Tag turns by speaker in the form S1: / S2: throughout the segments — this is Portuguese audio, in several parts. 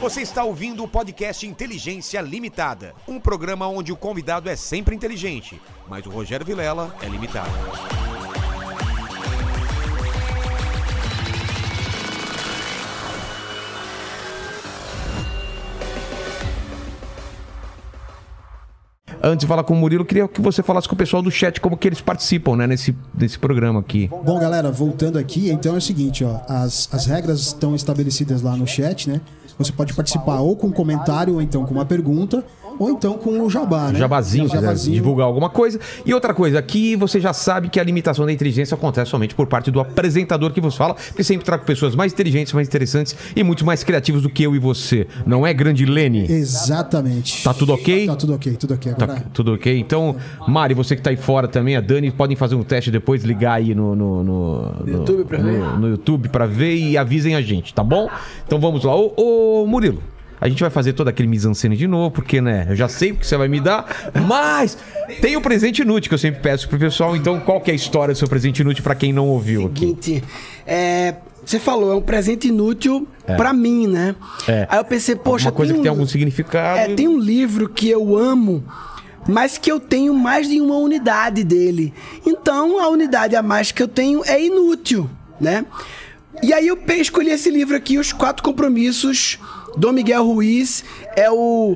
S1: Você está ouvindo o podcast Inteligência Limitada, um programa onde o convidado é sempre inteligente, mas o Rogério Vilela é limitado.
S2: Antes de falar com o Murilo, eu queria que você falasse com o pessoal do chat como que eles participam, né, nesse programa aqui.
S3: Bom, galera, voltando aqui, então é o seguinte, ó, as regras estão estabelecidas lá no chat, né? Você pode participar ou com um comentário, ou então com uma pergunta, ou então com o jabá, né?
S2: Jabazinho, divulgar alguma coisa. E outra coisa, aqui você já sabe que a limitação da inteligência acontece somente por parte do apresentador que vos fala, porque sempre trago pessoas mais inteligentes, mais interessantes e muito mais criativos do que eu e você. Não é, grande Lene?
S3: Exatamente.
S2: Tá tudo ok?
S3: Tá tudo ok, tudo ok. Agora...
S2: Tá tudo ok. Então, Mari, você que tá aí fora também, a Dani, podem fazer um teste depois, ligar aí no
S4: YouTube pra ver.
S2: No YouTube pra ver e avisem a gente, tá bom? Então vamos lá. Ô Murilo, a gente vai fazer todo aquele mise-en-scène de novo, porque, né, eu já sei o que você vai me dar, mas tem o presente inútil que eu sempre peço pro pessoal. Então, qual que é a história do seu presente inútil pra quem não ouviu aqui?
S4: Seguinte, você falou, é um presente inútil pra mim, né? Aí eu pensei, poxa...
S2: Uma coisa que tem algum significado.
S4: Tem um livro que eu amo, mas que eu tenho mais de uma unidade dele. Então, a unidade a mais que eu tenho é inútil, né? E aí eu escolhi esse livro aqui, Os 4 Compromissos, do Miguel Ruiz. É o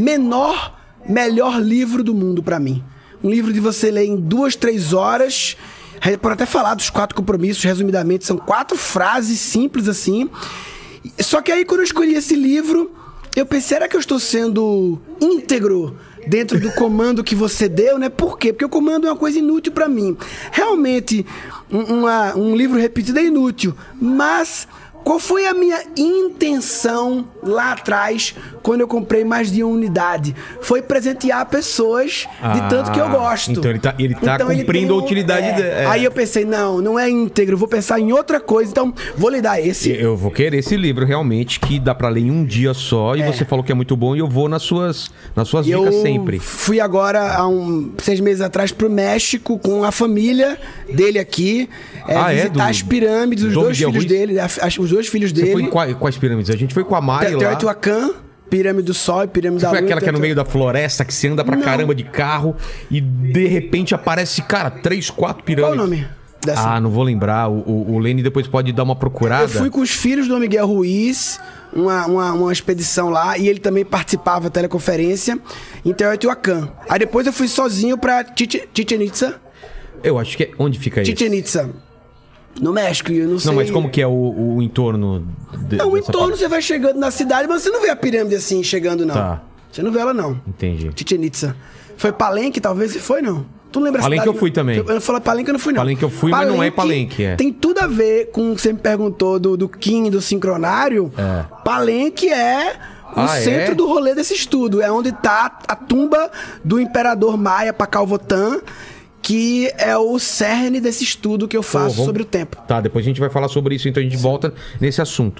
S4: melhor livro do mundo pra mim. Um livro de você ler em 2, 3 horas. A gente pode até falar dos 4 compromissos, resumidamente. São 4 frases simples assim. Só que aí quando eu escolhi esse livro, eu pensei, será que eu estou sendo íntegro dentro do comando que você deu, né? Por quê? Porque o comando é uma coisa inútil pra mim. Realmente, um livro repetido é inútil, mas... Qual foi a minha intenção lá atrás, quando eu comprei mais de uma unidade? Foi presentear pessoas de tanto que eu gosto.
S2: Então ele tá cumprindo a utilidade dele.
S4: Aí eu pensei, não é íntegro, vou pensar em outra coisa, então vou lhe dar esse.
S2: Eu vou querer esse livro realmente, que dá pra ler em um dia só, e você falou que é muito bom, e eu vou nas suas dicas sempre.
S4: Eu fui agora, há 6 meses atrás, pro México, com a família dele aqui, visitar as pirâmides, os 2 filhos dele, os 2 filhos dele.
S2: Você foi em quais pirâmides? A gente foi com a Mari lá.
S4: Teotihuacan, Pirâmide do Sol e Pirâmide da Lua.
S2: Foi aquela que é no meio da floresta, que você anda pra caramba de carro e de repente aparece, cara, 3, 4 pirâmides.
S4: Qual o nome dessa?
S2: Não vou lembrar. O Lene depois pode dar uma procurada.
S4: Eu fui com os filhos do Miguel Ruiz, uma expedição lá, e ele também participava da teleconferência em Teotihuacan. Aí depois eu fui sozinho pra Chichen Itza.
S2: Eu acho que é... Onde fica isso?
S4: Chichen Itza. No México, eu não sei.
S2: Não, mas como que é o entorno?
S4: O entorno parte? Você vai chegando na cidade, mas você não vê a pirâmide assim chegando, não.
S2: Tá.
S4: Você não vê ela, não.
S2: Entendi.
S4: Chichen Itza. Foi Palenque, talvez? Foi, não? Tu lembra a cidade?
S2: Palenque eu fui também.
S4: Eu falei Palenque, eu não fui, não.
S2: Palenque eu fui, mas não é Palenque,
S4: Tem tudo a ver com o que você me perguntou do Kim, do sincronário. Palenque é... O centro do rolê desse estudo. É onde tá a tumba do imperador maia, Pacalvotan, que é o cerne desse estudo que eu faço sobre o tempo.
S2: Tá, depois a gente vai falar sobre isso, então a gente volta nesse assunto.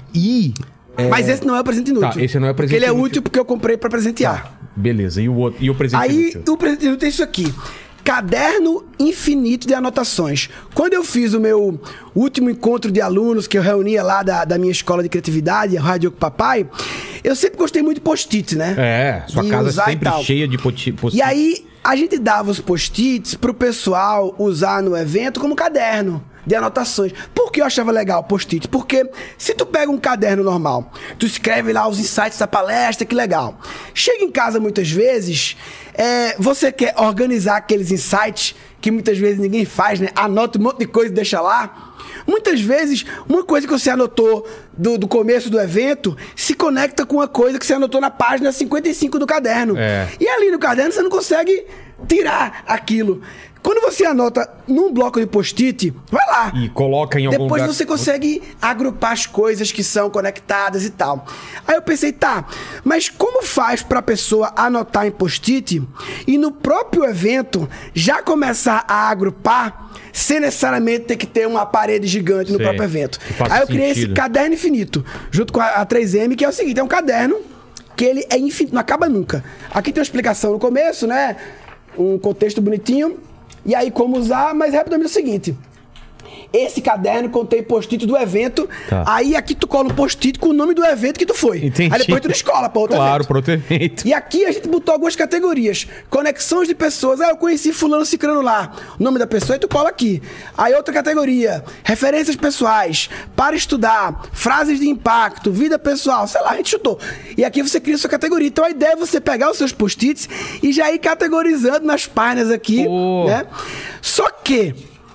S4: Mas esse não é o presente inútil.
S2: Tá, esse não é o presente inútil.
S4: Ele é útil porque eu comprei pra presentear.
S2: Tá, beleza, e o presente inútil?
S4: Aí, o presente inútil é isso aqui. Caderno infinito de anotações. Quando eu fiz o meu último encontro de alunos, que eu reunia lá da minha escola de criatividade, a Rádio Papai, eu sempre gostei muito de post-it, né?
S2: Sua casa é sempre cheia de post-it.
S4: E aí, a gente dava os post-its pro pessoal usar no evento como caderno de anotações. Por que eu achava legal post-it? Porque se tu pega um caderno normal, tu escreve lá os insights da palestra, que legal. Chega em casa muitas vezes, você quer organizar aqueles insights que muitas vezes ninguém faz, né? Anota um monte de coisa e deixa lá. Muitas vezes, uma coisa que você anotou do começo do evento se conecta com uma coisa que você anotou na página 55 do caderno. E ali no caderno você não consegue tirar aquilo. Quando você anota num bloco de post-it, vai lá.
S2: E coloca em algum lugar.
S4: Depois você consegue agrupar as coisas que são conectadas e tal. Aí eu pensei, mas como faz pra pessoa anotar em post-it e no próprio evento já começar a agrupar sem necessariamente ter que ter uma parede gigante no próprio evento? Aí eu criei esse caderno infinito, junto com a 3M, que é o seguinte, é um caderno que ele é infinito, não acaba nunca. Aqui tem uma explicação no começo, né? Um contexto bonitinho. E aí, como usar, mas rapidamente é o seguinte. Esse caderno contém post-it do evento.
S2: Tá.
S4: Aí aqui tu cola um post-it com o nome do evento que tu foi.
S2: Entendi.
S4: Aí depois tu escola pra outro
S2: Claro,
S4: evento.
S2: para outro evento.
S4: E aqui a gente botou algumas categorias. Conexões de pessoas. Eu conheci fulano cicrano lá. O nome da pessoa e tu cola aqui. Aí outra categoria. Referências pessoais. Para estudar. Frases de impacto. Vida pessoal. Sei lá, a gente chutou. E aqui você cria a sua categoria. Então a ideia é você pegar os seus post-its e já ir categorizando nas páginas aqui. Né? Só que,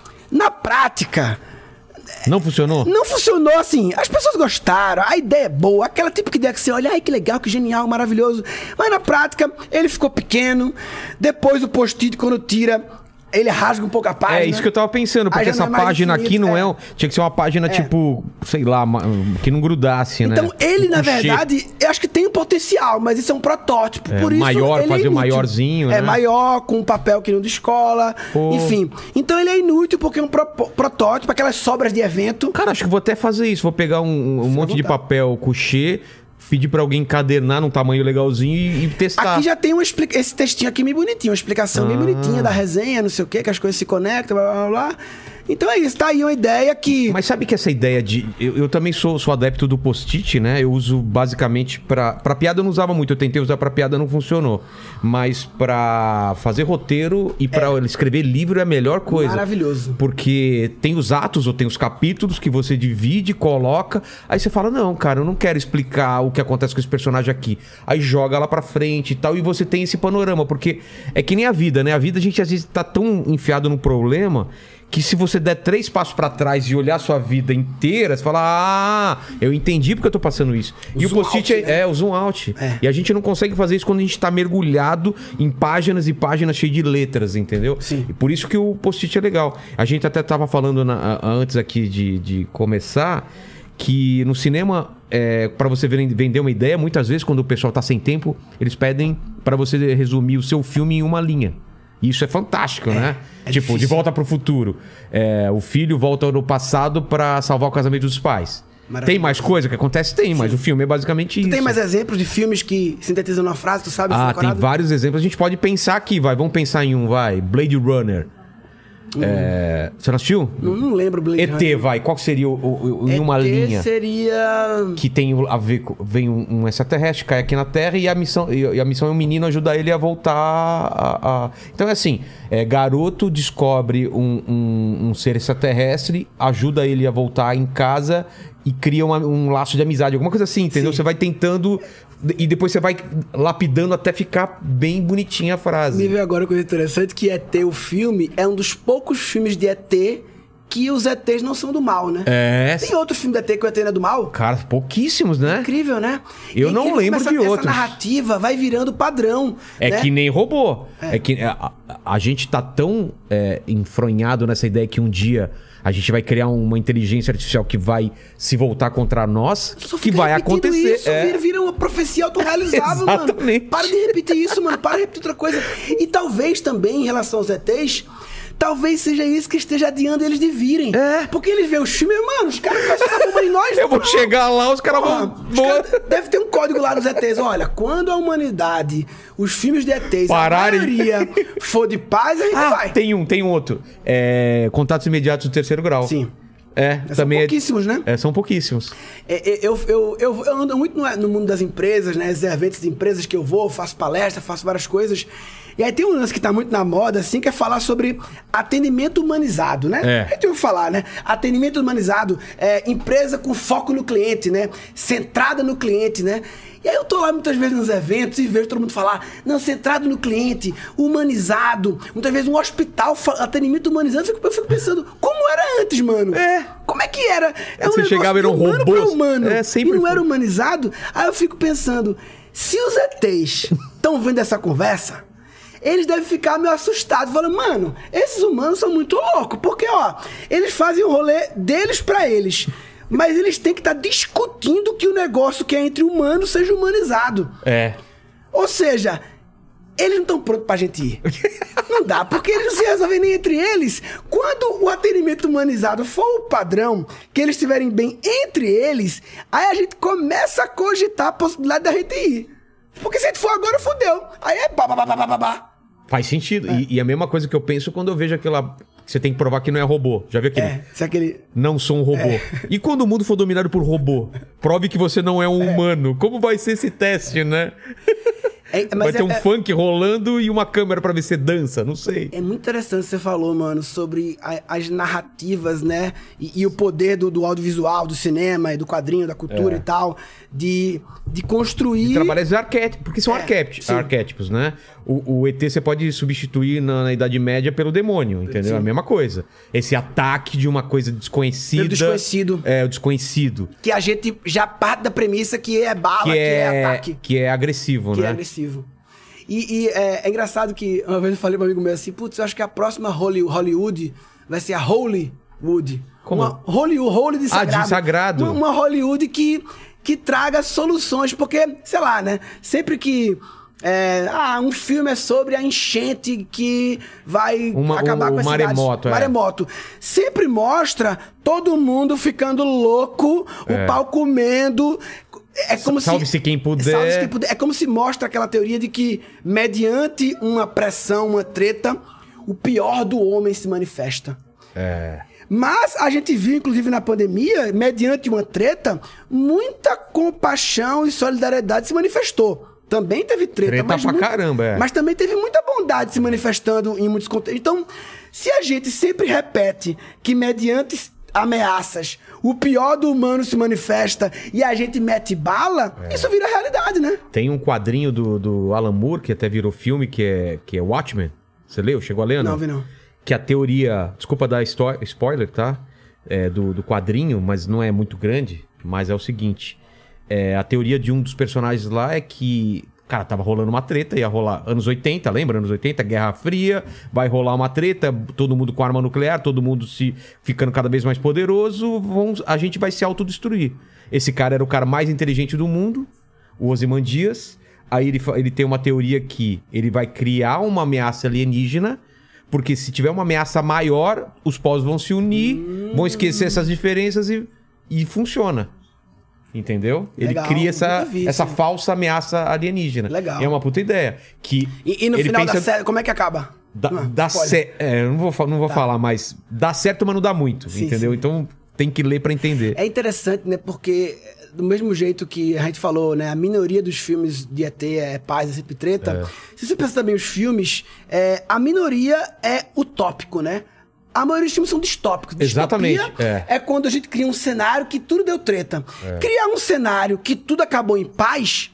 S4: na prática...
S2: Não funcionou?
S4: Não funcionou assim. As pessoas gostaram, a ideia é boa, aquela típica ideia que você olha, ai que legal, que genial, maravilhoso. Mas na prática, ele ficou pequeno. Depois o post-it, quando tira, ele rasga um pouco a página.
S2: É isso que eu tava pensando, porque essa página aqui não é... Tinha que ser uma página tipo, sei lá, que não grudasse, né?
S4: Então ele, na verdade, eu acho que tem um potencial, mas isso é um protótipo. Por isso,
S2: maior,
S4: ele
S2: fazer
S4: é
S2: o maiorzinho, né?
S4: É maior, com um papel que não de escola, enfim. Então ele é inútil porque é um protótipo, aquelas sobras de evento.
S2: Cara, acho que vou até fazer isso. Vou pegar um monte de papel couché, pedir pra alguém encadernar num tamanho legalzinho e testar.
S4: Aqui já tem esse textinho aqui bem bonitinho, uma explicação bem bonitinha da resenha, não sei o que as coisas se conectam, blá, blá, blá. Então é isso, tá aí uma ideia que...
S2: Mas sabe que essa ideia de... Eu também sou adepto do post-it, né? Eu uso basicamente pra piada eu não usava muito. Eu tentei usar pra piada, não funcionou. Mas pra fazer roteiro e pra escrever livro é a melhor coisa.
S4: Maravilhoso.
S2: Porque tem os atos ou tem os capítulos que você divide, coloca. Aí você fala, não, cara, eu não quero explicar o que acontece com esse personagem aqui. Aí joga lá pra frente e tal. E você tem esse panorama. Porque é que nem a vida, né? A vida a gente às vezes tá tão enfiado no problema... que se você der 3 passos pra trás e olhar a sua vida inteira, você fala, eu entendi porque eu tô passando isso. E o post-it é o zoom out. E a gente não consegue fazer isso quando a gente tá mergulhado em páginas e páginas cheias de letras, entendeu?
S4: Sim.
S2: E por isso que o post-it é legal. A gente até tava falando antes aqui de começar, que no cinema, pra você vender uma ideia, muitas vezes quando o pessoal tá sem tempo, eles pedem pra você resumir o seu filme em uma linha. Isso é fantástico, né? Tipo,
S4: difícil.
S2: De Volta pro Futuro. O filho volta no passado pra salvar o casamento dos pais. Tem mais coisa que acontece? Tem, mas o filme é basicamente isso.
S4: Tem mais exemplos de filmes que sintetizam numa frase, tu sabe?
S2: Tem vários exemplos. A gente pode pensar aqui, vamos pensar em um, Blade Runner. Você não assistiu?
S4: Não lembro Blade
S2: ET,
S4: Runner.
S2: qual que seria em uma linha?
S4: ET seria...
S2: Que tem a ver vem um extraterrestre, cai aqui na Terra e a missão é um menino ajudar ele a voltar Então é assim, garoto descobre um ser extraterrestre, ajuda ele a voltar em casa e cria um laço de amizade, alguma coisa assim, entendeu?
S4: Sim.
S2: Você vai tentando e depois você vai lapidando até ficar bem bonitinha a frase.
S4: Me veio agora uma coisa interessante, que ET, o filme, é um dos poucos filmes de ET que os ETs não são do mal, né? Tem outro filme de ET que o ET não é do mal?
S2: Cara, pouquíssimos, né?
S4: Incrível, né?
S2: Eu não lembro de outros.
S4: Essa narrativa vai virando padrão.
S2: É que nem robô. É que a gente tá tão enfronhado nessa ideia que um dia a gente vai criar uma inteligência artificial que vai se voltar contra nós, que vai acontecer.
S4: Isso, vira uma profecia autorrealizável, mano.
S2: Exatamente.
S4: Para de repetir isso, mano. Para de repetir outra coisa. E talvez também, em relação aos ETs... Talvez seja isso que esteja adiando eles de virem. Porque eles veem os filmes, mano, os caras começam a dar bomba em nós.
S2: Eu vou chegar lá, os caras vão...
S4: Deve ter um código lá nos ETs. Olha, quando a humanidade, os filmes de ETs,
S2: pararem,
S4: a maioria for de paz, a gente vai.
S2: Tem outro. Contatos imediatos do 3º grau.
S4: Sim.
S2: Também
S4: são pouquíssimos, né?
S2: São pouquíssimos.
S4: Eu ando muito no mundo das empresas, né? Os eventos de empresas que eu vou, faço palestra, faço várias coisas. E aí tem um lance que tá muito na moda, assim, que é falar sobre atendimento humanizado, né? A gente ouve falar, né? Atendimento humanizado, empresa com foco no cliente, né? Centrada no cliente, né? E aí eu tô lá muitas vezes nos eventos e vejo todo mundo falar, não, centrado no cliente, humanizado, muitas vezes um hospital, atendimento humanizado, eu fico pensando, como era antes, mano? Como é que era?
S2: Você chegava e era um robô.
S4: Humano,
S2: sempre
S4: e não era humanizado? Aí eu fico pensando, se os ETs estão vendo essa conversa, eles devem ficar meio assustados, falando, mano, esses humanos são muito loucos, porque, eles fazem o rolê deles pra eles, mas eles têm que estar discutindo que o negócio que é entre humanos seja humanizado. Ou seja, eles não estão prontos pra gente ir. Não dá, porque eles não se resolvem nem entre eles. Quando o atendimento humanizado for o padrão, que eles estiverem bem entre eles, aí a gente começa a cogitar a possibilidade da gente ir. Porque se a gente for agora, fodeu. Aí é babá.
S2: Faz sentido. E a mesma coisa que eu penso quando eu vejo aquela Você tem que provar que não é robô. Já viu aquele?
S4: Se aquele...
S2: Não sou um robô. E quando o mundo for dominado por robô? Prove que você não é um humano. Como vai ser esse teste, né? Vai ter um funk rolando e uma câmera pra ver se dança, não sei.
S4: É muito interessante o que você falou, mano, sobre as narrativas, né? E o poder do audiovisual, do cinema, e do quadrinho, da cultura e tal, de construir...
S2: De trabalhar esses arquétipos, porque são arquétipos, né? O ET você pode substituir na Idade Média pelo demônio, entendeu?
S4: Sim.
S2: É a mesma coisa. Esse ataque de uma coisa desconhecida...
S4: Pelo desconhecido.
S2: É, o desconhecido.
S4: Que a gente já parte da premissa que é bala, que é ataque.
S2: Que é agressivo, né?
S4: Que é agressivo. E é engraçado que uma vez eu falei pra um amigo meu assim, putz, eu acho que a próxima Hollywood vai ser a Hollywood.
S2: Como?
S4: Uma Holy de sagrado.
S2: De sagrado.
S4: Uma Hollywood que traga soluções, porque, sei lá, né? Sempre que... um filme é sobre a enchente que vai acabar com a cidade. Maremoto. Sempre mostra todo mundo ficando louco, o pau comendo...
S2: Salve-se quem puder.
S4: É como se mostra aquela teoria de que, mediante uma pressão, uma treta, o pior do homem se manifesta. Mas a gente viu, inclusive na pandemia, mediante uma treta, muita compaixão e solidariedade se manifestou. Também teve treta, mas
S2: caramba,
S4: mas também teve muita bondade se manifestando em muitos contextos. Então, se a gente sempre repete que mediante ameaças o pior do humano se manifesta e a gente mete bala, isso vira realidade, né?
S2: Tem um quadrinho do Alan Moore, que até virou filme, que é Watchmen. Você leu? Chegou a ler,
S4: não? Não, vi não.
S2: Que a teoria... Desculpa dar spoiler, tá? Do quadrinho, mas não é muito grande. Mas é o seguinte... a teoria de um dos personagens lá é que... Cara, tava rolando uma treta, ia rolar anos 80, lembra? Anos 80, Guerra Fria, vai rolar uma treta, todo mundo com arma nuclear, todo mundo se ficando cada vez mais poderoso, a gente vai se autodestruir. Esse cara era o cara mais inteligente do mundo, o Ozymandias. Aí ele tem uma teoria que ele vai criar uma ameaça alienígena, porque se tiver uma ameaça maior, os povos vão se unir, vão esquecer essas diferenças e funciona. Entendeu?
S4: Legal,
S2: ele cria essa falsa ameaça alienígena.
S4: Legal.
S2: É uma puta ideia.
S4: E no final da série, como é que acaba?
S2: Dá certo. Eu não vou falar, mas dá certo, mas não dá muito.
S4: Sim,
S2: entendeu?
S4: Sim.
S2: Então tem que ler pra entender.
S4: É interessante, né? Porque do mesmo jeito que a gente falou, né? A minoria dos filmes de ET é paz, é sempre treta. Se você pensa também os filmes, a minoria é utópico, né? A maioria dos filmes são distópicos.
S2: Exatamente.
S4: É quando a gente cria um cenário que tudo deu treta. Criar um cenário que tudo acabou em paz,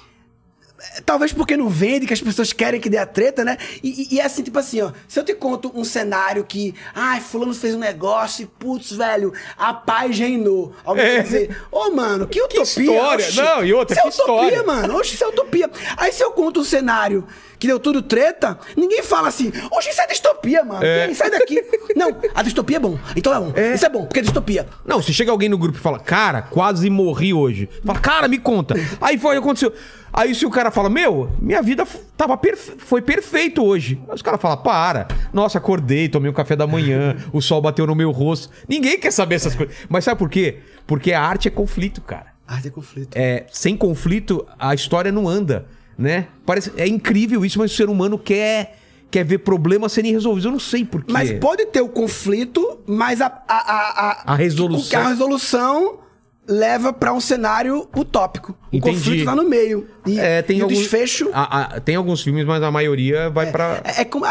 S4: talvez porque não vende, que as pessoas querem que dê a treta, né? E é assim, tipo assim, ó. Se eu te conto um cenário que... fulano fez um negócio e, putz, velho, a paz reinou. Alguém vai dizer, mano, que utopia.
S2: Que história.
S4: Oxi,
S2: não, e outra, que
S4: utopia,
S2: história.
S4: mano. Oxe, isso é utopia. Aí se eu conto um cenário que deu tudo treta, ninguém fala assim, oxe, isso é distopia, mano. Sai daqui. Não, a distopia é bom. Então é bom. Isso é bom, porque é distopia.
S2: Não, se chega alguém no grupo e fala, cara, quase morri hoje. Fala, me conta. Aí aconteceu. Aí se o cara fala, minha vida foi perfeito hoje. Aí os caras falam, nossa, acordei, tomei um café da manhã, o sol bateu no meu rosto. Ninguém quer saber essas coisas. Mas sabe por quê? Porque a arte é conflito, cara.
S4: A arte é conflito.
S2: Sem conflito, a história não anda, né? É incrível isso, mas o ser humano quer ver problemas serem resolvidos. Eu não sei por quê.
S4: Mas pode ter o conflito, mas a
S2: resolução...
S4: A resolução leva pra um cenário utópico. O conflito tá no meio. E o desfecho...
S2: Tem alguns filmes, mas a maioria vai pra...
S4: Como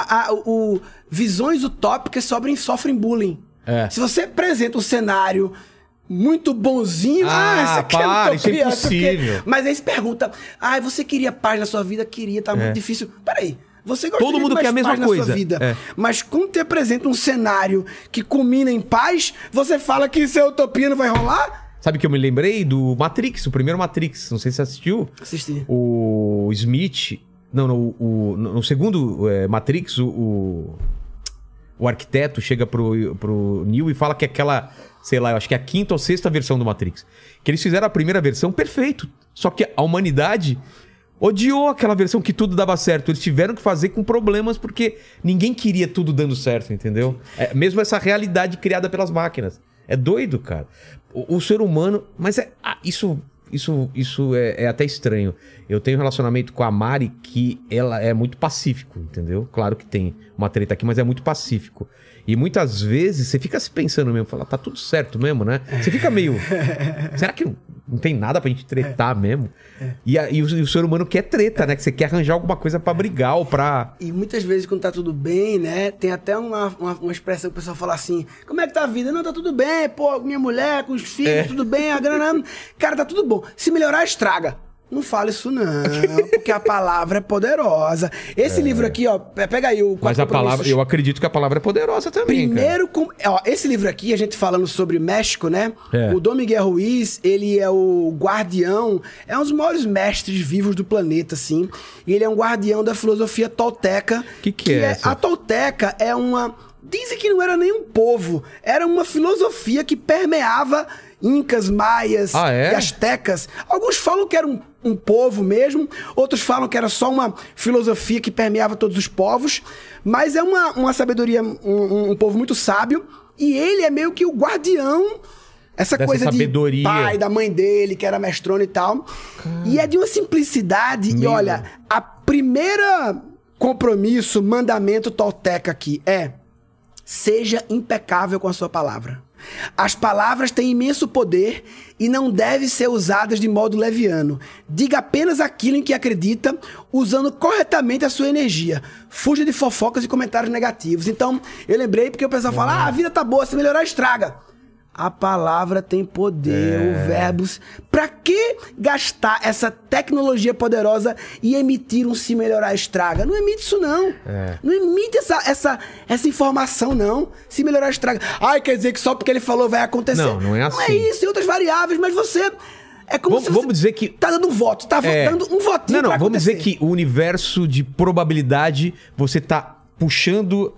S4: visões utópicas sofrem bullying. Se você apresenta um cenário muito bonzinho, isso aqui é utopia,
S2: isso é impossível.
S4: Mas aí se pergunta, você queria paz na sua vida? Queria, tá muito difícil. Peraí. Você gosta
S2: Todo mundo quer a mesma coisa.
S4: Na sua vida. Mas quando te apresenta um cenário que culmina em paz, você fala que isso é utopia, não vai rolar?
S2: Sabe que eu me lembrei do Matrix, o primeiro Matrix. Não sei se você assistiu.
S4: Assisti.
S2: O Smith... no segundo Matrix, o arquiteto chega pro Neo e fala que aquela... Sei lá, eu acho que é a 5ª ou 6ª versão do Matrix. Que eles fizeram a primeira versão perfeito. Só que a humanidade odiou aquela versão que tudo dava certo. Eles tiveram que fazer com problemas porque ninguém queria tudo dando certo, entendeu? Mesmo essa realidade criada pelas máquinas. É doido, cara. O ser humano... Mas isso é até estranho. Eu tenho um relacionamento com a Mari que ela é muito pacífico, entendeu? Claro que tem uma treta aqui, mas é muito pacífico. E muitas vezes você fica se pensando mesmo, fala, tá tudo certo mesmo, né? Você fica meio... Será que não tem nada pra gente tretar mesmo? E o ser humano quer treta, né? Que você quer arranjar alguma coisa pra brigar ou pra...
S4: E muitas vezes quando tá tudo bem, né? Tem até uma expressão que o pessoal fala assim, como é que tá a vida? Não, tá tudo bem, pô, minha mulher, com os filhos, tudo bem, a grana... Cara, tá tudo bom. Se melhorar, estraga. Não fala isso não, porque a palavra é poderosa. Esse livro aqui, ó, pega aí o...
S2: Mas a palavra, eu acredito que a palavra é poderosa também,
S4: Primeiro, ó, esse livro aqui, a gente falando sobre México, né? O Dom Miguel Ruiz, ele é o guardião, é um dos maiores mestres vivos do planeta, assim. E ele é um guardião da filosofia tolteca.
S2: Que é essa?
S4: A tolteca é uma... Dizem que não era nem um povo, era uma filosofia que permeava incas, maias e astecas. Alguns falam que era um povo mesmo, outros falam que era só uma filosofia que permeava todos os povos, mas é uma sabedoria, um povo muito sábio, e ele é meio que o guardião, essa
S2: dessa
S4: coisa
S2: sabedoria.
S4: De pai, da mãe dele, que era mestrona e tal. E é de uma simplicidade, e olha, a primeira compromisso, mandamento tolteca aqui é: seja impecável com a sua palavra. As palavras têm imenso poder e não devem ser usadas de modo leviano. Diga apenas aquilo em que acredita, usando corretamente a sua energia. Fuja de fofocas e comentários negativos. Então, eu lembrei porque o pessoal fala, a vida tá boa, se melhorar, estraga. A palavra tem poder, o verbos. Pra que gastar essa tecnologia poderosa e emitir um se melhorar estraga? Não emite isso, não. Não emite essa informação, não. Se melhorar estraga. Ai, quer dizer que só porque ele falou vai acontecer.
S2: Não é assim.
S4: Não é isso, tem outras variáveis, mas você... É como se você
S2: vamos dizer que...
S4: tá dando um voto, tá dando um votinho pra
S2: vamos
S4: acontecer.
S2: dizer que o universo de probabilidade, você tá puxando...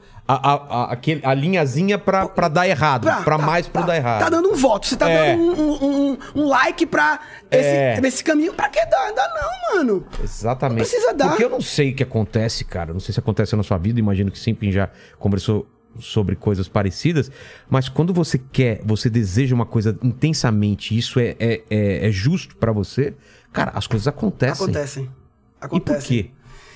S2: A linhazinha pra dar errado. Pra dar errado.
S4: Tá dando um voto. Você tá dando um like pra esse caminho. Pra que dar? Dá não, mano.
S2: Exatamente.
S4: Não precisa dar.
S2: Porque eu não sei o que acontece, cara. Não sei se acontece na sua vida. Imagino que sempre já conversou sobre coisas parecidas. Mas quando você deseja uma coisa intensamente, isso é justo pra você, cara, as coisas acontecem. E por quê?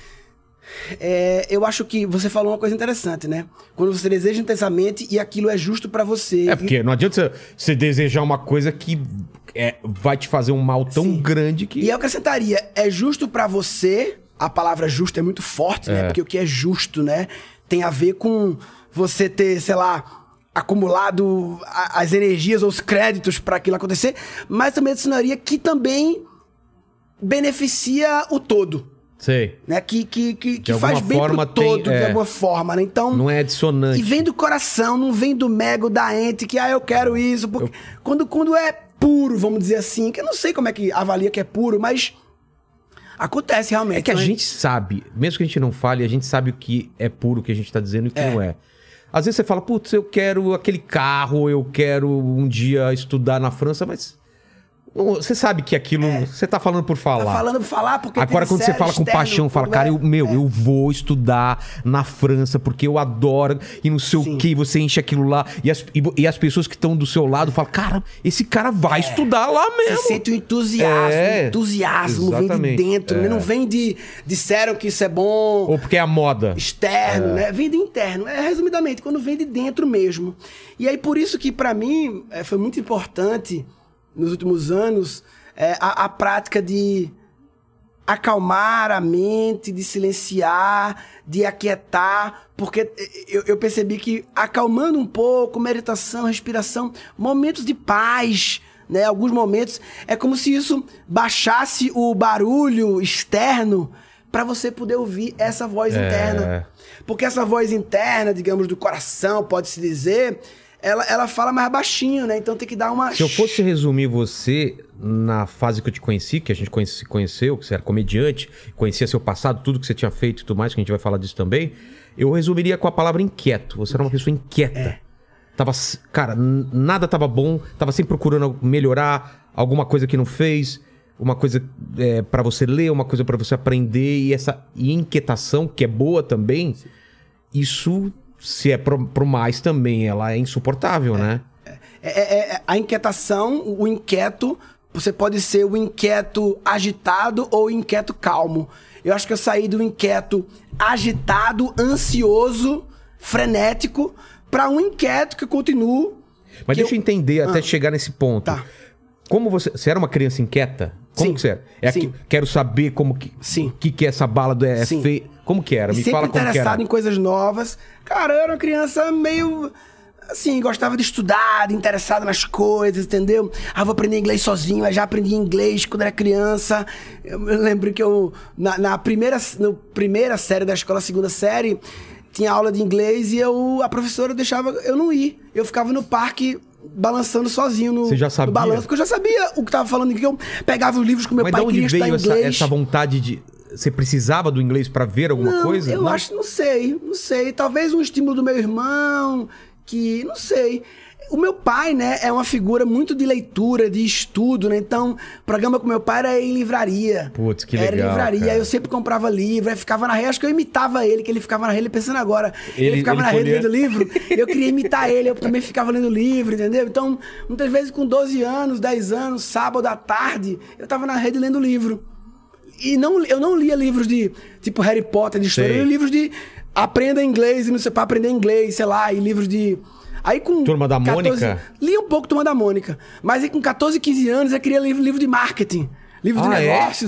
S4: Eu acho que você falou uma coisa interessante, né? Quando você deseja intensamente e aquilo é justo pra você.
S2: Porque não adianta você desejar uma coisa que vai te fazer um mal tão grande que...
S4: E eu acrescentaria, é justo pra você, a palavra justo é muito forte, né? Porque o que é justo, né? Tem a ver com você ter, sei lá, acumulado as energias ou os créditos pra aquilo acontecer, mas também adicionaria que também beneficia o todo.
S2: Sei.
S4: Né? Que faz bem pro todo, de alguma forma, né? Então...
S2: Não é dissonante.
S4: E vem do coração, não vem do mego, da ente, que eu quero isso. Porque quando é puro, vamos dizer assim, que eu não sei como é que avalia que é puro, mas acontece realmente.
S2: É que a gente sabe, mesmo que a gente não fale, a gente sabe o que é puro, o que a gente tá dizendo e o que não é. Às vezes você fala, putz, eu quero aquele carro, eu quero um dia estudar na França, mas... Você sabe que aquilo... Você tá falando por falar.
S4: Tá falando por falar porque...
S2: Agora, quando você fala com paixão, fala, cara, eu vou estudar na França porque eu adoro e não sei o que, você enche aquilo lá e as pessoas que estão do seu lado falam, cara, esse cara vai estudar lá mesmo.
S4: Você sente o entusiasmo vem de dentro, né? Não vem de disseram que isso é bom...
S2: Ou porque é a moda.
S4: Externo, né? Vem de interno. Resumidamente, quando vem de dentro mesmo. E aí, por isso que, pra mim, foi muito importante... nos últimos anos, a prática de acalmar a mente, de silenciar, de aquietar, porque eu percebi que acalmando um pouco, meditação, respiração, momentos de paz, né? Alguns momentos, é como se isso baixasse o barulho externo para você poder ouvir essa voz interna. Porque essa voz interna, digamos, do coração, pode-se dizer... Ela fala mais baixinho, né? Então tem que dar uma...
S2: Se eu fosse resumir você na fase que eu te conheci, que a gente se conheceu, que você era comediante, conhecia seu passado, tudo que você tinha feito e tudo mais, que a gente vai falar disso também, eu resumiria com a palavra inquieto. Você era uma pessoa inquieta. Cara, nada tava bom, tava sempre procurando melhorar alguma coisa que não fez, uma coisa pra você ler, uma coisa pra você aprender, e essa inquietação, que é boa também, isso... Se é pro mais também, ela é insuportável, né?
S4: A inquietação, o inquieto, você pode ser o inquieto agitado ou o inquieto calmo. Eu acho que eu saí do inquieto agitado, ansioso, frenético, para um inquieto que eu continuo.
S2: Mas deixa eu entender até chegar nesse ponto.
S4: Tá.
S2: Como você era uma criança inquieta? Como
S4: Sim.
S2: que você era?
S4: Sim.
S2: Quero saber como que...
S4: Sim.
S2: Que é essa bala do
S4: Sim.
S2: EF? Como que era? Me
S4: sempre
S2: fala como que era.
S4: interessado em coisas novas. Cara, eu era uma criança meio... Assim, gostava de estudar, interessado nas coisas, entendeu? Vou aprender inglês sozinho. Eu já aprendi inglês quando era criança. Eu me lembro que na primeira série da escola, segunda série, tinha aula de inglês e a professora deixava eu não ir. Eu ficava no parque balançando sozinho
S2: Você já sabia?
S4: no balanço, porque eu já sabia o que tava falando, que eu pegava os livros com meu
S2: Mas
S4: pai,
S2: de onde
S4: queria estudar
S2: veio
S4: inglês.
S2: essa vontade de... Você precisava do inglês pra ver alguma coisa?
S4: Eu acho, não sei. Talvez um estímulo do meu irmão, não sei. O meu pai, né, é uma figura muito de leitura, de estudo, né? Então, o programa com meu pai era em livraria.
S2: Putz, que legal,
S4: Era em livraria,
S2: cara.
S4: eu sempre comprava livro, aí ficava na rede, acho que eu imitava ele, que ele ficava na rede, pensando agora. Ele ficava
S2: ele
S4: na rede
S2: folheia.
S4: lendo livro, eu queria imitar ele, eu também ficava lendo livro, entendeu? Então, muitas vezes com 12 anos, 10 anos, sábado à tarde, eu tava na rede lendo livro. E eu não lia livros de, tipo, Harry Potter, de história,
S2: Sei.
S4: eu lia livros de aprenda inglês, e não sei, pra aprender inglês, sei lá, e livros de... Aí com
S2: Turma da Mônica?
S4: Li um pouco Turma da Mônica. Mas aí com 14, 15 anos eu queria livro de marketing. Livro de negócios,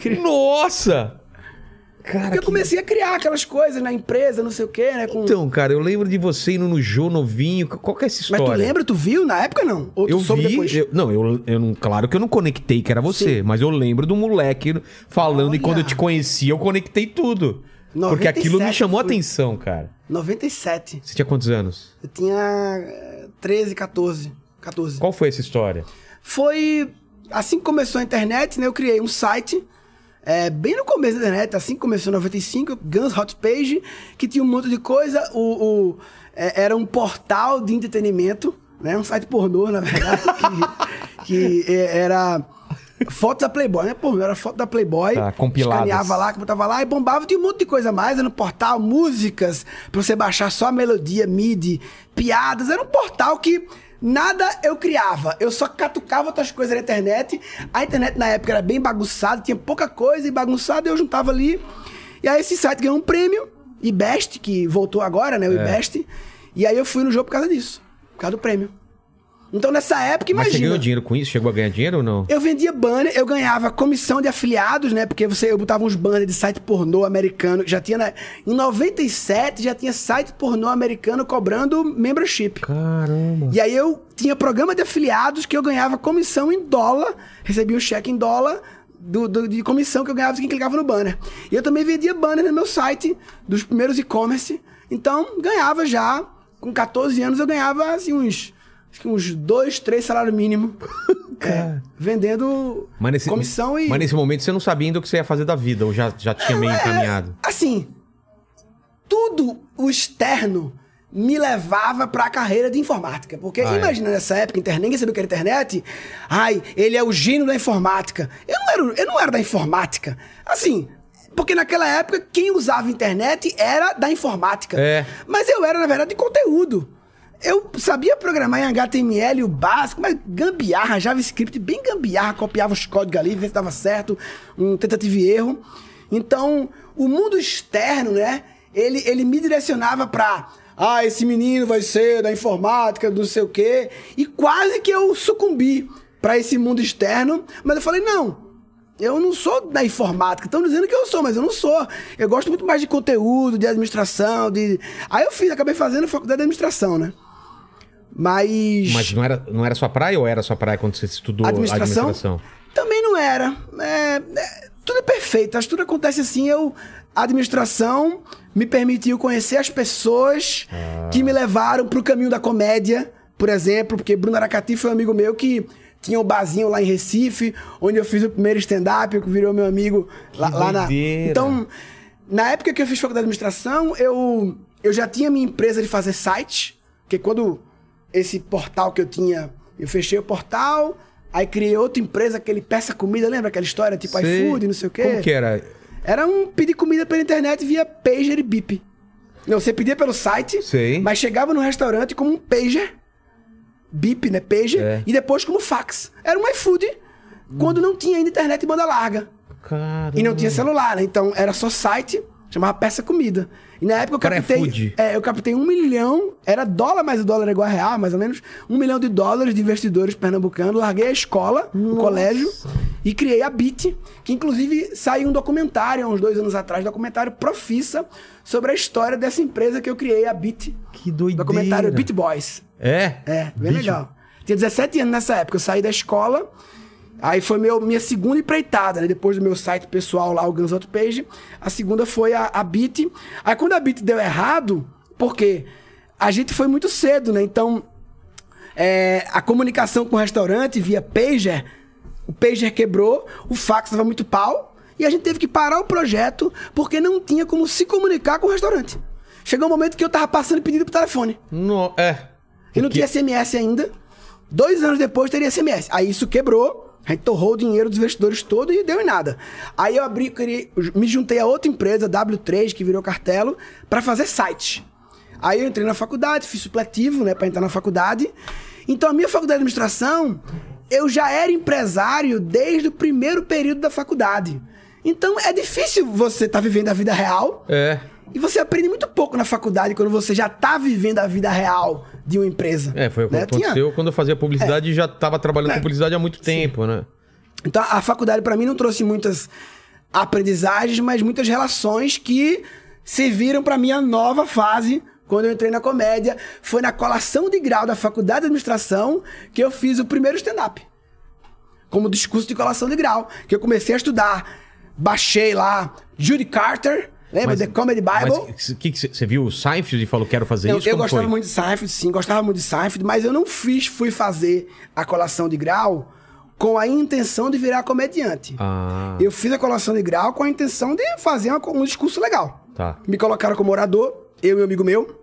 S2: Nossa! Cara,
S4: Porque eu comecei a criar aquelas coisas na empresa, não sei o quê, né?
S2: Então, cara, eu lembro de você indo no Jô novinho. Qual que é essa história?
S4: Mas tu lembra? Tu viu na época, não? Ou tu
S2: Eu
S4: soube
S2: vi,
S4: depois?
S2: eu não, claro que eu não conectei que era você,
S4: Sim.
S2: mas eu lembro do moleque falando e
S4: Olha.
S2: quando eu te conheci eu conectei tudo. Porque aquilo me chamou a
S4: fui.
S2: atenção, cara.
S4: 97.
S2: Você tinha quantos anos?
S4: Eu tinha 13, 14.
S2: Qual foi essa história?
S4: Foi... Assim que começou a internet, né? Eu criei um site... bem no começo da internet, assim que começou em 95, Guns Hot Page, que tinha um monte de coisa. Era um portal de entretenimento, né? Um site pornô, na verdade, que era foto da Playboy, né? Pornô, era foto da Playboy.
S2: Tá, compiladas.
S4: Escaneava lá, botava lá e bombava. Tinha um monte de coisa a mais. Era no portal, músicas, pra você baixar só a melodia, MIDI, piadas. Era um portal que... Nada eu criava, eu só catucava outras coisas na internet. A internet na época era bem bagunçada, tinha pouca coisa e bagunçada, eu juntava ali. E aí esse site ganhou um prêmio, IBEST, que voltou agora, né, o IBEST. E aí eu fui no jogo por causa disso, por causa do prêmio. Então nessa época,
S2: Mas
S4: imagina...
S2: você ganhou dinheiro com isso? Chegou a ganhar dinheiro ou não?
S4: Eu vendia banner, eu ganhava comissão de afiliados, né? Porque eu botava uns banners de site pornô americano, que já tinha... Em 97 já tinha site pornô americano cobrando membership.
S2: Caramba.
S4: E aí eu tinha programa de afiliados que eu ganhava comissão em dólar, recebia um cheque em dólar de comissão que eu ganhava de quem clicava no banner. E eu também vendia banner no meu site, dos primeiros e-commerce. Então, ganhava já, com 14 anos eu ganhava assim acho que uns 2, 3 salários mínimos. Vendendo comissão e...
S2: Mas nesse momento você não sabia ainda o que você ia fazer da vida, ou já tinha meio encaminhado?
S4: Assim, tudo o externo me levava pra carreira de informática. Porque imagina nessa época, ninguém sabia o que era internet. Ele é o gênio da informática. Eu não era da informática. Assim... Porque naquela época, quem usava internet era da informática. Mas eu era, na verdade, de conteúdo. Eu sabia programar em HTML, o básico, mas gambiarra, JavaScript, bem gambiarra, copiava os códigos ali, ver se dava certo, um tentativa e erro. Então, o mundo externo, né, ele me direcionava pra... esse menino vai ser da informática, não sei o quê. E quase que eu sucumbi pra esse mundo externo, mas eu falei, não... Eu não sou da informática. Estão dizendo que eu sou, mas eu não sou. Eu gosto muito mais de conteúdo, de administração, Aí eu acabei fazendo faculdade de administração, né? Mas
S2: não era sua praia ou era sua praia quando você estudou administração?
S4: Também não era. Tudo é perfeito. Acho que tudo acontece assim. A administração me permitiu conhecer as pessoas que me levaram pro caminho da comédia, por exemplo, porque Bruno Aracati foi um amigo meu que... Tinha um barzinho lá em Recife, onde eu fiz o primeiro stand-up, que virou meu amigo lá na... Então, na época que eu fiz faculdade de administração, eu já tinha minha empresa de fazer site, porque quando esse portal que eu tinha, eu fechei o portal, aí criei outra empresa, aquele Peça Comida, lembra aquela história, tipo iFood, não sei o quê?
S2: Como que era?
S4: Era pedir comida pela internet via pager e bip. Não, você pedia pelo site, mas chegava no restaurante como um pager, bip, né? Pager. E depois como fax. Era um iFood quando não tinha ainda internet de banda larga.
S2: Caramba.
S4: E não tinha celular, né? Então era só site, chamava Peça Comida. E na época eu captei 1 milhão, era dólar, mas o dólar era igual a real, mais ou menos. $1 milhão de investidores pernambucanos. Larguei a escola, o colégio, e criei a Beat, que inclusive saiu um documentário, há uns 2 anos atrás, documentário Profissa, sobre a história dessa empresa que eu criei, a Beat.
S2: Que doideira.
S4: Documentário Beat Boys.
S2: É,
S4: bem legal. Tinha 17 anos nessa época, eu saí da escola. Aí foi minha segunda empreitada, né? Depois do meu site pessoal lá, o Guns Out Page, a segunda foi a Beat. Aí quando a Beat deu errado, porque a gente foi muito cedo, né? Então, a comunicação com o restaurante via pager, o pager quebrou, o fax dava muito pau, e a gente teve que parar o projeto porque não tinha como se comunicar com o restaurante. Chegou um momento que eu tava passando pedido pro telefone. E não tinha SMS ainda. 2 anos depois teria SMS. Aí isso quebrou. A gente torrou o dinheiro dos investidores todo e deu em nada. Aí eu me juntei a outra empresa, W3, que virou Cartelo, para fazer site. Aí eu entrei na faculdade, fiz supletivo, né, para entrar na faculdade. Então a minha faculdade de administração, eu já era empresário desde o primeiro período da faculdade. Então é difícil você estar vivendo a vida real. E você aprende muito pouco na faculdade quando você já tá vivendo a vida real de uma empresa.
S2: Foi o que aconteceu quando eu fazia publicidade e já tava trabalhando com publicidade há muito tempo, né?
S4: Então a faculdade pra mim não trouxe muitas aprendizagens, mas muitas relações que serviram pra minha nova fase quando eu entrei na comédia. Foi na colação de grau da faculdade de administração que eu fiz o primeiro stand-up. Como discurso de colação de grau. Que eu comecei a estudar. Baixei lá Judy Carter... Lembra? The Comedy Bible.
S2: Mas você viu o Seinfeld e falou, quero fazer isso?
S4: Eu gostava muito de Seinfeld, sim. Gostava muito de Seinfeld, mas eu não fui fazer a colação de grau com a intenção de virar comediante. Eu fiz a colação de grau com a intenção de fazer um discurso legal. Me colocaram como orador, eu e um amigo meu.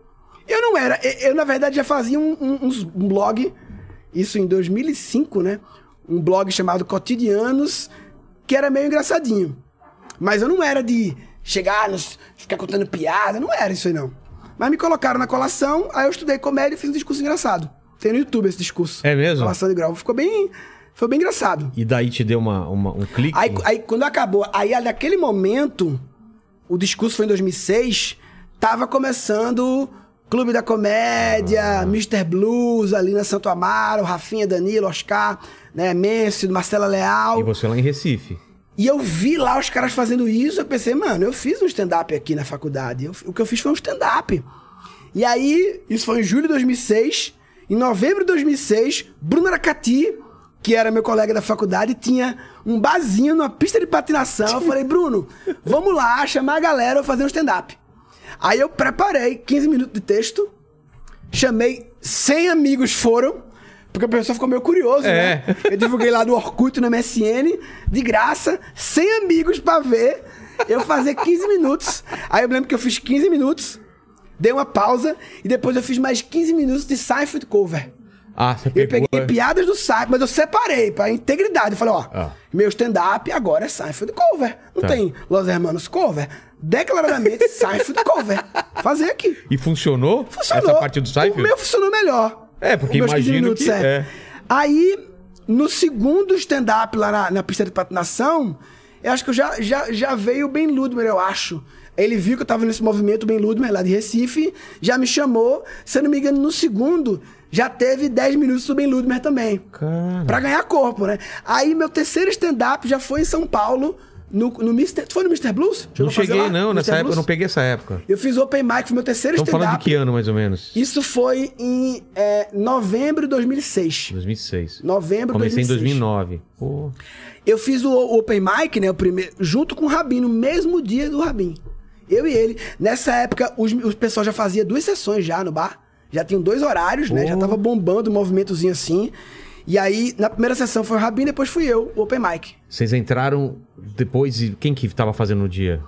S4: Eu na verdade, já fazia um blog, isso em 2005, né? Um blog chamado Cotidianos, que era meio engraçadinho. Mas eu não era de... chegar, ficar contando piada, não era isso aí não. Mas me colocaram na colação, aí eu estudei comédia e fiz um discurso engraçado. Tem no YouTube esse discurso.
S2: É mesmo?
S4: Colação de grau. Foi bem engraçado.
S2: E daí te deu um clique?
S4: Aí quando acabou, naquele momento, o discurso foi em 2006, tava começando Clube da Comédia, Mr. Blues, ali na Santo Amaro, Rafinha, Danilo, Oscar, né, Mêncio, Marcela Leal.
S2: E você lá em Recife.
S4: E eu vi lá os caras fazendo isso, eu pensei, mano, eu fiz um stand-up aqui na faculdade. O que eu fiz foi um stand-up. E aí, isso foi em julho de 2006. Em novembro de 2006, Bruno Aracati, que era meu colega da faculdade, tinha um barzinho numa pista de patinação. Eu falei, Bruno, vamos lá, chamar a galera, eu fazer um stand-up. Aí eu preparei 15 minutos de texto, chamei 100 amigos foram, porque a pessoa ficou meio curioso, né? Eu divulguei lá no Orkut, no MSN, de graça, 100 amigos pra ver eu fazer 15 minutos. Aí eu lembro que eu fiz 15 minutos, dei uma pausa, e depois eu fiz mais 15 minutos de Seinfeld cover.
S2: Você pegou...
S4: Eu peguei piadas do Seinfeld, mas eu separei pra integridade. Eu falei, meu stand-up agora é Seinfeld cover. Não tem Los Hermanos cover? Declaradamente Seinfeld cover. Fazer aqui.
S2: E funcionou?
S4: Funcionou.
S2: Essa parte do Seinfeld?
S4: O meu funcionou melhor.
S2: Porque imagino que...
S4: Aí, no segundo stand-up lá na pista de patinação, eu acho que já veio o Ben Ludmer, eu acho. Ele viu que eu tava nesse movimento, o Ben Ludmer, lá de Recife, já me chamou. Se eu não me engano, no segundo, já teve 10 minutos do Ben Ludmer também.
S2: Cara.
S4: Pra ganhar corpo, né? Aí, meu terceiro stand-up já foi em São Paulo, no Mr. Tu foi no Mr. Blues?
S2: Não cheguei, não. Nessa época eu não peguei essa época.
S4: Eu fiz Open Mic, foi meu terceiro stand-up.
S2: Estamos falando de que ano, mais ou menos?
S4: Isso foi em novembro de 2006.
S2: 2006.
S4: Novembro de 2006.
S2: Comecei em 2009. Pô.
S4: Eu fiz o Open Mic, né, o primeiro, junto com o Rabin, no mesmo dia do Rabin. Eu e ele. Nessa época, os pessoal já fazia 2 sessões já no bar. Já tinham 2 horários, né? Já tava bombando um movimentozinho assim. E aí, na primeira sessão foi o Rabin, depois fui eu, o Open Mic.
S2: Vocês entraram depois e quem que tava fazendo no dia?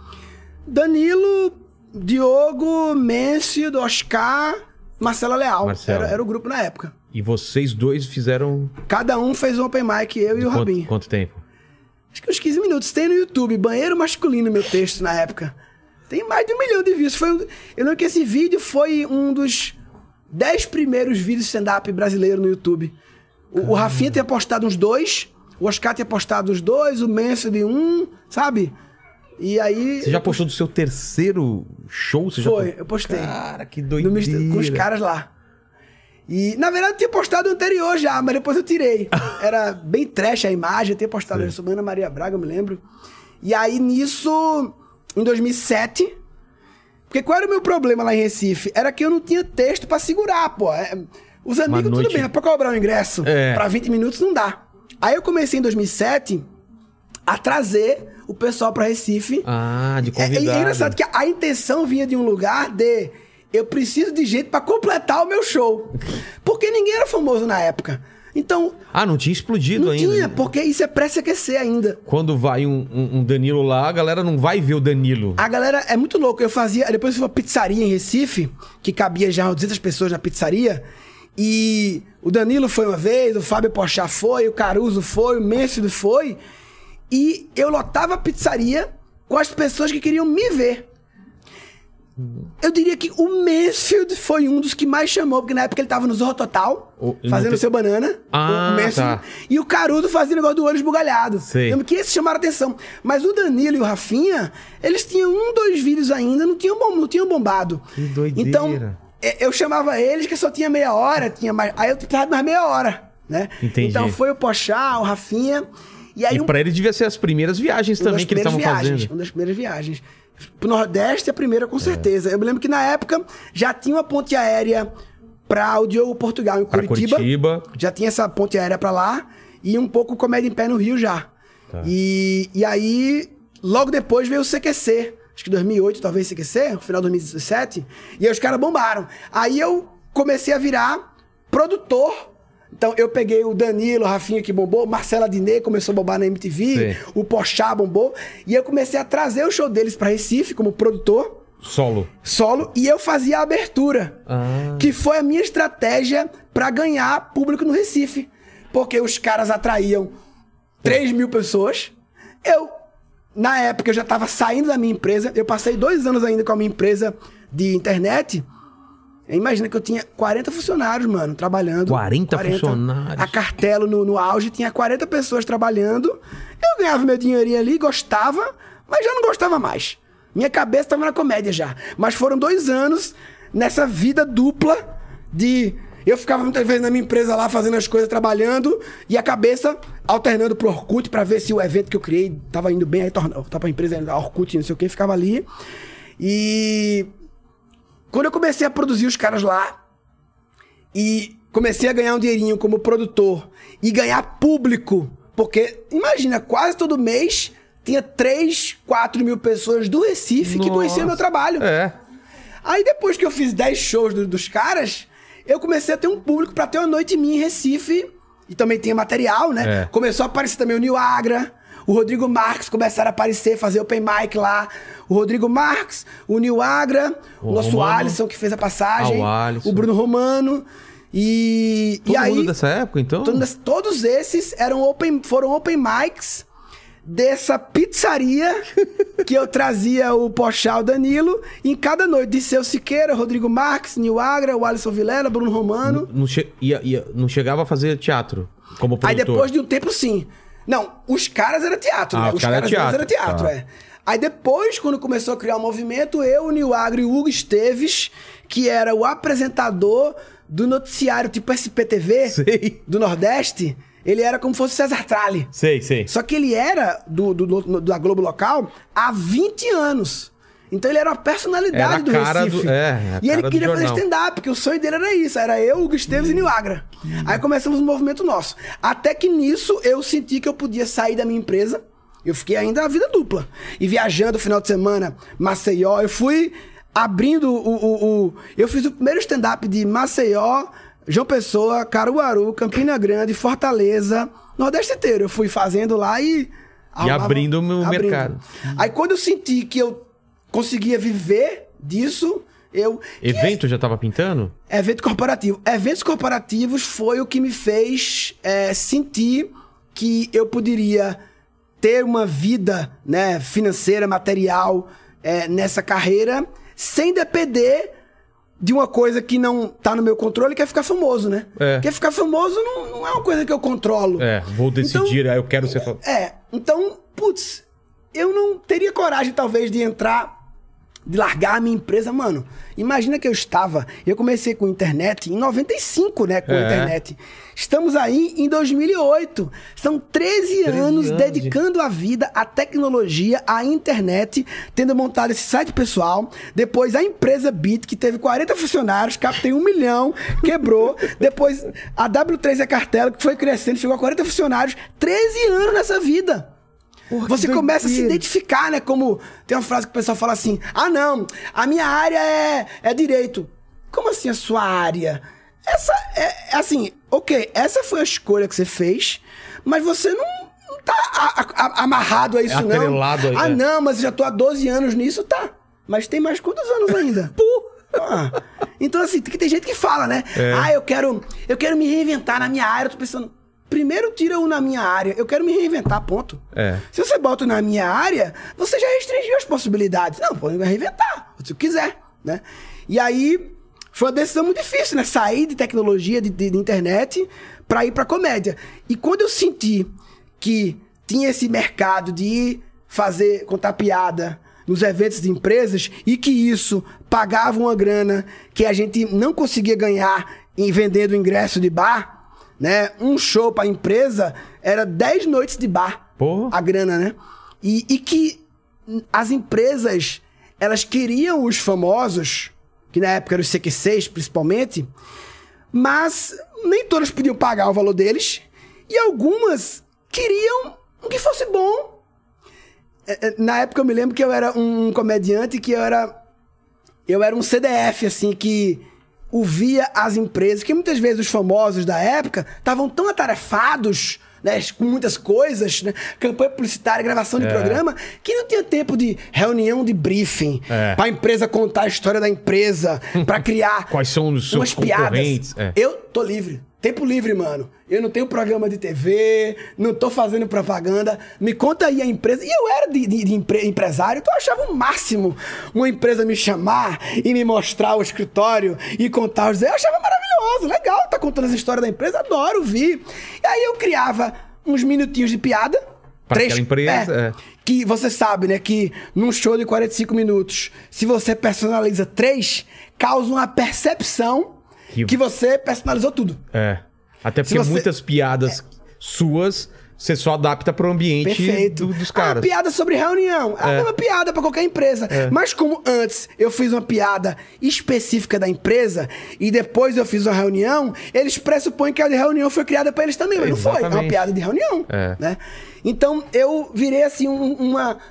S4: Danilo, Diogo, Mêncio, Oscar, Marcela Leal. Era o grupo na época.
S2: E vocês dois fizeram...
S4: Cada um fez um Open Mic, eu e o Rabin.
S2: Quanto tempo?
S4: Acho que uns 15 minutos. Tem no YouTube, banheiro masculino, meu texto na época. Tem mais de 1 milhão de views. Eu lembro que esse vídeo foi um dos 10 primeiros vídeos stand-up brasileiro no YouTube. O Rafinha tinha postado uns 2, O Oscar tinha postado os 2, o Mansfield 1, sabe? E aí...
S2: Você já postou do seu terceiro show? Você
S4: Foi,
S2: já...
S4: eu postei.
S2: Cara, que doideira.
S4: Com os caras lá. E, na verdade, eu tinha postado o anterior já, mas depois eu tirei. Era bem trash a imagem, eu tinha postado sobre Ana Maria Braga, eu me lembro. E aí, nisso, em 2007... Porque qual era o meu problema lá em Recife? Era que eu não tinha texto pra segurar, pô. Os amigos, tudo bem, mas pra cobrar um ingresso pra 20 minutos não dá. Aí eu comecei em 2007 a trazer o pessoal pra Recife.
S2: Ah, de convidado.
S4: É engraçado que a intenção vinha de um lugar de... Eu preciso de gente pra completar o meu show. Porque ninguém era famoso na época. Então...
S2: Ah, não tinha explodido ainda.
S4: Não tinha, porque isso é pré-se-aquecer ainda.
S2: Quando vai um Danilo lá, a galera não vai ver o Danilo.
S4: A galera é muito louco. Eu fazia... Depois eu fui uma pizzaria em Recife, que cabia já 200 pessoas na pizzaria. E o Danilo foi uma vez, o Fábio Pochá foi, o Caruso foi, o Mansfield foi. E eu lotava a pizzaria com as pessoas que queriam me ver. Eu diria que o Mansfield foi um dos que mais chamou, porque na época ele tava no Zorro Total, fazendo o Seu Banana.
S2: Ah,
S4: o Mansfield,
S2: tá.
S4: E o Caruso fazia o negócio do olho esbugalhado.
S2: Sei.
S4: Lembro que esses chamaram a atenção. Mas o Danilo e o Rafinha, eles tinham 2 vídeos ainda, não tinham bombado.
S2: Que doideira.
S4: Então, eu chamava eles que só tinha meia hora, aí eu precisava de mais meia hora, né?
S2: Entendi.
S4: Então foi o Pochá, o Rafinha. E aí
S2: pra ele devia ser as primeiras viagens também que eles estavam fazendo.
S4: Uma das primeiras viagens. Pro Nordeste, a primeira, com certeza. Eu me lembro que na época já tinha uma ponte aérea pra o Diogo Portugal, em Curitiba. Já tinha essa ponte aérea pra lá. E um pouco Comédia em Pé no Rio já. Tá. E aí, logo depois veio o CQC. Acho que 2008, talvez, CQC, no final de 2017. E aí os caras bombaram. Aí eu comecei a virar produtor. Então, eu peguei o Danilo, o Rafinha que bombou, Marcela Diné começou a bombar na MTV, o Pochá bombou, e eu comecei a trazer o show deles pra Recife como produtor.
S2: Solo,
S4: e eu fazia a abertura, que foi a minha estratégia pra ganhar público no Recife. Porque os caras atraíam 3 mil pessoas. Na época, eu já tava saindo da minha empresa, eu passei 2 anos ainda com a minha empresa de internet. Imagina que eu tinha 40 funcionários, mano, trabalhando.
S2: 40 funcionários?
S4: A Cartelo, no auge, tinha 40 pessoas trabalhando. Eu ganhava meu dinheirinho ali, gostava, mas já não gostava mais. Minha cabeça estava na comédia já. Mas foram 2 anos nessa vida dupla de... Eu ficava muitas vezes na minha empresa lá, fazendo as coisas, trabalhando, e a cabeça alternando pro Orkut pra ver se o evento que eu criei tava indo bem. Aí tava pra empresa, a Orkut, não sei o que, ficava ali. E... Quando eu comecei a produzir os caras lá e comecei a ganhar um dinheirinho como produtor e ganhar público, porque imagina, quase todo mês tinha 3, 4 mil pessoas do Recife que conheciam meu trabalho. Aí depois que eu fiz 10 shows dos caras, eu comecei a ter um público pra ter uma noite minha em Recife e também tinha material, né? Começou a aparecer também o Nil Agra, o Rodrigo Marques começaram a aparecer, fazer open mic lá. O Rodrigo Marques, o Nil Agra, o nosso Romano. Alisson, que fez a passagem. O Bruno Romano. E aí,
S2: mundo dessa época, então?
S4: Todos esses foram open mics dessa pizzaria que eu trazia o Pochá, o Danilo. E em cada noite, Disseu Siqueira, Rodrigo Marques, Nil Agra, o Alisson Vilela, Bruno Romano.
S2: Não chegava a fazer teatro como produtor?
S4: Aí depois de um tempo, sim. Não, os caras era teatro, né? Os caras era teatro, Aí depois, quando começou a criar o movimento, eu, o Nil Agra e o Hugo Esteves, que era o apresentador do noticiário tipo SPTV do Nordeste, ele era como se fosse César Tralli.
S2: Sei.
S4: Só que ele era da Globo Local há 20 anos. Então ele era uma personalidade do Recife. E ele queria fazer stand-up, porque o sonho dele era isso. Era eu, Hugo Esteves e Nil Agra. Aí começamos um movimento nosso. Até que nisso eu senti que eu podia sair da minha empresa. Eu fiquei ainda na vida dupla. E viajando no final de semana, Maceió. Eu fui abrindo eu fiz o primeiro stand-up de Maceió, João Pessoa, Caruaru, Campina Grande, Fortaleza, Nordeste inteiro. Eu fui fazendo lá e
S2: abrindo o meu mercado.
S4: Aí quando eu senti que eu conseguia viver disso,
S2: Evento já estava pintando?
S4: Evento corporativo. Eventos corporativos foi o que me fez sentir que eu poderia ter uma vida, né, financeira, material, nessa carreira, sem depender de uma coisa que não tá no meu controle, que é ficar famoso, né? Porque ficar famoso não é uma coisa que eu controlo.
S2: Vou decidir, eu quero ser famoso.
S4: Então, putz, eu não teria coragem, talvez, de largar a minha empresa, mano. Imagina que eu comecei com internet em 95, né, com internet. Estamos aí em 2008. São 13 anos dedicando a vida à tecnologia, à internet, tendo montado esse site pessoal. Depois a empresa Bit, que teve 40 funcionários, captei 1 milhão, quebrou. Depois a W3 Cartela, que foi crescendo, chegou a 40 funcionários. 13 anos nessa vida. Porra, você começa a se identificar, né? Como tem uma frase que o pessoal fala assim: ah, não, a minha área é direito. Como assim a sua área? Essa é assim, ok, essa foi a escolha que você fez, mas você não tá amarrado a isso,
S2: atrelado
S4: não. Não, mas eu já tô há 12 anos nisso, tá. Mas tem mais quantos anos ainda? Então, assim, tem gente que fala, né? Eu quero me reinventar na minha área. Eu tô pensando, primeiro tira o na minha área. Eu quero me reinventar, ponto. Se você bota na minha área, você já restringiu as possibilidades. Não, pode reinventar, se quiser, né? E aí, foi uma decisão muito difícil, né? Sair de tecnologia, de internet, pra ir pra comédia. E quando eu senti que tinha esse mercado de contar piada nos eventos de empresas e que isso pagava uma grana que a gente não conseguia ganhar em vendendo ingresso de bar, né? Um show pra empresa era 10 noites de bar.
S2: Porra.
S4: A grana, né? E que as empresas, elas queriam os famosos, que na época eram os CQ6 principalmente, mas nem todas podiam pagar o valor deles e algumas queriam que fosse bom. Na época eu me lembro que eu era um comediante, que eu era um CDF, assim, que ouvia as empresas, que muitas vezes os famosos da época estavam tão atarefados, né, com muitas coisas, né, campanha publicitária, gravação de programa, que não tinha tempo de reunião de briefing, pra empresa contar a história da empresa, pra criar
S2: quais são os seus concorrentes.
S4: Eu tô livre. Tempo livre, mano. Eu não tenho programa de TV, não tô fazendo propaganda. Me conta aí a empresa. E eu era de empresário, então eu achava o máximo uma empresa me chamar e me mostrar o escritório e contar os... Eu achava maravilhoso, legal, tá contando as histórias da empresa, adoro ouvir. E aí eu criava uns minutinhos de piada.
S2: Para aquela empresa.
S4: Que você sabe, né, que num show de 45 minutos, se você personaliza 3, causa uma percepção que você personalizou tudo.
S2: Até porque muitas piadas suas, você só adapta pro ambiente dos caras.
S4: Uma piada sobre reunião. A mesma piada pra qualquer empresa. Mas como antes eu fiz uma piada específica da empresa e depois eu fiz uma reunião, eles pressupõem que a de reunião foi criada pra eles também. Mas não foi. É uma piada de reunião. Né? Então eu virei assim uma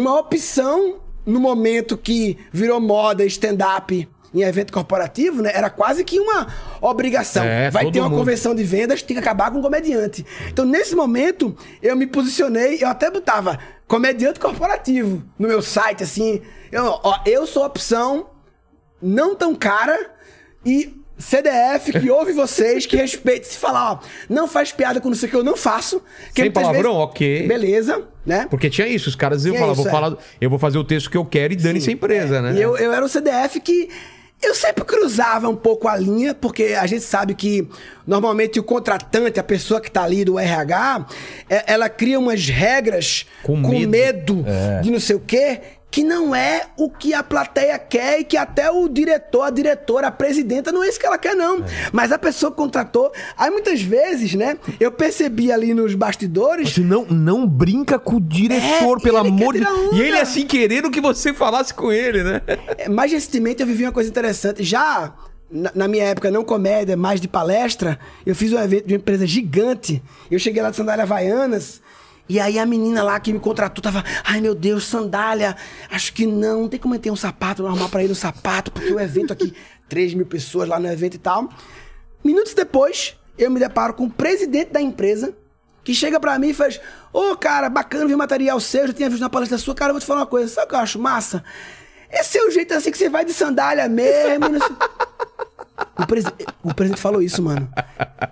S4: opção no momento que virou moda stand-up em evento corporativo, né? Era quase que uma obrigação. Vai ter uma convenção de vendas, tem que acabar com um comediante. Então, nesse momento, eu me posicionei, eu até botava comediante corporativo no meu site, assim. Eu sou a opção não tão cara e CDF que ouve vocês, que respeita. Se falar, não faz piada com não sei o que eu não faço.
S2: Sem palavrão, ok.
S4: Beleza, né?
S2: Porque tinha isso, os caras iam falar, eu vou fazer o texto que eu quero e dane-se a empresa, né?
S4: E eu era um CDF que eu sempre cruzava um pouco a linha, porque a gente sabe que normalmente o contratante, a pessoa que tá ali do RH, ela cria umas regras com medo de não sei o quê, que não é o que a plateia quer e que até o diretor, a diretora, a presidenta, não é isso que ela quer, não. Mas a pessoa que contratou... Aí, muitas vezes, né, eu percebi ali nos bastidores...
S2: Você não brinca com o diretor, pelo amor de Deus. E ele assim, querendo que você falasse com ele, né?
S4: Mais recentemente, eu vivi uma coisa interessante. Já... Na minha época, não comédia, mais de palestra, eu fiz um evento de uma empresa gigante. Eu cheguei lá de sandália Havaianas... E aí a menina lá que me contratou tava... Ai, meu Deus, sandália. Acho que não tem como eu ter um sapato, não arrumar pra ele um sapato, porque o evento aqui... 3 mil pessoas lá no evento e tal. Minutos depois, eu me deparo com o presidente da empresa, que chega pra mim e faz... Ô, cara, bacana ver material seu, já tinha visto na palestra sua. Cara, eu vou te falar uma coisa. Sabe o que eu acho massa? Esse é o jeito assim que você vai de sandália mesmo. O presidente falou isso, mano.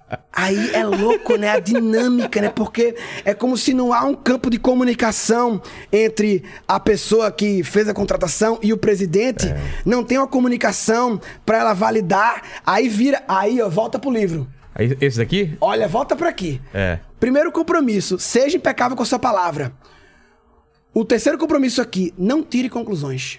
S4: Aí é louco, né? A dinâmica, né? Porque é como se não há um campo de comunicação entre a pessoa que fez a contratação e o presidente. Não tem uma comunicação para ela validar. Aí vira... Aí, ó, volta pro livro.
S2: Aí, esse daqui?
S4: Olha, volta pra aqui. Primeiro compromisso, seja impecável com a sua palavra. O terceiro compromisso aqui, não tire conclusões.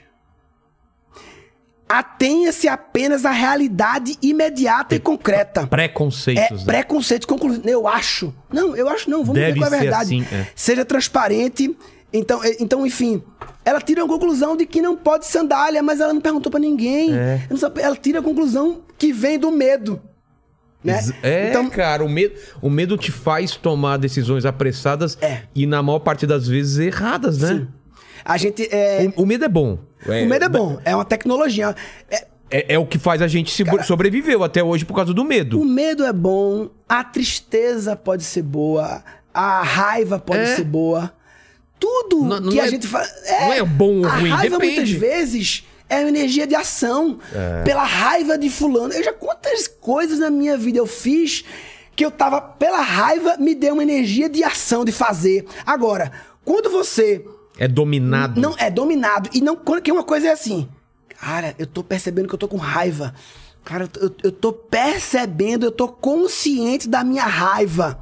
S4: Atenha-se apenas à realidade imediata e concreta.
S2: Preconceitos.
S4: Preconceitos, conclusões. Eu acho. Não, vamos ver qual é a verdade.
S2: Assim,
S4: Seja transparente. Então, enfim, ela tira a conclusão de que não pode sandália, mas ela não perguntou pra ninguém. Ela tira a conclusão que vem do medo. Né?
S2: Então, cara, o medo te faz tomar decisões apressadas e, na maior parte das vezes, erradas, né?
S4: Sim. A gente...
S2: O medo é bom.
S4: O medo é bom. É uma tecnologia.
S2: É o que faz a gente sobreviveu até hoje por causa do medo.
S4: O medo é bom. A tristeza pode ser boa. A raiva pode ser boa. Tudo que a gente faz...
S2: Não é bom ou ruim,
S4: a raiva,
S2: depende.
S4: muitas vezes... É uma energia de ação. Pela raiva de fulano. Quantas coisas na minha vida eu fiz que eu tava... Pela raiva, me deu uma energia de ação, de fazer. Agora, quando você...
S2: É dominado.
S4: Não, é dominado. E não... Que uma coisa é assim... Cara, eu tô percebendo que eu tô com raiva. Cara, eu tô percebendo, eu tô consciente da minha raiva.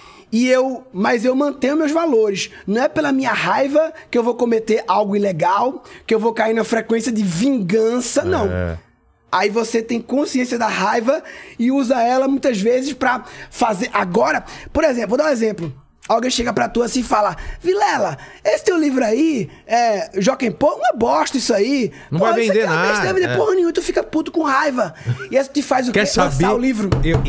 S4: Mas eu mantenho meus valores. Não é pela minha raiva que eu vou cometer algo ilegal, que eu vou cair na frequência de vingança, não. Aí você tem consciência da raiva e usa ela muitas vezes pra fazer... Agora, por exemplo, vou dar um exemplo. Alguém chega pra tu assim e fala: Vilela, esse teu livro aí, Joaquim Pô, uma bosta isso aí.
S2: Não vai vender nada.
S4: Não vai vender porra nenhuma, tu fica puto com raiva. E aí te faz o quê?
S2: Quer saber?
S4: Lançar o livro.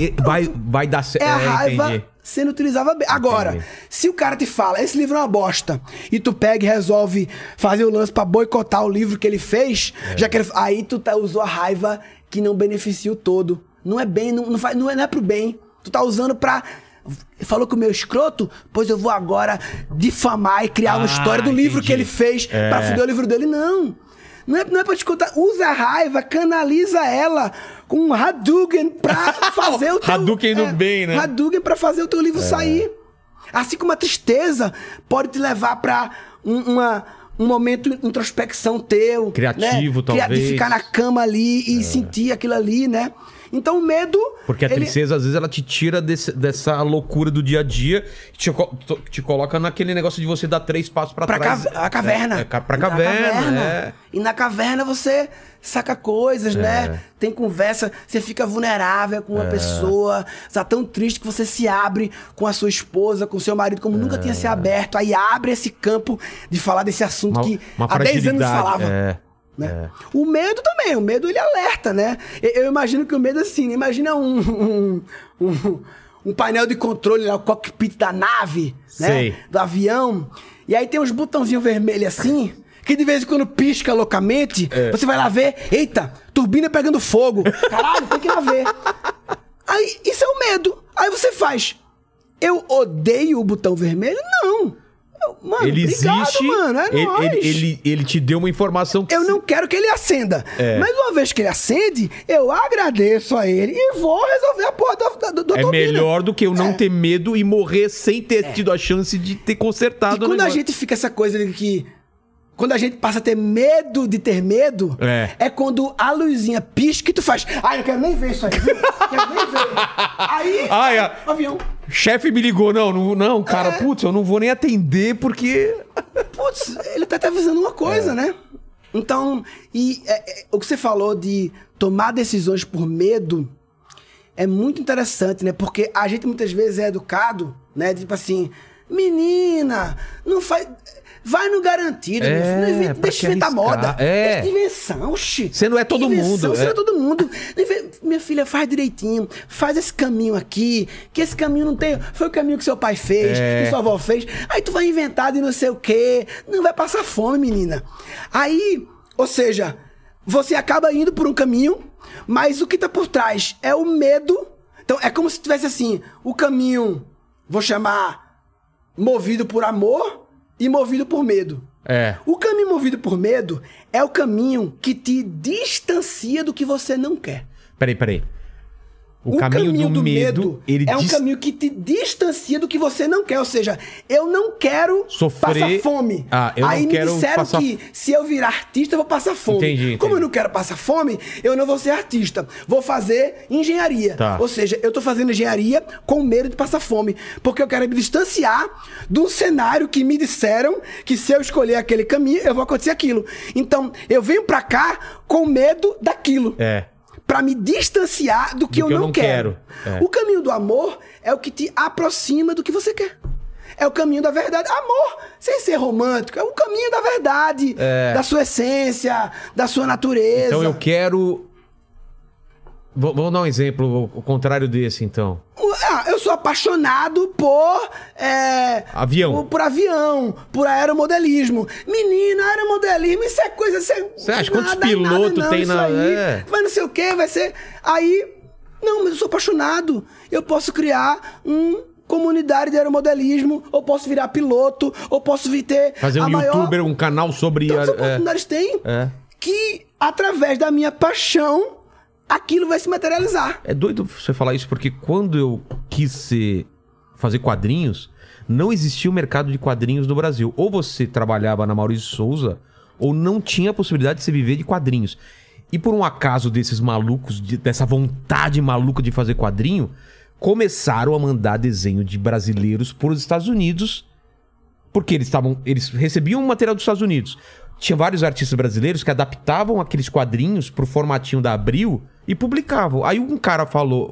S2: Vai dar certo.
S4: É a raiva
S2: entendi.
S4: sendo utilizada bem. Agora, se o cara te fala, esse livro é uma bosta, e tu pega e resolve fazer o lance pra boicotar o livro que ele fez, já que aí tu usou a raiva que não beneficia o todo. Não é bem, não é pro bem. Tu tá usando pra... Falou que o meu escroto, pois eu vou agora difamar e criar uma história do livro que ele fez pra fuder o livro dele. Não é pra te contar. Usa a raiva, canaliza ela com um Hadouken pra fazer o teu...
S2: Hadouken no bem, né?
S4: Hadouken pra fazer o teu livro sair. Assim como a tristeza pode te levar pra um momento de introspecção teu.
S2: Criativo,
S4: né?
S2: talvez.
S4: De ficar na cama ali e sentir aquilo ali, né? Então o medo...
S2: Porque a tristeza, às vezes, ela te tira dessa loucura do dia a dia, te coloca naquele negócio de você dar 3 passos pra trás.
S4: A caverna.
S2: Pra caverna.
S4: E na caverna você saca coisas, né? Tem conversa, você fica vulnerável com uma pessoa, você tá tão triste que você se abre com a sua esposa, com o seu marido, como nunca tinha se aberto. Aí abre esse campo de falar desse assunto que há 10 anos falava. Né? O medo também, o medo ele alerta, né? Eu imagino que o medo assim, imagina um painel de controle lá, o cockpit da nave, né? Do avião, e aí tem uns botãozinhos vermelhos assim, que de vez em quando pisca loucamente, você vai lá ver, eita, turbina pegando fogo, caralho, tem que ir lá ver. Aí, isso é o medo. Aí você faz, eu odeio o botão vermelho? Não. Mano,
S2: ele
S4: obrigado,
S2: existe,
S4: mano, é nóis.
S2: Ele te deu uma informação que...
S4: Eu não quero que ele acenda. Mas uma vez que ele acende, eu agradeço a ele e vou resolver a porra do turbina.
S2: Melhor do que eu não ter medo e morrer sem ter tido a chance de ter consertado.
S4: E quando a gente fica essa coisa de que... Quando a gente passa a ter medo de ter medo, é quando a luzinha pisca e tu faz... Ai, eu quero nem ver isso aí, viu? Quero nem ver. Aí, avião...
S2: Chefe me ligou, não, cara, putz, eu não vou nem atender porque...
S4: Putz, ele tá te avisando uma coisa, né? Então, o que você falou de tomar decisões por medo é muito interessante, né? Porque a gente muitas vezes é educado, né? Tipo assim, menina, não faz... Vai no garantido, meu filho. Deixa de inventar moda. Deixa de invenção, oxi.
S2: Você não é todo mundo.
S4: Você não é todo mundo. Minha filha, faz direitinho. Faz esse caminho aqui. Que esse caminho não tem... Foi o caminho que seu pai fez, que sua avó fez. Aí tu vai inventar de não sei o quê. Não vai passar fome, menina. Aí, ou seja, você acaba indo por um caminho, mas o que tá por trás é o medo. Então, é como se tivesse assim, o caminho, vou chamar, movido por amor... e movido por medo. O caminho movido por medo é o caminho que te distancia do que você não quer.
S2: Peraí. O caminho do medo, ele
S4: é um caminho que te distancia do que você não quer. Ou seja, eu não quero passar fome.
S2: Aí me
S4: disseram que se eu virar artista, eu vou passar fome.
S2: Entendi.
S4: Como eu não quero passar fome, eu não vou ser artista. Vou fazer engenharia.
S2: Tá.
S4: Ou seja, eu tô fazendo engenharia com medo de passar fome. Porque eu quero me distanciar de um cenário que me disseram que se eu escolher aquele caminho, eu vou acontecer aquilo. Então, eu venho pra cá com medo daquilo. Pra me distanciar do que eu não quero. O caminho do amor é o que te aproxima do que você quer. É o caminho da verdade. Amor, sem ser romântico, é o caminho da verdade, da sua essência, da sua natureza.
S2: Então eu quero... Vamos dar um exemplo, o contrário desse, então.
S4: Eu sou apaixonado por...
S2: avião.
S4: Por avião, por aeromodelismo. Menino, aeromodelismo, isso é coisa...
S2: Você acha quantos pilotos tem na...
S4: Vai não sei o quê, vai ser... Aí... Não, mas eu sou apaixonado. Eu posso criar comunidade de aeromodelismo, ou posso virar piloto, ou posso ter...
S2: Fazer um youtuber, um canal sobre...
S4: Todas as oportunidades tem que, através da minha paixão... aquilo vai se materializar.
S2: É doido você falar isso, porque quando eu quis fazer quadrinhos, não existia o mercado de quadrinhos no Brasil. Ou você trabalhava na Maurício de Souza, ou não tinha a possibilidade de se viver de quadrinhos. E por um acaso desses malucos, dessa vontade maluca de fazer quadrinho, começaram a mandar desenho de brasileiros para os Estados Unidos, porque eles recebiam o material dos Estados Unidos. Tinha vários artistas brasileiros que adaptavam aqueles quadrinhos pro formatinho da Abril e publicavam. Aí um cara falou,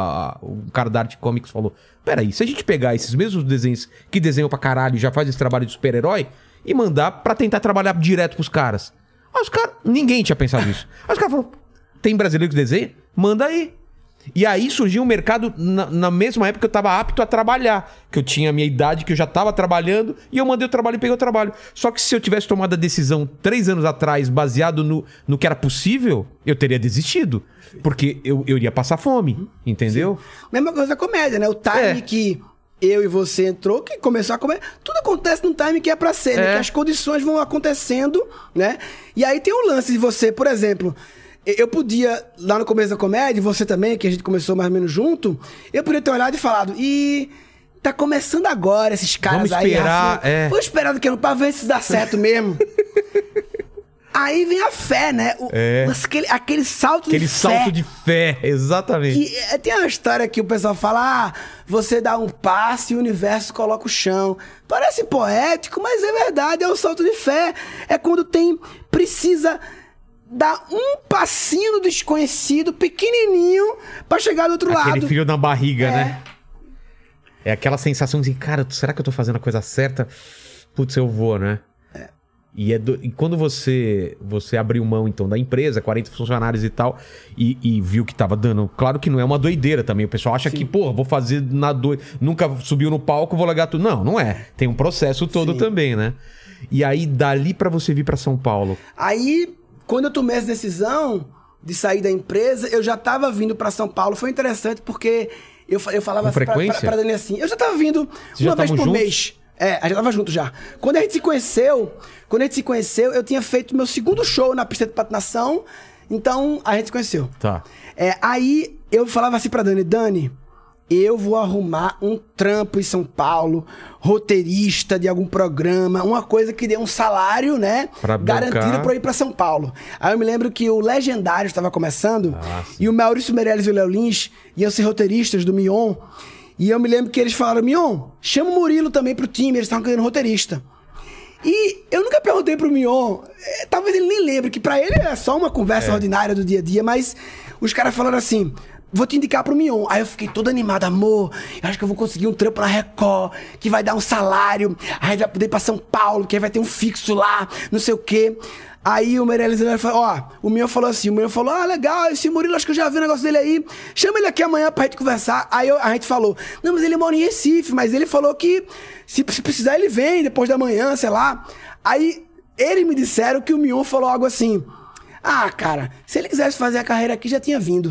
S2: um cara da Arte Comics falou: peraí, se a gente pegar esses mesmos desenhos que desenham pra caralho e já faz esse trabalho de super-herói e mandar pra tentar trabalhar direto pros caras. Aí os caras, ninguém tinha pensado nisso. Aí os caras falaram: tem brasileiro que desenha? Manda aí. E aí surgiu um mercado na mesma época que eu tava apto a trabalhar. Que eu tinha a minha idade, que eu já tava trabalhando, e eu mandei o trabalho e peguei o trabalho. Só que se eu tivesse tomado a decisão 3 anos atrás, baseado no que era possível, eu teria desistido. Porque eu iria passar fome, entendeu?
S4: Sim. Mesma coisa da comédia, né? O time que eu e você entrou, que começou a comédia, tudo acontece num time que é pra ser, né? Que as condições vão acontecendo, né? E aí tem o lance de você, por exemplo... Eu podia, lá no começo da comédia, você também, que a gente começou mais ou menos junto, eu podia ter olhado e falado, tá começando agora esses caras aí.
S2: Vamos esperar,
S4: Vou esperar daqui pra ver se dá certo mesmo. Aí vem a fé, né? Aquele salto de fé.
S2: Aquele salto de fé, exatamente.
S4: Tem uma história que o pessoal fala, você dá um passo e o universo coloca o chão. Parece poético, mas é verdade, é o salto de fé. É quando precisa... dá um passinho do desconhecido, pequenininho, pra chegar do outro lado.
S2: Aquele frio na barriga, né? É aquela sensação de, cara, será que eu tô fazendo a coisa certa? Putz, eu vou, né? E quando você abriu mão, então, da empresa, 40 funcionários e tal, e viu que tava dando... Claro que não é uma doideira também. O pessoal acha que, vou fazer na doida... Nunca subiu no palco, vou largar tudo. Não é. Tem um processo todo também, né? E aí, dali pra você vir pra São Paulo...
S4: Aí... Quando eu tomei essa decisão de sair da empresa, eu já estava vindo para São Paulo. Foi interessante porque eu falava assim pra Dani assim, eu já estava vindo uma vez por mês. A gente estava junto já. Quando a gente se conheceu, eu tinha feito meu segundo show na pista de patinação, então a gente se conheceu.
S2: Tá.
S4: Aí eu falava assim pra Dani, eu vou arrumar um trampo em São Paulo, roteirista de algum programa, uma coisa que dê um salário, né? Garantido pra eu ir pra São Paulo. Aí eu me lembro que o Legendário estava começando e o Maurício Meirelles e o Léo Lins iam ser roteiristas do Mion. E eu me lembro que eles falaram, Mion, chama o Murilo também pro time, eles estavam querendo roteirista. E eu nunca perguntei pro Mion, talvez ele nem lembre, que pra ele é só uma conversa ordinária do dia a dia, mas os caras falaram assim... Vou te indicar pro Mion. Aí eu fiquei todo animado, amor. Eu acho que eu vou conseguir um trampo na Record, que vai dar um salário. Aí a gente vai poder ir pra São Paulo, que aí vai ter um fixo lá, não sei o quê. Aí o Meirelles falou, o Mion falou assim, legal, esse Murilo, acho que eu já vi o negócio dele aí. Chama ele aqui amanhã pra gente conversar. Aí a gente falou, não, mas ele mora em Recife, mas ele falou que se precisar ele vem depois da manhã, sei lá. Aí eles me disseram que o Mion falou algo assim, cara, se ele quisesse fazer a carreira aqui, já tinha vindo.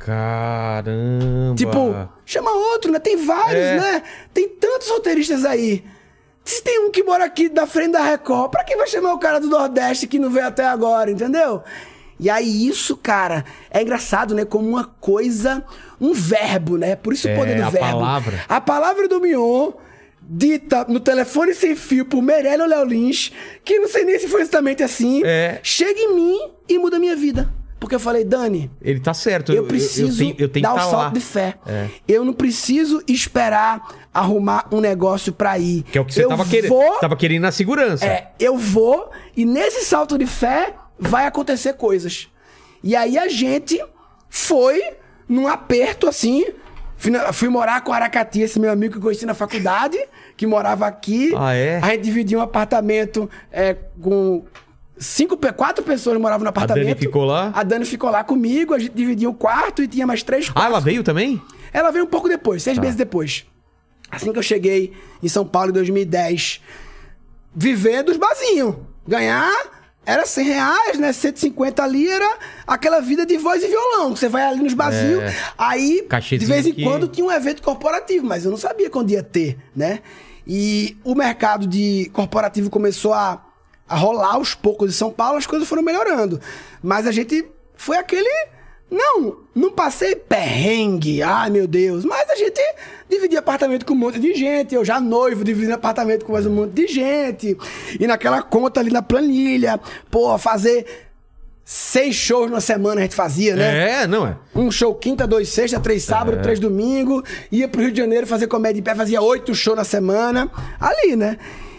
S2: Caramba!
S4: Tipo, chama outro, né? Tem vários, né? Tem tantos roteiristas aí. Se tem um que mora aqui da frente da Record, pra quem vai chamar o cara do Nordeste que não veio até agora, entendeu? E aí isso, cara, é engraçado, né? Como uma coisa, um verbo, né? Por isso o poder do verbo.
S2: Palavra.
S4: A palavra do Mion, dita no telefone sem fio por Meirelles ou Léo Lins, que não sei nem se foi exatamente assim, chega em mim e muda a minha vida. Porque eu falei, Dani...
S2: Ele tá certo.
S4: Eu preciso
S2: eu tenho
S4: dar o
S2: que tá
S4: salto
S2: lá.
S4: de fé. Eu não preciso esperar arrumar um negócio pra ir.
S2: Que é o que você tava querendo na segurança.
S4: Eu vou e nesse salto de fé vai acontecer coisas. E aí a gente foi num aperto assim... Fui morar com o Aracati, esse meu amigo que eu conheci na faculdade, que morava aqui.
S2: Ah, é?
S4: A gente dividia um apartamento com... 4 pessoas moravam no apartamento.
S2: A Dani ficou lá?
S4: A Dani ficou lá comigo, a gente dividia o quarto e tinha mais 3 quartos.
S2: Ah, ela veio também?
S4: Ela veio um pouco depois, 6 meses depois. Assim que eu cheguei em São Paulo em 2010, viver dos barzinhos. Ganhar era R$100, né? 150 ali era aquela vida de voz e violão. Que você vai ali nos barzinhos, aí de vez em quando tinha um evento corporativo, mas eu não sabia quando ia ter, né? E o mercado de corporativo começou a rolar aos poucos em São Paulo, as coisas foram melhorando. Mas a gente foi aquele... Não passei perrengue, ai meu Deus. Mas a gente dividia apartamento com um monte de gente. Eu já noivo, dividindo apartamento com mais um monte de gente. E naquela conta ali na planilha, fazer 6 shows na semana a gente fazia, né?
S2: Não é?
S4: Um show quinta, 2 sexta, 3 sábado, 3 domingo. Ia pro Rio de Janeiro fazer comédia em pé, fazia 8 shows na semana. Ali, né?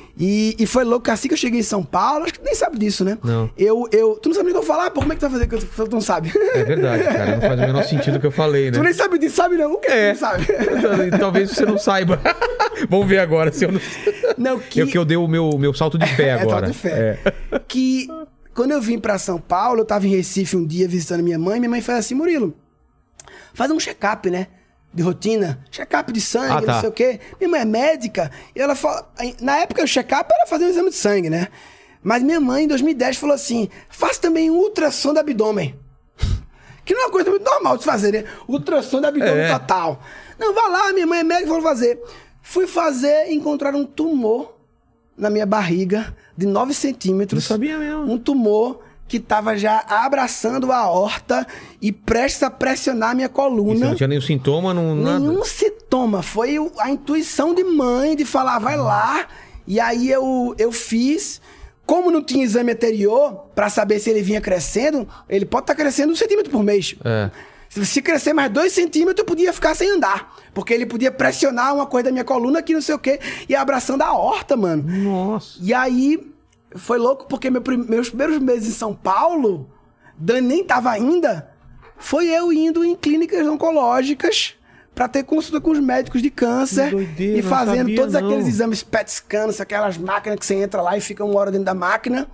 S4: E foi louco, assim que eu cheguei em São Paulo, acho que nem sabe disso, né?
S2: Não.
S4: Tu não sabe nem o que eu vou falar? Pô, como é que tu vai fazer que tu não sabe?
S2: É verdade, cara. Não faz o menor sentido o que eu falei, né?
S4: Tu nem sabe disso, sabe não? O que tu não sabe?
S2: Talvez você não saiba. Vamos ver agora se eu não...
S4: Não,
S2: que eu dei o meu salto de fé agora.
S4: Salto de fé. Que quando eu vim pra São Paulo, eu tava em Recife um dia visitando minha mãe fez assim, Murilo, faz um check-up, né? De rotina, check-up de sangue, não sei o quê. Minha mãe é médica, e ela fala... Na época, o check-up era fazer um exame de sangue, né? Mas minha mãe, em 2010, falou assim, faça também um ultrassom do abdômen. Que não é uma coisa muito normal de se fazer, né? Ultrassom do abdômen total. Não, vá lá, minha mãe é médica, vou fazer. Fui fazer e encontraram um tumor na minha barriga de 9 centímetros.
S2: Não sabia mesmo.
S4: Um tumor que tava já abraçando a aorta e prestes a pressionar a minha coluna. E você
S2: não tinha nenhum sintoma?
S4: Nenhum sintoma. Foi a intuição de mãe de falar, vai lá. E aí eu fiz. Como não tinha exame anterior, pra saber se ele vinha crescendo, ele pode estar crescendo 1 centímetro por mês. Se crescer mais 2 centímetros, eu podia ficar sem andar. Porque ele podia pressionar uma coisa da minha coluna que não sei o quê. E abraçando a aorta, mano.
S2: Nossa.
S4: E aí... Foi louco porque meus primeiros meses em São Paulo, Dani nem tava ainda, foi eu indo em clínicas oncológicas pra ter consulta com os médicos de câncer e fazendo todos aqueles exames PET scan, aquelas máquinas que você entra lá e fica 1 hora dentro da máquina.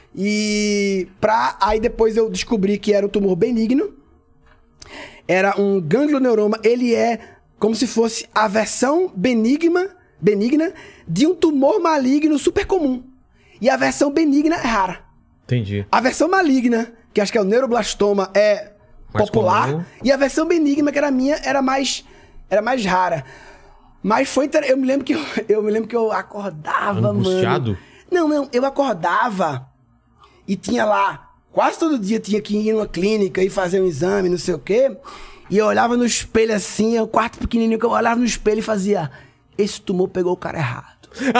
S4: Aí depois eu descobri que era um tumor benigno, era um ganglioneuroma, ele é como se fosse a versão benigna de um tumor maligno super comum. E a versão benigna é rara.
S2: Entendi. A
S4: versão maligna, que acho que é o neuroblastoma, é mais popular. Comum. E a versão benigna, que era a minha, era mais rara. Mas foi... Eu me lembro que eu acordava,
S2: angustiado?
S4: Mano. Não. Eu acordava e tinha lá... Quase todo dia tinha que ir numa clínica e fazer um exame, não sei o quê. E eu olhava no espelho assim, o quarto pequenininho, que eu olhava no espelho e fazia... Esse tumor pegou o cara errado.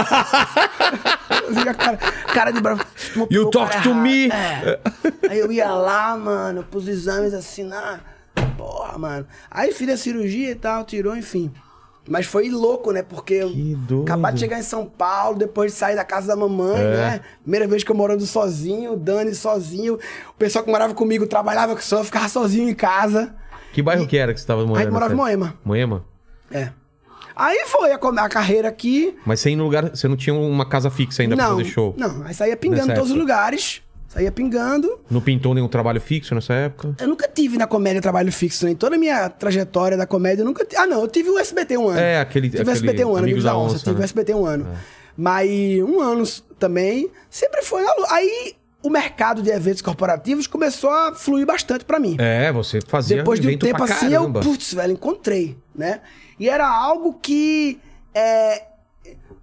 S4: cara de bravo.
S2: You talk to me.
S4: Aí eu ia lá, mano, pros exames assim, porra, mano. Aí fiz a cirurgia e tal, tirou, enfim. Mas foi louco, né? Porque eu acabei de chegar em São Paulo, depois de sair da casa da mamãe, né? Primeira vez que eu morando sozinho, Dani sozinho. O pessoal que morava comigo trabalhava com eu ficava sozinho em casa.
S2: Que bairro que era que você tava morando?
S4: A gente morava em Moema.
S2: Moema?
S4: Aí foi a carreira aqui.
S2: Mas você, você não tinha uma casa fixa ainda pra fazer show?
S4: Não, aí saía pingando em todos os lugares. Saía pingando.
S2: Não pintou nenhum trabalho fixo nessa época?
S4: Eu nunca tive na comédia trabalho fixo, em toda a minha trajetória da comédia, eu nunca tive. Eu tive o SBT um ano.
S2: Tive
S4: o SBT um ano, Amigos da Onça. Tive
S2: né?
S4: o SBT um ano. Mas 1 ano também, sempre foi na lua. Aí o mercado de eventos corporativos começou a fluir bastante pra mim.
S2: Você fazia
S4: depois de um tempo assim,
S2: caramba.
S4: velho, encontrei, né? E era algo que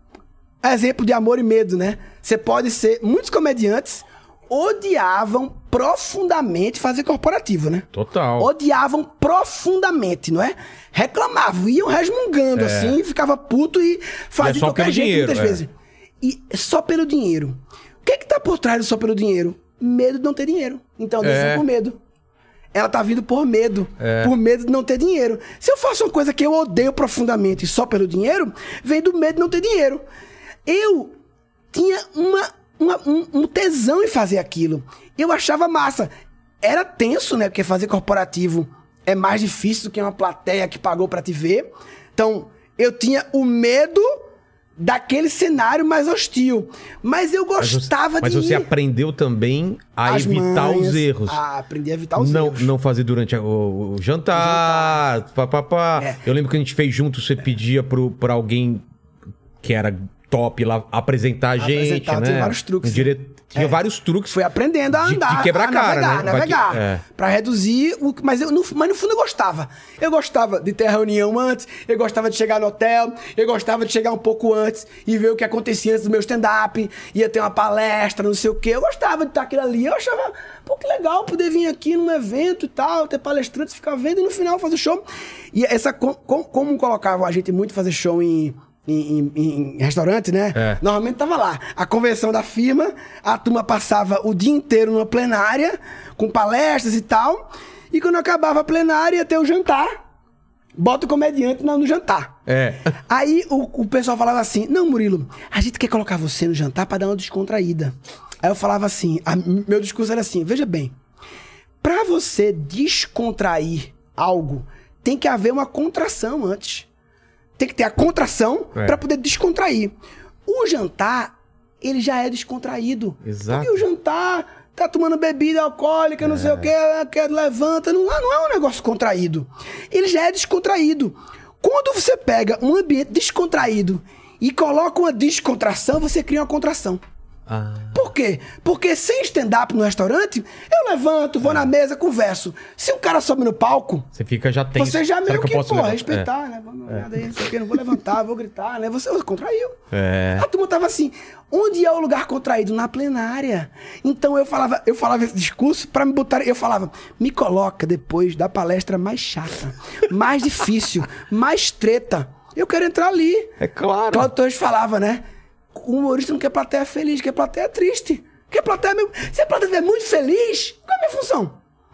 S4: exemplo de amor e medo, né? Você pode ser... Muitos comediantes odiavam profundamente fazer corporativo, né?
S2: Total.
S4: Odiavam profundamente, não é? Reclamavam, iam resmungando assim, ficava puto e fazia de qualquer jeito
S2: dinheiro,
S4: muitas vezes. E só pelo dinheiro. O que tá por trás do só pelo dinheiro? Medo de não ter dinheiro. Então, decisão por medo. Ela tá vindo por medo. Por medo de não ter dinheiro. Se eu faço uma coisa que eu odeio profundamente só pelo dinheiro, vem do medo de não ter dinheiro. Eu tinha um tesão em fazer aquilo. Eu achava massa. Era tenso, né? Porque fazer corporativo é mais difícil do que uma plateia que pagou pra te ver. Então, eu tinha o medo daquele cenário mais hostil. Mas eu gostava
S2: Mas
S4: de
S2: você
S4: ir.
S2: aprendeu também a evitar os erros.
S4: Aprendi a evitar os erros.
S2: Não fazer durante o jantar. Papapá. Eu lembro que a gente fez junto, você pedia pra alguém que era top lá apresentar a gente, né?
S4: Tinha vários truques.
S2: Tinha vários truques.
S4: Fui aprendendo a andar.
S2: De quebrar a cara, né?
S4: Navegar. Pra reduzir. Mas no fundo eu gostava. Eu gostava de ter a reunião antes. Eu gostava de chegar no hotel. Eu gostava de chegar um pouco antes e ver o que acontecia antes do meu stand-up. Ia ter uma palestra, não sei o quê. Eu gostava de estar aquilo ali. Eu achava, pô, que legal poder vir aqui num evento e tal, ter palestrantes, ficar vendo e no final fazer show. E como colocavam a gente muito fazer show em restaurante, né? Normalmente tava lá. A convenção da firma, a turma passava o dia inteiro numa plenária, com palestras e tal. E quando acabava a plenária, ia ter o jantar. Bota o comediante no jantar. Aí o pessoal falava assim: não, Murilo, a gente quer colocar você no jantar pra dar uma descontraída. Aí eu falava assim, meu discurso era assim: veja bem, pra você descontrair algo, tem que haver uma contração antes. Tem que ter a contração pra poder descontrair. O jantar, ele já é descontraído.
S2: Exato.
S4: Porque o jantar tá tomando bebida alcoólica, não sei o que, levanta. Não é um negócio contraído. Ele já é descontraído. Quando você pega um ambiente descontraído e coloca uma descontração, você cria uma contração. Por quê? Porque sem stand-up no restaurante, eu levanto, vou na mesa, converso. Se um cara sobe no palco,
S2: você fica já tenso.
S4: Você já meio que, pô,
S2: levantar?
S4: respeitar, né? Não sei o quê, não vou levantar, vou gritar, né? Você contraiu. A turma tava assim, onde é o lugar contraído? Na plenária. Então eu falava esse discurso pra me botar, eu falava, me coloca depois da palestra mais chata, mais difícil, mais treta. Eu quero entrar ali.
S2: É claro.
S4: Cláudio Torres falava, né? O humorista não quer plateia feliz, quer plateia triste. Quer plateia mesmo. Se a plateia é muito feliz, qual é a minha função?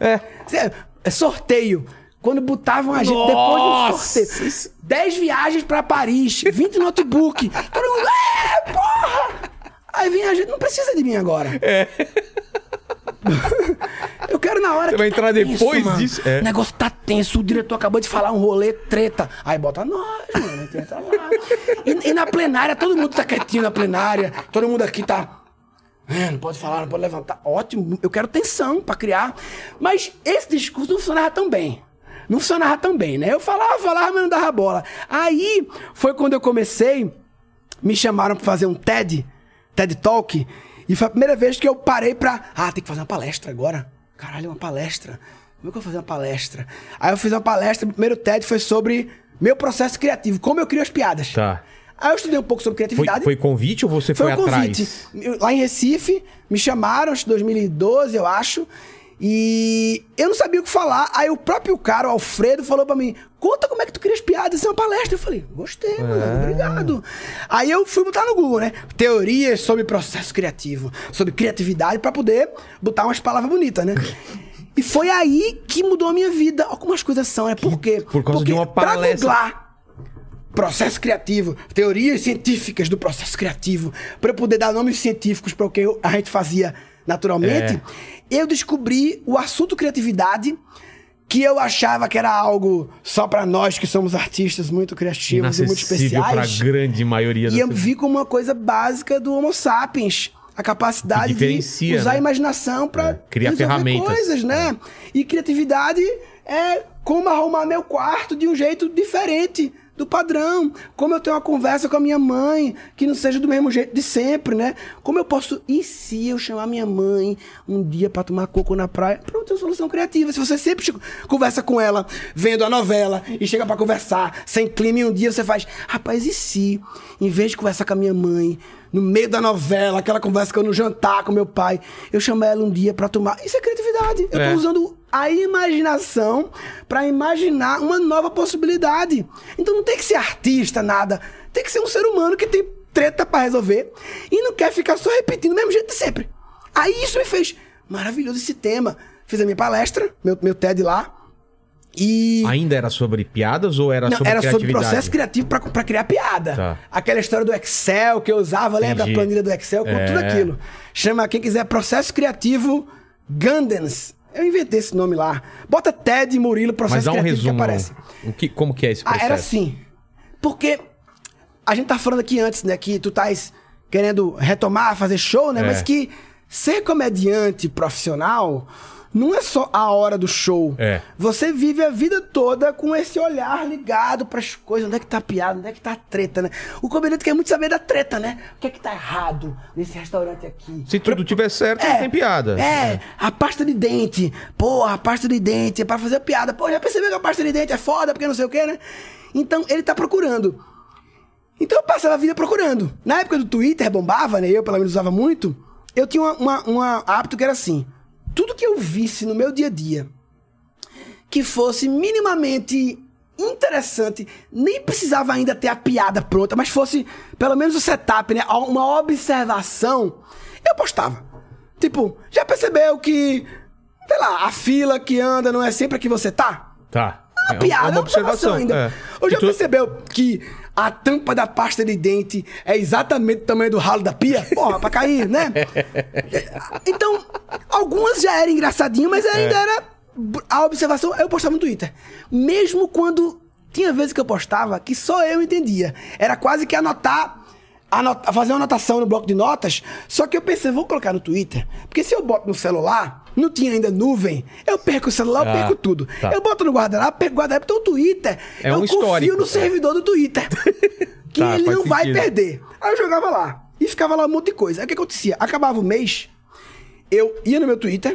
S4: É sorteio. Quando botavam a gente depois do sorteio. 10 viagens pra Paris, 20 notebook. Todo mundo, porra! Aí vem a gente, não precisa de mim agora. Eu quero na hora
S2: você vai entrar depois
S4: mano.
S2: disso.
S4: O negócio tá tenso, o diretor acabou de falar um rolê, treta. Aí bota nós, mano, entra lá. E na plenária, todo mundo tá quietinho na plenária. Todo mundo aqui tá... não pode falar, não pode levantar. Ótimo, eu quero tensão pra criar. Mas esse discurso não funcionava tão bem. Não funcionava tão bem, né? Eu falava, mas não dava bola. Aí foi quando eu comecei, me chamaram pra fazer um TED Talk. E foi a primeira vez que eu parei pra... tem que fazer uma palestra agora. Caralho, uma palestra. Como é que eu vou fazer uma palestra? Aí eu fiz uma palestra, o primeiro TED foi sobre meu processo criativo, como eu crio as piadas.
S2: Tá.
S4: Aí eu estudei um pouco sobre criatividade.
S2: Foi convite ou você foi atrás?
S4: Lá em Recife, me chamaram, acho que 2012, eu acho. E eu não sabia o que falar. Aí o próprio cara, o Alfredo, falou pra mim, conta como é que tu cria as piadas, isso é uma palestra. Eu falei, gostei, mano, obrigado. Aí eu fui botar no Google, né? Teorias sobre processo criativo, sobre criatividade, pra poder botar umas palavras bonitas, né? E foi aí que mudou a minha vida. Olha como as coisas são, né? Por quê?
S2: Por causa de uma palestra.
S4: Pra googlar processo criativo, teorias científicas do processo criativo, pra eu poder dar nomes científicos para o que a gente fazia naturalmente, eu descobri o assunto criatividade, que eu achava que era algo só pra nós que somos artistas muito criativos e muito especiais.
S2: Pra grande maioria
S4: e eu vi como uma coisa básica do Homo sapiens. A capacidade de usar a imaginação pra
S2: criar ferramentas.
S4: Coisas, né? E criatividade é como arrumar meu quarto de um jeito diferente do padrão. Como eu tenho uma conversa com a minha mãe que não seja do mesmo jeito de sempre, né? Como eu posso... E se eu chamar minha mãe um dia pra tomar coco na praia? Pronto, é uma solução criativa. Se você sempre conversa com ela vendo a novela e chega pra conversar sem clima e um dia você faz... Rapaz, e se, em vez de conversar com a minha mãe, no meio da novela, aquela conversa que eu no jantar com meu pai, eu chamo ela um dia pra tomar. Isso é criatividade. Eu tô usando a imaginação pra imaginar uma nova possibilidade. Então não tem que ser artista, nada. Tem que ser um ser humano que tem treta pra resolver e não quer ficar só repetindo o mesmo jeito de sempre. Aí isso me fez maravilhoso esse tema. Fiz a minha palestra, meu TED lá. E...
S2: Ainda era sobre piadas ou era sobre criatividade? Era sobre
S4: processo criativo pra criar piada.
S2: Tá.
S4: Aquela história do Excel que eu usava, lembra? A planilha do Excel, com tudo aquilo. Chama, quem quiser, Processo Criativo Gandens. Eu inventei esse nome lá. Bota TED Murilo, Processo Criativo,
S2: resumo,
S4: que aparece.
S2: Como que é esse processo?
S4: Era assim. Porque a gente tá falando aqui antes, né? Que tu estás querendo retomar, fazer show, né? Mas que ser comediante profissional... Não é só a hora do show. Você vive a vida toda com esse olhar ligado pras coisas. Onde é que tá a piada? Onde é que tá a treta, né? O comediante quer muito saber da treta, né? O que é que tá errado nesse restaurante aqui?
S2: Se tudo tiver certo, não tem piada.
S4: A pasta de dente. Porra, a pasta de dente é pra fazer piada. Pô, já percebeu que a pasta de dente é foda porque não sei o quê, né? Então, ele tá procurando. Então, eu passava a vida procurando. Na época do Twitter bombava, né? Eu, pelo menos, usava muito. Eu tinha um hábito que era assim... Tudo que eu visse no meu dia a dia que fosse minimamente interessante, nem precisava ainda ter a piada pronta, mas fosse pelo menos o setup, né? Uma observação, eu postava. Tipo, já percebeu que, sei lá, a fila que anda não é sempre a que você tá?
S2: Tá.
S4: A piada,
S2: uma observação
S4: ainda. Ou já percebeu que a tampa da pasta de dente é exatamente o tamanho do ralo da pia? Porra, pra cair, né? Então, algumas já eram engraçadinhas, mas ainda era a observação. Eu postava no Twitter. Mesmo quando tinha vezes que eu postava que só eu entendia. Era quase que fazer uma anotação no bloco de notas. Só que eu pensei, vou colocar no Twitter. Porque se eu boto no celular... Não tinha ainda nuvem. Eu perco o celular, eu perco tudo. Tá. Eu boto no guardanapo, perco o guardanapo. Então o Twitter, eu confio no servidor do Twitter. Que ele não vai perder. Aí eu jogava lá. E ficava lá um monte de coisa. Aí o que acontecia? Acabava o mês, eu ia no meu Twitter,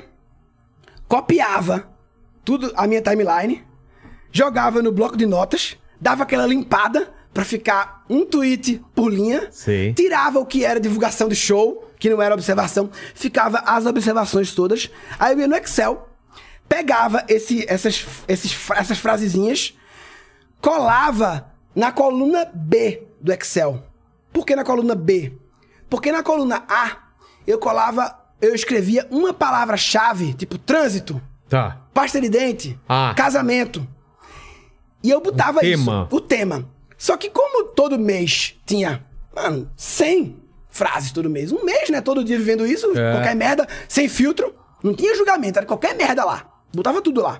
S4: copiava tudo, a minha timeline, jogava no bloco de notas, dava aquela limpada pra ficar um tweet por linha, tirava o que era divulgação de show, que não era observação, ficava as observações todas. Aí eu ia no Excel, pegava essas frasezinhas, colava na coluna B do Excel. Por que na coluna B? Porque na coluna A, eu escrevia uma palavra-chave, tipo trânsito, pasta de dente, casamento. E eu botava o tema. Só que como todo mês tinha, 100 frases todo mês. Um mês, né? Todo dia vivendo isso, qualquer merda, sem filtro. Não tinha julgamento, era qualquer merda lá. Botava tudo lá.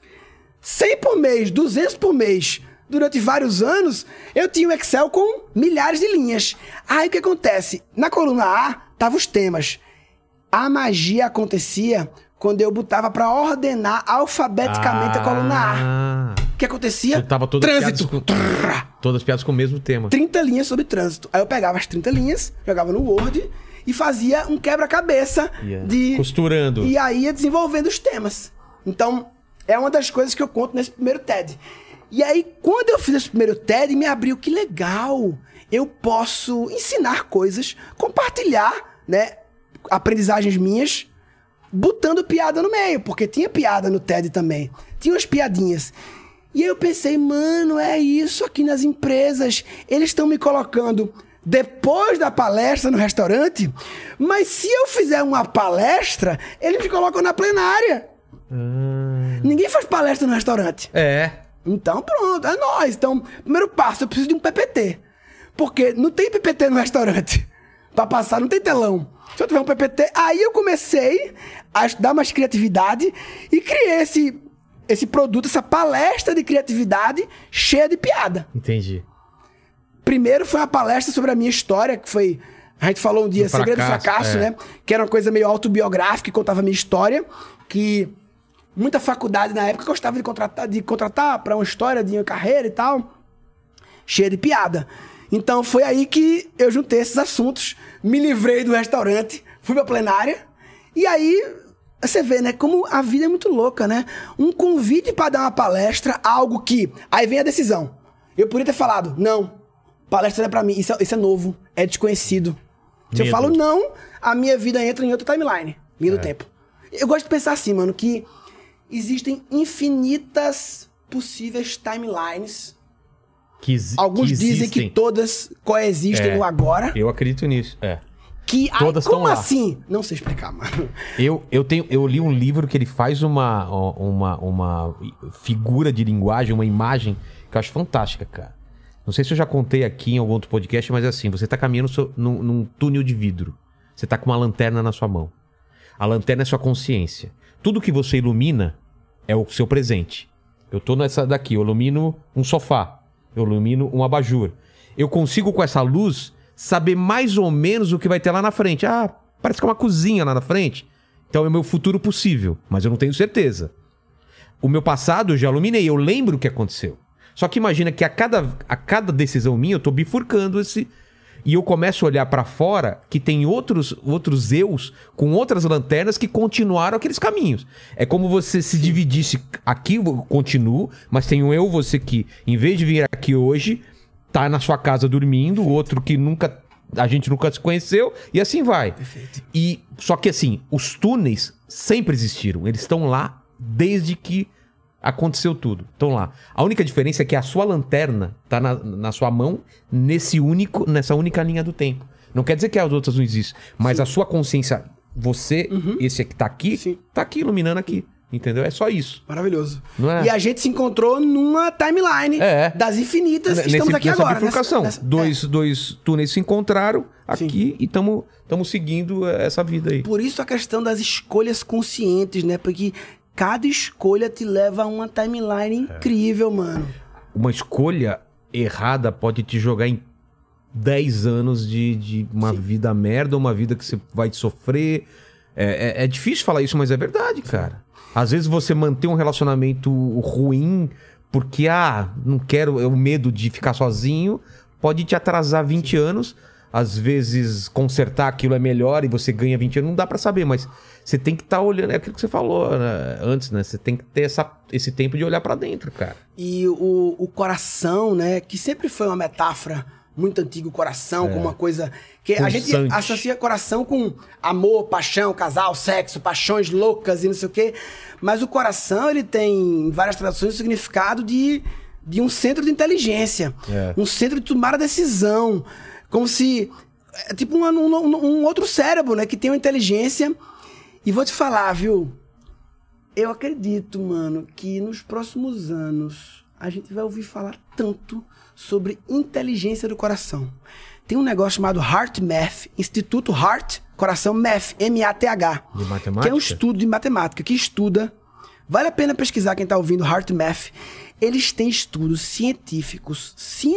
S4: 100 por mês, 200 por mês. Durante vários anos, eu tinha um Excel com milhares de linhas. Aí o que acontece? Na coluna A, tava os temas. A magia acontecia quando eu botava pra ordenar alfabeticamente a coluna A. O que acontecia? Trânsito.
S2: Todas as piadas com o mesmo tema.
S4: 30 linhas sobre trânsito. Aí eu pegava as 30 linhas, jogava no Word e fazia um quebra-cabeça de...
S2: Costurando.
S4: E aí ia desenvolvendo os temas. Então, é uma das coisas que eu conto nesse primeiro TED. E aí, quando eu fiz esse primeiro TED, me abriu, que legal! Eu posso ensinar coisas, compartilhar, né, aprendizagens minhas, botando piada no meio, porque tinha piada no TED também. Tinha umas piadinhas. E aí eu pensei, mano, é isso aqui nas empresas. Eles estão me colocando depois da palestra no restaurante, mas se eu fizer uma palestra, eles me colocam na plenária. Ninguém faz palestra no restaurante. Então pronto, é nóis. Então, primeiro passo, eu preciso de um PPT. Porque não tem PPT no restaurante. Pra passar, não tem telão. Se eu tiver um PPT, aí eu comecei a estudar mais criatividade e criei esse produto, essa palestra de criatividade cheia de piada.
S2: Entendi.
S4: Primeiro foi uma palestra sobre a minha história, que foi... A gente falou um dia, Segredo do Fracasso, né? Que era uma coisa meio autobiográfica, que contava a minha história, que muita faculdade na época gostava de contratar para uma história de uma carreira e tal, cheia de piada. Então foi aí que eu juntei esses assuntos, me livrei do restaurante, fui pra plenária, e aí... Você vê, né? Como a vida é muito louca, né? Um convite para dar uma palestra, algo que... Aí vem a decisão. Eu poderia ter falado, não, palestra não é pra mim, isso é novo, é desconhecido. Se eu
S2: Medo.
S4: falo não, a minha vida entra em outra timeline, linha do tempo. Eu gosto de pensar assim, mano, que existem infinitas possíveis timelines. Alguns dizem que todas coexistem no agora.
S2: Eu acredito nisso.
S4: Que
S2: Todas
S4: como
S2: estão lá.
S4: assim? Não sei explicar, mano.
S2: Eu li um livro que ele faz uma figura de linguagem, uma imagem que eu acho fantástica, cara. Não sei se eu já contei aqui em algum outro podcast, mas é assim, você tá caminhando num túnel de vidro. Você tá com uma lanterna na sua mão. A lanterna é sua consciência. Tudo que você ilumina é o seu presente. Eu tô nessa daqui, eu ilumino um sofá. Eu ilumino um abajur. Eu consigo, com essa luz, saber mais ou menos o que vai ter lá na frente. Ah, parece que é uma cozinha lá na frente. Então é o meu futuro possível, mas eu não tenho certeza. O meu passado eu já iluminei, eu lembro o que aconteceu. Só que imagina que a cada decisão minha eu tô bifurcando esse... E eu começo a olhar pra fora que tem outros eus com outras lanternas que continuaram aqueles caminhos. É como você se dividisse. Aqui eu continuo, mas tem um eu, você que, em vez de vir aqui hoje, tá na sua casa dormindo, o outro que a gente nunca se conheceu, e assim vai.
S4: Perfeito.
S2: Só que assim, os túneis sempre existiram. Eles estão lá desde que aconteceu tudo. Estão lá. A única diferença é que a sua lanterna tá na sua mão nessa única linha do tempo. Não quer dizer que as outras não existem, mas a sua consciência, você, esse que tá aqui iluminando aqui. Entendeu? É só isso.
S4: Maravilhoso.
S2: Não é?
S4: E a gente se encontrou numa timeline das infinitas que estamos aqui
S2: nessa
S4: agora.
S2: Bifurcação. Dois túneis se encontraram aqui e estamos seguindo essa vida aí.
S4: Por isso a questão das escolhas conscientes, né? Porque cada escolha te leva a uma timeline incrível, mano.
S2: Uma escolha errada pode te jogar em 10 anos de uma vida merda, uma vida que você vai sofrer. É difícil falar isso, mas é verdade, cara. Às vezes você mantém um relacionamento ruim porque, não quero, o medo de ficar sozinho, pode te atrasar 20 anos. Às vezes consertar aquilo é melhor e você ganha 20 anos, não dá pra saber, mas você tem que estar olhando, é aquilo que você falou antes, né? Você tem que ter esse tempo de olhar pra dentro, cara.
S4: E o coração, né? Que sempre foi uma metáfora muito antiga, o coração, como uma coisa que a gente associa coração com amor, paixão, casal, sexo, paixões loucas e não sei o quê. Mas o coração, ele tem, em várias traduções, o significado de um centro de inteligência, um centro de tomar a decisão. Como se... É tipo um outro cérebro, né? Que tem uma inteligência. E vou te falar, viu? Eu acredito, mano, que nos próximos anos a gente vai ouvir falar tanto sobre inteligência do coração. Tem um negócio chamado HeartMath, Instituto Heart, Coração Math, M-A-T-H.
S2: De matemática?
S4: Que é um estudo de matemática, que estuda... Vale a pena pesquisar quem tá ouvindo HeartMath. Eles têm estudos científicos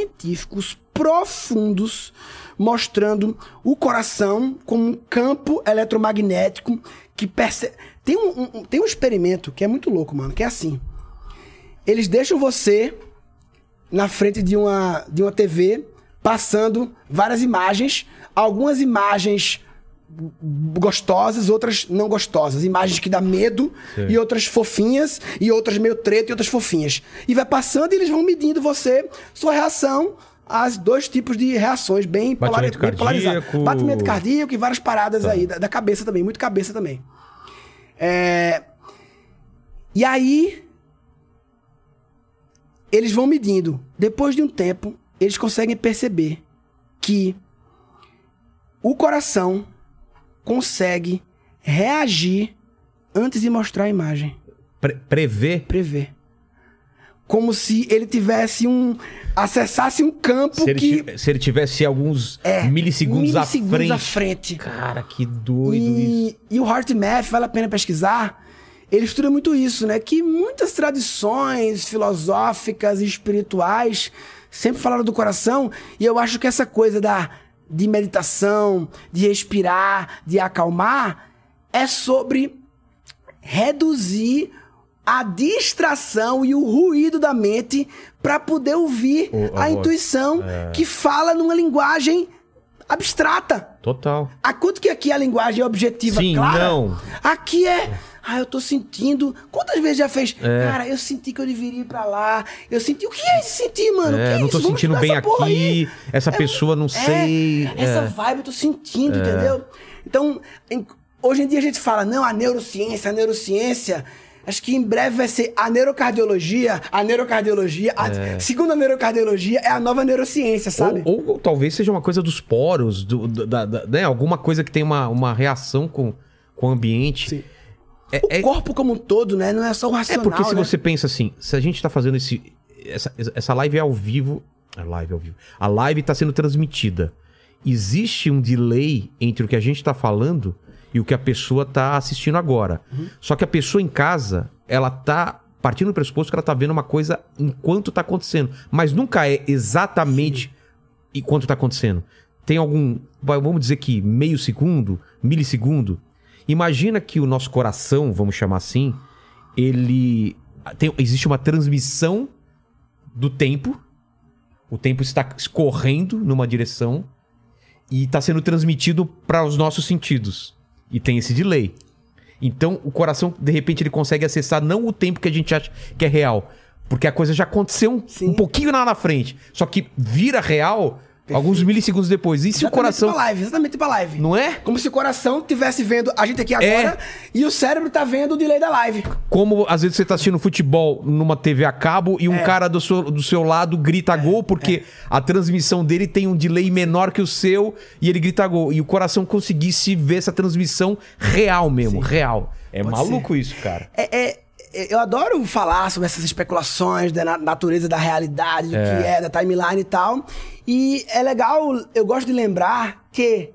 S4: profundos, mostrando o coração como um campo eletromagnético que percebe... Tem um experimento que é muito louco, mano, que é assim. Eles deixam você na frente de uma TV, passando várias imagens, algumas imagens gostosas, outras não gostosas, imagens que dá medo, e outras fofinhas, e outras meio treta, e outras fofinhas. E vai passando e eles vão medindo sua reação às dois tipos de reações bem polarizadas. Batimento cardíaco e várias paradas aí, da cabeça também, muito cabeça também. E aí eles vão medindo. Depois de um tempo, eles conseguem perceber que o coração consegue reagir antes de mostrar a imagem.
S2: Prever?
S4: Prever. Como se ele tivesse acessasse um campo
S2: Se ele tivesse alguns milissegundos à frente. Cara, que doido isso.
S4: E o HeartMath, vale a pena pesquisar, ele estuda muito isso, né? Que muitas tradições filosóficas e espirituais sempre falaram do coração, e eu acho que essa coisa de meditação, de respirar, de acalmar, é sobre reduzir a distração e o ruído da mente para poder ouvir a intuição que fala numa linguagem abstrata.
S2: Total.
S4: Quanto que aqui a linguagem é objetiva,
S2: sim,
S4: clara?
S2: Não.
S4: Aqui é eu tô sentindo... Quantas vezes já fez? Cara, eu senti que eu deveria ir pra lá. Eu senti... O que é esse sentir, mano? O que é
S2: não tô
S4: isso?
S2: sentindo bem aqui. Essa pessoa, não sei.
S4: Essa vibe eu tô sentindo, entendeu? Então, hoje em dia a gente fala, não, a neurociência... Acho que em breve vai ser a neurocardiologia. Segundo a neurocardiologia, é a nova neurociência, sabe?
S2: Ou talvez seja uma coisa dos poros, né? Alguma coisa que tem uma reação com o ambiente. Sim.
S4: O corpo como um todo, né? Não é só o racional,
S2: porque se você pensa assim, se a gente tá fazendo essa live é ao vivo... A live tá sendo transmitida. Existe um delay entre o que a gente tá falando... e o que a pessoa tá assistindo agora. Só que a pessoa em casa, ela tá partindo do pressuposto que ela tá vendo uma coisa enquanto tá acontecendo. Mas nunca é exatamente enquanto tá acontecendo. Tem algum, vamos dizer que meio segundo, milissegundo. Imagina que o nosso coração, vamos chamar assim, existe uma transmissão do tempo. O tempo está escorrendo numa direção e está sendo transmitido para os nossos sentidos. E tem esse delay. Então, o coração, de repente, ele consegue acessar não o tempo que a gente acha que é real. Porque a coisa já aconteceu um pouquinho lá na frente. Só que vira real alguns milissegundos depois. E se o coração...
S4: Exatamente pra live.
S2: Não é?
S4: Como se o coração estivesse vendo a gente aqui agora e o cérebro tá vendo o delay da live.
S2: Como, às vezes, você tá assistindo futebol numa TV a cabo e um cara do seu lado grita gol porque a transmissão dele tem um delay menor que o seu e ele grita gol. E o coração conseguisse ver essa transmissão real mesmo, real. É Pode maluco ser. Isso, cara.
S4: Eu adoro falar sobre essas especulações da natureza da realidade, do que é, da timeline e tal. E é legal, eu gosto de lembrar que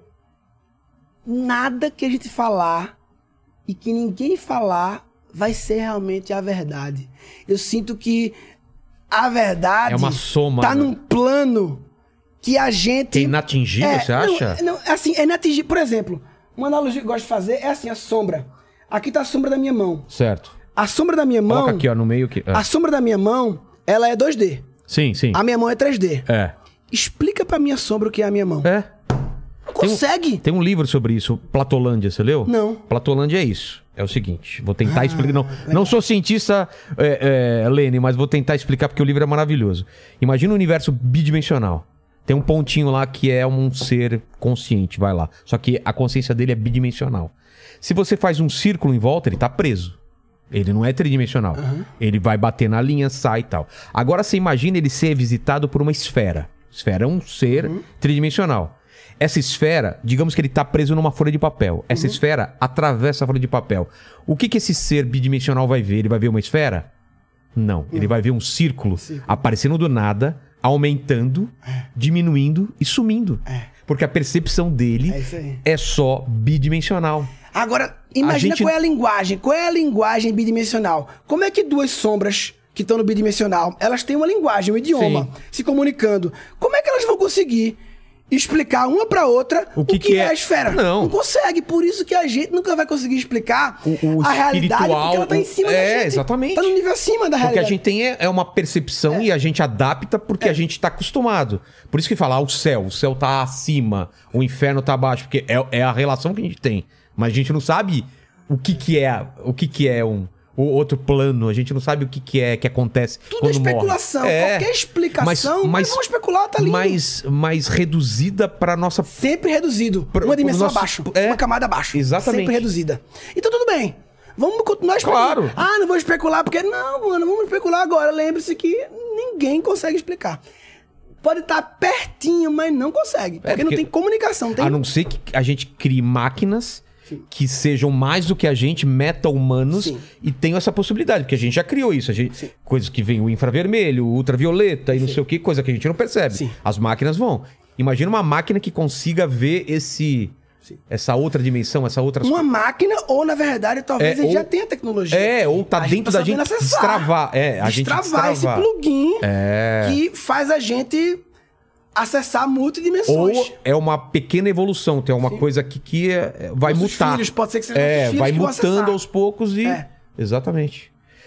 S4: nada que a gente falar e que ninguém falar vai ser realmente a verdade. Eu sinto que a verdade
S2: é uma soma,
S4: tá num plano que a gente...
S2: É inatingível, você acha?
S4: Não, assim, é inatingível. Por exemplo, uma analogia que eu gosto de fazer é assim, a sombra. Aqui tá a sombra da minha mão.
S2: Certo.
S4: A sombra da minha mão...
S2: Coloca aqui, ó, no meio. Que...
S4: A sombra da minha mão, ela é 2D.
S2: Sim, sim.
S4: A minha mão é 3D. Explica pra minha sombra o que é a minha mão. Não consegue.
S2: Tem um livro sobre isso, Platolândia, você leu?
S4: Não.
S2: Platolândia é isso. É o seguinte, vou tentar explicar. Não sou cientista, Lene, mas vou tentar explicar porque o livro é maravilhoso. Imagina um universo bidimensional. Tem um pontinho lá que é um ser consciente, vai lá. Só que a consciência dele é bidimensional. Se você faz um círculo em volta, ele tá preso. Ele não é tridimensional. Ele vai bater na linha, sai e tal. Agora você imagina ele ser visitado por uma esfera. Esfera é um ser tridimensional. Essa esfera, digamos que ele está preso numa folha de papel. Essa esfera atravessa a folha de papel. O que esse ser bidimensional vai ver? Ele vai ver uma esfera? Não. Ele vai ver um círculo aparecendo do nada, aumentando, diminuindo e sumindo. Porque a percepção dele é só bidimensional.
S4: Agora, imagina qual é a linguagem. Qual é a linguagem bidimensional? Como é que duas sombras que estão no bidimensional, elas têm uma linguagem, um idioma, se comunicando. Como é que elas vão conseguir explicar uma pra outra o que é a esfera?
S2: Não
S4: consegue. Por isso que a gente nunca vai conseguir explicar a realidade, porque ela tá em cima da gente.
S2: Exatamente.
S4: Tá no nível acima da realidade.
S2: Porque a gente tem uma percepção e a gente adapta porque a gente tá acostumado. Por isso que fala, o céu tá acima, o inferno tá abaixo, porque é a relação que a gente tem. Mas a gente não sabe o que é um outro plano, a gente não sabe o que é que acontece
S4: tudo
S2: quando
S4: é especulação,
S2: morre.
S4: Qualquer explicação, mas vamos especular, tá lindo.
S2: Mas reduzida pra nossa...
S4: Sempre reduzido, uma dimensão abaixo, uma camada abaixo.
S2: Exatamente.
S4: Sempre reduzida. Então tudo bem, vamos continuar especulando.
S2: Claro.
S4: Não vou especular, porque... Não, mano, vamos especular agora. Lembre-se que ninguém consegue explicar. Pode estar pertinho, mas não consegue, porque não tem comunicação.
S2: A não ser que a gente crie máquinas... que sejam mais do que a gente, meta-humanos, e tenham essa possibilidade, porque a gente já criou isso. Coisas que vem o infravermelho, o ultravioleta e não sei o que, coisa que a gente não percebe. As máquinas vão. Imagina uma máquina que consiga ver essa outra dimensão, essa outra...
S4: Uma máquina, ou na verdade, talvez a gente já tenha tecnologia.
S2: Ou tá dentro da gente destravar.
S4: Destravar esse plugin que faz a gente... acessar multidimensões.
S2: Ou é uma pequena evolução, tem uma coisa que vai
S4: nossos
S2: mutar.
S4: Filhos, pode ser que sejam nossos filhos
S2: vai
S4: que vão
S2: mutando
S4: acessar.
S2: aos poucos e... Exatamente.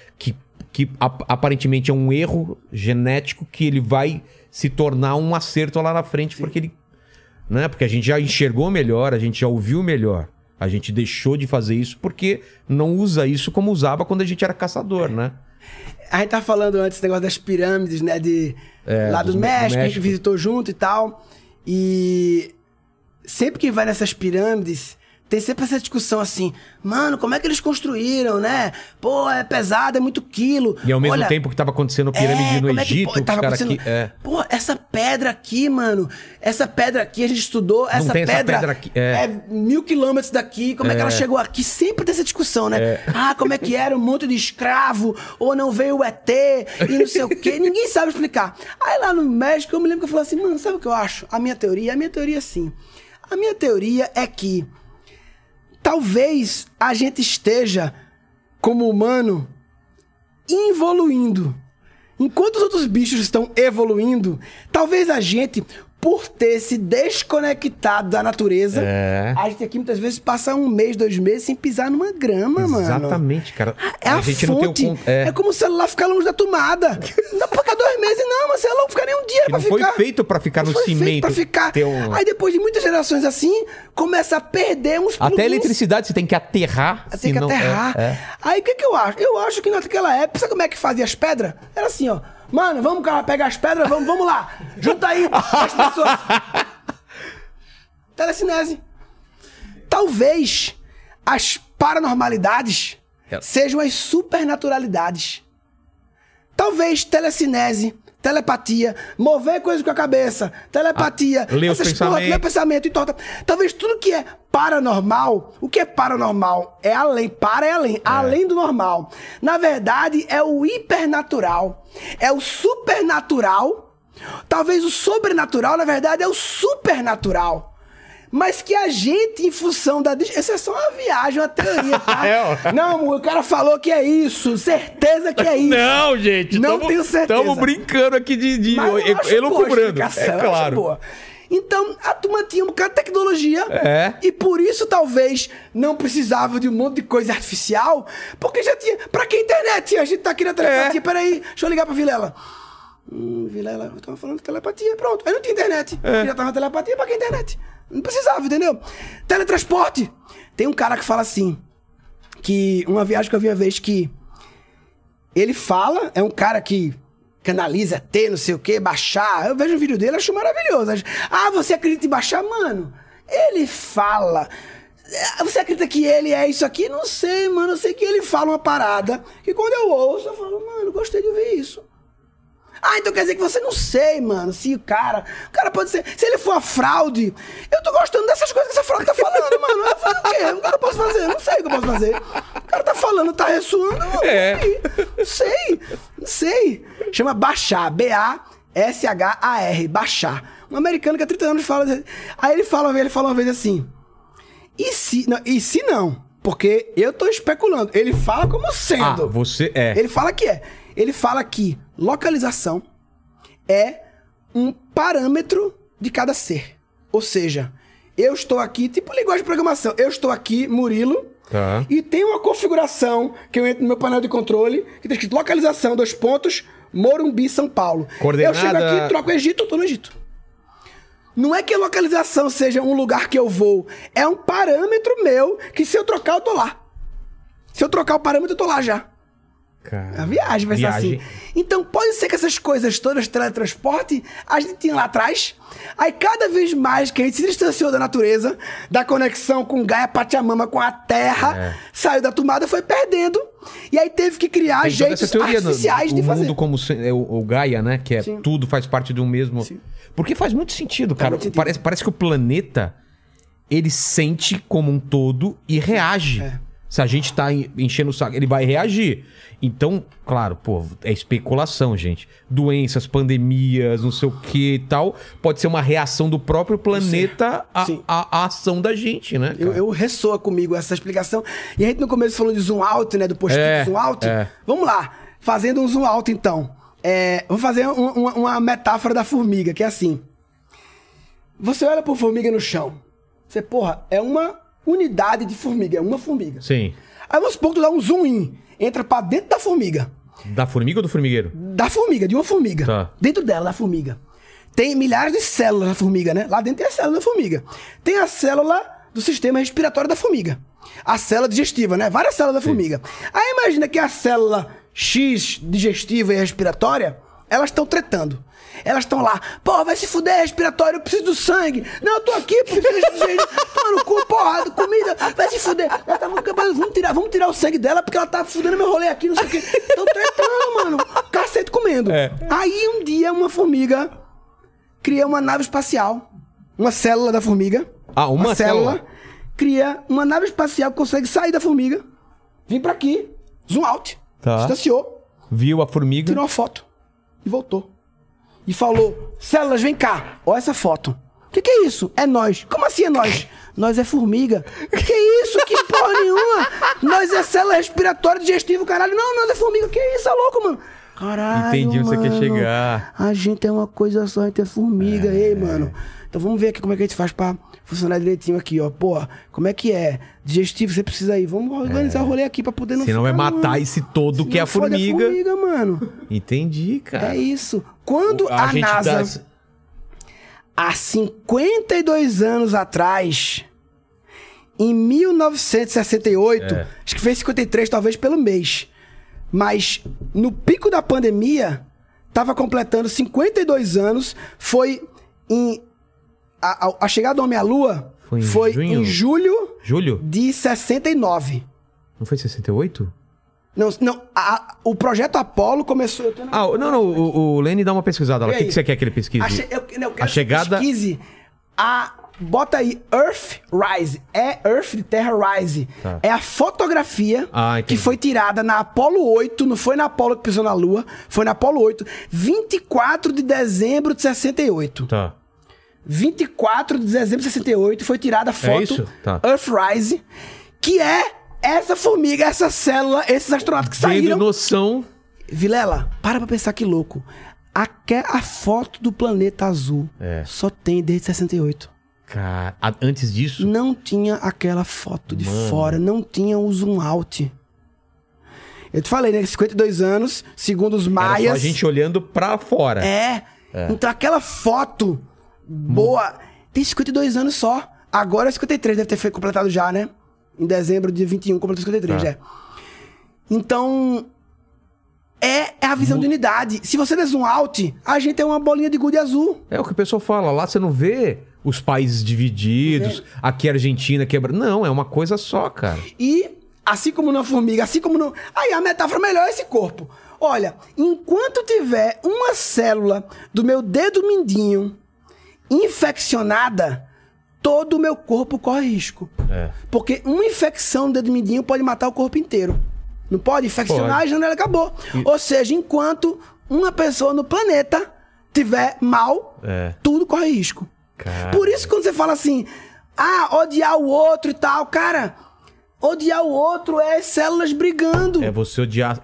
S2: Que aparentemente é um erro genético que ele vai se tornar um acerto lá na frente, porque ele... Né? Porque a gente já enxergou melhor, a gente já ouviu melhor. A gente deixou de fazer isso porque não usa isso como usava quando a gente era caçador, né?
S4: A gente tá falando antes desse negócio das pirâmides, né? Lá do México, a gente visitou junto e tal. E sempre que vai nessas pirâmides, tem sempre essa discussão assim, mano, como é que eles construíram, né? Pô, é pesado, é muito quilo.
S2: E ao mesmo tempo que tava acontecendo pirâmide no Egito, os caras aqui...
S4: Pô, essa pedra aqui, mano, essa pedra aqui a gente estudou, essa pedra
S2: aqui,
S4: é 1000 quilômetros daqui, como é que ela chegou aqui? Sempre tem essa discussão, né? Ah, como é que era um monte de escravo, ou não veio o ET, e não sei o quê, ninguém sabe explicar. Aí lá no México eu me lembro que eu falei assim, mano, sabe o que eu acho? A minha teoria é assim. A minha teoria é que talvez a gente esteja, como humano, evoluindo. Enquanto os outros bichos estão evoluindo, talvez a gente, por ter se desconectado da natureza, a gente aqui muitas vezes passa 1 mês, 2 meses sem pisar numa grama, mano.
S2: Exatamente, cara.
S4: É a gente fonte. Não tem é como o celular ficar longe da tomada. Não dá pra ficar 2 meses, não, mas o celular não ficar nem um dia pra ficar.
S2: Não foi feito pra ficar no cimento.
S4: Pra ficar. Aí depois de muitas gerações assim, começa a perder uns
S2: Até a eletricidade você tem que aterrar.
S4: Tem que aterrar. Aí o que eu acho? Eu acho que naquela época, sabe como é que fazia as pedras? Era assim, ó. Mano, vamos, cara, pegar as pedras, vamos lá. Junta aí as pessoas. Telecinese. Talvez as paranormalidades sejam as supernaturalidades. Talvez telecinese, telepatia, mover coisas com a cabeça, telepatia,
S2: ler o
S4: pensamento e torta. Talvez tudo que é paranormal, o que é paranormal é além, além do normal. Na verdade, é o hipernatural, é o supernatural. Talvez o sobrenatural, na verdade, é o supernatural. Mas que a gente, em função da... Essa é só uma viagem, uma teoria, tá? Não, o cara falou que é isso. Certeza que é isso.
S2: Não, gente.
S4: Não tenho certeza.
S2: Estamos brincando aqui de elucubrando. É claro.
S4: Então, a turma tinha um bocado de tecnologia. E por isso, talvez, não precisava de um monte de coisa artificial. Porque já tinha... Pra que internet? A gente tá aqui na telepatia. Peraí, deixa eu ligar pra Vilela. Vilela, eu tava falando de telepatia. Pronto. Aí não tinha internet. Já tava telepatia, pra que internet? Não precisava, entendeu? Teletransporte. Tem um cara que fala assim, que uma viagem que eu vi uma vez que ele fala, é um cara que canaliza ET, não sei o que, baixar. Eu vejo um vídeo dele, acho maravilhoso. Ah, você acredita em baixar? Mano, ele fala. Você acredita que ele é isso aqui? Não sei, mano. Eu sei que ele fala uma parada que quando eu ouço, eu falo, mano, gostei de ouvir isso. Ah, então quer dizer que você não sei, mano, se o cara pode ser... Se ele for a fraude, eu tô gostando dessas coisas que essa fraude tá falando, mano. Eu falo o quê? O que eu posso fazer? Não sei o que eu posso fazer. O cara tá falando, tá ressoando. Não sei. Chama Bashar, B-A-S-H-A-R, Bashar. Um americano que há 30 anos fala... Aí ele fala uma vez assim... E se não? Porque eu tô especulando. Ele fala como sendo.
S2: Você é.
S4: Ele fala que é. Ele fala que localização é um parâmetro de cada ser. Ou seja, eu estou aqui, tipo linguagem de programação. Eu estou aqui, Murilo, e tem uma configuração que eu entro no meu painel de controle, que tem escrito localização, 2 pontos, Morumbi, São Paulo.
S2: Coordenada...
S4: Eu chego aqui, troco o Egito, eu tô no Egito. Não é que a localização seja um lugar que eu vou. É um parâmetro meu que se eu trocar, eu tô lá. Se eu trocar o parâmetro, eu tô lá já.
S2: Cara,
S4: a viagem vai ser assim. Então pode ser que essas coisas todas, teletransporte, a gente tinha lá atrás. Aí cada vez mais que a gente se distanciou da natureza, da conexão com Gaia Pachamama, com a terra, saiu da tomada, foi perdendo. E aí teve que criar jeitos artificiais de fazer.
S2: O mundo como o Gaia, né? Que é tudo faz parte de um mesmo... Sim. Porque faz muito sentido, cara. Parece que o planeta, ele sente como um todo e reage. Se a gente tá enchendo o saco, ele vai reagir. Então, claro, pô, é especulação, gente. Doenças, pandemias, não sei o que e tal. Pode ser uma reação do próprio planeta à ação da gente, né?
S4: Eu ressoa comigo essa explicação. E a gente no começo falou de zoom out, né? Do post-it zoom out. Vamos lá. Fazendo um zoom out, então. Vou fazer uma metáfora da formiga, que é assim. Você olha por formiga no chão. Você, porra, é uma unidade de formiga, é uma formiga.
S2: Sim.
S4: Aí vamos supor que tu dá um zoom in, entra pra dentro da formiga.
S2: Da formiga ou do formigueiro?
S4: Da formiga, de uma formiga.
S2: Tá.
S4: Dentro dela, da formiga. Tem milhares de células na formiga, né? Lá dentro tem a célula da formiga. Tem a célula do sistema respiratório da formiga. A célula digestiva, né? Várias células da formiga. Aí imagina que a célula X digestiva e respiratória, elas estão tretando. Elas estão lá, porra, vai se fuder, respiratório, eu preciso do sangue. Não, eu tô aqui, porque preciso de sangue. Toma no cu, porra, comida, vai se fuder. Vamos tirar o sangue dela, porque ela tá fudendo meu rolê aqui, não sei o quê. Estão tretando, mano. Cacete comendo. Aí um dia uma formiga cria uma nave espacial. Uma célula da formiga.
S2: Uma célula
S4: cria uma nave espacial que consegue sair da formiga, vir pra aqui, zoom out, distanciou.
S2: Viu a formiga.
S4: Tirou uma foto e voltou. E falou, células, vem cá, olha essa foto. O que é isso? É nós. Como assim é nós? Nós é formiga. Que isso? Que porra nenhuma. Nós é célula respiratória, digestivo, caralho. Não, nós é formiga. Que isso? É louco, mano. Caralho,
S2: entendi onde você quer
S4: mano.
S2: chegar.
S4: A gente é uma coisa só, a gente é formiga. Ei, mano. Então vamos ver aqui como é que a gente faz pra funcionar direitinho aqui, ó. Pô, como é que é? Digestivo, você precisa ir. Vamos organizar o rolê aqui pra poder não
S2: Senão vai matar
S4: mano.
S2: esse todo
S4: Senão
S2: que é a
S4: fode
S2: formiga.
S4: a formiga, mano.
S2: Entendi, cara.
S4: É isso. Quando a NASA, há 52 anos atrás, em 1968, acho que fez 53 talvez pelo mês, mas no pico da pandemia, tava completando 52 anos, foi em... A chegada do Homem à Lua foi em julho de 69.
S2: Não foi 68?
S4: Não, o projeto Apollo começou...
S2: O Lene dá uma pesquisada lá. O que você quer que ele pesquise?
S4: Eu quero
S2: a chegada...
S4: que pesquise bota aí Earthrise. É Earth de Terra Rise.
S2: Tá.
S4: É a fotografia que foi tirada na Apollo 8. Não foi na Apollo que pisou na Lua. Foi na Apollo 8. 24 de dezembro de 68.
S2: Tá.
S4: 24 de dezembro de 68 foi tirada a foto Earthrise, que é essa formiga, essa célula, esses astronautas que saíram.
S2: Tendo noção.
S4: Vilela, para pensar que louco. A foto do planeta azul só tem desde 68.
S2: Cara, antes disso?
S4: Não tinha aquela foto de fora, não tinha o zoom out. Eu te falei, né? 52 anos, segundo os maias.
S2: Era só a gente olhando pra fora.
S4: Então aquela foto boa tem 52 anos só. Agora é 53, deve ter completado já, né? Em dezembro de 21, completou 53, Então, é a visão de unidade. Se você der zoom out, a gente é uma bolinha de gude azul. É
S2: o que o pessoal fala. Lá você não vê os países divididos. Aqui a Argentina quebra. Não, é uma coisa só, cara.
S4: E, assim como na formiga, assim como no... Aí a metáfora melhor é esse corpo. Olha, enquanto tiver uma célula do meu dedo mindinho infeccionada, todo o meu corpo corre risco. Porque uma infecção no dedo mindinho pode matar o corpo inteiro. Não pode? Infeccionar, a janela acabou. Ou seja, enquanto uma pessoa no planeta tiver mal, tudo corre risco.
S2: Cara.
S4: Por isso, quando você fala assim, odiar o outro e tal, cara, odiar o outro é as células brigando.
S2: É você odiar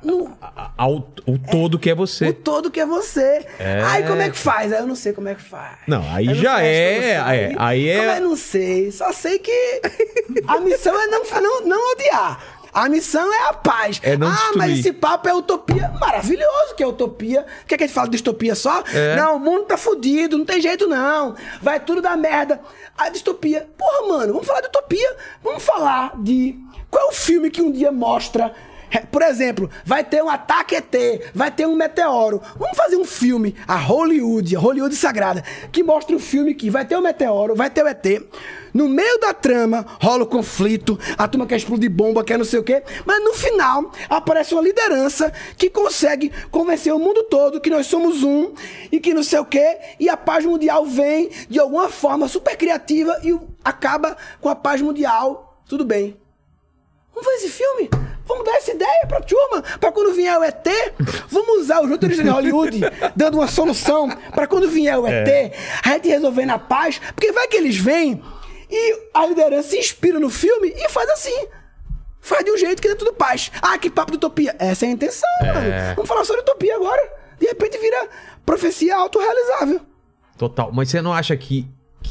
S2: o todo que é você.
S4: O todo que é você. Aí como é que faz? Aí eu não sei como é que faz.
S2: Não, aí já é. Aí é.
S4: Como eu não sei. Só sei que a missão é não odiar. A missão é a paz.
S2: É não destruir.
S4: Mas esse papo é utopia. Maravilhoso que é utopia. Quer que a gente fale de distopia só? Não, o mundo tá fudido, não tem jeito não. Vai tudo dar merda. A distopia. Porra, mano, vamos falar de utopia. Vamos falar de... Qual é o filme que um dia mostra... Por exemplo, vai ter um ataque ET, vai ter um meteoro. Vamos fazer um filme, a Hollywood sagrada, que mostra um filme que vai ter um meteoro, vai ter o ET. No meio da trama rola o conflito, a turma quer explodir bomba, quer não sei o quê. Mas no final aparece uma liderança que consegue convencer o mundo todo que nós somos um e que não sei o quê. E a paz mundial vem de alguma forma super criativa e acaba com a paz mundial. Tudo bem. Vamos fazer esse filme? Vamos dar essa ideia pra turma, pra quando vier o ET, vamos usar os roteiristas de Hollywood dando uma solução pra quando vier o ET, a gente resolver na paz, porque vai que eles vêm e a liderança se inspira no filme e faz assim. Faz de um jeito que dê tudo paz. Que papo de utopia. Essa é a intenção, mano. Vamos falar sobre utopia agora. De repente vira profecia autorrealizável.
S2: Total. Mas você não acha que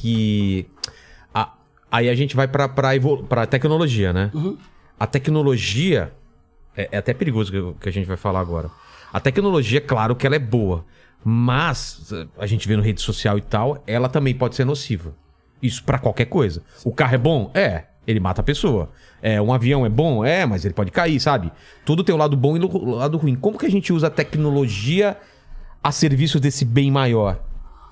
S2: aí a gente vai pra tecnologia, né? A tecnologia... É até perigoso que a gente vai falar agora. A tecnologia, claro que ela é boa. Mas, a gente vê no rede social e tal, ela também pode ser nociva. Isso pra qualquer coisa. O carro é bom? É. Ele mata a pessoa. Um avião é bom? É, mas ele pode cair, sabe? Tudo tem o lado bom e o lado ruim. Como que a gente usa a tecnologia a serviço desse bem maior?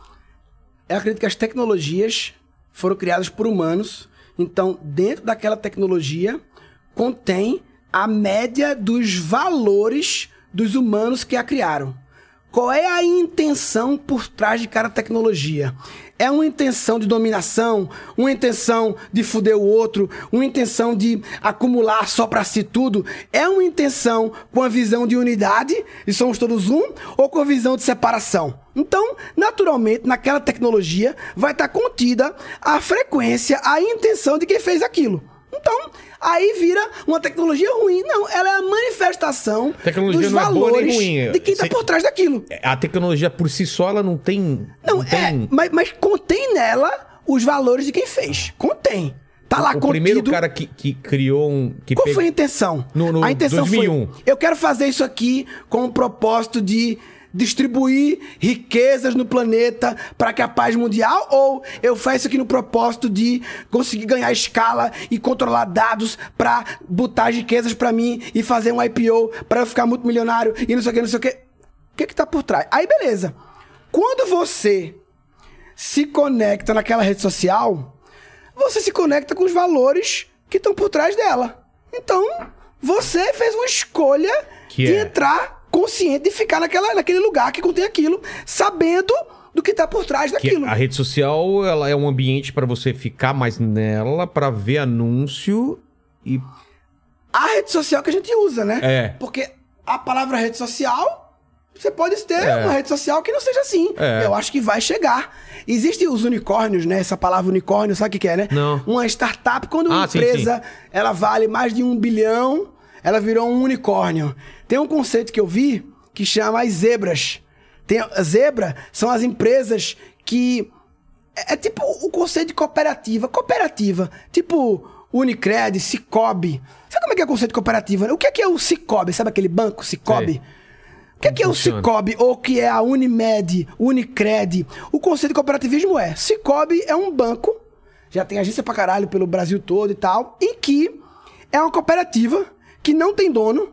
S4: Eu acredito que as tecnologias foram criadas por humanos. Então, dentro daquela tecnologia, contém a média dos valores dos humanos que a criaram. Qual é a intenção por trás de cada tecnologia? É uma intenção de dominação, uma intenção de foder o outro, uma intenção de acumular só para si tudo? É uma intenção com a visão de unidade, e somos todos um, ou com a visão de separação? Então, naturalmente, naquela tecnologia vai estar contida a frequência, a intenção de quem fez aquilo. Então, aí vira uma tecnologia ruim. Não, ela é a manifestação dos valores de quem está por trás daquilo.
S2: A tecnologia por si só, ela não tem...
S4: Mas contém nela os valores de quem fez. Contém. Tá lá contido. O
S2: primeiro cara que criou um...
S4: Qual foi a intenção?
S2: A intenção 2001.
S4: Foi, eu quero fazer isso aqui com o propósito de distribuir riquezas no planeta para que a paz mundial, ou eu faço isso aqui no propósito de conseguir ganhar escala e controlar dados para botar as riquezas para mim e fazer um IPO para eu ficar muito milionário e não sei o que, não sei o que. O que tá por trás? Aí beleza. Quando você se conecta naquela rede social, você se conecta com os valores que estão por trás dela. Então, você fez uma escolha de entrar consciente, de ficar naquele lugar que contém aquilo, sabendo do que tá por trás daquilo.
S2: A rede social, ela é um ambiente para você ficar mais nela, para ver anúncio e...
S4: A rede social que a gente usa, né?
S2: É.
S4: Porque a palavra rede social, você pode ter uma rede social que não seja assim. Eu acho que vai chegar. Existem os unicórnios, né? Essa palavra unicórnio, sabe o que é, né?
S2: Não.
S4: Uma startup, quando uma empresa, ela vale mais de 1 bilhão, ela virou um unicórnio. Tem um conceito que eu vi que chama as zebras. Zebra são as empresas que... É tipo o conceito de cooperativa. Cooperativa. Tipo Unicred, Sicoob. Sabe como é que é o conceito de cooperativa? O que é o Sicoob? Sabe aquele banco Sicoob? Sei. O que é o Sicoob? Ou o que é a Unimed, Unicred? O conceito de cooperativismo é... Sicoob é um banco, já tem agência pra caralho pelo Brasil todo e tal, em que é uma cooperativa que não tem dono.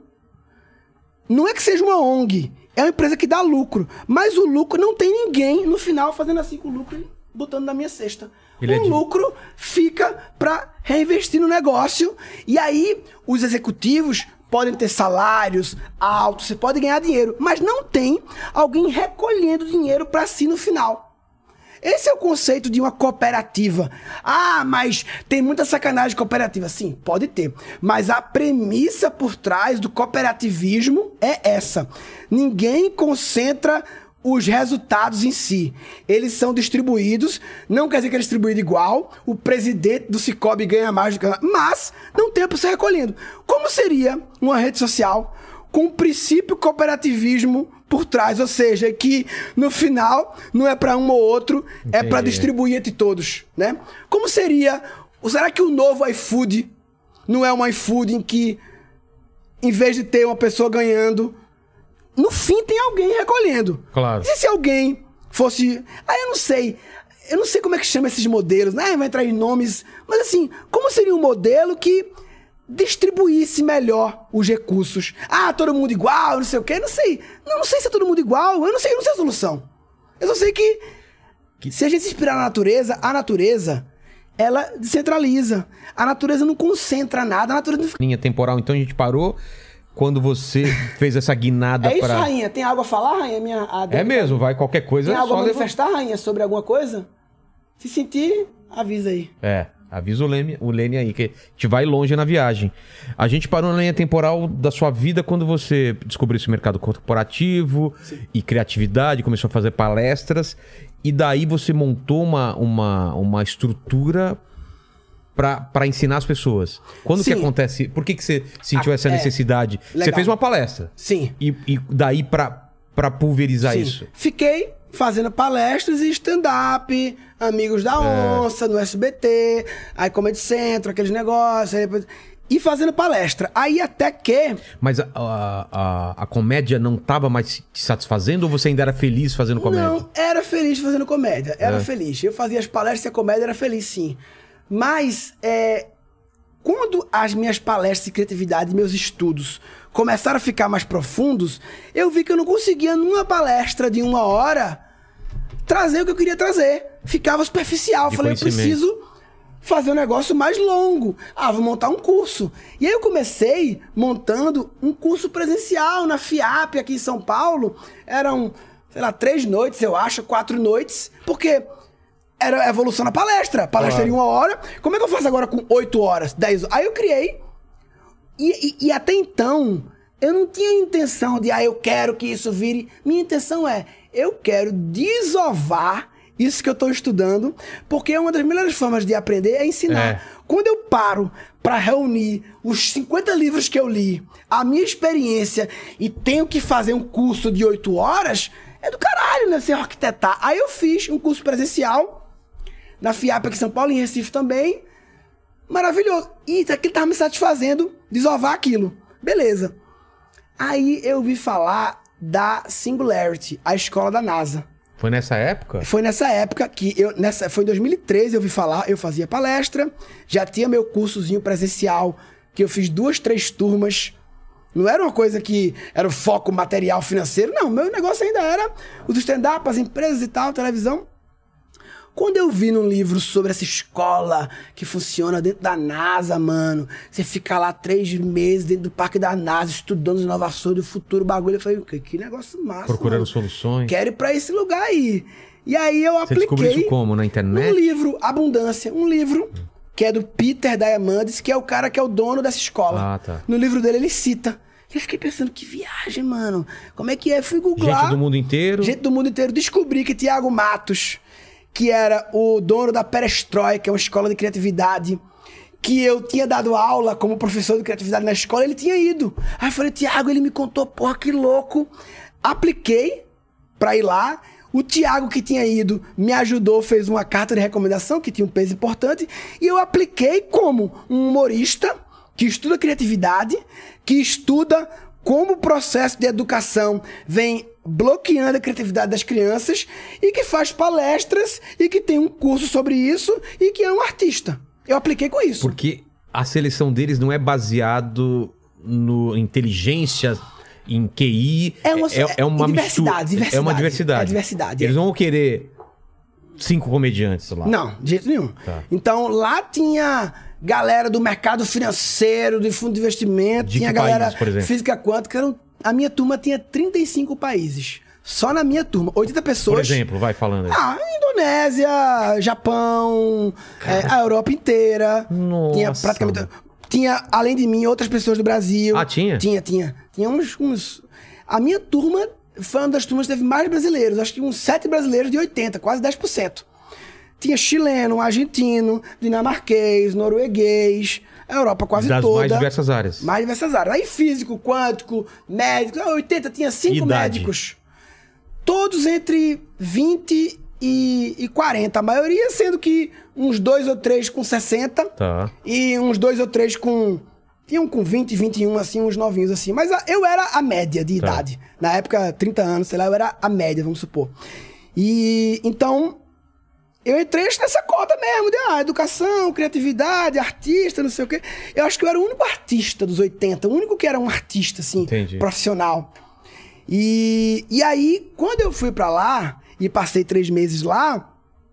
S4: Não é que seja uma ONG, é uma empresa que dá lucro, mas o lucro não tem ninguém no final fazendo assim com o lucro e botando na minha cesta. O lucro fica para reinvestir no negócio, e aí os executivos podem ter salários altos, você pode ganhar dinheiro, mas não tem alguém recolhendo dinheiro para si no final. Esse é o conceito de uma cooperativa. Ah, mas tem muita sacanagem cooperativa. Sim, pode ter. Mas a premissa por trás do cooperativismo é essa. Ninguém concentra os resultados em si. Eles são distribuídos, não quer dizer que é distribuído igual, o presidente do Sicoob ganha mais do que... Mas não tem a pessoa recolhendo. Como seria uma rede social com o princípio cooperativismo por trás, ou seja, que no final não é para um ou outro, é para distribuir entre todos, né? Como seria... Será que o novo iFood não é um iFood em que, em vez de ter uma pessoa ganhando, no fim tem alguém recolhendo?
S2: Claro.
S4: E se alguém fosse... eu não sei como é que chama esses modelos, né? Vai entrar em nomes, mas assim, como seria um modelo que distribuísse melhor os recursos? Ah, todo mundo igual, não sei o quê, não sei. Não sei se é todo mundo igual, eu não sei a solução. Eu só sei que se a gente se inspirar na natureza, a natureza, ela descentraliza. A natureza não concentra nada, a natureza não fica...
S2: Linha temporal, então a gente parou quando você fez essa guinada
S4: pra... É isso, rainha? Tem algo a falar, rainha?
S2: É mesmo, vai qualquer coisa...
S4: Tem algo a manifestar, rainha, sobre alguma coisa? Se sentir, avisa aí.
S2: Avisa o Lene aí, que a gente vai longe na viagem. A gente parou na linha temporal da sua vida quando você descobriu esse mercado corporativo e criatividade, começou a fazer palestras, e daí você montou uma estrutura para ensinar as pessoas. Quando que acontece? Por que você sentiu essa necessidade? Legal. Você fez uma palestra.
S4: Sim.
S2: E daí para pulverizar isso?
S4: Fiquei fazendo palestras e stand-up, Amigos da Onça, no SBT, aí Comedy Central, aqueles negócios. e fazendo palestra. Aí até que...
S2: Mas a comédia não tava mais te satisfazendo ou você ainda era feliz fazendo comédia?
S4: Não, era feliz fazendo comédia. Era feliz. Eu fazia as palestras e a comédia era feliz, sim. Mas, quando as minhas palestras de criatividade e meus estudos começaram a ficar mais profundos, eu vi que eu não conseguia, numa palestra de 1 hora, trazer o que eu queria trazer. Ficava superficial. Eu falei, eu preciso fazer um negócio mais longo. Vou montar um curso. E aí eu comecei montando um curso presencial na FIAP, aqui em São Paulo. Eram, 3 noites, eu acho, 4 noites. Porque era a evolução na palestra. A palestra era em 1 hora. Como é que eu faço agora com 8 horas, 10 horas? Aí eu criei. E até então, eu não tinha intenção de, eu quero que isso vire. Minha intenção eu quero desovar isso que eu estou estudando, porque uma das melhores formas de aprender é ensinar. Quando eu paro para reunir os 50 livros que eu li, a minha experiência, e tenho que fazer um curso de 8 horas, é do caralho, né? Ser arquitetar. Aí eu fiz um curso presencial, na FIAP aqui em São Paulo, em Recife também. Maravilhoso. E aquilo estava me satisfazendo, desovar aquilo. Beleza. Aí eu ouvi falar da Singularity, a escola da NASA.
S2: Foi nessa época?
S4: Foi nessa época que foi em 2013 eu ouvi falar, eu fazia palestra, já tinha meu cursozinho presencial, que eu fiz 2, 3 turmas. Não era uma coisa que era o foco material financeiro, não. Meu negócio ainda era os stand-up, as empresas e tal, televisão. Quando eu vi num livro sobre essa escola que funciona dentro da NASA, mano, você fica lá 3 meses dentro do parque da NASA, estudando as inovações do futuro, bagulho. Eu falei, que negócio massa,
S2: procurando
S4: mano.
S2: Soluções.
S4: Quero ir pra esse lugar aí. E aí eu apliquei...
S2: Você descobriu isso como? Na internet?
S4: Um livro, Abundância. Um livro que é do Peter Diamandis, que é o cara que é o dono dessa escola.
S2: Tá.
S4: No livro dele, ele cita. Eu fiquei pensando, que viagem, mano. Como é que é? Fui googlar.
S2: Gente do mundo inteiro.
S4: Gente do mundo inteiro. Descobri que Tiago Matos, que era o dono da Perestroika, que é uma escola de criatividade, que eu tinha dado aula como professor de criatividade na escola, ele tinha ido. Aí eu falei, Tiago, ele me contou, porra, que louco. Apliquei pra ir lá. O Tiago, que tinha ido, me ajudou, fez uma carta de recomendação, que tinha um peso importante, e eu apliquei como um humorista que estuda criatividade, que estuda como o processo de educação vem bloqueando a criatividade das crianças e que faz palestras e que tem um curso sobre isso e que é um artista. Eu apliquei com isso.
S2: Porque a seleção deles não é baseado no inteligência, em QI.
S4: É uma
S2: diversidade. É uma diversidade.
S4: É diversidade.
S2: Eles não vão querer 5 comediantes lá.
S4: Não, de jeito nenhum. Tá. Então lá tinha galera do mercado financeiro, do fundo de investimento, tinha galera física quântica. A minha turma tinha 35 países. Só na minha turma. 80 pessoas.
S2: Por exemplo, vai falando aí.
S4: Indonésia, Japão, a Europa inteira.
S2: Nossa.
S4: Tinha praticamente... Tinha, além de mim, outras pessoas do Brasil.
S2: Tinha?
S4: Tinha uns... A minha turma foi uma das turmas que teve mais brasileiros. Acho que uns 7 brasileiros de 80, quase 10%. Tinha chileno, argentino, dinamarquês, norueguês... A Europa quase
S2: das
S4: toda.
S2: Mais diversas áreas.
S4: Mais diversas áreas. Aí físico, quântico, médico. 80 tinha 5 médicos. Todos entre 20 e 40. A maioria sendo que uns 2 ou 3 com 60.
S2: Tá.
S4: E uns 2 ou 3 com... Tinham com 20, 21, assim, uns novinhos assim. Mas eu era a média de idade. Na época, 30 anos, sei lá, eu era a média, vamos supor. E então... Eu entrei nessa cota mesmo, de educação, criatividade, artista, não sei o quê. Eu acho que eu era o único artista dos 80, o único que era um artista, assim,
S2: Entendi.
S4: Profissional. E aí, quando eu fui pra lá, e passei 3 meses lá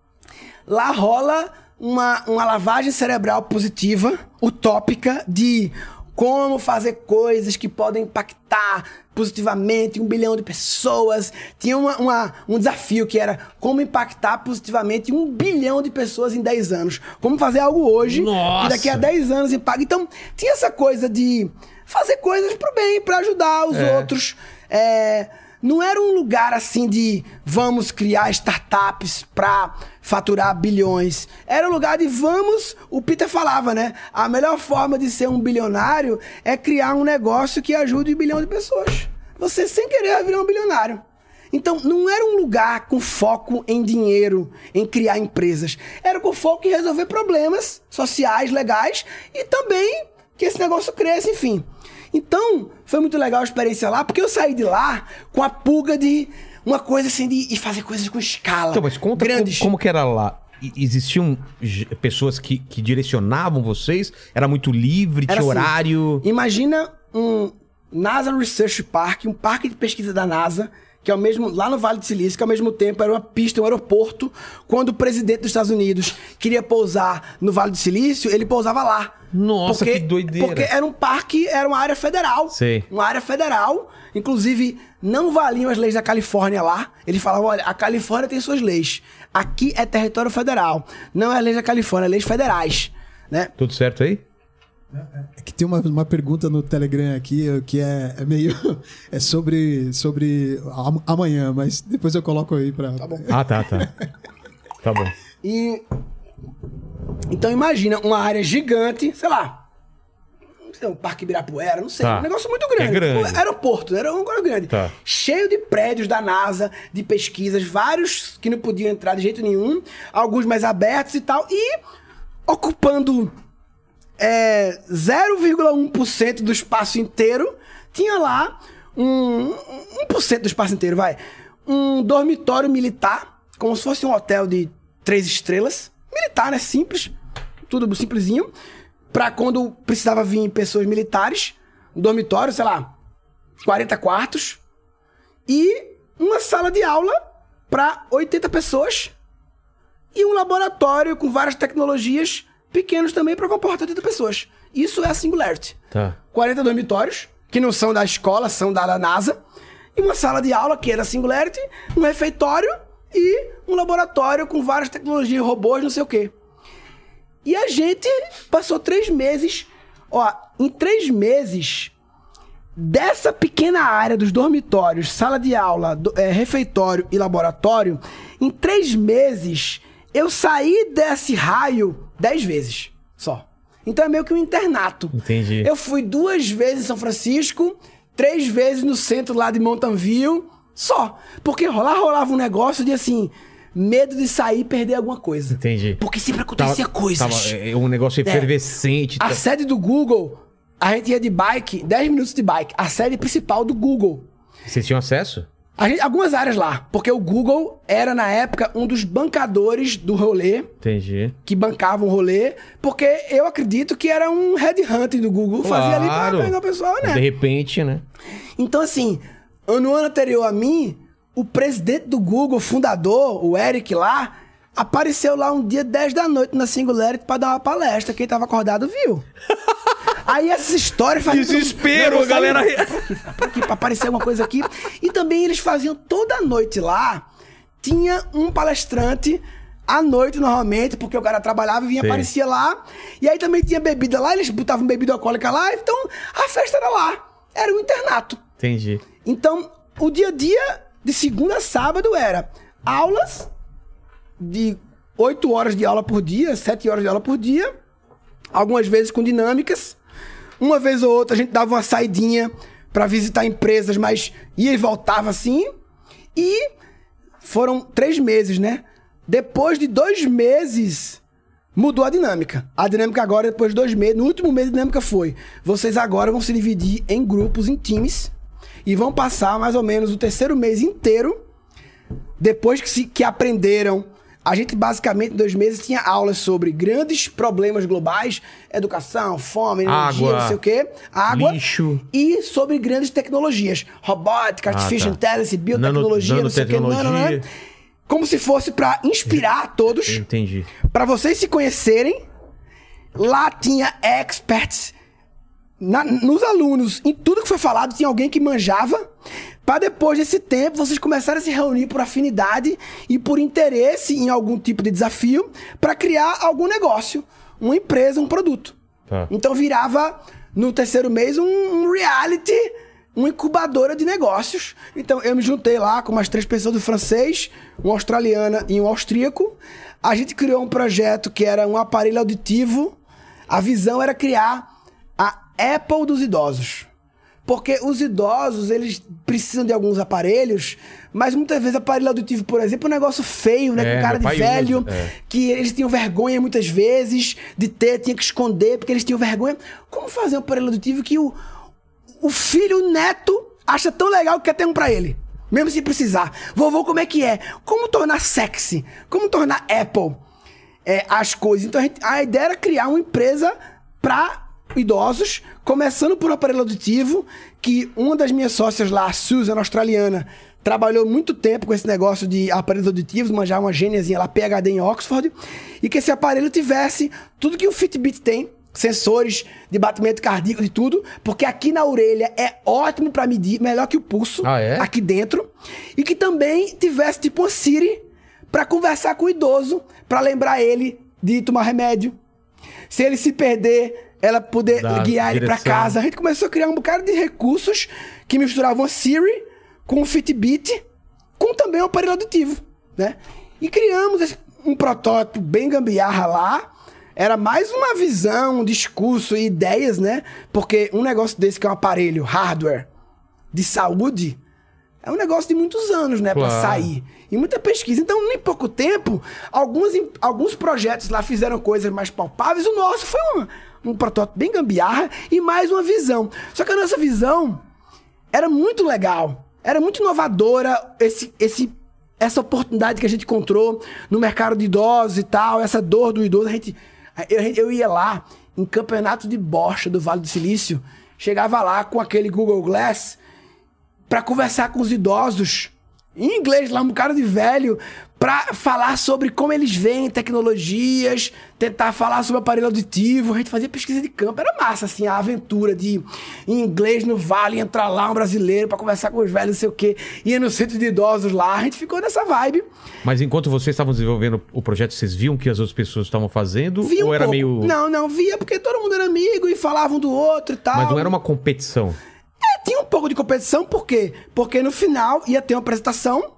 S4: rola uma lavagem cerebral positiva, utópica, de como fazer coisas que podem impactar positivamente 1 bilhão de pessoas. Tinha um desafio que era como impactar positivamente 1 bilhão de pessoas em 10 anos. Como fazer algo hoje
S2: Nossa.
S4: E daqui a 10 anos impacta. Então, tinha essa coisa de fazer coisas pro bem, pra ajudar os outros. Não era um lugar assim de vamos criar startups pra faturar bilhões. Era um lugar de vamos... O Peter falava, né? A melhor forma de ser um bilionário é criar um negócio que ajude 1 bilhão de pessoas. Você, sem querer, vai virar um bilionário. Então, não era um lugar com foco em dinheiro, em criar empresas. Era com foco em resolver problemas sociais, legais e também que esse negócio cresça, enfim. Então, foi muito legal a experiência lá, porque eu saí de lá com a pulga de uma coisa assim, de fazer coisas com escala.
S2: Então, mas conta como que era lá. Existiam pessoas que direcionavam vocês? Era muito livre, tinha
S4: assim,
S2: horário?
S4: Imagina um NASA Research Park, um parque de pesquisa da NASA, que é o mesmo, lá no Vale do Silício, que ao mesmo tempo era uma pista, um aeroporto. Quando o presidente dos Estados Unidos queria pousar no Vale do Silício, ele pousava lá.
S2: Nossa, que doideira.
S4: Porque era um parque, era uma área federal.
S2: Sei.
S4: Uma área federal. Inclusive, não valiam as leis da Califórnia lá. Ele falava, olha, a Califórnia tem suas leis. Aqui é território federal. Não é a lei da Califórnia, é leis federais. Né?
S2: Tudo certo aí?
S3: É que tem uma pergunta no Telegram aqui que é meio... É sobre amanhã, mas depois eu coloco aí pra...
S4: Tá bom.
S2: Ah, tá. Tá bom.
S4: Então imagina uma área gigante, sei lá, um Parque Ibirapuera, não sei,
S2: Tá.
S4: Um negócio muito grande.
S2: É grande.
S4: Um aeroporto, era um negócio grande.
S2: Tá.
S4: Cheio de prédios da NASA, de pesquisas, vários que não podiam entrar de jeito nenhum, alguns mais abertos e tal, e ocupando 0,1% do espaço inteiro, tinha lá 1% do espaço inteiro, um dormitório militar, como se fosse um hotel de 3 estrelas, militar, né? Simples, tudo simplesinho, pra quando precisava vir pessoas militares, um dormitório, sei lá, 40 quartos, e uma sala de aula pra 80 pessoas, e um laboratório com várias tecnologias pequenos também pra comportar 80 pessoas. Isso é a Singularity.
S2: Tá.
S4: 40 dormitórios, que não são da escola, são da NASA, e uma sala de aula, que é da Singularity, um refeitório e um laboratório com várias tecnologias, robôs, não sei o quê. E a gente passou 3 meses... Ó, em 3 meses, dessa pequena área dos dormitórios, sala de aula, refeitório e laboratório, em 3 meses, eu saí desse raio 10 vezes só. Então é meio que um internato.
S2: Entendi.
S4: Eu fui 2 vezes em São Francisco, 3 vezes no centro lá de Mountain View, só. Porque lá rolava um negócio de assim, medo de sair e perder alguma coisa.
S2: Entendi.
S4: Porque sempre acontecia coisas.
S2: Um negócio efervescente.
S4: A sede do Google, a gente ia de bike, 10 minutos de bike. A sede principal do Google.
S2: Vocês tinham acesso?
S4: Algumas áreas lá. Porque o Google era, na época, um dos bancadores do rolê.
S2: Entendi.
S4: Que bancavam o rolê. Porque eu acredito que era um headhunting do Google.
S2: Claro.
S4: Fazia ali pra pegar o pessoal, né?
S2: De repente, né?
S4: Então, assim, no ano anterior a mim, o presidente do Google, fundador, o Eric lá, apareceu lá um dia 10 da noite na Singularity pra dar uma palestra. Quem tava acordado viu. Aí essas histórias fazem...
S2: Desespero, galera.
S4: Aqui, pra aparecer alguma coisa aqui. E também eles faziam toda noite lá. Tinha um palestrante à noite, normalmente, porque o cara trabalhava e vinha, aparecia lá. E aí também tinha bebida lá, eles botavam bebida alcoólica lá. Então, a festa era lá. Era um internato.
S2: Entendi.
S4: Então, o dia a dia, de segunda a sábado, era aulas de 8 horas de aula por dia, 7 horas de aula por dia, algumas vezes com dinâmicas. Uma vez ou outra a gente dava uma saidinha pra visitar empresas, mas ia e voltava assim. E foram 3 meses, né? Depois de 2 meses, mudou a dinâmica. A dinâmica agora, depois de 2 meses, no último mês a dinâmica foi: vocês agora vão se dividir em grupos, em times, e vão passar mais ou menos o 3º mês inteiro, depois que aprenderam. A gente, basicamente, em 2 meses, tinha aulas sobre grandes problemas globais, educação, fome, energia, não sei o quê, água,
S2: lixo,
S4: e sobre grandes tecnologias, robótica, artificial intelligence, biotecnologia, não sei o quê, como se fosse para inspirar todos.
S2: Entendi.
S4: Para vocês se conhecerem. Lá tinha experts nos alunos, em tudo que foi falado, tinha alguém que manjava. Para depois desse tempo, vocês começarem a se reunir por afinidade e por interesse em algum tipo de desafio para criar algum negócio, uma empresa, um produto.
S2: Tá.
S4: Então virava, no 3º mês, um reality, uma incubadora de negócios. Então eu me juntei lá com umas 3 pessoas do francês, uma australiana e um austríaco. A gente criou um projeto que era um aparelho auditivo. A visão era criar a Apple dos idosos. Porque os idosos, eles precisam de alguns aparelhos, mas muitas vezes aparelho auditivo, por exemplo, é um negócio feio, né? Com cara de velho, que eles tinham vergonha muitas vezes de ter, tinha que esconder, porque eles tinham vergonha. Como fazer um aparelho auditivo que o filho, o neto, acha tão legal que quer ter um pra ele? Mesmo sem precisar. Vovô, como é que é? Como tornar sexy? Como tornar Apple as coisas? Então a ideia era criar uma empresa pra idosos, começando por um aparelho auditivo, que uma das minhas sócias lá, a Susan, australiana, trabalhou muito tempo com esse negócio de aparelhos auditivos, manjar uma gêniazinha lá, PhD em Oxford, e que esse aparelho tivesse tudo que o Fitbit tem, sensores de batimento cardíaco, de tudo, porque aqui na orelha é ótimo pra medir, melhor que o pulso, aqui dentro, e que também tivesse tipo uma Siri pra conversar com o idoso, pra lembrar ele de tomar remédio. Se ele se perder, ela poder guiar ele pra casa. A gente começou a criar um bocado de recursos que misturavam a Siri com o Fitbit, com também o aparelho auditivo, né? E criamos um protótipo bem gambiarra lá. Era mais uma visão, um discurso e ideias, né? Porque um negócio desse que é um aparelho, hardware, de saúde, é um negócio de muitos anos, né? Pra sair. E muita pesquisa. Então, em pouco tempo, alguns projetos lá fizeram coisas mais palpáveis. O nosso foi um protótipo bem gambiarra e mais uma visão. Só que a nossa visão era muito legal. Era muito inovadora essa oportunidade que a gente encontrou no mercado de idosos e tal, essa dor do idoso. Eu ia lá em campeonato de bocha do Vale do Silício, chegava lá com aquele Google Glass para conversar com os idosos em inglês, lá um cara de velho, para falar sobre como eles veem tecnologias, tentar falar sobre aparelho auditivo. A gente fazia pesquisa de campo, era massa, assim, a aventura de em inglês no vale, entrar lá um brasileiro para conversar com os velhos, não sei o quê, ia no centro de idosos lá, a gente ficou nessa vibe.
S2: Mas enquanto vocês estavam desenvolvendo o projeto, vocês viam que as outras pessoas estavam fazendo?
S4: Via
S2: ou era meio...
S4: Não, via porque todo mundo era amigo e falava um do outro e tal.
S2: Mas não era uma competição?
S4: Tinha um pouco de competição, por quê? Porque no final ia ter uma apresentação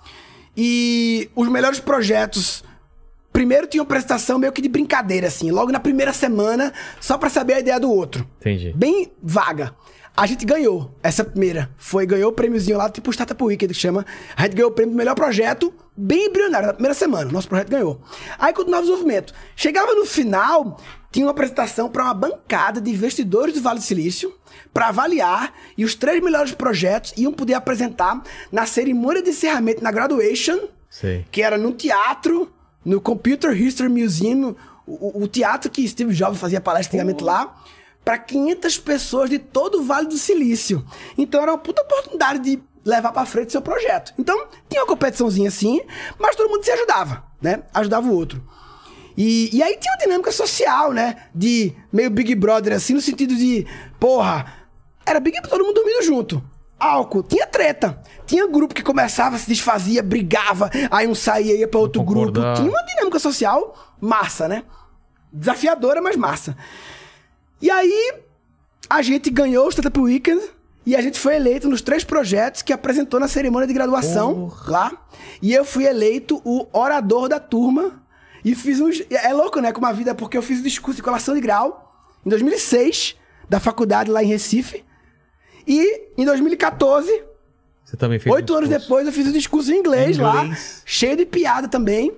S4: e os melhores projetos primeiro tinham uma apresentação meio que de brincadeira, assim, logo na primeira semana, só pra saber a ideia do outro.
S2: Entendi.
S4: Bem vaga. A gente ganhou essa primeira. Ganhou o prêmiozinho lá, tipo o Startup Weekend, que chama. A gente ganhou o prêmio do melhor projeto, bem embrionário, na primeira semana. Nosso projeto ganhou. Aí continuava o desenvolvimento. Chegava no final, tinha uma apresentação para uma bancada de investidores do Vale do Silício para avaliar, e os 3 melhores projetos iam poder apresentar na cerimônia de encerramento, na graduation, que era no teatro, no Computer History Museum, o teatro que Steve Jobs fazia palestra antigamente lá, para 500 pessoas de todo o Vale do Silício. Então era uma puta oportunidade de levar para frente seu projeto. Então tinha uma competiçãozinha assim, mas todo mundo se ajudava, né? Ajudava o outro. E aí tinha uma dinâmica social, né? De meio Big Brother, assim, no sentido de, porra, era Big Brother, todo mundo dormindo junto. Álcool, tinha treta. Tinha grupo que começava, se desfazia, brigava, aí um saía, ia pra outro grupo. Tinha uma dinâmica social massa, né? Desafiadora, mas massa. E aí, a gente ganhou o Startup Weekend e a gente foi eleito nos 3 projetos que apresentou na cerimônia de graduação lá. E eu fui eleito o orador da turma. E fiz uns... É louco, né? Como a vida... Porque eu fiz um discurso de colação de grau em 2006, da faculdade lá em Recife. E em 2014,
S2: você também fez
S4: 8 anos depois, eu fiz um discurso em inglês lá, cheio de piada também.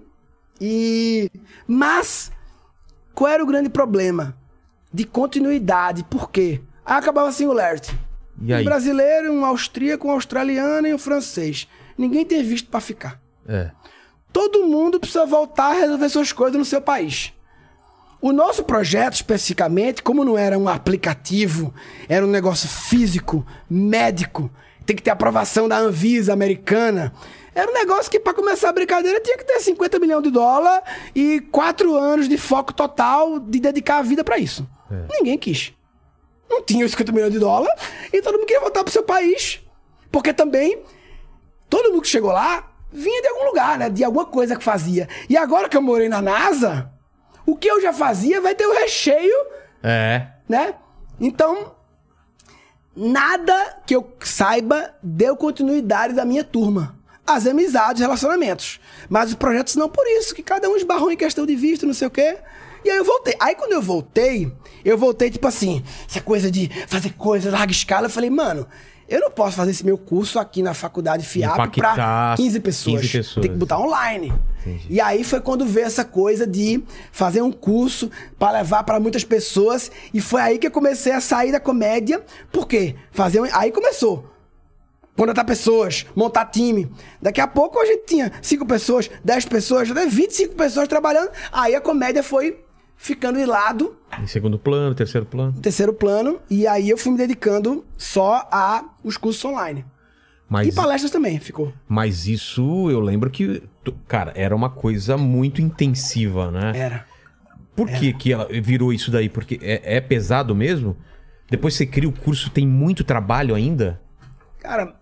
S4: Mas, qual era o grande problema? De continuidade. Por quê? Aí acabava assim o Lert. Um brasileiro, um austríaco, um australiano e um francês. Ninguém tem visto pra ficar. Todo mundo precisa voltar a resolver suas coisas no seu país. O nosso projeto, especificamente, como não era um aplicativo, era um negócio físico, médico, tem que ter aprovação da Anvisa americana. Era um negócio que, para começar a brincadeira, tinha que ter $50 milhões e 4 anos de foco total de dedicar a vida para isso. Ninguém quis. Não tinha os $50 milhões e todo mundo queria voltar pro seu país. Porque também, todo mundo que chegou lá vinha de algum lugar, né? De alguma coisa que fazia. E agora que eu morei na NASA, o que eu já fazia vai ter o recheio, né? Então, nada que eu saiba deu continuidade da minha turma. as amizades, relacionamentos. Mas os projetos não por isso, que cada um esbarrou em questão de visto, não sei o quê. E aí eu voltei. Aí quando eu voltei tipo assim, essa coisa de fazer coisa larga escala, eu falei, mano, eu não posso fazer esse meu curso aqui na faculdade FIAP pra 15 pessoas. Tem que botar online. Entendi. E aí foi quando veio essa coisa de fazer um curso para levar para muitas pessoas. E foi aí que eu comecei a sair da comédia. Por quê? Aí começou. Contratar pessoas, montar time. Daqui a pouco a gente tinha 5 pessoas, 10 pessoas, até 25 pessoas trabalhando. Aí a comédia foi ficando de lado.
S2: Em segundo plano, terceiro plano.
S4: Terceiro plano. E aí eu fui me dedicando só a os cursos online. E palestras também, ficou.
S2: Mas isso, eu lembro que, cara, era uma coisa muito intensiva, né?
S4: Era.
S2: Por que ela virou isso daí? Porque é pesado mesmo? Depois você cria o curso, tem muito trabalho ainda?
S4: Cara,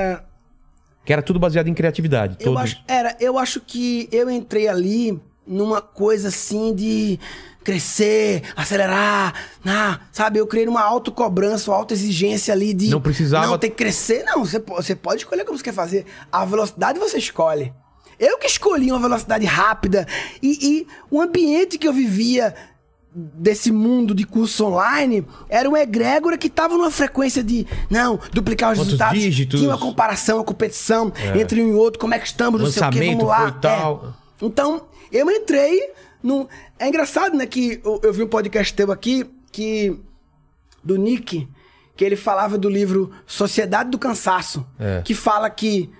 S2: Que era tudo baseado em criatividade.
S4: Eu acho que eu entrei ali numa coisa assim de crescer, acelerar, sabe? Eu criei uma autocobrança, uma autoexigência ali de...
S2: Não precisava...
S4: Não, tem que crescer. Não, você pode escolher como você quer fazer. A velocidade você escolhe. Eu que escolhi uma velocidade rápida. E o ambiente que eu vivia desse mundo de curso online era uma egrégora que estava numa frequência de, duplicar os resultados.
S2: Dígitos?
S4: Tinha uma comparação, uma competição entre um e outro. Como é que estamos, não sei o quê, vamos lá.
S2: Tal.
S4: Então, eu entrei no... É engraçado, né, que eu vi um podcast teu aqui, do Nick, que ele falava do livro Sociedade do Cansaço, que fala que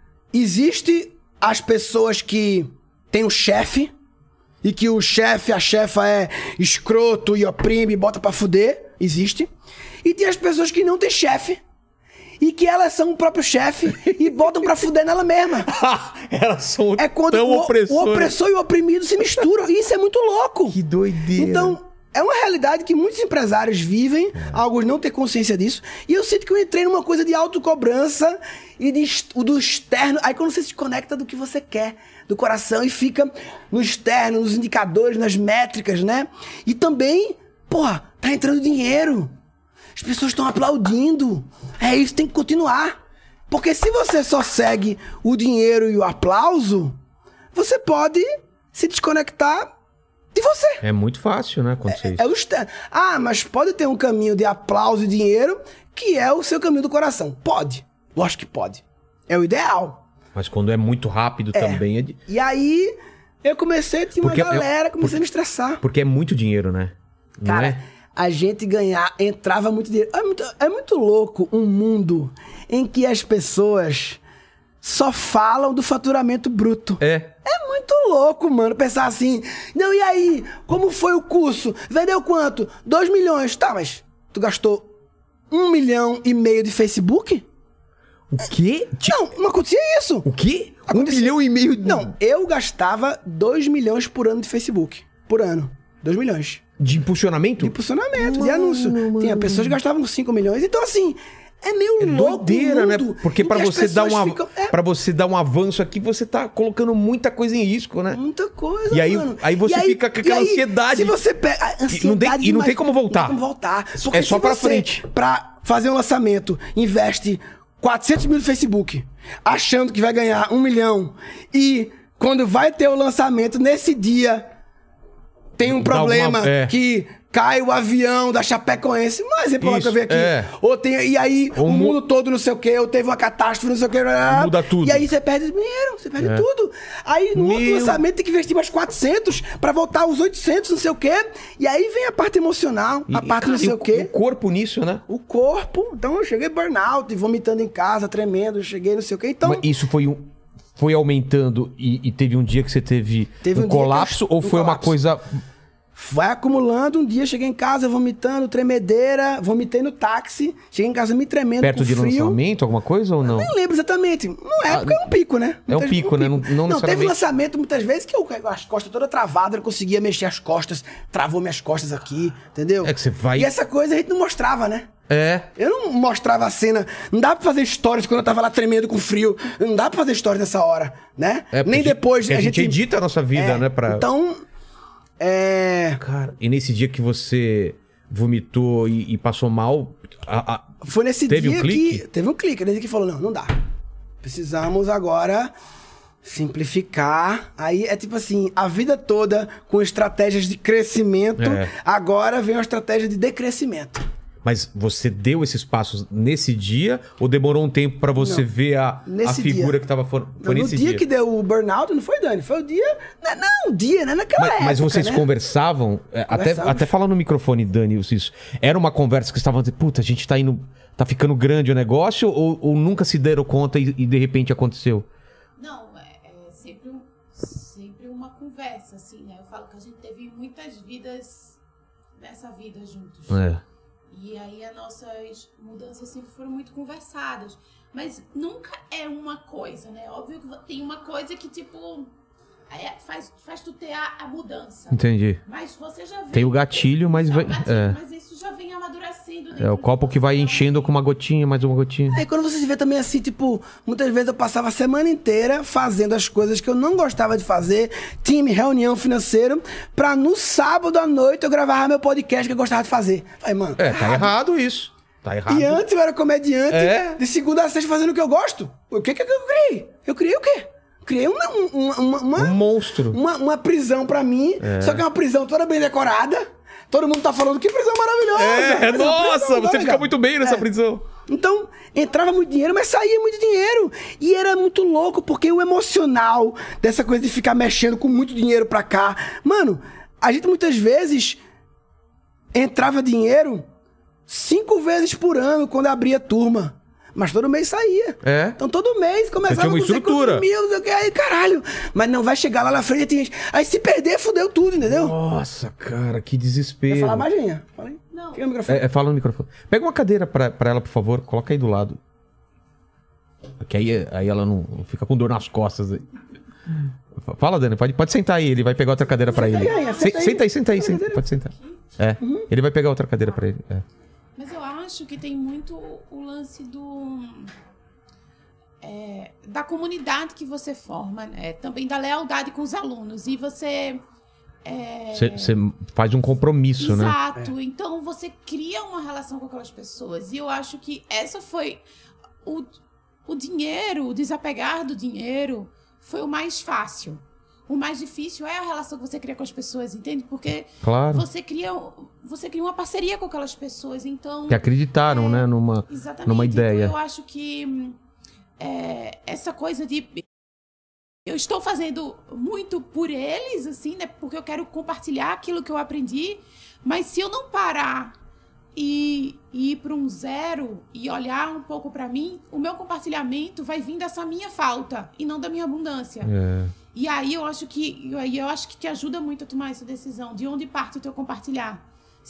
S4: existe as pessoas que têm um chefe, e que o chefe, a chefa é escroto e oprime e bota pra fuder, existe. E tem as pessoas que não têm chefe, e que elas são o próprio chefe e botam pra fuder nela mesma.
S2: Elas são
S4: quando
S2: tão
S4: o opressor e o oprimido se misturam. E isso é muito louco.
S2: Que doideira.
S4: Então, é uma realidade que muitos empresários vivem, alguns não têm consciência disso. E eu sinto que eu entrei numa coisa de autocobrança e do externo. Aí quando você se conecta do que você quer, do coração, e fica no externo, nos indicadores, nas métricas, né? E também, tá entrando dinheiro. As pessoas estão aplaudindo. É isso, tem que continuar. Porque se você só segue o dinheiro e o aplauso, você pode se desconectar de você.
S2: É muito fácil, né, acontecer isso.
S4: Mas pode ter um caminho de aplauso e dinheiro que é o seu caminho do coração. Pode. Lógico que pode. É o ideal.
S2: Mas quando é muito rápido também é...
S4: E aí, eu comecei, tinha uma galera, comecei a me estressar.
S2: Porque é muito dinheiro, né? Não
S4: Cara,
S2: é?
S4: A gente entrava muito dinheiro. É muito louco um mundo em que as pessoas só falam do faturamento bruto.
S2: É
S4: muito louco, mano, pensar assim. Não, e aí? Como foi o curso? Vendeu quanto? 2 milhões. Tá, mas tu gastou 1,5 milhão de Facebook?
S2: O quê?
S4: Não acontecia isso.
S2: O quê?
S4: Acontecia.
S2: 1,5 milhão?
S4: Não, eu gastava 2 milhões por ano de Facebook. Por ano. 2 milhões.
S2: De impulsionamento?
S4: De impulsionamento, de anúncio. Tinha pessoas que gastavam 5 milhões. Então, assim, é meio louco
S2: doideira, né? Porque pra você dar um avanço aqui, você tá colocando muita coisa em risco, né?
S4: Muita coisa,
S2: mano. Aí você fica com aquela ansiedade.
S4: Se você pega ansiedade...
S2: E não tem como voltar.
S4: Não tem como voltar.
S2: É só pra frente.
S4: Pra fazer um lançamento, investe 400 mil no Facebook, achando que vai ganhar 1 milhão. E quando vai ter o lançamento, nesse dia... Tem um problema que cai o avião da Chapecoense. Um exemplo lá que eu vi aqui. Ou tem, e aí o mundo todo não sei o quê, ou teve uma catástrofe, não sei o quê.
S2: Muda tudo.
S4: E aí você perde dinheiro, você perde tudo. Aí no outro lançamento tem que investir mais 400 pra voltar os 800, não sei o quê. E aí vem a parte emocional, a parte não sei o quê.
S2: O corpo nisso, né?
S4: O corpo. Então eu cheguei burnout, vomitando em casa, tremendo, cheguei não sei o quê. Então...
S2: Mas isso foi aumentando e teve um dia que você teve um colapso ou foi uma coisa...
S4: Vai acumulando, um dia cheguei em casa vomitando, tremedeira, vomitei no táxi, cheguei em casa me tremendo
S2: perto
S4: com
S2: de
S4: frio.
S2: lançamento, alguma coisa ou não?
S4: Eu nem lembro exatamente. Na época é um pico, né?
S2: É um pico, né? Não necessariamente...
S4: teve lançamento muitas vezes que eu com as costas todas travadas, não conseguia mexer as costas, travou minhas costas aqui, entendeu?
S2: É que você vai...
S4: E essa coisa a gente não mostrava, né?
S2: Eu
S4: não mostrava a cena. Não dá pra fazer stories quando eu tava lá tremendo com frio. Não dá pra fazer stories nessa hora, né? Nem depois.
S2: A gente edita a nossa vida, né?
S4: Então...
S2: Cara, e nesse dia que você vomitou e passou mal...
S4: Foi nesse
S2: teve
S4: dia
S2: um clique?
S4: que... Teve um clique. Nesse dia que falou, não dá. Precisamos agora simplificar. Aí é tipo assim, a vida toda com estratégias de crescimento, agora vem uma estratégia de decrescimento.
S2: Mas você deu esses passos nesse dia ou demorou um tempo pra você ver a figura que tava fora? Foi nesse dia?
S4: No dia que deu o burnout, não foi, Dani? Foi o dia... Não, o dia, né? Naquela época,
S2: mas vocês
S4: né?
S2: conversavam? Até falar no microfone, Dani, isso. Era uma conversa que estavam dizendo, puta, a gente tá indo... Tá ficando grande o negócio ou nunca se deram conta e de repente aconteceu?
S5: Não, é sempre uma conversa, assim, né? Eu falo que a gente teve muitas vidas nessa vida juntos. E aí as nossas mudanças sempre foram muito conversadas. Mas nunca é uma coisa, né? Óbvio que tem uma coisa que, tipo, faz tu ter a mudança.
S2: Entendi.
S5: Mas você já vem...
S2: Tem o gatilho, mas vai...
S5: Mas isso já vem amadurecendo.
S2: É o copo que vai enchendo com uma gotinha, mais uma gotinha.
S4: Aí quando você se vê também assim, tipo, muitas vezes eu passava a semana inteira fazendo as coisas que eu não gostava de fazer, time, reunião financeira, pra no sábado à noite eu gravar meu podcast que eu gostava de fazer. Falei, mano,
S2: tá errado isso. Tá errado.
S4: E antes eu era comediante, de segunda a sexta fazendo o que eu gosto. O que eu criei? Eu criei o quê? Criei um
S2: monstro.
S4: Uma prisão pra mim, só que é uma prisão toda bem decorada. Todo mundo tá falando que prisão maravilhosa.
S2: Nossa, você fica muito bem nessa prisão.
S4: Então, entrava muito dinheiro, mas saía muito dinheiro. E era muito louco, porque o emocional dessa coisa de ficar mexendo com muito dinheiro pra cá. Mano, a gente muitas vezes entrava dinheiro 5 vezes por ano quando abria turma. Mas todo mês saía. Então todo mês começava
S2: com uma estrutura.
S4: Mil, não sei o que, aí caralho. Mas não vai chegar lá na frente e tem gente. Aí se perder, fudeu tudo, entendeu?
S2: Nossa, cara, que desespero.
S4: Quer falar mais, Ginha? Fala aí.
S5: Não.
S4: Fica no microfone.
S2: Fala no microfone. Pega uma cadeira pra ela, por favor. Coloca aí do lado. Que aí ela não fica com dor nas costas. Aí. Fala, Dani. Pode sentar aí. Ele vai pegar outra cadeira pra ele. Senta aí. Pode sentar. Ele vai pegar outra cadeira pra ele.
S5: Mas eu acho que tem muito o lance da comunidade que você forma, né? Também da lealdade com os alunos. E você...
S2: Você faz um compromisso, né?
S5: Exato. Então, você cria uma relação com aquelas pessoas. E eu acho que essa foi... O dinheiro, o desapegar do dinheiro foi o mais fácil. O mais difícil é a relação que você cria com as pessoas, entende? Porque você cria uma parceria com aquelas pessoas, então...
S2: Que acreditaram, né? Numa ideia.
S5: Então, eu acho que essa coisa de... Eu estou fazendo muito por eles, assim, né? Porque eu quero compartilhar aquilo que eu aprendi. Mas se eu não parar e ir para um zero e olhar um pouco para mim, o meu compartilhamento vai vir dessa minha falta e não da minha abundância. E aí eu acho que te ajuda muito a tomar essa decisão. De onde parte o teu compartilhar?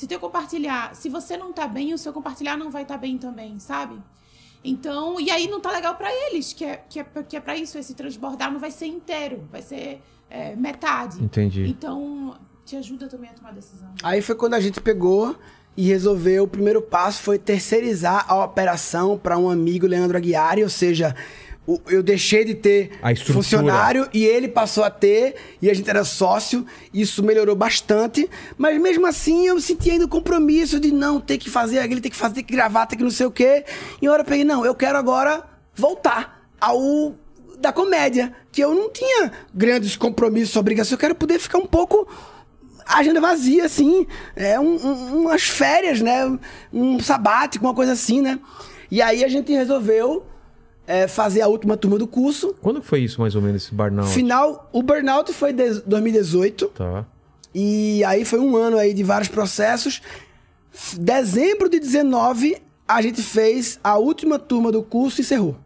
S5: Se você não tá bem, o seu compartilhar não vai estar bem também, sabe? Então, e aí não tá legal pra eles, que é pra isso, esse transbordar não vai ser inteiro, vai ser metade.
S2: Entendi.
S5: Então, te ajuda também a tomar decisão.
S4: Aí foi quando a gente pegou e resolveu, o primeiro passo foi terceirizar a operação para um amigo, Leandro Aguiari, ou seja... Eu deixei de ter funcionário e ele passou a ter, e a gente era sócio, isso melhorou bastante, mas mesmo assim eu senti ainda o compromisso de não ter que fazer aquilo, ter que fazer, ter que gravar, ter que não sei o quê. E agora eu peguei, não, eu quero agora voltar ao da comédia, que eu não tinha grandes compromissos, obrigações, eu quero poder ficar um pouco... agenda vazia, assim, umas férias, né, um sabático, uma coisa assim, né. E aí a gente resolveu fazer a última turma do curso.
S2: Quando foi isso, mais ou menos, esse burnout?
S4: O burnout foi 2018.
S2: Tá.
S4: E aí foi um ano aí de vários processos. Dezembro de 19, a gente fez a última turma do curso e encerrou.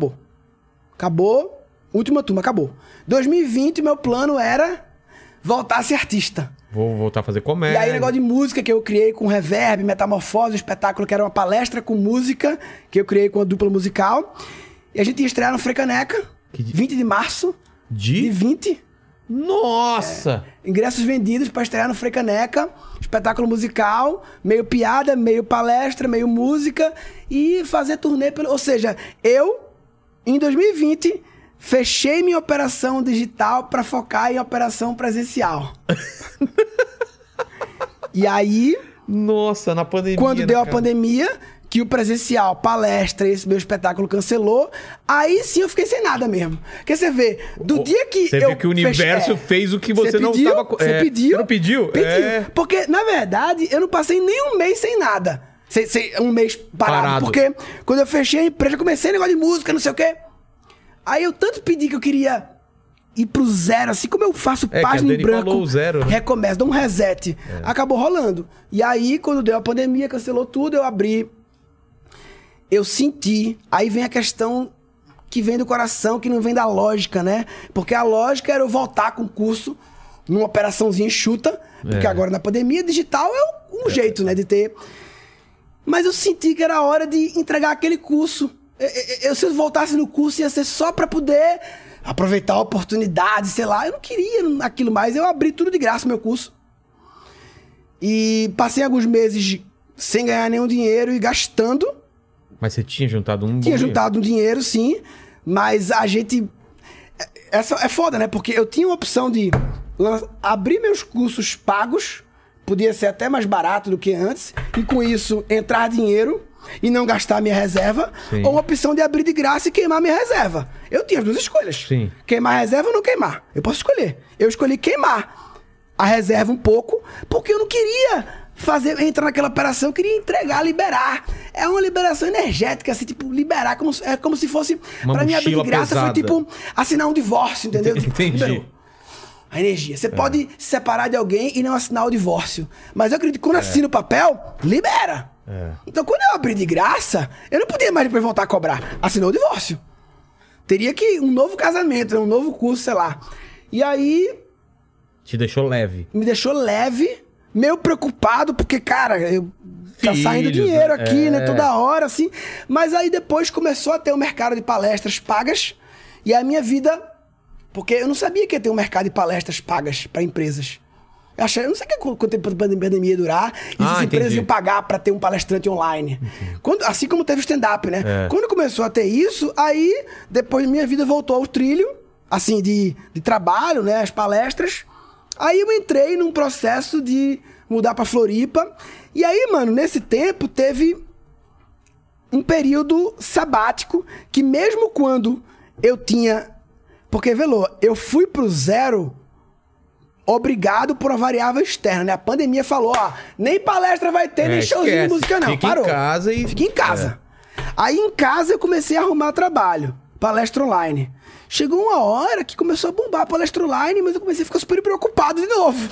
S4: Acabou. Última turma, acabou. 2020, meu plano era voltar a ser artista.
S2: Vou voltar a fazer comédia.
S4: E aí, negócio de música que eu criei com reverb, metamorfose, um espetáculo que era uma palestra com música, que eu criei com a dupla musical. E a gente ia estrear no Frecaneca, 20 de março de 20.
S2: Nossa!
S4: Ingressos vendidos para estrear no Frecaneca, espetáculo musical, meio piada, meio palestra, meio música, e fazer turnê Ou seja, eu, em 2020... fechei minha operação digital para focar em operação presencial. E aí...
S2: Nossa, na pandemia...
S4: Quando deu a pandemia, que o presencial, palestra, esse meu espetáculo cancelou, aí sim eu fiquei sem nada mesmo. Porque você vê, do dia que
S2: você viu que o universo fez o que você não estava...
S4: Você pediu?
S2: Você não pediu?
S4: Pediu. Porque, na verdade, eu não passei nem um mês sem nada. Um mês parado. Porque quando eu fechei a empresa, eu comecei negócio de música, não sei o quê. Aí eu tanto pedi que eu queria ir pro zero, assim como eu faço página em branco.
S2: Falou o zero, né?
S4: Recomeço, dá um reset. Acabou rolando. E aí, quando deu a pandemia, cancelou tudo, eu abri. Eu senti. Aí vem a questão que vem do coração, que não vem da lógica, né? Porque a lógica era eu voltar com o curso numa operaçãozinha enxuta. Porque agora na pandemia, digital é um jeito, né? De ter... Mas eu senti que era a hora de entregar aquele curso. Se eu voltasse no curso, ia ser só pra poder aproveitar a oportunidade, sei lá. Eu não queria aquilo mais. Eu abri tudo de graça, meu curso. E passei alguns meses sem ganhar nenhum dinheiro e gastando.
S2: Mas você tinha juntado um...
S4: Tinha juntado um dinheiro, sim. Mas a gente... Essa é foda, né? Porque eu tinha uma opção de abrir meus cursos pagos... Podia ser até mais barato do que antes. E com isso, entrar dinheiro e não gastar minha reserva. Sim. Ou uma opção de abrir de graça e queimar minha reserva. Eu tinha as duas escolhas.
S2: Sim.
S4: Queimar a reserva ou não queimar. Eu posso escolher. Eu escolhi queimar a reserva um pouco, porque eu não queria entrar naquela operação. Eu queria entregar, liberar. É uma liberação energética, assim, tipo, liberar. É como se fosse... Pra mim, abrir de graça pesada. Foi tipo assinar um divórcio, entendeu?
S2: Entendi.
S4: Liberou. A energia. Você pode se separar de alguém e não assinar o divórcio. Mas eu acredito que quando assina o papel, libera. Então, quando eu abri de graça, eu não podia mais depois voltar a cobrar. Assinou o divórcio. Teria que um novo casamento, um novo curso, sei lá. E aí...
S2: Te deixou leve.
S4: Me deixou leve, meio preocupado, porque, cara, tá saindo dinheiro aqui, né? Toda hora, assim. Mas aí depois começou a ter um mercado de palestras pagas. E a minha vida... Porque eu não sabia que ia ter um mercado de palestras pagas para empresas. Eu não sei quanto tempo a pandemia ia durar e as empresas iam pagar para ter um palestrante online. Assim como teve stand-up, né? Quando começou a ter isso, aí depois minha vida voltou ao trilho, assim, de trabalho, né? As palestras. Aí eu entrei num processo de mudar para Floripa. E aí, mano, nesse tempo teve um período sabático que mesmo quando eu tinha... Porque, Velô, eu fui pro zero obrigado por uma variável externa, né? A pandemia falou, ó, nem palestra vai ter, nem showzinho de música não. Parou. Fiquei em casa. Aí em casa eu comecei a arrumar trabalho. Palestra online. Chegou uma hora que começou a bombar a palestra online, mas eu comecei a ficar super preocupado de novo.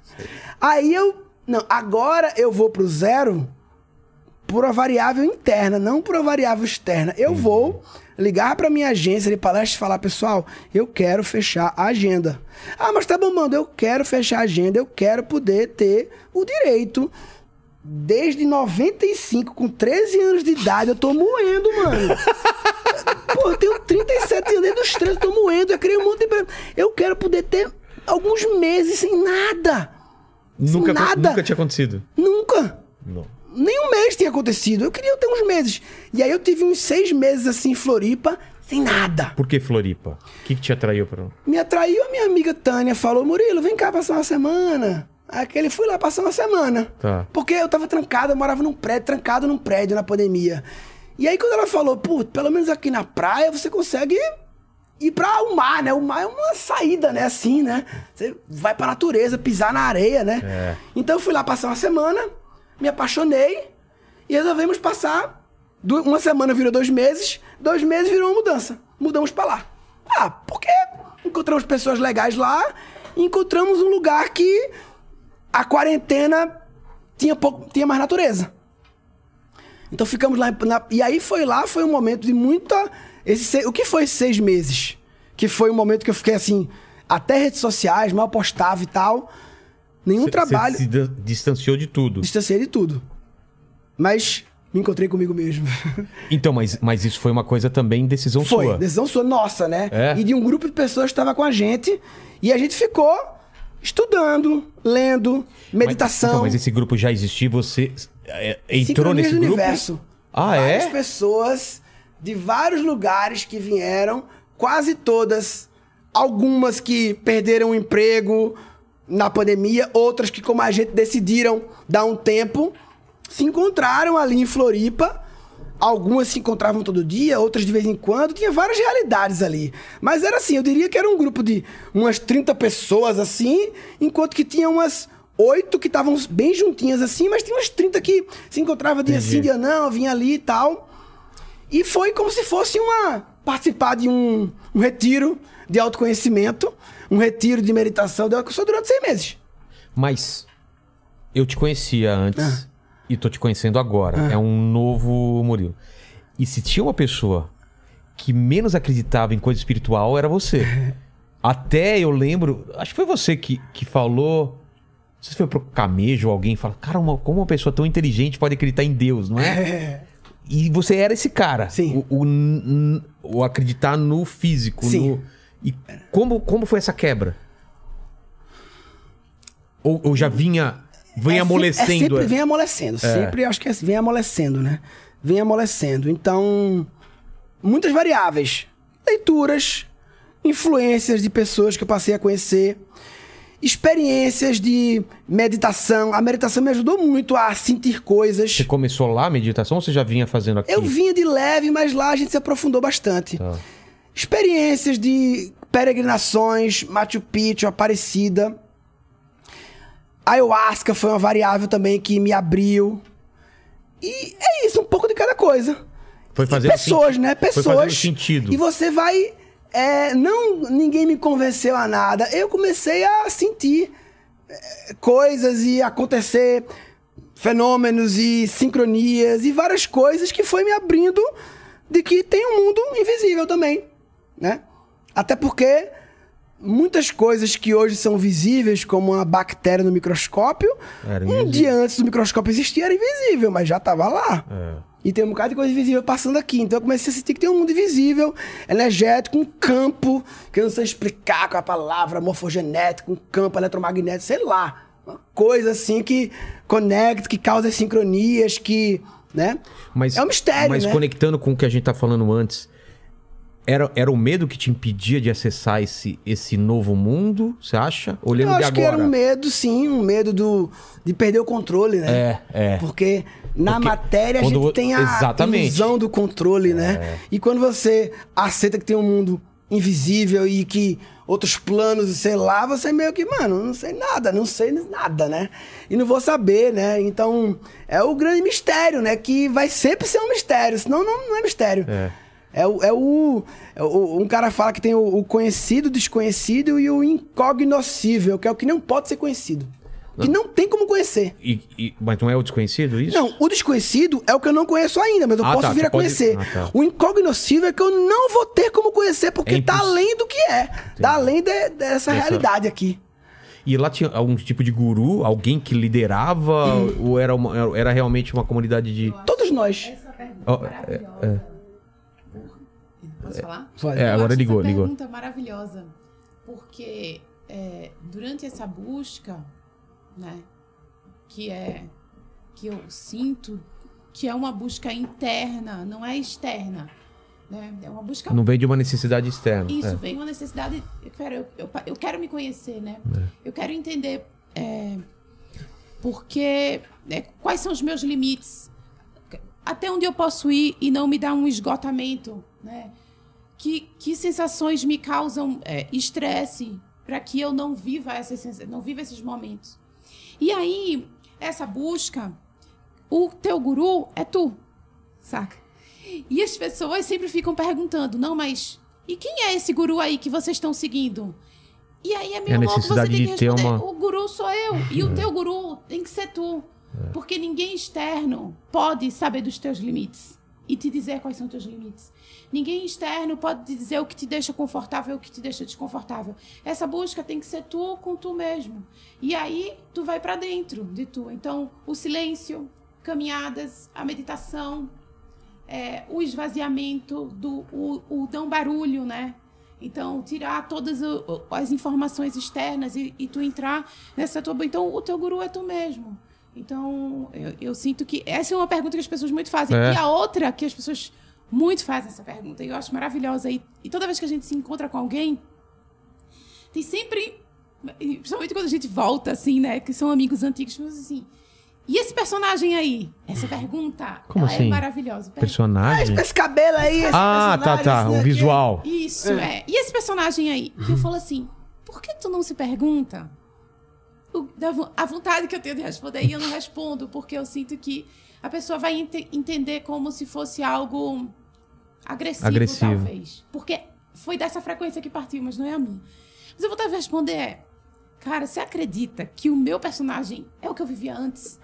S4: Aí não, agora eu vou pro zero por uma variável interna, não por uma variável externa. Eu vou... ligar pra minha agência de palestra e falar, pessoal, eu quero fechar a agenda. Ah, mas tá bom, mano, eu quero fechar a agenda, eu quero poder ter o direito. Desde 95, com 13 anos de idade, eu tô moendo, mano. Pô, eu tenho 37 anos, desde os 13 eu tô moendo, eu criei um monte de... Eu quero poder ter alguns meses sem nada.
S2: Nunca tinha acontecido?
S4: Nunca.
S2: Não.
S4: Nem um mês tinha acontecido. Eu queria ter uns meses. E aí eu tive uns 6 meses assim em Floripa, sem nada.
S2: Por que Floripa? O que te atraiu pra...
S4: Me atraiu a minha amiga Tânia. Falou, Murilo, vem cá passar uma semana. Aí fui lá passar uma semana.
S2: Tá.
S4: Porque eu tava trancado, eu morava trancado num prédio na pandemia. E aí quando ela falou, pô, pelo menos aqui na praia você consegue ir pra o mar, né? O mar é uma saída, né? Assim, né? Você vai pra natureza, pisar na areia, né? Então eu fui lá passar uma semana... Me apaixonei e resolvemos passar. Uma semana virou 2 meses, 2 meses virou uma mudança. Mudamos pra lá. Ah, porque encontramos pessoas legais lá e encontramos um lugar que a quarentena tinha mais natureza. Então ficamos lá. E aí foi um momento de muita... O que foi 6 meses? Que foi um momento que eu fiquei assim, até redes sociais, mal postava e tal... Nenhum trabalho...
S2: Você se distanciou de tudo.
S4: Distanciei de tudo. Mas me encontrei comigo mesmo.
S2: Então, mas isso foi uma coisa também, decisão sua.
S4: Foi, decisão sua, nossa, né? E de um grupo de pessoas que estava com a gente. E a gente ficou estudando, lendo, meditação.
S2: Mas esse grupo já existia, você entrou nesse grupo?
S4: Universo. Várias pessoas de vários lugares que vieram, quase todas. Algumas que perderam o emprego... na pandemia, outras que, como a gente, decidiram dar um tempo, se encontraram ali em Floripa Algumas se encontravam todo dia, outras de vez em quando. Tinha várias realidades ali. Mas era assim, eu diria que era um grupo de umas 30 pessoas assim, enquanto que tinha umas 8 que estavam bem juntinhas assim, mas tinha umas 30 que se encontravam dia sim, dia não, vinha ali e tal. E foi como se fosse participar de um retiro de autoconhecimento, um retiro de meditação de autoconhecimento durante 6 meses.
S2: Mas eu te conhecia antes e tô te conhecendo agora. É um novo Murilo. E se tinha uma pessoa que menos acreditava em coisa espiritual, era você. Até eu lembro, acho que foi você que falou... Não sei se foi pro Camejo ou alguém fala, cara, como uma pessoa tão inteligente pode acreditar em Deus, não é? E você era esse cara.
S4: Sim.
S2: O acreditar no físico.
S4: Sim.
S2: E como foi essa quebra? Ou já vem amolecendo?
S4: Sempre vem amolecendo. Sempre acho que vem amolecendo, né? Vem amolecendo. Então, muitas variáveis. Leituras, influências de pessoas que eu passei a conhecer, experiências de meditação. A meditação me ajudou muito a sentir coisas.
S2: Você começou lá a meditação ou você já vinha fazendo aqui?
S4: Eu vinha de leve, mas lá a gente se aprofundou bastante. Tá. Experiências de peregrinações, Machu Picchu, Aparecida. Ayahuasca foi uma variável também que me abriu. E é isso, um pouco de cada coisa.
S2: Foi fazendo
S4: pessoas, né? Pessoas.
S2: Foi fazendo sentido.
S4: E você vai... ninguém me convenceu a nada. Eu comecei a sentir coisas e acontecer fenômenos e sincronias e várias coisas que foi me abrindo de que tem um mundo invisível também, né? Até porque muitas coisas que hoje são visíveis, como uma bactéria no microscópio, dia antes do microscópio existir, era invisível, mas já estava lá. E tem um bocado de coisa invisível passando aqui. Então eu comecei a sentir que tem um mundo invisível, energético, um campo, que eu não sei explicar com a palavra, morfogenético, um campo eletromagnético, sei lá. Uma coisa assim que conecta, que causa sincronias, que... né? É um mistério,
S2: mas
S4: né?
S2: Conectando com o que a gente tá falando antes, era o medo que te impedia de acessar esse novo mundo, você acha? Olhando de agora.
S4: Eu acho que era um medo, sim. Um medo de perder o controle, né? Porque na matéria a gente tem a ilusão do controle, né? E quando você aceita que tem um mundo invisível e que outros planos, sei lá, você meio que, mano, não sei nada, né? E não vou saber, né? Então, é o grande mistério, né? Que vai sempre ser um mistério, senão não é mistério. Um cara fala que tem o conhecido, o desconhecido e o incognoscível, que é o que não pode ser conhecido. Que não tem como conhecer.
S2: Mas não é o desconhecido isso?
S4: Não, o desconhecido é o que eu não conheço ainda, mas eu posso vir a conhecer. O incognoscível é que eu não vou ter como conhecer, porque tá além do que é. Entendi. Tá além dessa realidade aqui.
S2: E lá tinha algum tipo de guru? Alguém que liderava? Ou era realmente uma comunidade de...
S4: Todos nós.
S5: Essa pergunta maravilhosa. Posso falar?
S2: Agora ligou.
S5: Essa pergunta maravilhosa. Porque durante essa busca, né, que eu sinto que é uma busca interna, não é externa, né? É uma busca...
S2: Não vem de uma necessidade externa.
S5: Isso, vem uma necessidade... Eu quero me conhecer, né? Eu quero entender porque... quais são os meus limites? Até onde eu posso ir e não me dar um esgotamento, né? Que sensações me causam estresse para que eu não viva esses momentos? E aí, essa busca, o teu guru é tu, saca? E as pessoas sempre ficam perguntando, não, mas e quem é esse guru aí que vocês estão seguindo? E aí é meio louco, você tem que responder, o guru sou eu, e o teu guru tem que ser tu. Porque ninguém externo pode saber dos teus limites e te dizer quais são os teus limites. Ninguém externo pode te dizer o que te deixa confortável e o que te deixa desconfortável. Essa busca tem que ser tu com tu mesmo. E aí, tu vai pra dentro de tu. Então, o silêncio, caminhadas, a meditação, o esvaziamento, o não barulho, né? Então, tirar todas as informações externas e tu entrar nessa tua... Então, o teu guru é tu mesmo. Então, eu sinto que... Essa é uma pergunta que as pessoas muito fazem. E a outra que as pessoas... muito fazem essa pergunta, e eu acho maravilhosa. E toda vez que a gente se encontra com alguém, tem sempre, principalmente quando a gente volta, assim, né, que são amigos antigos, mas assim, E esse personagem aí? Essa pergunta
S2: Como
S5: ela
S2: assim?
S5: é maravilhosa.
S2: Personagem?
S4: Esse cabelo aí, esse personagem,
S2: tá.
S4: esse
S2: O
S4: daqui.
S2: visual.
S5: Isso, E esse personagem aí? E eu falo assim, por que tu não se pergunta? A vontade que eu tenho de responder, e eu não respondo, porque eu sinto que a pessoa vai entender como se fosse algo agressivo, talvez. Porque foi dessa frequência que partiu, mas não é a minha. Mas a vontade de responder é, cara, você acredita que o meu personagem é o que eu vivia antes?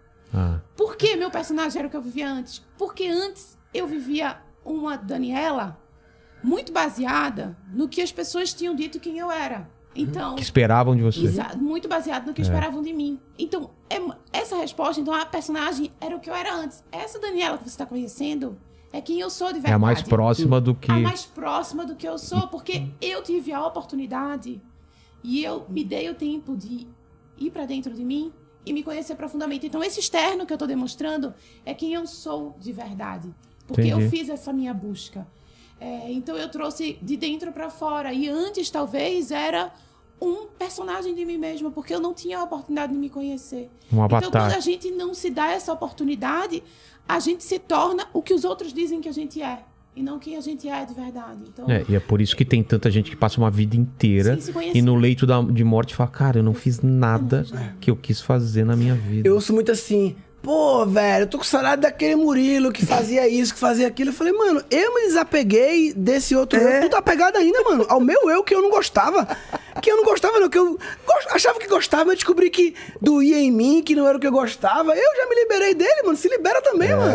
S5: Por que meu personagem era o que eu vivia antes? Porque antes eu vivia uma Daniela muito baseada no que as pessoas tinham dito quem eu era. Então,
S2: Que esperavam de você.
S5: muito baseado no que esperavam de mim. Então, essa resposta, então a personagem era o que eu era antes. Essa Daniela que você está conhecendo é quem eu sou de verdade.
S2: É a mais próxima do que...
S5: A mais próxima do que eu sou, porque eu tive a oportunidade e eu me dei o tempo de ir para dentro de mim e me conhecer profundamente. Então, esse externo que eu estou demonstrando é quem eu sou de verdade. Porque
S2: Entendi.
S5: eu fiz essa minha busca. Então, eu trouxe de dentro para fora. E antes, talvez, era um personagem de mim mesma, porque eu não tinha a oportunidade de me conhecer.
S2: Um avatar.
S5: Então, quando a gente não se dá essa oportunidade, a gente se torna o que os outros dizem que a gente é. E não quem a gente é de verdade. Então,
S2: E é por isso que tem tanta gente que passa uma vida inteira
S5: Sim, se conhece.
S2: e no leito de morte fala, cara, eu não fiz nada que eu quis fazer na minha vida.
S4: Eu ouço muito assim, pô, velho, eu tô com saudade daquele Murilo que fazia isso, que fazia aquilo. Eu falei, mano, eu me desapeguei desse outro eu. Tu tá apegado ainda, mano, ao meu eu que eu não gostava. Que eu não gostava, não, que eu achava que gostava, mas descobri que doía em mim, que não era o que eu gostava. Eu já me liberei dele, mano. Se libera também, mano.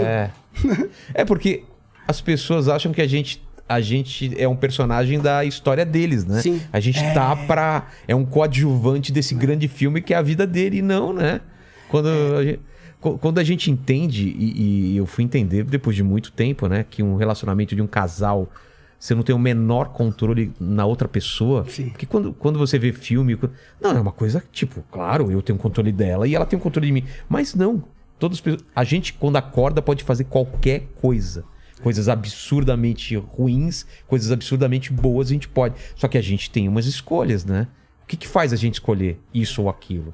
S2: É porque as pessoas acham que a gente é um personagem da história deles, né?
S4: Sim.
S2: A gente tá pra... É um coadjuvante desse grande filme que é a vida dele, e não, né? Quando a gente entende, e eu fui entender depois de muito tempo, né? Que um relacionamento de um casal, você não tem o menor controle na outra pessoa.
S4: Sim.
S2: Porque quando você vê filme... Não, é uma coisa, tipo, claro, eu tenho controle dela e ela tem o controle de mim. Mas não. A gente, quando acorda, pode fazer qualquer coisa. Coisas absurdamente ruins, coisas absurdamente boas, a gente pode. Só que a gente tem umas escolhas, né? O que faz a gente escolher isso ou aquilo?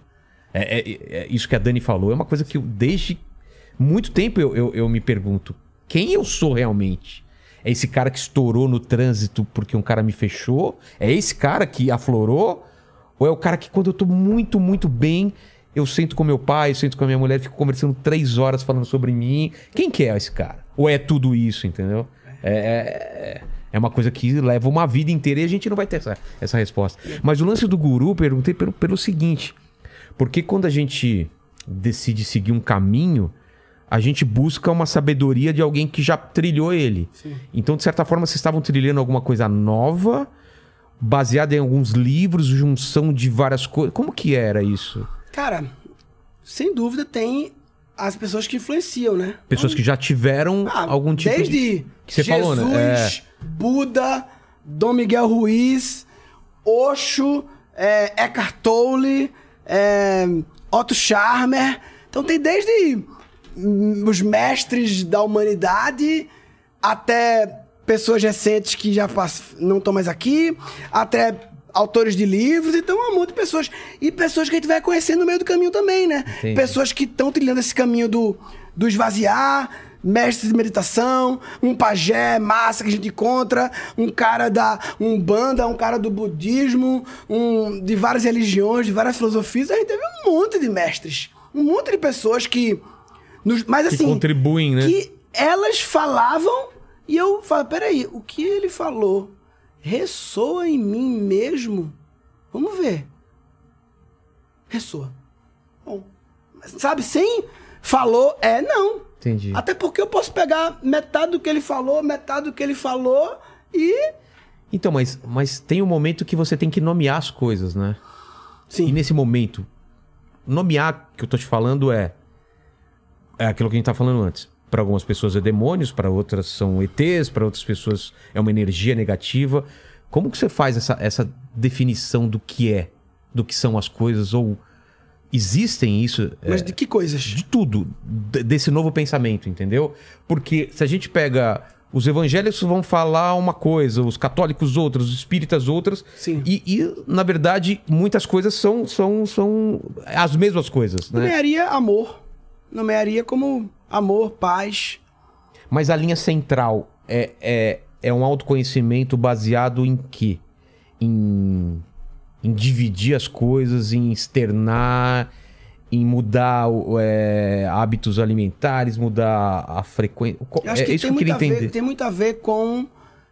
S2: Isso que a Dani falou é uma coisa que desde muito tempo eu me pergunto. Quem eu sou realmente? É esse cara que estourou no trânsito porque um cara me fechou? É esse cara que aflorou? Ou é o cara que quando eu tô muito, muito bem... Eu sento com meu pai, eu sento com a minha mulher, fico conversando 3 horas falando sobre mim. Quem que é esse cara? Ou é tudo isso, entendeu? É uma coisa que leva uma vida inteira e a gente não vai ter essa resposta. Mas o lance do guru, perguntei pelo seguinte. Porque quando a gente decide seguir um caminho, a gente busca uma sabedoria de alguém que já trilhou ele. Sim. Então, de certa forma, vocês estavam trilhando alguma coisa nova, baseada em alguns livros, junção de várias coisas. Como que era isso?
S4: Cara, sem dúvida tem as pessoas que influenciam, né?
S2: Pessoas que já tiveram algum tipo
S4: desde
S2: que você
S4: Jesus,
S2: falou, né?
S4: Buda, Dom Miguel Ruiz, Osho, Eckhart Tolle, Otto Scharmer. Então tem desde os mestres da humanidade até pessoas recentes que já não estão mais aqui, até autores de livros, então um monte de pessoas. E pessoas que a gente vai conhecendo no meio do caminho também, né?
S2: Entendi.
S4: Pessoas que estão trilhando esse caminho do esvaziar, mestres de meditação, um pajé massa que a gente encontra, um cara da Umbanda, um cara do budismo, de várias religiões, de várias filosofias. A gente teve um monte de mestres, um monte de pessoas que
S2: contribuem, né?
S4: Que elas falavam e eu falo, peraí, o que ele falou ressoa em mim mesmo? Vamos ver. Ressoa. Bom, sabe, sem falou, não.
S2: Entendi.
S4: Até porque eu posso pegar metade do que ele falou, metade do que ele falou e...
S2: Então, mas tem um momento que você tem que nomear as coisas, né?
S4: Sim.
S2: E nesse momento, nomear, que eu tô te falando é aquilo que a gente tá falando antes. Para algumas pessoas é demônios, para outras são ETs, para outras pessoas é uma energia negativa. Como que você faz essa definição do que são as coisas? Ou existem isso?
S4: Mas de que coisas?
S2: De tudo, desse novo pensamento, entendeu? Porque se a gente pega... Os evangélicos vão falar uma coisa, os católicos outras, os espíritas outras.
S4: Sim.
S2: E na verdade, muitas coisas são as mesmas coisas, né?
S4: Engenharia, amor. nomearia como amor, paz.
S2: Mas a linha central é um autoconhecimento baseado em quê? Em dividir as coisas, em externar, em mudar hábitos alimentares, mudar a frequência.
S4: Eu acho que
S2: isso que eu queria entender.
S4: Tem muito a ver com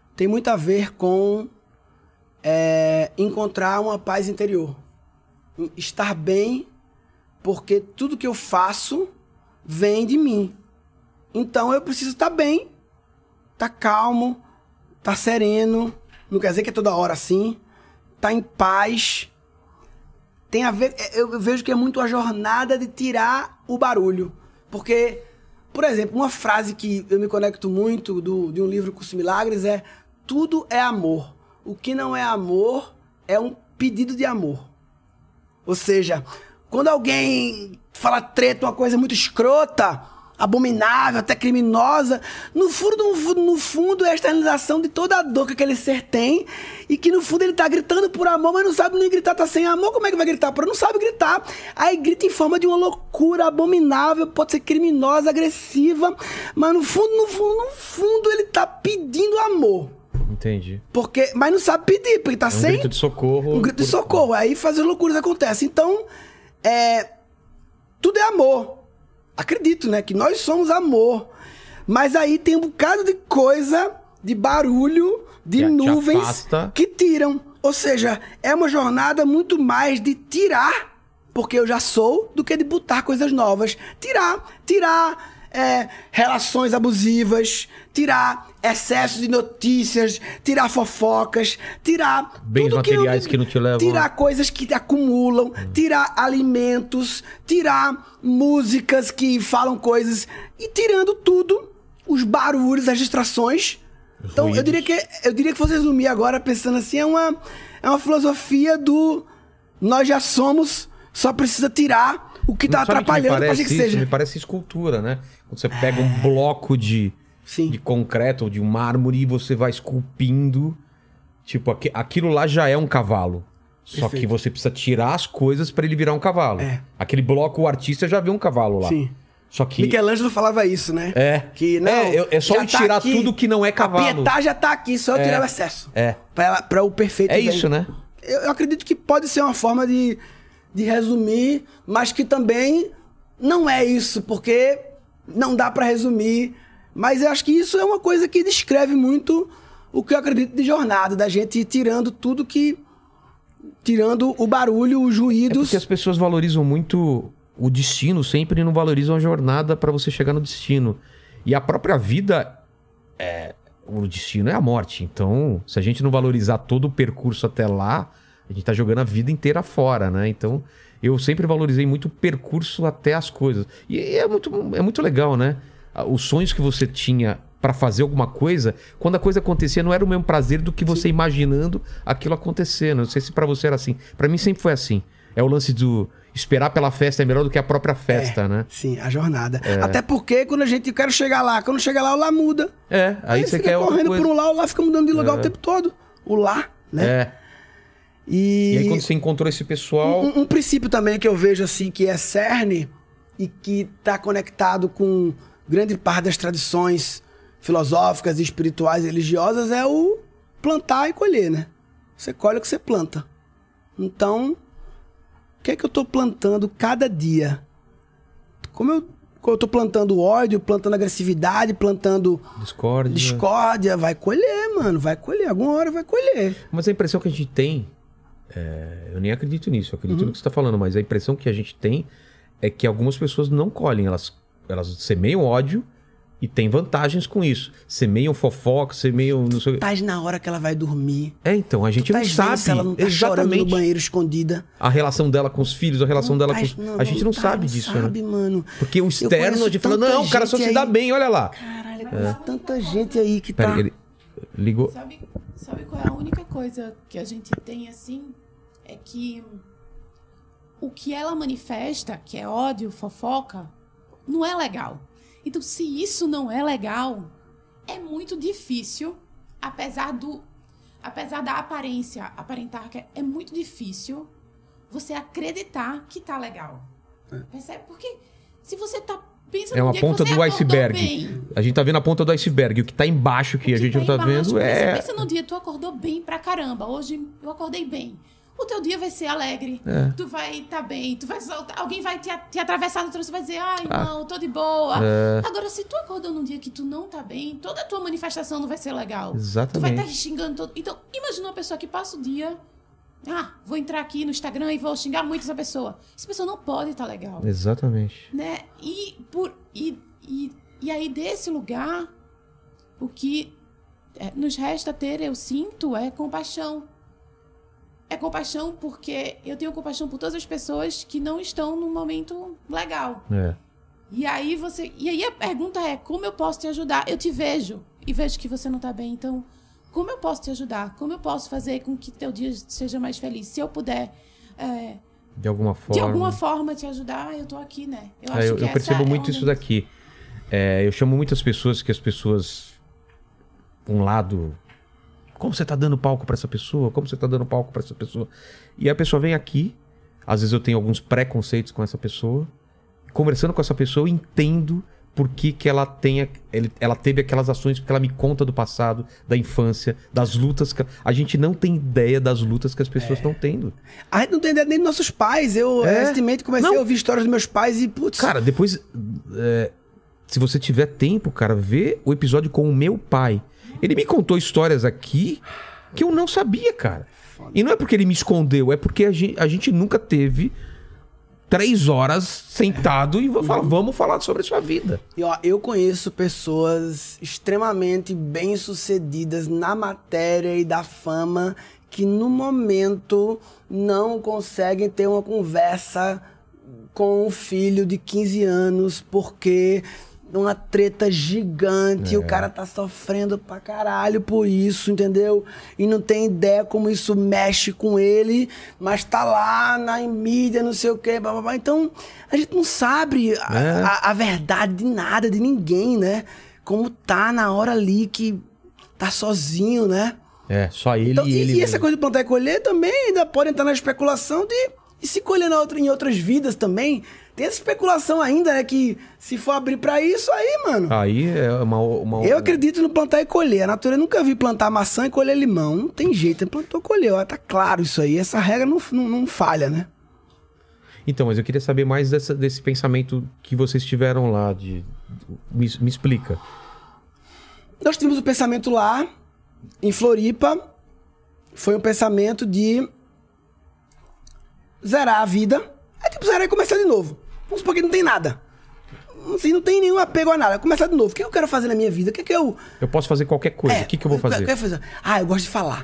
S4: encontrar uma paz interior. Estar bem, porque tudo que eu faço vem de mim. Então eu preciso estar bem, estar calmo, estar sereno. Não quer dizer que é toda hora assim. Estar em paz. Tem a ver... Eu vejo que é muito a jornada de tirar o barulho. Porque, por exemplo, uma frase que eu me conecto muito de um livro Curso de Milagres é: tudo é amor. O que não é amor é um pedido de amor. Ou seja, quando alguém fala treta, uma coisa muito escrota, abominável, até criminosa, no fundo é a externalização de toda a dor que aquele ser tem, e que no fundo ele tá gritando por amor, mas não sabe nem gritar, tá sem amor. Como é que vai gritar? Não sabe gritar. Aí grita em forma de uma loucura abominável, pode ser criminosa, agressiva, mas no fundo ele tá pedindo amor.
S2: Entendi.
S4: Mas não sabe pedir, porque tá sem...
S2: Um grito de socorro.
S4: Um grito de socorro. Aí faz as loucuras acontecem. Então, tudo é amor. Acredito, né? Que nós somos amor. Mas aí tem um bocado de coisa, de barulho, de nuvens que tiram. Ou seja, é uma jornada muito mais de tirar, porque eu já sou, do que de botar coisas novas. Tirar relações abusivas, tirar excesso de notícias, tirar fofocas, tirar
S2: bens
S4: tudo
S2: materiais que não te levam,
S4: tirar coisas que te acumulam, tirar alimentos, tirar músicas que falam coisas, e tirando tudo, os barulhos, as distrações. Então eu diria que você resumir agora pensando assim, é uma filosofia do nós já somos, só precisa tirar o que tá atrapalhando pra gente que seja.
S2: Me parece escultura, né? Quando você pega um bloco de concreto ou de mármore e você vai esculpindo. Tipo, aquilo lá já é um cavalo. Só que você precisa tirar as coisas pra ele virar um cavalo. Aquele bloco, o artista já vê um cavalo lá.
S4: Sim.
S2: Só que...
S4: Michelangelo falava isso, né? Que não,
S2: é só eu tirar aqui, tudo que não é cavalo.
S4: A Pietà já tá aqui, só eu tirar o excesso. Pra o perfeito.
S2: Isso, né?
S4: Eu acredito que pode ser uma forma de resumir, mas que também não é isso, porque não dá pra resumir. Mas eu acho que isso é uma coisa que descreve muito o que eu acredito de jornada, da gente tirando tudo que... Tirando o barulho, os ruídos.
S2: Porque as pessoas valorizam muito o destino, sempre não valorizam a jornada pra você chegar no destino. E a própria vida, o destino é a morte. Então, se a gente não valorizar todo o percurso até lá, a gente tá jogando a vida inteira fora, né? Então, eu sempre valorizei muito o percurso até as coisas. E é muito legal, né? Os sonhos que você tinha pra fazer alguma coisa, quando a coisa acontecia, não era o mesmo prazer do que você imaginando aquilo acontecer. Não sei se pra você era assim. Pra mim sempre foi assim. É o lance do esperar pela festa é melhor do que a própria festa, né?
S4: Sim, a jornada. Até porque quando eu quero chegar lá, quando chega lá, o lá muda.
S2: Aí você quer outra
S4: correndo
S2: coisa.
S4: por um lá, o lá fica mudando de lugar o tempo todo. O lá, né? E
S2: aí quando você encontrou esse pessoal...
S4: Um princípio também que eu vejo assim, que é cerne e que tá conectado com grande parte das tradições filosóficas, espirituais e religiosas, é o plantar e colher, né? Você colhe o que você planta. Então, o que é que eu tô plantando cada dia? Como eu tô plantando ódio, plantando agressividade, plantando discórdia, vai colher, mano, vai colher. Alguma hora vai colher.
S2: Mas a impressão que a gente tem, eu nem acredito nisso, eu acredito no que você tá falando, mas a impressão que a gente tem é que algumas pessoas não colhem, elas semeiam ódio e tem vantagens com isso. Semeiam fofoca, semeiam... Não sei...
S4: Mas na hora que ela vai dormir...
S2: então, a gente não sabe.
S4: Se ela não tá chorando no banheiro escondida.
S2: A relação dela com os filhos, a relação dela com... A gente não sabe disso, né?
S4: Mano.
S2: Porque o externo, a gente fala, não, o cara só se dá bem, olha lá.
S4: Caralho, tanta gente aí que tá...
S2: Ele ligou...
S5: Sabe qual é a única coisa que a gente tem, assim? É que o que ela manifesta, que é ódio, fofoca, não é legal. Então, se isso não é legal, é muito difícil, apesar da aparência, aparentar que é muito difícil você acreditar que tá legal. Percebe? Porque se você tá Pensa
S2: É
S5: no
S2: uma
S5: dia que
S2: ponta
S5: você
S2: do
S5: acordou
S2: iceberg.
S5: bem.
S2: A gente tá vendo a ponta do iceberg. O que tá embaixo que a gente não tá vendo é...
S5: Pensa no dia que tu acordou bem pra caramba. Hoje eu acordei bem. O teu dia vai ser alegre. Tu vai estar bem. Tu vai soltar, alguém vai te atravessar no trânsito e vai dizer, ai, não, tô de boa. Agora, se tu acordou num dia que tu não tá bem, toda a tua manifestação não vai ser legal.
S2: Exatamente.
S5: Tu vai estar xingando todo. Então, imagina uma pessoa que passa o dia... vou entrar aqui no Instagram e vou xingar muito essa pessoa. Essa pessoa não pode estar legal.
S2: Exatamente.
S5: Né? E aí, desse lugar, o que nos resta ter, eu sinto, é compaixão. É compaixão porque eu tenho compaixão por todas as pessoas que não estão num momento legal. E aí a pergunta é, como eu posso te ajudar? Eu te vejo e vejo que você não está bem, então... Como eu posso te ajudar? Como eu posso fazer com que teu dia seja mais feliz? Se eu puder...
S2: de alguma forma.
S5: De alguma forma te ajudar, eu tô aqui, né?
S2: Eu percebo muito isso daqui. Eu chamo muitas pessoas que as pessoas... Um lado... Como você tá dando palco pra essa pessoa? Como você tá dando palco pra essa pessoa? E a pessoa vem aqui. Às vezes eu tenho alguns preconceitos com essa pessoa. Conversando com essa pessoa, eu entendo... Por que ela teve aquelas ações, porque ela me conta do passado, da infância, das lutas. A gente não tem ideia das lutas que as pessoas estão tendo.
S4: A gente não tem ideia nem dos nossos pais. Eu recentemente comecei a ouvir histórias dos meus pais e, putz...
S2: Cara, depois, se você tiver tempo, cara, vê o episódio com o meu pai. Ele me contou histórias aqui que eu não sabia, cara. E não é porque ele me escondeu, é porque a gente nunca teve... 3 horas sentado e vamos falar sobre a sua vida.
S4: E ó, eu conheço pessoas extremamente bem-sucedidas na matéria e da fama que no momento não conseguem ter uma conversa com um filho de 15 anos porque uma treta gigante, o cara tá sofrendo pra caralho por isso, entendeu? E não tem ideia como isso mexe com ele, mas tá lá na mídia, não sei o quê, blá, blá, blá. Então, a gente não sabe a verdade de nada, de ninguém, né? Como tá na hora ali que tá sozinho, né?
S2: Só ele
S4: então,
S2: e ele.
S4: E essa coisa de plantar e colher também ainda pode entrar na especulação de se colher em outras vidas também. Tem essa especulação ainda, né? Que se for abrir pra isso, aí, mano...
S2: Aí é uma...
S4: Eu acredito no plantar e colher. A natureza nunca vi plantar maçã e colher limão. Não tem jeito. Plantou, colheu. Tá claro isso aí. Essa regra não falha, né?
S2: Então, mas eu queria saber mais desse pensamento que vocês tiveram lá. Me explica.
S4: Nós tivemos um pensamento lá, em Floripa. Foi um pensamento de zerar a vida. É tipo zerar e começar de novo. Vamos supor que não tem nada. Assim, não tem nenhum apego a nada. Começar de novo. O que eu quero fazer na minha vida? O que eu...
S2: Eu posso fazer qualquer coisa. O que eu vou fazer?
S4: Eu gosto de falar.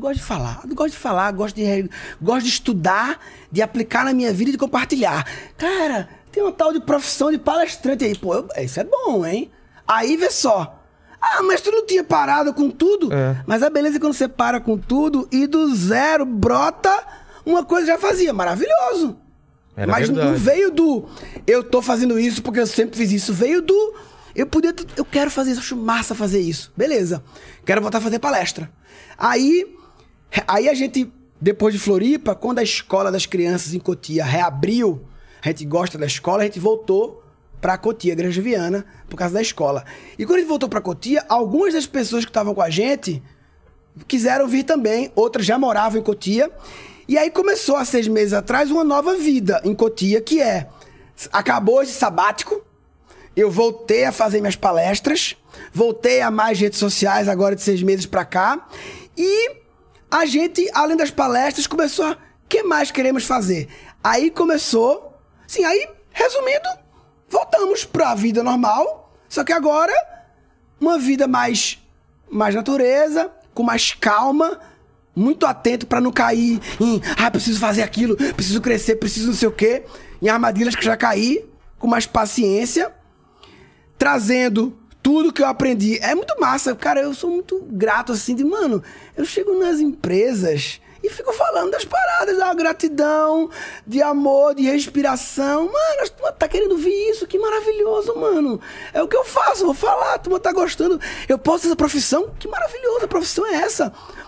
S4: Gosto de estudar, de aplicar na minha vida e de compartilhar. Cara, tem uma tal de profissão de palestrante aí. Pô, isso é bom, hein? Aí, vê só. Mas tu não tinha parado com tudo? Mas a beleza é quando você para com tudo e do zero brota uma coisa que já fazia. Maravilhoso. Mas não veio do... Eu tô fazendo isso porque eu sempre fiz isso. Veio do... Eu quero fazer isso. Acho massa fazer isso. Beleza. Quero voltar a fazer palestra. Aí a gente, depois de Floripa, quando a escola das crianças em Cotia reabriu, a gente gosta da escola, a gente voltou pra Cotia, Granja Viana, por causa da escola. E quando a gente voltou pra Cotia, algumas das pessoas que estavam com a gente quiseram vir também. Outras já moravam em Cotia. E aí começou, há 6 meses atrás, uma nova vida em Cotia, que acabou esse sabático, eu voltei a fazer minhas palestras, voltei a mais redes sociais agora de 6 meses pra cá, e a gente, além das palestras, começou a... O que mais queremos fazer? Aí começou... Sim, aí, resumindo, voltamos pra vida normal, só que agora, uma vida mais natureza, com mais calma, muito atento pra não cair em... preciso fazer aquilo, preciso crescer, preciso não sei o quê. Em armadilhas que já caí, com mais paciência. Trazendo tudo que eu aprendi. É muito massa. Cara, eu sou muito grato, assim, mano, eu chego nas empresas e fico falando das paradas, da gratidão, de amor, de respiração. Mano, a turma tá querendo ouvir isso, que maravilhoso, mano. É o que eu faço, vou falar, a turma tá gostando. Eu posso essa profissão, que maravilhoso, a profissão é essa.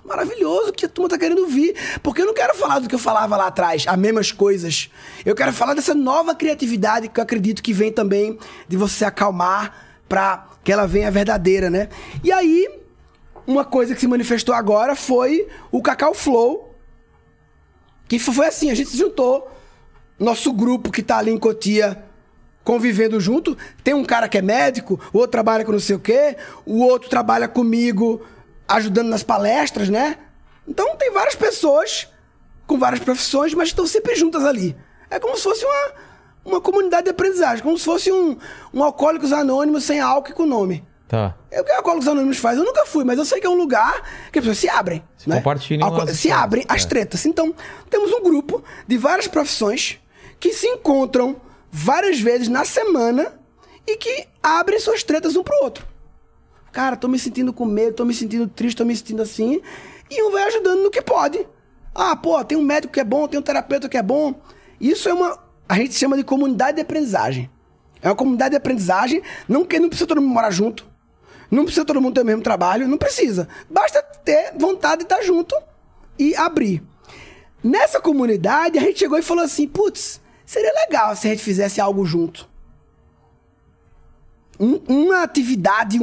S4: maravilhoso que a turma tá querendo ouvir. Porque eu não quero falar do que eu falava lá atrás, as mesmas coisas. Eu quero falar dessa nova criatividade que eu acredito que vem também de você acalmar pra que ela venha verdadeira, né? E aí, uma coisa que se manifestou agora foi o Cacau Flow. Que foi assim, a gente se juntou, nosso grupo que tá ali em Cotia, convivendo junto. Tem um cara que é médico, o outro trabalha com não sei o quê, o outro trabalha comigo ajudando nas palestras, né? Então tem várias pessoas com várias profissões, mas estão sempre juntas ali. É como se fosse uma comunidade de aprendizagem, como se fosse um Alcoólicos Anônimos sem álcool e com nome.
S2: Tá.
S4: É o que Alcoólicos Anônimos faz. Eu nunca fui, mas eu sei que é um lugar que as pessoas se abrem. Né?
S2: Compartilham
S4: se abrem as tretas. Então, temos um grupo de várias profissões que se encontram várias vezes na semana e que abrem suas tretas um pro outro. Cara, tô me sentindo com medo, tô me sentindo triste, tô me sentindo assim. E um vai ajudando no que pode. Ah, pô, tem um médico que é bom, tem um terapeuta que é bom. Isso é a gente chama de comunidade de aprendizagem. É uma comunidade de aprendizagem, não precisa todo mundo morar junto. Não precisa todo mundo ter o mesmo trabalho, não precisa. Basta ter vontade de estar junto e abrir. Nessa comunidade, a gente chegou e falou assim, putz, seria legal se a gente fizesse algo junto. Uma atividade,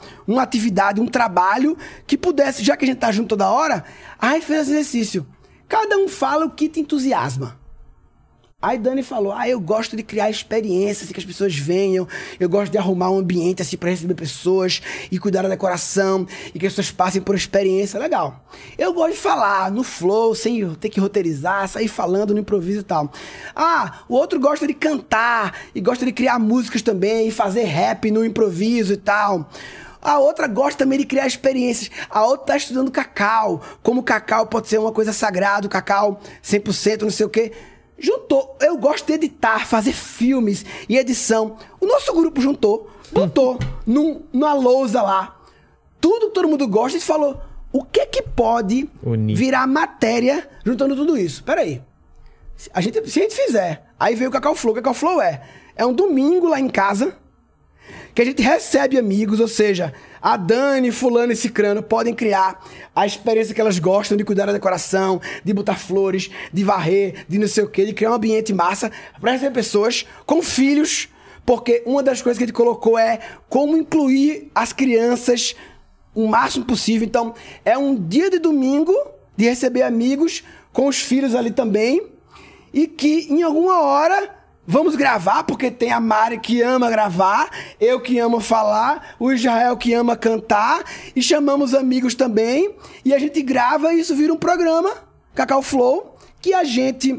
S4: um trabalho que pudesse, já que a gente tá junto toda hora, a gente fez esse exercício. Cada um fala o que te entusiasma. Aí Dani falou, eu gosto de criar experiências, assim, que as pessoas venham, eu gosto de arrumar um ambiente assim para receber pessoas e cuidar da decoração e que as pessoas passem por experiência, legal. Eu gosto de falar no flow, sem ter que roteirizar, sair falando no improviso e tal. O outro gosta de cantar e gosta de criar músicas também e fazer rap no improviso e tal. A outra gosta também de criar experiências. A outra tá estudando cacau, como o cacau pode ser uma coisa sagrada, o cacau 100%, não sei o quê. Juntou. Eu gosto de editar, fazer filmes e edição. O nosso grupo botou numa lousa lá. Tudo que todo mundo gosta e falou, o que pode virar matéria juntando tudo isso? Peraí. Se a gente fizer, aí veio o Cacau Flow. O Cacau Flow é um domingo lá em casa que a gente recebe amigos, ou seja, a Dani, fulano e cicrano podem criar a experiência que elas gostam de cuidar da decoração, de botar flores, de varrer, de não sei o quê, de criar um ambiente massa para receber pessoas com filhos, porque uma das coisas que a gente colocou é como incluir as crianças o máximo possível. Então, é um dia de domingo de receber amigos com os filhos ali também e que em alguma hora vamos gravar, porque tem a Mari que ama gravar, eu que amo falar, o Israel que ama cantar, e chamamos amigos também, e a gente grava e isso vira um programa, Cacau Flow, que a gente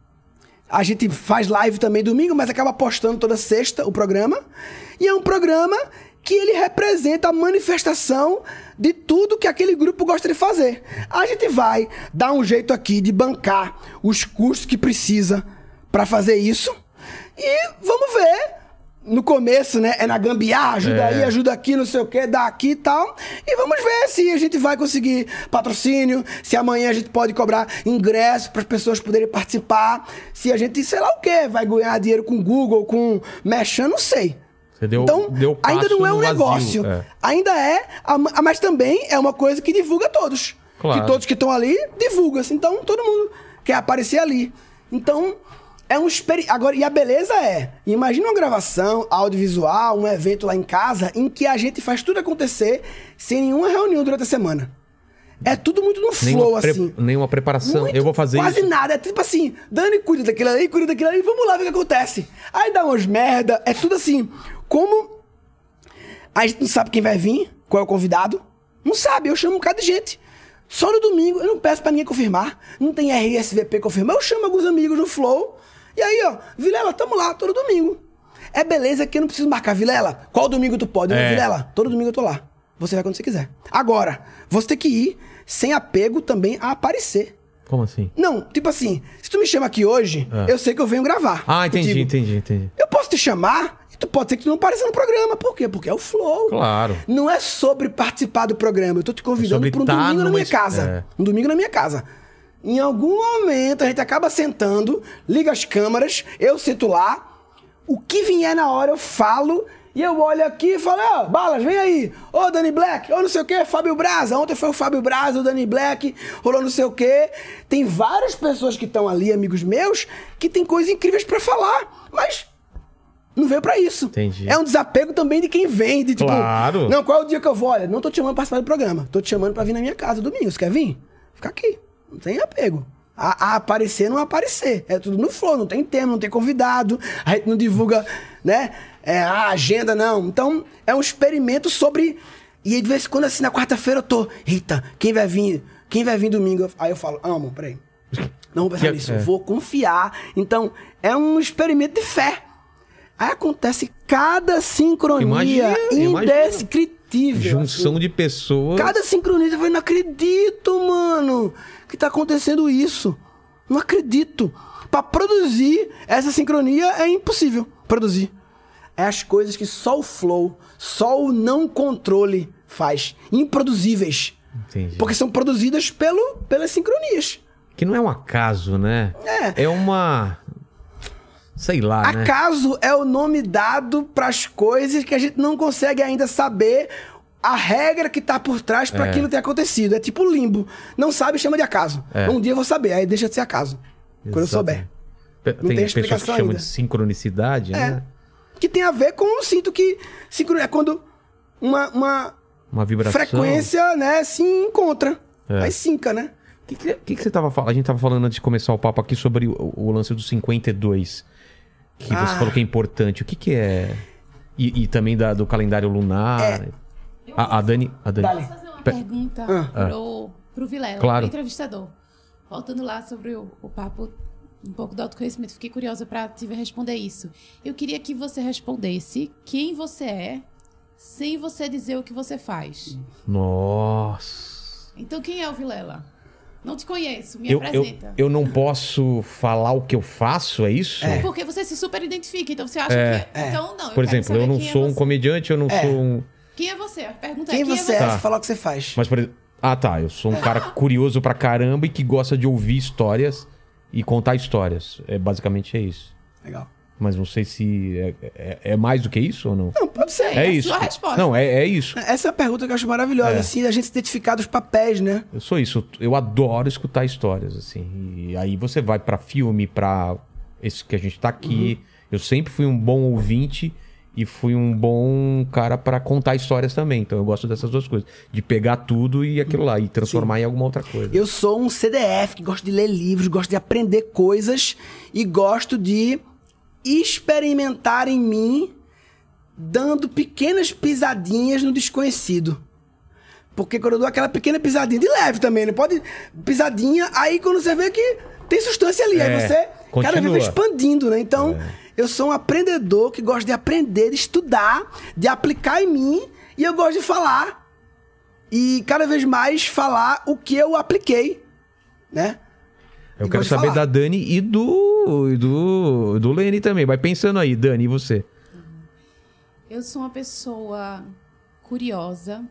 S4: faz live também domingo, mas acaba postando toda sexta o programa, e é um programa que ele representa a manifestação de tudo que aquele grupo gosta de fazer. A gente vai dar um jeito aqui de bancar os custos que precisa para fazer isso, e vamos ver. No começo, né? É na gambiarra, ajuda aí, ajuda aqui, não sei o que, dá aqui e tal. E vamos ver se a gente vai conseguir patrocínio, se amanhã a gente pode cobrar ingresso para as pessoas poderem participar, se a gente, sei lá o que, vai ganhar dinheiro com Google, com Merchan, não sei. Então, ainda não é um negócio. Ainda mas também é uma coisa que divulga todos. Claro. Que todos que estão ali divulgam. Então, todo mundo quer aparecer ali. Então, agora, e a beleza imagina uma gravação audiovisual, um evento lá em casa, em que a gente faz tudo acontecer sem nenhuma reunião durante a semana. É tudo muito no flow, assim.
S2: Nenhuma preparação. Eu vou fazer
S4: quase
S2: isso.
S4: Nada. É tipo assim, Dani cuida daquilo ali, vamos lá ver o que acontece. Aí dá umas merda, é tudo assim. Como a gente não sabe quem vai vir, qual é o convidado, não sabe, eu chamo um bocado de gente. Só no domingo, eu não peço pra ninguém confirmar, não tem RSVP confirmar, eu chamo alguns amigos no flow. E aí, Vilela, tamo lá, todo domingo. É beleza que eu não preciso marcar. Vilela, qual domingo tu pode? Vilela, todo domingo eu tô lá. Você vai quando você quiser. Agora, você tem que ir sem apego também a aparecer.
S2: Como assim?
S4: Não, tipo assim, se tu me chama aqui hoje, eu sei que eu venho gravar.
S2: Entendi.
S4: Eu posso te chamar e tu pode ser que tu não apareça no programa. Por quê? Porque é o flow.
S2: Claro.
S4: Não é sobre participar do programa. Eu tô te convidando pra um domingo na minha casa. Um domingo na minha casa. Em algum momento a gente acaba sentando, liga as câmeras, eu sento lá, o que vier na hora eu falo E eu olho aqui e falo, ó, Balas, vem aí. Ô, Dani Black, ô não sei o quê, Fábio Braza. Ontem foi o Fábio Braza, o Dani Black, rolou não sei o quê. Tem várias pessoas que estão ali, amigos meus, que tem coisas incríveis pra falar, mas não veio pra isso.
S2: Entendi.
S4: É um desapego também de quem vem, de tipo...
S2: Claro.
S4: Não, qual é o dia que eu vou? Olha, não tô te chamando pra participar do programa. Tô te chamando pra vir na minha casa domingo. Você quer vir? Fica aqui. Não tem apego. A aparecer, não aparecer. É tudo no flow, não tem tema, não tem convidado. A gente não divulga, né? A agenda, não. Então, é um experimento sobre... E aí, de vez em quando, assim, na quarta-feira eu tô... Eita, quem vai vir domingo? Aí eu falo, amo, peraí. Não vou pensar nisso, vou confiar. Então, é um experimento de fé. Aí acontece cada sincronia indescritível.
S2: Junção
S4: assim.
S2: de pessoas.
S4: Cada sincronia, eu falei, não acredito, mano, que tá acontecendo isso. Não acredito. Pra produzir essa sincronia é impossível produzir. É as coisas que só o flow, só o não controle faz. Improduzíveis.
S2: Entendi.
S4: Porque são produzidas pelas sincronias.
S2: Que não é um acaso, né? É uma... Sei lá, né?
S4: Acaso é o nome dado pras coisas que a gente não consegue ainda saber a regra que tá por trás pra aquilo ter acontecido. É tipo limbo. Não sabe, chama de acaso. Um dia eu vou saber, aí deixa de ser acaso. Quando eu souber. Não tem
S2: pessoas que
S4: explicação
S2: chamam
S4: ainda.
S2: de sincronicidade, né?
S4: Que tem a ver com, eu sinto que é quando uma
S2: vibração.
S4: frequência, né, se encontra. Aí sinca, né?
S2: O que você tava falando? A gente tava falando antes de começar o papo aqui sobre o lance do 52. Que você falou que é importante. O que é? E também do calendário lunar. A Dani.
S4: Dale.
S5: Posso fazer uma pergunta pro Vilela,
S2: Claro.
S5: o entrevistador? Voltando lá sobre o papo, um pouco do autoconhecimento, fiquei curiosa para te ver responder isso. Eu queria que você respondesse quem você é, sem você dizer o que você faz.
S2: Nossa.
S5: Então, quem é o Vilela? Não te conheço, me apresenta.
S2: Eu não posso falar o que eu faço, é isso?
S5: Porque você se super identifica, então você acha que... Então, não,
S2: Por exemplo, eu não sou um comediante, eu não sou um...
S5: Quem é você? A pergunta
S4: Quem
S5: é,
S4: você é? Você falar o que você faz.
S2: Mas, por exemplo... Ah, tá. Eu sou um cara curioso pra caramba e que gosta de ouvir histórias e contar histórias. Basicamente é isso.
S4: Legal.
S2: Mas não sei se é mais do que isso ou não.
S4: Não, pode ser.
S2: É isso.
S5: Sua resposta.
S2: Não, é isso.
S4: Essa é a pergunta que eu acho maravilhosa, assim, a gente se identificar dos papéis, né?
S2: Eu sou isso. Eu adoro escutar histórias, assim. E aí você vai pra filme, pra esse que a gente tá aqui. Eu sempre fui um bom ouvinte e fui um bom cara pra contar histórias também. Então eu gosto dessas duas coisas. De pegar tudo e aquilo lá e transformar em alguma outra coisa.
S4: Eu sou um CDF que gosto de ler livros, gosto de aprender coisas e gosto de experimentar em mim, dando pequenas pisadinhas no desconhecido. Porque quando eu dou aquela pequena pisadinha, de leve também, não pode pisadinha, aí quando você vê que tem substância ali, aí você cada vez vai expandindo, né? Então, eu sou um aprendedor que gosta de aprender, de estudar, de aplicar em mim, e eu gosto de falar. E cada vez mais falar o que eu apliquei, né?
S2: Eu quero saber da Dani e do Lene também. Vai pensando aí, Dani, e você?
S5: Eu sou uma pessoa curiosa,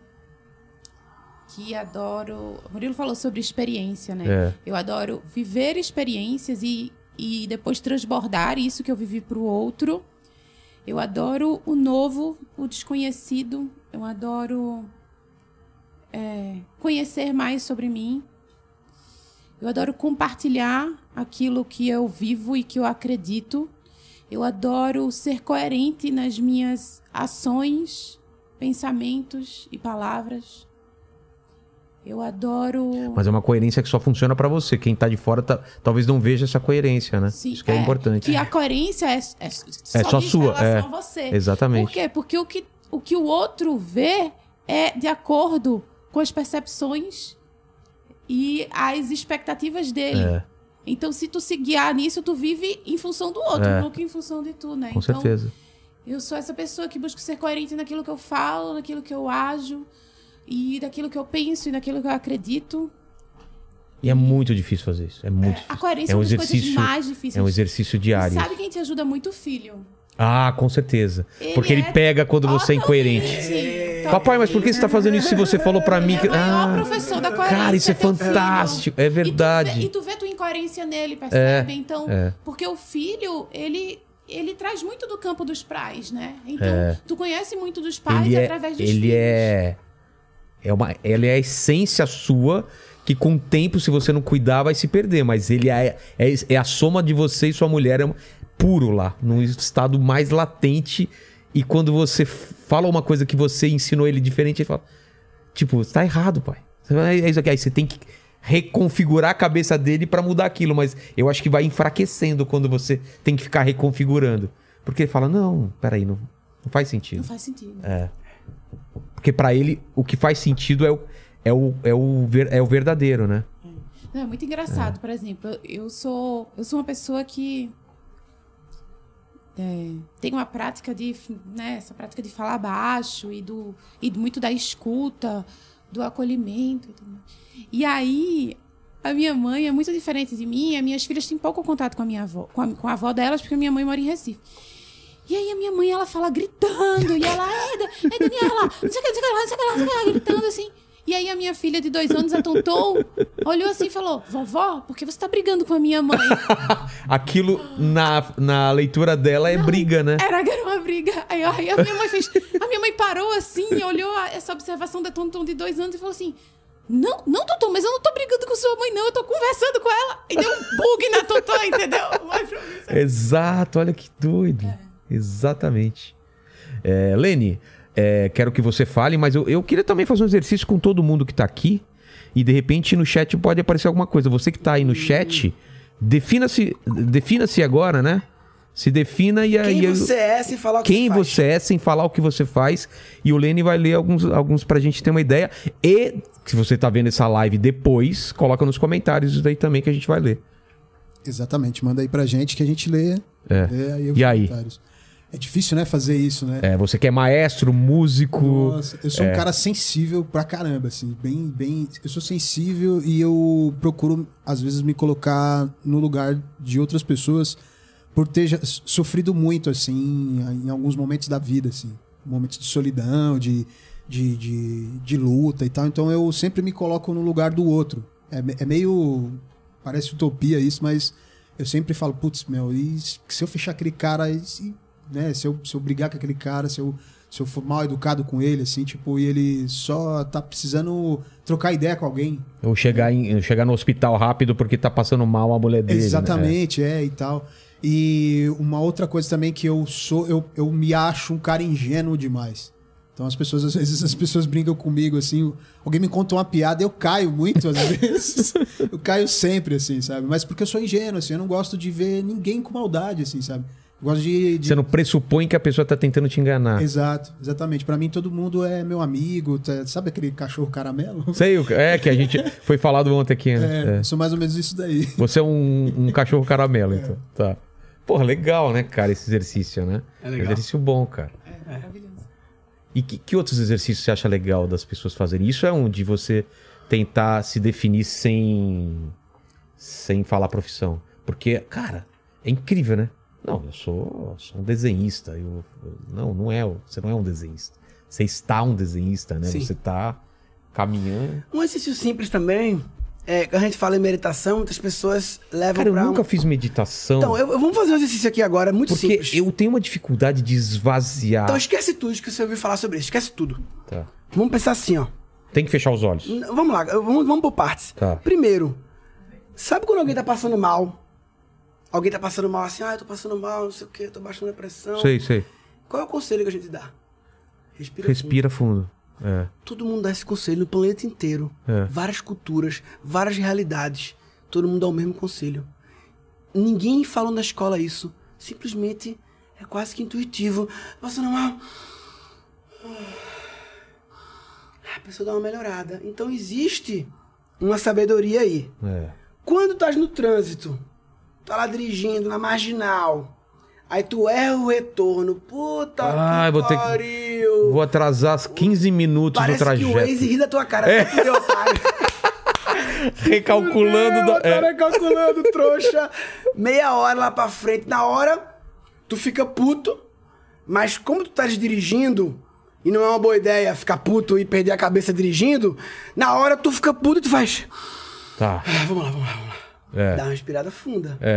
S5: que adoro... O Murilo falou sobre experiência, né? Eu adoro viver experiências e depois transbordar isso que eu vivi pro outro. Eu adoro o novo, o desconhecido. Eu adoro conhecer mais sobre mim. Eu adoro compartilhar aquilo que eu vivo e que eu acredito. Eu adoro ser coerente nas minhas ações, pensamentos e palavras. Eu adoro...
S2: Mas é uma coerência que só funciona pra você. Quem tá de fora talvez não veja essa coerência, né?
S5: Sim,
S2: isso que é importante.
S5: Que a coerência é
S2: só sua.
S5: Em relação a você.
S2: Exatamente.
S5: Por quê? Porque o que o outro vê é de acordo com as percepções e as expectativas dele. Então, se tu se guiar nisso, tu vive em função do outro, nunca em função de tu, né?
S2: Com certeza.
S5: Eu sou essa pessoa que busca ser coerente naquilo que eu falo, naquilo que eu ajo, e naquilo que eu penso, e naquilo que eu acredito.
S2: E é muito difícil fazer isso. É muito difícil.
S5: A coerência é uma das coisas mais difíceis.
S2: É um exercício diário.
S5: E sabe quem te ajuda muito? O filho.
S2: Ah, com certeza. Porque ele pega quando você é incoerente. Papai, mas por que você tá fazendo isso se você falou pra mim?
S5: Ele é o maior professor da coerência.
S2: Cara, isso é fantástico. É verdade.
S5: E tu vê tua incoerência nele, percebe? Então, porque o filho, ele ele traz muito do campo dos pais, né? Então, tu conhece muito dos pais através dos
S2: ele
S5: filhos.
S2: Ele é a essência sua, que com o tempo, se você não cuidar, vai se perder. Mas ele é a soma de você e sua mulher, puro lá, num estado mais latente. E quando você fala uma coisa que você ensinou ele diferente, ele fala, tipo, tá errado, pai. É isso aqui. Aí você tem que reconfigurar a cabeça dele pra mudar aquilo. Mas eu acho que vai enfraquecendo quando você tem que ficar reconfigurando. Porque ele fala, não, peraí, não faz sentido.
S5: Não faz sentido.
S2: Porque pra ele, o que faz sentido é o verdadeiro, né?
S5: Não, é muito engraçado. Por exemplo, eu sou uma pessoa que tem uma prática essa prática de falar baixo e muito da escuta, do acolhimento e tudo mais. E aí, a minha mãe é muito diferente de mim. As minhas filhas têm pouco contato com a minha avó, com a avó delas, porque a minha mãe mora em Recife. E aí a minha mãe, ela fala gritando, e ela, Daniela, não sei o que, gritando assim. E aí a minha filha de 2 anos atontou, olhou assim e falou, vovó, por que você tá brigando com a minha mãe?
S2: Aquilo na leitura dela é briga, né?
S5: Era uma briga. Aí a minha mãe parou assim, olhou essa observação da Tonton de 2 anos e falou assim, não, Tonton, mas eu não tô brigando com sua mãe, não, eu tô conversando com ela. E deu um bug na Tonton, entendeu?
S2: Exato, olha que doido. Exatamente. Lene, quero que você fale, mas eu queria também fazer um exercício com todo mundo que tá aqui. E de repente no chat pode aparecer alguma coisa. Você que tá aí no chat, defina-se agora, né? Se defina e aí.
S4: Quem você é sem falar o que
S2: você faz. Quem você é sem falar o que você faz. E o Lene vai ler alguns pra gente ter uma ideia. E se você tá vendo essa live depois, coloca nos comentários isso daí também que a gente vai ler.
S3: Exatamente, manda aí pra gente que a gente lê. Aí
S2: e aí?
S3: É difícil, né, fazer isso, né?
S2: Você que é maestro, músico...
S3: Nossa, eu sou um cara sensível pra caramba, assim, bem... Eu sou sensível e eu procuro, às vezes, me colocar no lugar de outras pessoas por ter sofrido muito, assim, em alguns momentos da vida, assim. Momentos de solidão, de luta e tal. Então eu sempre me coloco no lugar do outro. É meio... Parece utopia isso, mas eu sempre falo, putz, se eu fechar aquele cara... Né? Se eu brigar com aquele cara, se eu for mal educado com ele, assim, tipo, e ele só tá precisando trocar ideia com alguém.
S2: Ou chegar no hospital rápido porque tá passando mal a mulher dele.
S3: Exatamente, né? E tal. E uma outra coisa também que eu me acho um cara ingênuo demais. Então às vezes as pessoas brincam comigo, assim, alguém me conta uma piada, eu caio muito às vezes. Eu caio sempre, assim, sabe? Mas porque eu sou ingênuo, assim, eu não gosto de ver ninguém com maldade, assim, sabe? Gosto
S2: Você não pressupõe que a pessoa tá tentando te enganar.
S3: Exatamente. Pra mim, todo mundo é meu amigo. Sabe aquele cachorro caramelo?
S2: Sei, que a gente foi falado ontem aqui.
S3: Sou mais ou menos isso daí.
S2: Você é um cachorro caramelo, então. Tá. Porra, legal, né, cara, esse exercício, né? É legal. Exercício bom, cara.
S5: É maravilhoso.
S2: E que outros exercícios você acha legal das pessoas fazerem? Isso é onde você tentar se definir sem falar profissão. Porque, cara, é incrível, né? Não, eu sou um desenhista. Não é. Você não é um desenhista. Você está um desenhista, né? Sim. Você está caminhando.
S4: Um exercício simples também. Quando a gente fala em meditação, muitas pessoas levam
S2: Cara, eu nunca fiz meditação.
S4: Então, vamos fazer um exercício aqui agora, muito simples.
S2: Porque eu tenho uma dificuldade de esvaziar.
S4: Então esquece tudo que você ouviu falar sobre isso. Esquece tudo.
S2: Tá.
S4: Vamos pensar assim, ó.
S2: Tem que fechar os olhos.
S4: Vamos lá, vamos por partes.
S2: Tá.
S4: Primeiro, sabe quando alguém tá passando mal? Alguém tá passando mal assim, eu tô passando mal, não sei o quê, tô baixando a pressão.
S2: Sei.
S4: Qual é o conselho que a gente dá?
S2: Respira fundo.
S4: Todo mundo dá esse conselho no planeta inteiro. Várias culturas, várias realidades. Todo mundo dá o mesmo conselho. Ninguém falou na escola isso. Simplesmente é quase que intuitivo. Passando mal. A pessoa dá uma melhorada. Então existe uma sabedoria aí. Quando tu estás no trânsito, tá lá dirigindo na marginal, aí tu erra o retorno, puta que pariu.
S2: Vou atrasar 15 minutos no trajeto.
S4: Parece que o Waze ri da tua cara.
S2: Recalculando.
S4: Recalculando, trouxa. Meia hora lá pra frente. Na hora, tu fica puto, mas como tu estás dirigindo, e não é uma boa ideia ficar puto e perder a cabeça dirigindo, na hora tu fica puto e tu faz...
S2: Tá.
S4: Vamos lá. Dá uma respirada funda.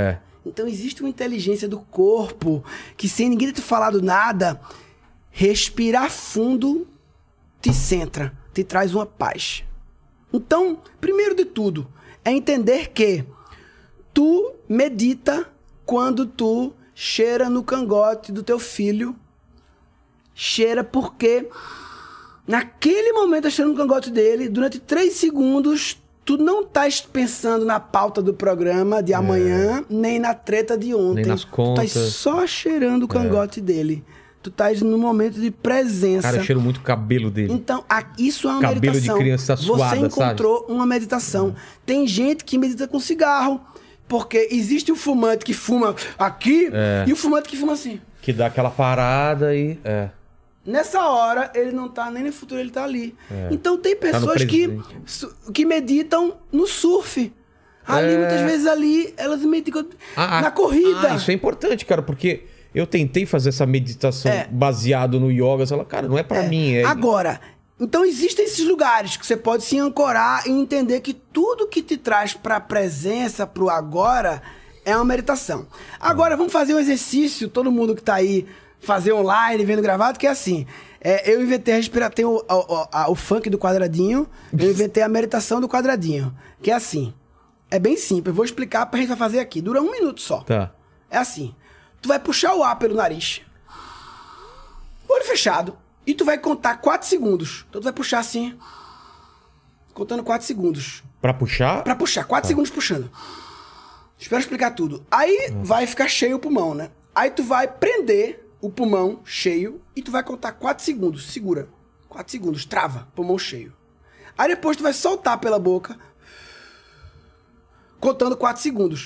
S4: Então existe uma inteligência do corpo que, sem ninguém ter te falado nada, respirar fundo te centra, te traz uma paz. Então, primeiro de tudo, é entender que tu medita quando tu cheira no cangote do teu filho. Cheira porque naquele momento, cheirando no cangote dele, durante 3 segundos, tu não estás pensando na pauta do programa de amanhã, nem na treta de ontem.
S2: Nem nas contas.
S4: Tu estás só cheirando o cangote dele. Tu estás num momento de presença.
S2: Cara, eu cheiro muito o cabelo dele.
S4: Então, isso é uma
S2: Cabelo
S4: meditação.
S2: de criança suada,
S4: você encontrou uma meditação. Tem gente que medita com cigarro. Porque existe o fumante que fuma aqui e o fumante que fuma assim.
S2: Que dá aquela parada e...
S4: Nessa hora, ele não tá nem no futuro, ele tá ali. Então, tem pessoas que meditam no surf. Ali, muitas vezes, ali, elas meditam na corrida.
S2: Isso é importante, cara, porque eu tentei fazer essa meditação baseado no yoga. Você fala, cara, não é pra mim.
S4: Agora, então existem esses lugares que você pode se ancorar e entender que tudo que te traz pra presença, pro agora, é uma meditação. Agora, vamos fazer um exercício, todo mundo que tá aí, fazer online, vendo gravado, que é assim. Eu inventei a respiração, tem o funk do quadradinho, eu inventei a meditação do quadradinho, que é assim. É bem simples, eu vou explicar pra gente vai fazer aqui. Dura 1 minuto só.
S2: Tá.
S4: É assim. Tu vai puxar o ar pelo nariz. Olho fechado. E tu vai contar 4 segundos. Então tu vai puxar assim. Contando 4 segundos.
S2: Pra puxar?
S4: Pra puxar. 4 segundos puxando. Espero explicar tudo. Aí vai ficar cheio o pulmão, né? Aí tu vai prender o pulmão cheio e tu vai contar 4 segundos. Segura. 4 segundos. Trava. Pulmão cheio. Aí depois tu vai soltar pela boca. Contando 4 segundos.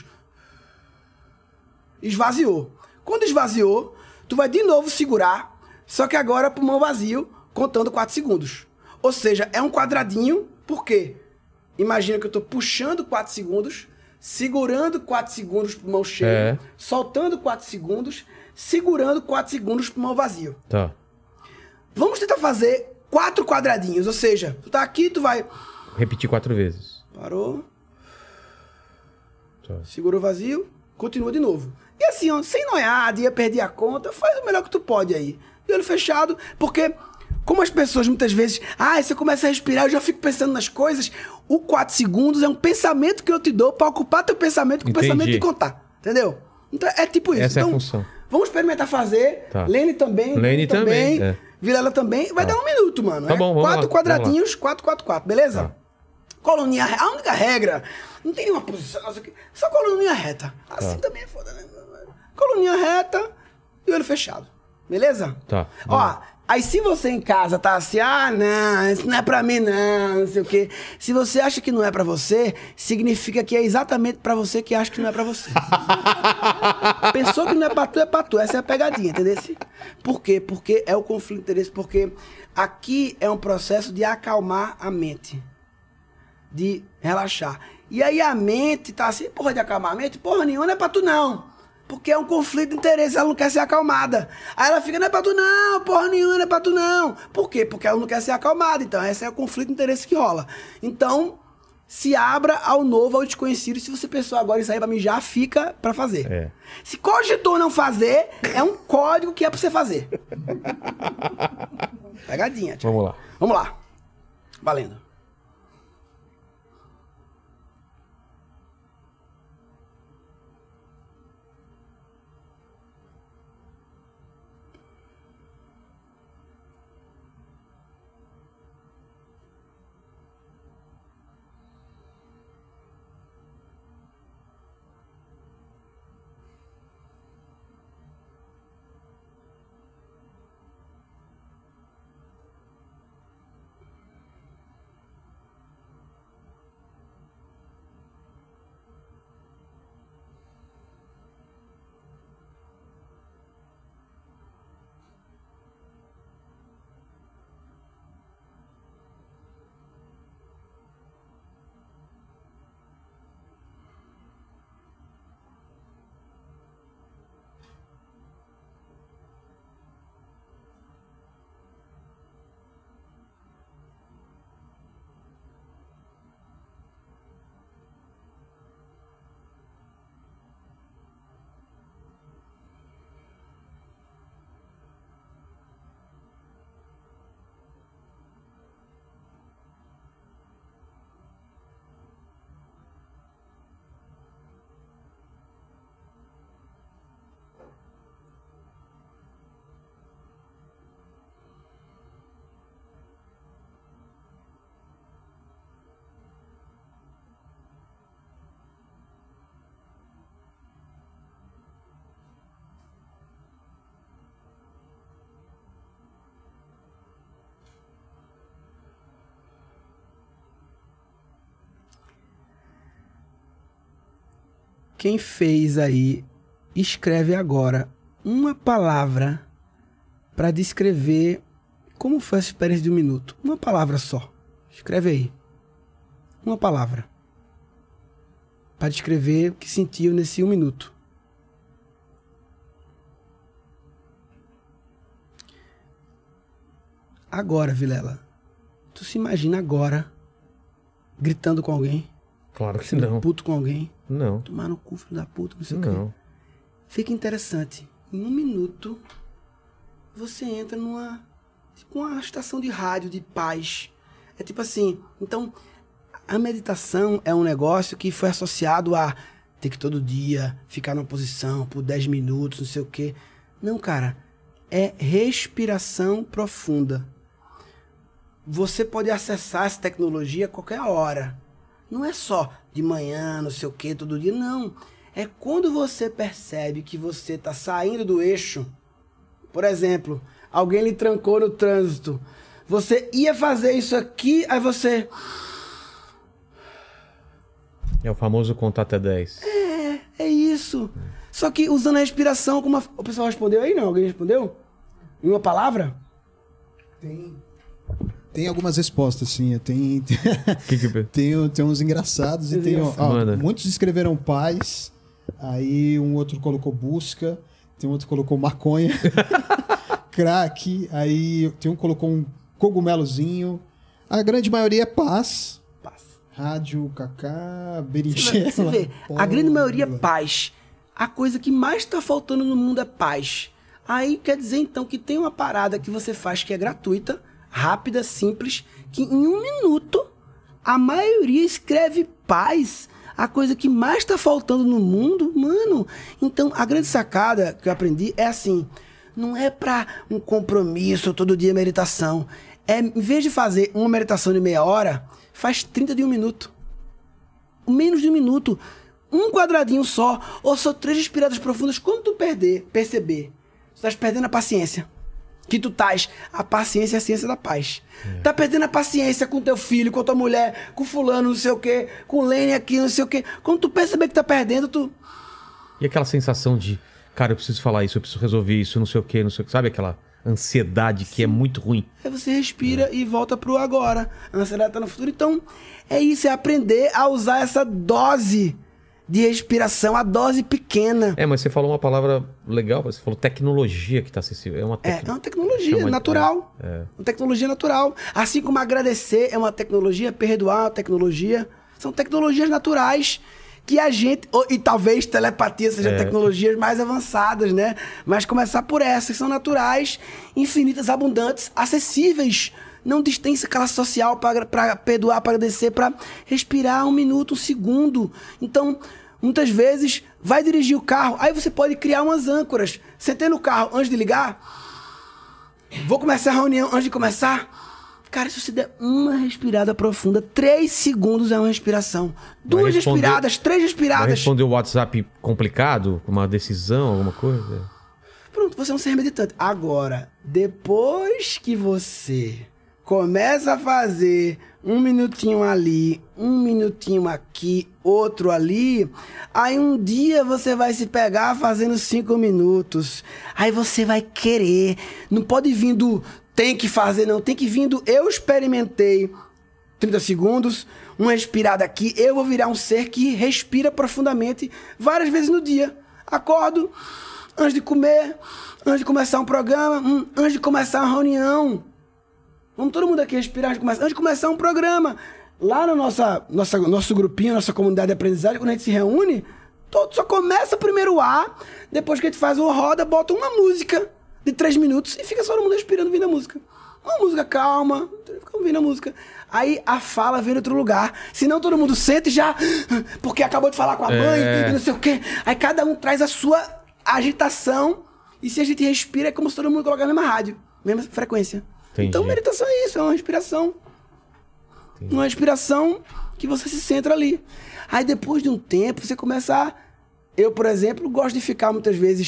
S4: Esvaziou. Quando esvaziou, tu vai de novo segurar. Só que agora pulmão vazio, contando 4 segundos. Ou seja, é um quadradinho. Por quê? Imagina que eu tô puxando 4 segundos, segurando 4 segundos pulmão cheio, soltando 4 segundos, segurando 4 segundos pulmão vazio.
S2: Tá.
S4: Vamos tentar fazer 4 quadradinhos. Ou seja, tu tá aqui, tu vai...
S2: Repetir 4 vezes.
S4: Parou.
S2: Tá.
S4: Segurou vazio, continua de novo. E assim, ó, sem noiar, ia perder a conta, faz o melhor que tu pode aí. De olho fechado, porque como as pessoas muitas vezes... você começa a respirar, eu já fico pensando nas coisas. O 4 segundos é um pensamento que eu te dou pra ocupar teu pensamento com o pensamento de contar. Entendeu? Então é tipo isso.
S2: Essa
S4: então,
S2: é a função.
S4: Vamos experimentar fazer.
S2: Tá.
S4: Lene também.
S2: Lene também.
S4: Vilela também. Vai dar 1 minuto, mano.
S2: Tá bom, vamos
S4: 4
S2: lá,
S4: quadradinhos, 4, 4, 4. Beleza?
S2: Tá.
S4: Coluninha, a única regra, não tem nenhuma posição, só coluninha reta. Assim também é foda, né? Coluninha reta e olho fechado. Beleza?
S2: Tá.
S4: Ó, aí se você em casa tá assim, não, isso não é pra mim não sei o quê. Se você acha que não é pra você, significa que é exatamente pra você que acha que não é pra você. Pensou que não é pra tu, é pra tu. Essa é a pegadinha, entendeu? Por quê? Porque é o conflito de interesse, porque aqui é um processo de acalmar a mente. De relaxar. E aí a mente tá assim, porra de acalmar a mente? Porra nenhuma, não é pra tu não. Porque é um conflito de interesse, ela não quer ser acalmada. Aí ela fica, não é pra tu não, porra nenhuma, não é pra tu não. Por quê? Porque ela não quer ser acalmada. Então esse é o conflito de interesse que rola. Então, se abra ao novo, ao desconhecido. Se você pensou agora isso aí pra mim, já fica pra fazer. Se cogitou não fazer, é um código que é pra você fazer. Pegadinha, tia.
S2: Vamos lá.
S4: Vamos lá. Valendo. Quem fez aí, escreve agora uma palavra para descrever como foi essa experiência de 1 minuto. Uma palavra só. Escreve aí. Uma palavra. Para descrever o que sentiu nesse 1 minuto. Agora, Vilela. Tu se imagina agora gritando com alguém?
S2: Claro que
S4: Sendo
S2: não.
S4: puto com alguém?
S2: Não.
S4: Tomar no cu, filho da puta, não sei o quê.
S2: Não.
S4: Fica interessante. Em 1 minuto, você entra numa... Tipo uma estação de rádio de paz. É tipo assim... Então, a meditação é um negócio que foi associado a ter que todo dia ficar numa posição por 10 minutos, não sei o quê. Não, cara. É respiração profunda. Você pode acessar essa tecnologia a qualquer hora. Não é só de manhã, não sei o quê, todo dia. Não. É quando você percebe que você está saindo do eixo. Por exemplo, alguém lhe trancou no trânsito. Você ia fazer isso aqui, aí você...
S2: É o famoso contar até 10.
S4: É isso. Só que usando a respiração, como o pessoal respondeu aí, não? Alguém respondeu? Em uma palavra?
S3: Tem algumas respostas, sim. Tem uns engraçados e tem...
S2: Manda.
S3: Muitos escreveram paz, aí um outro colocou busca, tem outro que colocou maconha, crack, aí tem um que colocou um cogumelozinho. A grande maioria é paz. Rádio, cacá, berinjela.
S4: Você vê, a grande maioria é paz. A coisa que mais está faltando no mundo é paz. Aí quer dizer então que tem uma parada que você faz que é gratuita, rápida, simples, que em 1 minuto a maioria escreve paz. A coisa que mais está faltando no mundo, mano. Então a grande sacada que eu aprendi é assim, não é para um compromisso todo dia meditação. É, em vez de fazer uma meditação de meia hora, faz 30 de 1 minuto. Menos de 1 minuto. Um quadradinho só. Ou só 3 respiradas profundas. Quando tu perceber, tu estás perdendo a paciência. Que tu estás. A paciência é a ciência da paz. Tá perdendo a paciência com teu filho, com tua mulher, com fulano, não sei o quê, com Lene aqui, não sei o quê. Quando tu perceber que tá perdendo, tu...
S2: E aquela sensação de, cara, eu preciso falar isso, eu preciso resolver isso, não sei o quê, não sei o quê. Sabe aquela ansiedade que é muito ruim?
S4: Aí você respira e volta pro agora. A ansiedade tá no futuro. Então, é isso, é aprender a usar essa dose de respiração, a dose pequena.
S2: É, mas você falou uma palavra legal, você falou tecnologia que tá acessível. É uma
S4: tecnologia natural. Uma tecnologia natural. Assim como agradecer é uma tecnologia, perdoar é uma tecnologia. São tecnologias naturais que a gente... E talvez telepatia seja tecnologias mais avançadas, né? Mas começar por essas, que são naturais, infinitas, abundantes, acessíveis. Não tem essa classe social para perdoar, para agradecer, para respirar 1 minuto, 1 segundo. Então, muitas vezes, vai dirigir o carro, aí você pode criar umas âncoras. Sentei no carro antes de ligar, vou começar a reunião antes de começar. Cara, se você der uma respirada profunda, 3 segundos é uma respiração. 2 respiradas, 3 respiradas.
S2: Vai responder o WhatsApp complicado? Uma decisão, alguma coisa?
S4: Pronto, você é um ser meditante. Agora, depois que você começa a fazer 1 minutinho ali, 1 minutinho aqui, outro ali, aí um dia você vai se pegar fazendo 5 minutos. Aí você vai querer. Não pode vir do tem que fazer, não. Tem que vir do eu experimentei 30 segundos, uma respirada aqui, eu vou virar um ser que respira profundamente várias vezes no dia. Acordo, antes de comer, antes de começar um programa, antes de começar uma reunião. Vamos todo mundo aqui respirar antes de começar um programa. Lá no nosso grupinho, nossa comunidade de aprendizagem, quando a gente se reúne, só começa primeiro o ar, depois que a gente faz uma roda, bota uma música de 3 minutos e fica só todo mundo respirando, ouvindo a música. Uma música calma, fica ouvindo a música. Aí a fala vem de outro lugar. Senão todo mundo sente já, porque acabou de falar com a mãe e não sei o quê. Aí cada um traz a sua agitação e se a gente respira é como se todo mundo colocar na mesma rádio, mesma frequência.
S2: Entendi.
S4: Então meditação é isso, é uma respiração. Entendi. Uma respiração que você se centra ali. Aí depois de um tempo você começa a... Eu, por exemplo, gosto de ficar muitas vezes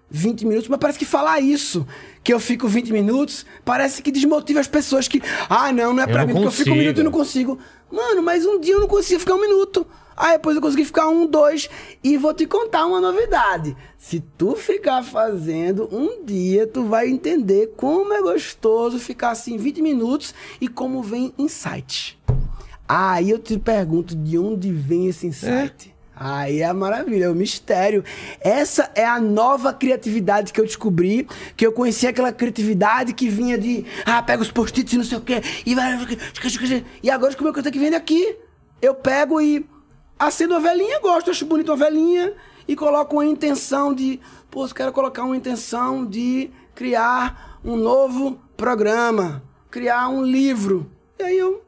S4: 20 minutos, mas parece que falar isso, que eu fico 20 minutos, parece que desmotiva as pessoas que... não é pra mim, porque eu fico 1 minuto e não consigo. Mano, mas um dia eu não consigo ficar 1 minuto. Aí depois eu consegui ficar 1, 2. E vou te contar uma novidade. Se tu ficar fazendo um dia, tu vai entender como é gostoso ficar assim 20 minutos e como vem insight. Aí eu te pergunto, de onde vem esse insight? Aí é a maravilha, é o mistério. Essa é a nova criatividade que eu descobri, que eu conheci aquela criatividade que vinha de... pega os post-its e não sei o quê, e vai... E agora como é que vem daqui? Eu pego e acendo uma velinha, gosto, acho bonito uma velinha, e coloco uma intenção de... eu quero colocar uma intenção de criar um novo programa, criar um livro. E aí eu...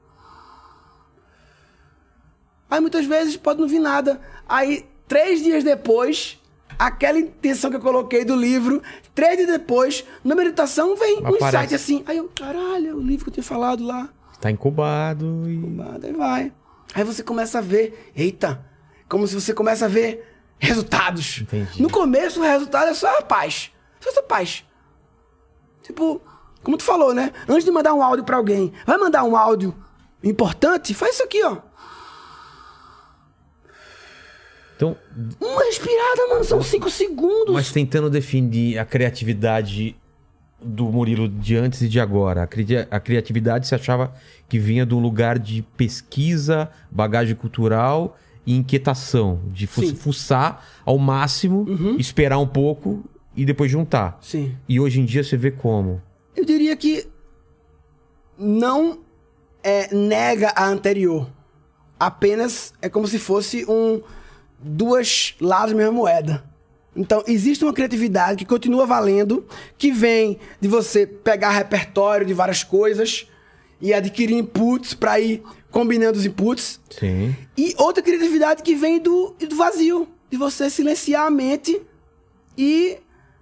S4: Aí muitas vezes pode não vir nada. Aí 3 dias depois, aquela intenção que eu coloquei do livro, 3 dias depois, na meditação vem um insight assim. Aí eu, caralho, é o livro que eu tinha falado lá.
S2: Tá incubado e...
S4: Incubado, aí vai. Aí você começa a ver, eita, como se você começa a ver resultados.
S2: Entendi.
S4: No começo o resultado é só a paz. Só essa paz. Tipo, como tu falou, né? Antes de mandar um áudio pra alguém, vai mandar um áudio importante? Faz isso aqui, ó.
S2: Então,
S4: uma respirada, mano, são 5 segundos.
S2: Mas tentando definir a criatividade do Murilo de antes e de agora. A criatividade você achava que vinha de um lugar de pesquisa, bagagem cultural e inquietação. De fuçar ao máximo, esperar um pouco e depois juntar.
S4: Sim.
S2: E hoje em dia você vê como?
S4: Eu diria que não nega a anterior. Apenas é como se fosse 2 lados da mesma moeda. Então, existe uma criatividade que continua valendo, que vem de você pegar repertório de várias coisas e adquirir inputs para ir combinando os inputs.
S2: Sim.
S4: E outra criatividade que vem do vazio, de você silenciar a mente e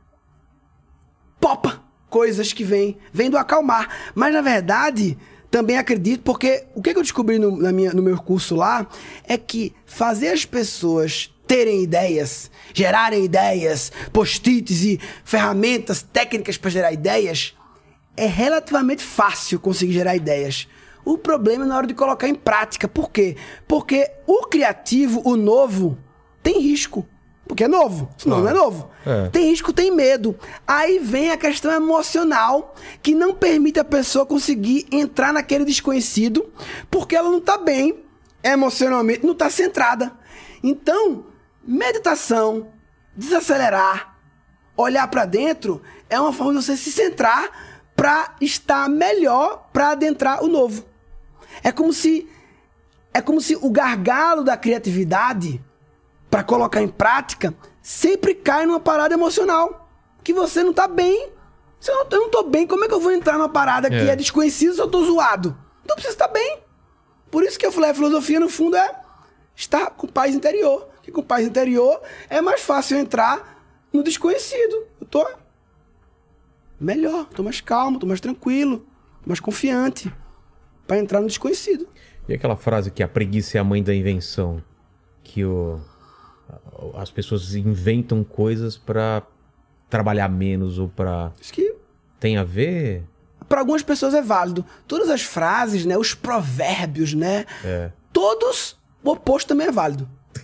S4: popa coisas que vêm do acalmar. Mas, na verdade, também acredito, porque o que eu descobri no meu curso lá é que fazer as pessoas terem ideias, gerarem ideias, post-its e ferramentas técnicas para gerar ideias, é relativamente fácil conseguir gerar ideias. O problema é na hora de colocar em prática. Por quê? Porque o criativo, o novo, tem risco. Porque é novo, senão não é novo. Tem risco, tem medo. Aí vem a questão emocional, que não permite a pessoa conseguir entrar naquele desconhecido, porque ela não está bem emocionalmente, não está centrada. Então, meditação, desacelerar, olhar para dentro, é uma forma de você se centrar para estar melhor, para adentrar o novo. É como se o gargalo da criatividade, para colocar em prática, sempre cai numa parada emocional. Que você não tá bem. Se eu não tô bem, como é que eu vou entrar numa parada que é desconhecida se eu tô zoado? Então eu preciso estar bem. Por isso que eu falei, a filosofia, no fundo, é estar com paz interior. Que com paz interior é mais fácil entrar no desconhecido. Eu tô melhor, tô mais calmo, tô mais tranquilo, tô mais confiante para entrar no desconhecido.
S2: E aquela frase que a preguiça é a mãe da invenção? Que as pessoas inventam coisas para trabalhar menos ou para...
S4: Isso que...
S2: Tem a ver?
S4: Para algumas pessoas é válido. Todas as frases, né? Os provérbios, né? Todos, o oposto também é válido.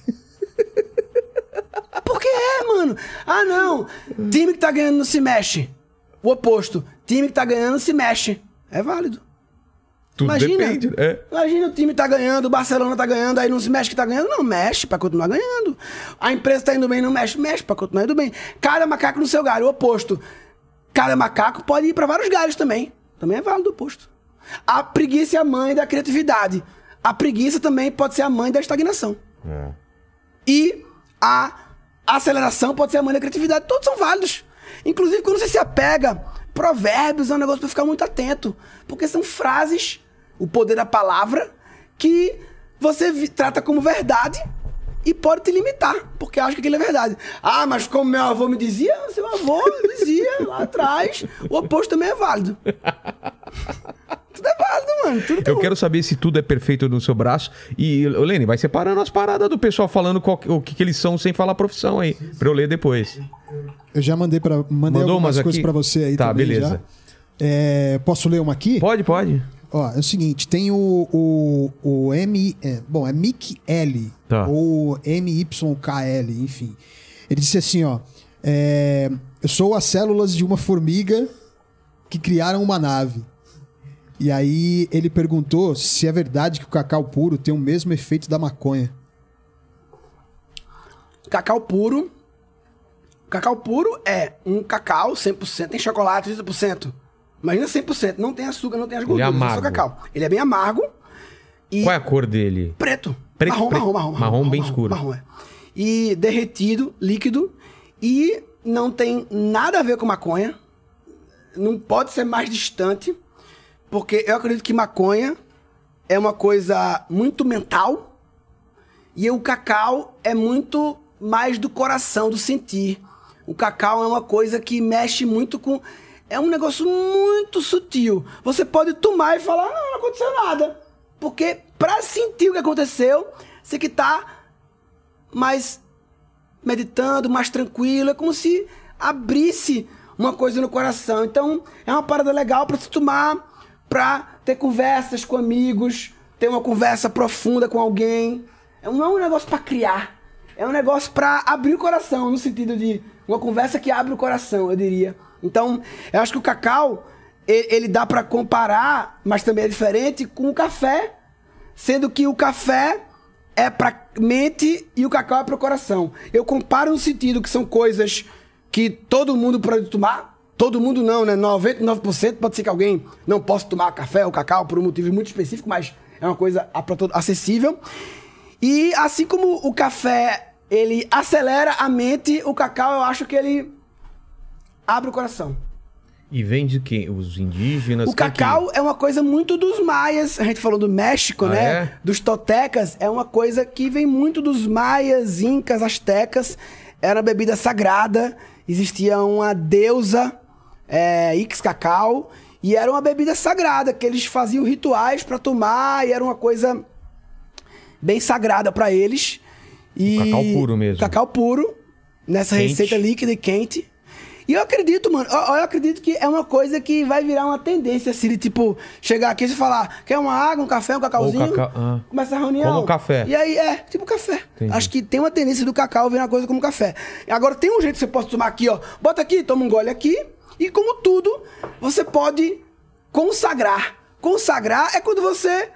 S4: Porque mano. Ah, não. Time que tá ganhando não se mexe. O oposto. Time que tá ganhando não se mexe. É válido.
S2: Tudo depende, né?
S4: Imagina o time tá ganhando, o Barcelona tá ganhando, aí não se mexe que tá ganhando. Não, mexe pra continuar ganhando. A empresa tá indo bem, não mexe pra continuar indo bem. Cada macaco no seu galho, o oposto. Cada macaco pode ir pra vários galhos também. Também é válido o oposto. A preguiça é a mãe da criatividade. A preguiça também pode ser a mãe da estagnação. E a aceleração pode ser a mãe da criatividade. Todos são válidos. Inclusive, quando você se apega, provérbios é um negócio pra ficar muito atento. Porque são frases, o poder da palavra, que você trata como verdade e pode te limitar, porque acha que aquilo é verdade. Ah, mas como meu avô me dizia, seu avô dizia lá atrás, o oposto também é válido. Tudo é válido, mano.
S2: Eu quero saber se tudo é perfeito no seu braço. E, Lene, vai separando as paradas do pessoal falando o que eles são sem falar a profissão aí, pra eu ler depois.
S3: Eu já mandei algumas coisas pra você aí
S2: tá,
S3: também.
S2: Beleza.
S3: Já. Posso ler uma aqui?
S2: Pode.
S3: Ó, é o seguinte, tem o é Mick L,
S2: Tá.
S3: ou MYKL, enfim. Ele disse assim, ó, eu sou as células de uma formiga que criaram uma nave. E aí ele perguntou se é verdade que o cacau puro tem o mesmo efeito da maconha.
S4: Cacau puro é um cacau 100%, tem chocolate 30%. Imagina 100%, não tem açúcar, não tem as gorduras,
S2: Ele é
S4: é só
S2: amargo.
S4: cacau. Ele é bem amargo. E
S2: Qual é a cor dele?
S4: preto.
S2: Preto, marrom bem escuro.
S4: Marrom, é. E derretido, líquido. E não tem nada a ver com maconha. Não pode ser mais distante. Porque eu acredito que maconha é uma coisa muito mental. E o cacau é muito mais do coração, do sentir. O cacau é uma coisa que mexe muito com... É um negócio muito sutil. Você pode tomar e falar, não aconteceu nada. Porque pra sentir o que aconteceu, você que tá mais meditando, mais tranquilo. É como se abrisse uma coisa no coração. Então, é uma parada legal pra se tomar, pra ter conversas com amigos, ter uma conversa profunda com alguém. Não é um negócio pra criar. É um negócio pra abrir o coração, no sentido de uma conversa que abre o coração, eu diria. Então, eu acho que o cacau, ele dá pra comparar, mas também é diferente, com o café. Sendo que o café é pra mente e o cacau é pro coração. Eu comparo no sentido que são coisas que todo mundo pode tomar. Todo mundo não, né? 99% pode ser que alguém não possa tomar café ou cacau por um motivo muito específico, mas é uma coisa pra todo acessível. E assim como o café, ele acelera a mente, o cacau eu acho que ele abre o coração.
S2: E vem de quem? Os indígenas?
S4: O cacau é uma coisa muito dos maias. A gente falou do México, né?
S2: É?
S4: Dos totecas. É uma coisa que vem muito dos maias, incas, astecas. Era uma bebida sagrada. Existia uma deusa, Ixcacau. E era uma bebida sagrada, que eles faziam rituais para tomar. E era uma coisa bem sagrada para eles. E
S2: Cacau puro mesmo.
S4: Cacau puro. Nessa
S2: Quente.
S4: receita líquida e quente. E eu acredito, mano, eu acredito que é uma coisa que vai virar uma tendência, assim, de tipo, chegar aqui e falar, quer uma água, um café, um cacauzinho? Começa a reunião.
S2: Como café.
S4: E aí, tipo café.
S2: Entendi.
S4: Acho que tem uma tendência do cacau virar uma coisa como café. Agora, tem um jeito que você pode tomar aqui, ó. Bota aqui, toma um gole aqui. E como tudo, você pode consagrar. Consagrar é quando você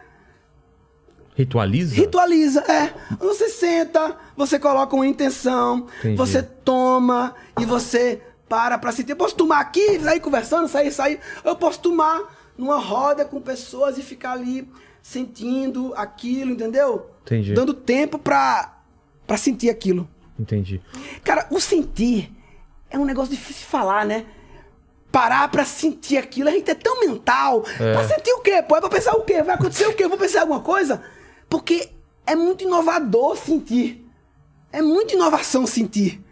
S2: Ritualiza?
S4: ritualiza, Você senta, você coloca uma intenção,
S2: Entendi.
S4: você toma e você para sentir. Eu posso tomar aqui, sair conversando, sair. Eu posso tomar numa roda com pessoas e ficar ali sentindo aquilo, entendeu?
S2: Entendi.
S4: Dando tempo pra sentir aquilo.
S2: Entendi.
S4: Cara, o sentir é um negócio difícil de falar, né? Parar pra sentir aquilo, a gente é tão mental. Pra sentir o quê? Pô, é pra pensar o quê? Vai acontecer o quê? Eu vou pensar em alguma coisa? Porque é muito inovador sentir. É muita inovação sentir.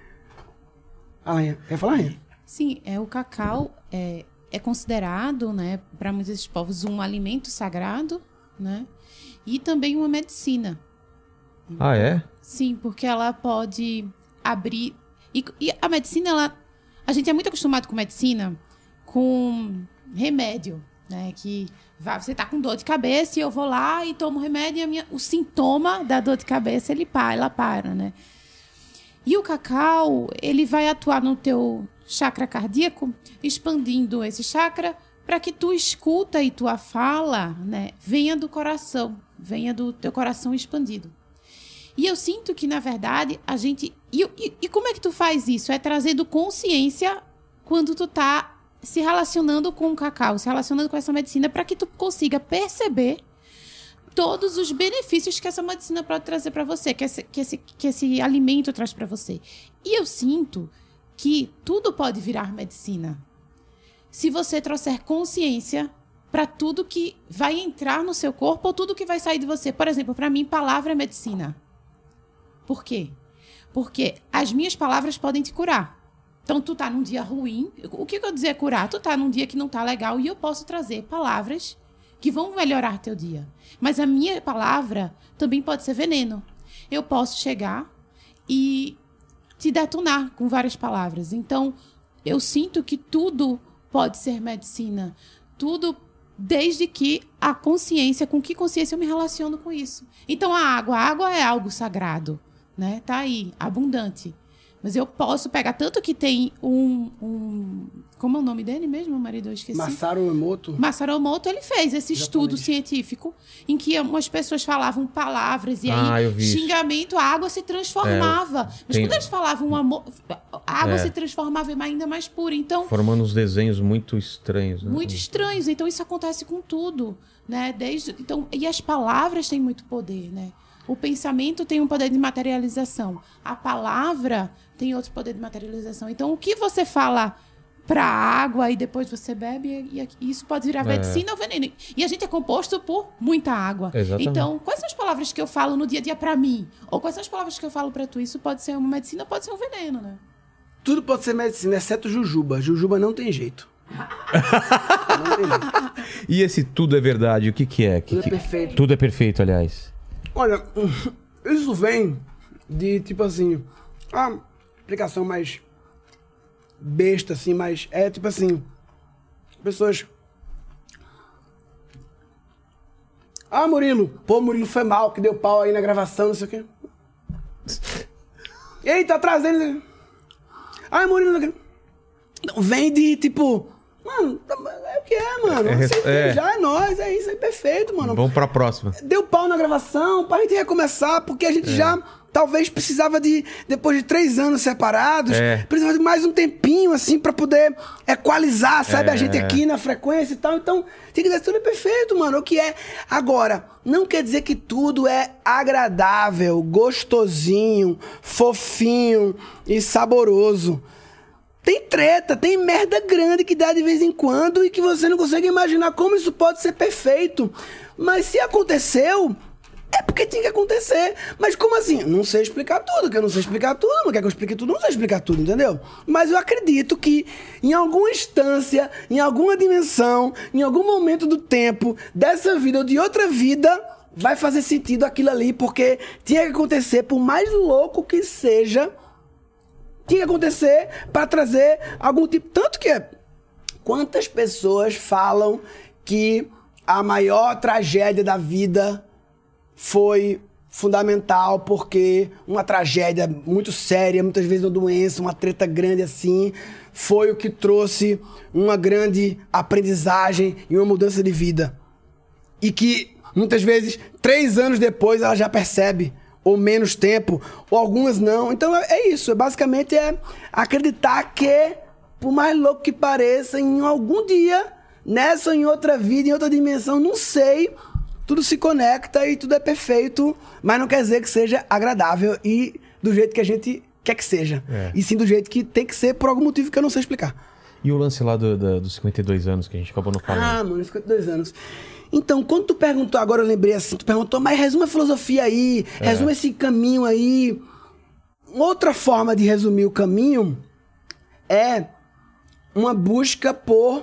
S4: Alan, quer falar, Rainha?
S5: Sim, o cacau é considerado, né, para muitos povos um alimento sagrado, né? E também uma medicina.
S2: Ah, é?
S5: Sim, porque ela pode abrir... E a medicina, a gente é muito acostumado com medicina, com remédio, né? Que você tá com dor de cabeça e eu vou lá e tomo remédio e o sintoma da dor de cabeça, ela para, né? E o cacau, ele vai atuar no teu chakra cardíaco, expandindo esse chakra para que tu escuta e tua fala, né, venha do coração, venha do teu coração expandido. E eu sinto que, na verdade, a gente... E como é que tu faz isso? É trazendo consciência quando tu tá se relacionando com o cacau, se relacionando com essa medicina, para que tu consiga perceber todos os benefícios que essa medicina pode trazer para você, que esse alimento traz para você. E eu sinto que tudo pode virar medicina. Se você trouxer consciência para tudo que vai entrar no seu corpo ou tudo que vai sair de você. Por exemplo, para mim, palavra é medicina. Por quê? Porque as minhas palavras podem te curar. Então, tu tá num dia ruim. O que eu dizer curar? Tu tá num dia que não tá legal e eu posso trazer palavras que vão melhorar teu dia. Mas a minha palavra também pode ser veneno. Eu posso chegar e te detonar com várias palavras. Então, eu sinto que tudo pode ser medicina. Tudo, desde que a consciência, com que consciência eu me relaciono com isso. Então, a água é algo sagrado, né? Tá aí, abundante. Mas eu posso pegar, tanto que tem como é o nome dele mesmo, marido? Eu esqueci.
S4: Masaru Emoto.
S5: Masaru Emoto, ele fez esse estudo científico em que algumas pessoas falavam palavras e aí xingamento, a água se transformava. Mas quando eles falavam amor, a água se transformava ainda mais pura. Então,
S2: formando uns desenhos muito estranhos, né?
S5: Muito estranhos. Então, isso acontece com tudo, né? Então, e as palavras têm muito poder, né? O pensamento tem um poder de materialização. A palavra tem outro poder de materialização. Então, o que você fala para a água e depois você bebe, e isso pode virar medicina ou veneno. E a gente é composto por muita água.
S2: Exatamente.
S5: Então, quais são as palavras que eu falo no dia a dia para mim? Ou quais são as palavras que eu falo para tu? Isso pode ser uma medicina ou pode ser um veneno, né?
S4: Tudo pode ser medicina, exceto jujuba. Jujuba não tem jeito. Não tem jeito.
S2: E esse tudo é verdade, o que é?
S4: Tudo é perfeito.
S2: Tudo é perfeito, aliás.
S4: Olha, isso vem de, tipo assim, a explicação mais besta, assim, mas é tipo assim, pessoas... Murilo, Murilo foi mal, que deu pau aí na gravação, não sei o quê. Ei, tá trazendo... Murilo, não sei o quê. Então, vem de, tipo... Mano, é o que é, mano. Já é nóis, é isso aí, perfeito, mano.
S2: Vamos pra próxima.
S4: Deu pau na gravação pra gente recomeçar, porque a gente já talvez precisava de, depois de 3 anos separados, precisava de mais um tempinho, assim, pra poder equalizar, sabe, a gente aqui na frequência e tal. Então, tem que dizer, tudo é perfeito, mano, o que é. Agora, não quer dizer que tudo é agradável, gostosinho, fofinho e saboroso. Tem treta, tem merda grande que dá de vez em quando e que você não consegue imaginar como isso pode ser perfeito. Mas se aconteceu, é porque tinha que acontecer. Mas como assim? Não sei explicar tudo, que eu não sei explicar tudo. Não quer que eu explique tudo? Não sei explicar tudo, entendeu? Mas eu acredito que em alguma instância, em alguma dimensão, em algum momento do tempo, dessa vida ou de outra vida, vai fazer sentido aquilo ali, porque tinha que acontecer, por mais louco que seja... Tinha que acontecer para trazer algum tipo... Tanto que... Quantas pessoas falam que a maior tragédia da vida foi fundamental porque uma tragédia muito séria, muitas vezes uma doença, uma treta grande assim, foi o que trouxe uma grande aprendizagem e uma mudança de vida. E que, muitas vezes, 3 anos depois, ela já percebe... ou menos tempo, ou algumas não. Então é isso, basicamente é acreditar que, por mais louco que pareça, em algum dia, nessa ou em outra vida, em outra dimensão, não sei, tudo se conecta e tudo é perfeito, mas não quer dizer que seja agradável e do jeito que a gente quer que seja. E sim do jeito que tem que ser por algum motivo que eu não sei explicar.
S2: E o lance lá dos 52 anos que a gente acabou não falando?
S4: Mano, 52 anos. Então, quando tu perguntou, agora eu lembrei assim, tu perguntou, mas resuma a filosofia aí, resuma esse caminho aí. Outra forma de resumir o caminho é uma busca por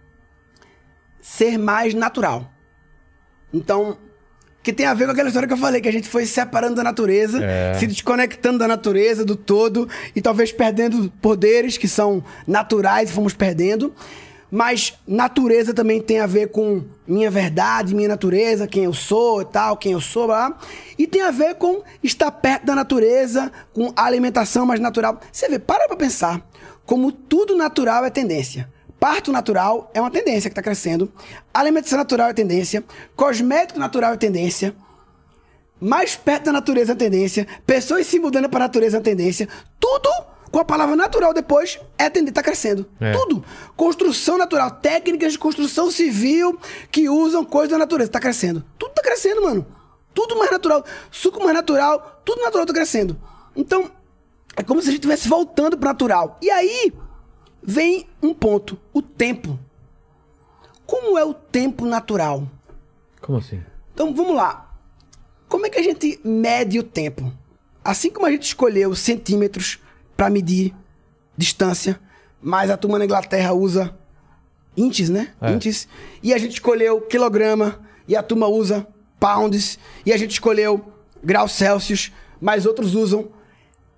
S4: ser mais natural. Então, que tem a ver com aquela história que eu falei, que a gente foi se separando da natureza, se desconectando da natureza, do todo, e talvez perdendo poderes que são naturais e fomos perdendo. Mas natureza também tem a ver com minha verdade, minha natureza, quem eu sou e tal, quem eu sou, blá. E tem a ver com estar perto da natureza, com a alimentação mais natural. Você vê, para pra pensar, como tudo natural é tendência. Parto natural é uma tendência que está crescendo. Alimentação natural é tendência. Cosmético natural é tendência. Mais perto da natureza é tendência. Pessoas se mudando para a natureza é tendência. Tudo... com a palavra natural depois, tá crescendo. Tudo. Construção natural. Técnicas de construção civil que usam coisas da natureza. Tá crescendo. Tudo tá crescendo, mano. Tudo mais natural. Suco mais natural. Tudo natural tá crescendo. Então, é como se a gente estivesse voltando pro natural. E aí, vem um ponto. O tempo. Como é o tempo natural?
S2: Como assim?
S4: Então, vamos lá. Como é que a gente mede o tempo? Assim como a gente escolheu centímetros para medir distância, mas a turma na Inglaterra usa inches, né? Inches. E a gente escolheu quilograma, e a turma usa pounds, e a gente escolheu graus Celsius, mas outros usam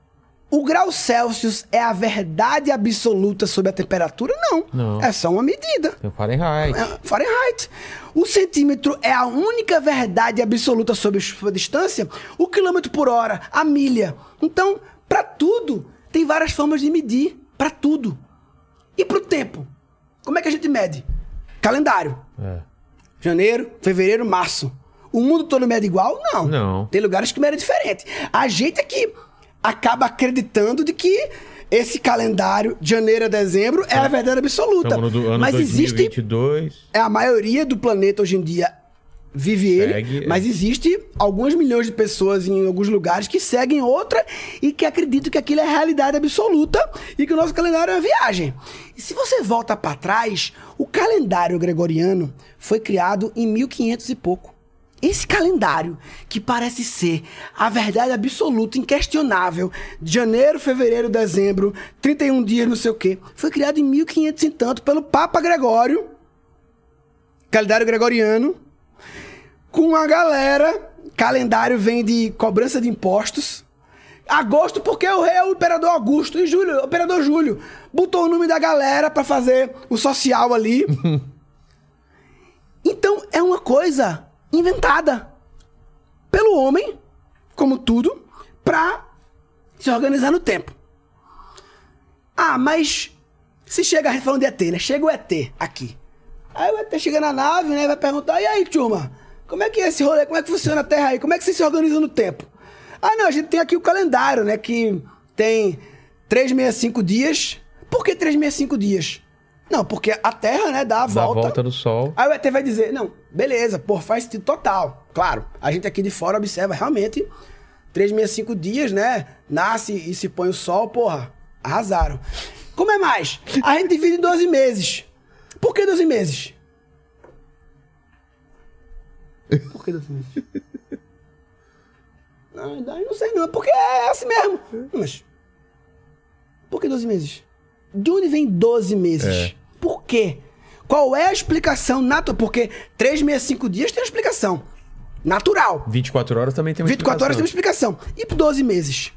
S4: O grau Celsius é a verdade absoluta sobre a temperatura? Não. É só uma medida.
S2: Tem o Fahrenheit.
S4: Fahrenheit. O centímetro é a única verdade absoluta sobre a distância? O quilômetro por hora, a milha. Então, para tudo, tem várias formas de medir. Para tudo. E para o tempo? Como é que a gente mede? Calendário. Janeiro, fevereiro, março. O mundo todo mede igual? Não. Tem lugares que medem diferente. A gente aqui acaba acreditando de que esse calendário de janeiro a dezembro é a verdade absoluta.
S2: Estamos no ano
S4: mas
S2: 2022.
S4: existe... A maioria do planeta hoje em dia vive ele, mas existe alguns milhões de pessoas em alguns lugares que seguem outra e que acreditam que aquilo é a realidade absoluta e que o nosso calendário é uma viagem. E se você volta para trás, o calendário gregoriano foi criado em 1500 e pouco. Esse calendário, que parece ser a verdade absoluta, inquestionável, de janeiro, fevereiro, dezembro, 31 dias, não sei o quê, foi criado em 1500 e tanto pelo Papa Gregório, calendário gregoriano, com a galera, calendário vem de cobrança de impostos, agosto porque o rei é o imperador Augusto, e julho, o imperador Júlio, botou o nome da galera pra fazer o social ali. Então, é uma coisa inventada pelo homem, como tudo, pra se organizar no tempo. Mas se chega, a gente falando de ET, né? Chega o ET aqui. Aí o ET chega na nave, né? Vai perguntar, e aí, turma? Como é que é esse rolê? Como é que funciona a Terra aí? Como é que você se organiza no tempo? Não, a gente tem aqui o calendário, né? Que tem 365 dias. Por que 365 dias? Não, porque a Terra, né, dá a volta
S2: do Sol.
S4: Aí o ET vai dizer, não, beleza, faz sentido total. Claro, a gente aqui de fora observa realmente 365 dias, né? Nasce e se põe o Sol, arrasaram. Como é mais? A gente divide em 12 meses. Por que 12 meses? Por que 12 meses? Não sei não, porque é assim mesmo. Mas, por que 12 meses? De onde vem 12 meses? Por quê? Qual é a explicação natural? Porque 365 dias tem uma explicação natural.
S2: 24 horas também tem uma
S4: 24 horas tem uma explicação. E por 12 meses?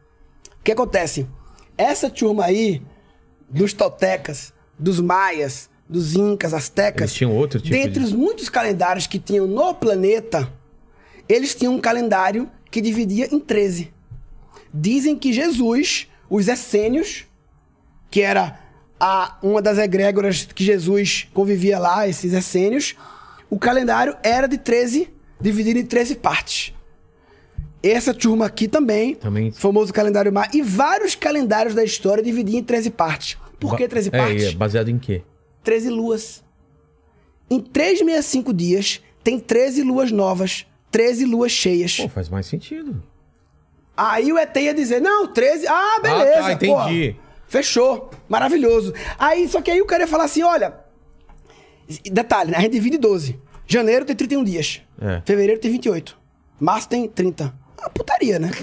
S4: O que acontece? Essa turma aí, dos toltecas, dos maias, dos incas, astecas...
S2: Eles tinham outro tipo
S4: dentre os muitos calendários que tinham no planeta, eles tinham um calendário que dividia em 13. Dizem que Jesus, os essênios, que era uma das egrégoras que Jesus convivia lá, esses essênios, o calendário era de 13, dividido em 13 partes. Essa turma aqui também. Famoso calendário maia. E vários calendários da história dividiam em 13 partes. Por que 13 partes?
S2: Baseado em quê?
S4: 13 luas. Em 365 dias, tem 13 luas novas, 13 luas cheias.
S2: Faz mais sentido.
S4: Aí o ET ia dizer, não, 13... beleza,
S2: entendi.
S4: Fechou. Maravilhoso. Só que aí o cara ia falar assim, olha... Detalhe, né? A gente divide 12. Janeiro tem 31 dias. Fevereiro tem 28. Março tem 30. Putaria, né?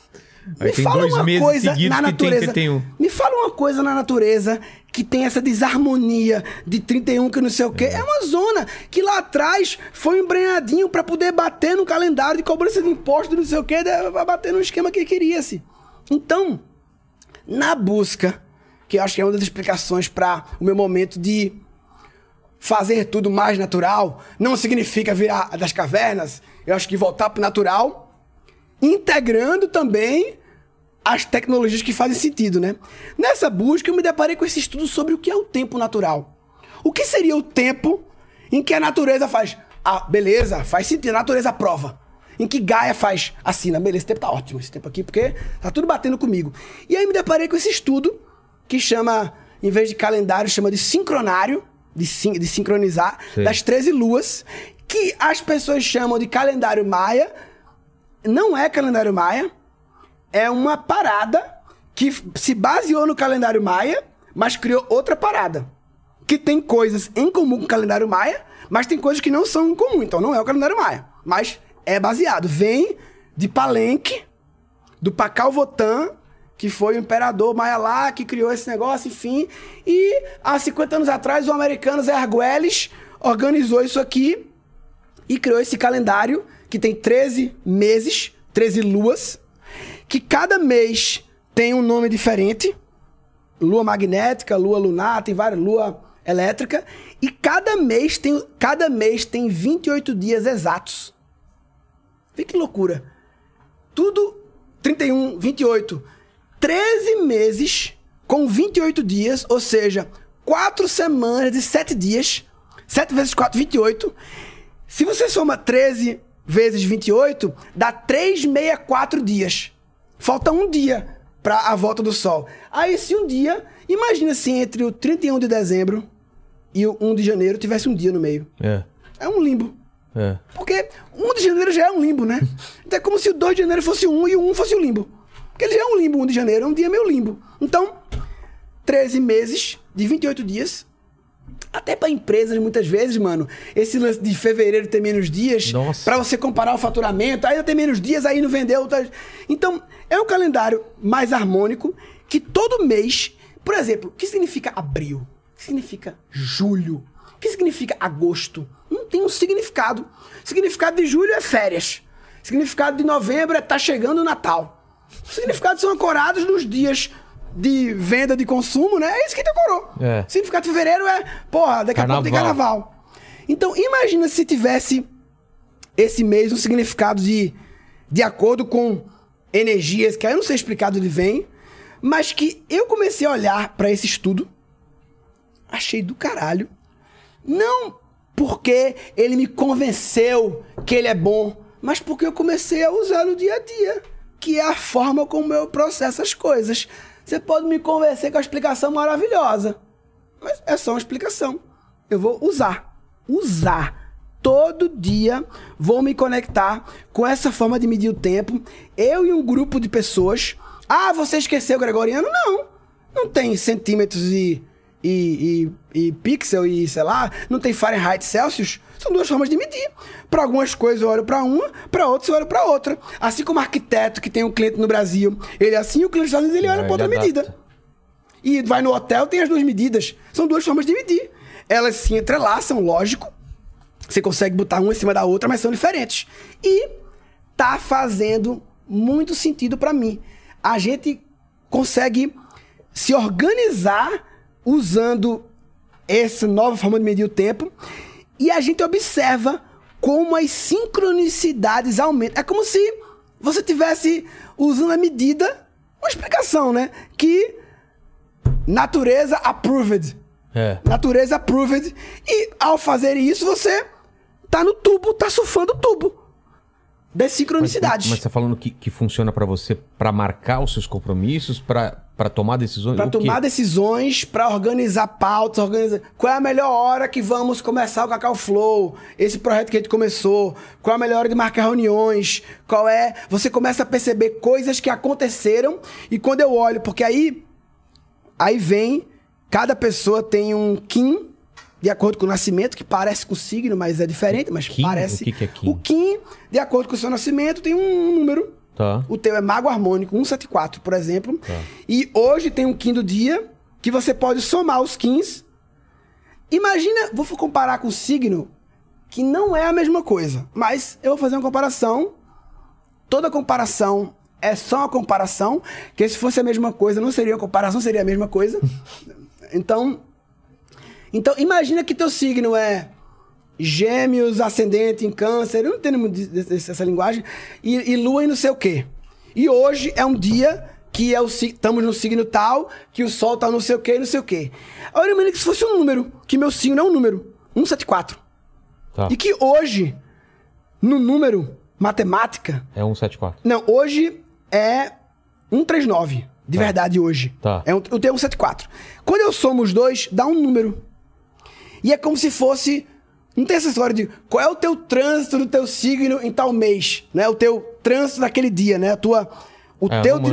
S2: Aí tem 2 meses seguidos na natureza. Que tem um.
S4: Me fala uma coisa na natureza que tem essa desarmonia de 31 que não sei o quê. É uma zona que lá atrás foi embrenhadinho pra poder bater no calendário de cobrança de imposto, não sei o quê, pra bater no esquema que queria-se. Então, na busca, que eu acho que é uma das explicações para o meu momento de fazer tudo mais natural, não significa virar das cavernas, eu acho que voltar pro natural, integrando também as tecnologias que fazem sentido, né? Nessa busca, eu me deparei com esse estudo sobre o que é o tempo natural. O que seria o tempo em que a natureza faz... beleza, faz sentido, a natureza prova. Em que Gaia faz, assina, beleza, esse tempo tá ótimo, esse tempo aqui, porque tá tudo batendo comigo. E aí me deparei com esse estudo, que chama, em vez de calendário, chama de sincronário, de sincronizar, das 13 luas, que as pessoas chamam de calendário maia. Não é calendário maia, é uma parada que se baseou no calendário maia, mas criou outra parada. Que tem coisas em comum com o calendário maia, mas tem coisas que não são em comum, então não é o calendário maia. Mas é baseado, vem de Palenque, do Pakal Votan, que foi o imperador maia lá, que criou esse negócio, enfim. E há 50 anos atrás, o americano Zé Argüelles organizou isso aqui e criou esse calendário que tem 13 meses, 13 luas, que cada mês tem um nome diferente. Lua magnética, lua lunar, tem várias, lua elétrica. E cada mês tem 28 dias exatos. Vê que loucura. Tudo 31, 28. 13 meses com 28 dias, ou seja, 4 semanas de 7 dias. 7 vezes 4, 28. Se você soma 13 vezes 28, dá 364 dias. Falta um dia para a volta do Sol. Aí, se um dia... Imagina se entre o 31 de dezembro e o 1 de janeiro tivesse um dia no meio. É um limbo. Porque 1 de janeiro já é um limbo, né? Então é como se o 2 de janeiro fosse o 1 e o 1 fosse o limbo. Porque ele já é um limbo, 1 de janeiro. É um dia meio limbo. Então, 13 meses de 28 dias... Até para empresas, muitas vezes, mano, esse lance de fevereiro ter menos dias, para você comparar o faturamento, aí tem menos dias, aí não vendeu. Tá... Então, é um calendário mais harmônico que todo mês... Por exemplo, o que significa abril? O que significa julho? O que significa agosto? Não tem um significado. O significado de julho é férias. O significado de novembro é tá chegando o Natal. Os significados são ancorados nos dias... de venda de consumo, né? É isso que decorou. O significado de fevereiro é, porra, daqui a pouco tem carnaval. Então, imagina se tivesse esse mês um significado de acordo com energias, que aí eu não sei explicar de onde vem, mas que eu comecei a olhar para esse estudo, achei do caralho. Não porque ele me convenceu que ele é bom, mas porque eu comecei a usar no dia a dia, que é a forma como eu processo as coisas. Você pode me convencer com a explicação maravilhosa, mas é só uma explicação. Eu vou usar. Todo dia vou me conectar com essa forma de medir o tempo. Eu e um grupo de pessoas. Ah, você esqueceu o gregoriano? Não tem centímetros e pixel e, sei lá, não tem Fahrenheit, Celsius. São duas formas de medir. Para algumas coisas eu olho para uma, para outras eu olho para outra. Assim como o arquiteto que tem um cliente no Brasil, ele é assim, o cliente dos Estados Unidos ele olha para outra medida. E vai no hotel, tem as duas medidas. São duas formas de medir. Elas se entrelaçam, lógico. Você consegue botar uma em cima da outra, mas são diferentes. E tá fazendo muito sentido para mim. A gente consegue se organizar usando essa nova forma de medir o tempo. E a gente observa como as sincronicidades aumentam. É como se você estivesse usando a medida, uma explicação, né? Que natureza approved. Natureza approved. E ao fazer isso, você tá no tubo, tá surfando o tubo das sincronicidades.
S2: Mas você tá falando que funciona para você para marcar os seus compromissos, para tomar decisões?
S4: Para tomar decisões, para organizar pautas, qual é a melhor hora que vamos começar o Cacau Flow, esse projeto que a gente começou, qual é a melhor hora de marcar reuniões, você começa a perceber coisas que aconteceram e quando eu olho, porque aí vem, cada pessoa tem um Kim, de acordo com o nascimento, que parece com o signo, mas é diferente, mas Kim? Parece.
S2: O que é Kim?
S4: O Kim, de acordo com o seu nascimento, tem um número.
S2: Tá.
S4: O teu é mago harmônico, 174, por exemplo. Tá. E hoje tem um Kim do dia que você pode somar os Kims. Imagina, vou comparar com o signo, que não é a mesma coisa. Mas eu vou fazer uma comparação. Toda comparação é só uma comparação, que se fosse a mesma coisa, não seria uma comparação, seria a mesma coisa. Então, imagina que teu signo é Gêmeos, ascendente em Câncer, eu não entendo essa linguagem, e Lua em não sei o quê. E hoje é um dia que estamos no signo tal, que o Sol tá não sei o quê, não sei o quê. Agora imagina que se fosse um número, que meu signo é um número, 174. Tá. E que hoje, no número, matemática...
S2: É 174.
S4: Não, hoje é 139, de verdade hoje.
S2: Tá.
S4: O teu é 174. Quando eu somo os dois, dá um número. E é como se fosse... Não tem essa história de qual é o teu trânsito do teu signo em tal mês, né? O teu trânsito naquele dia, né? O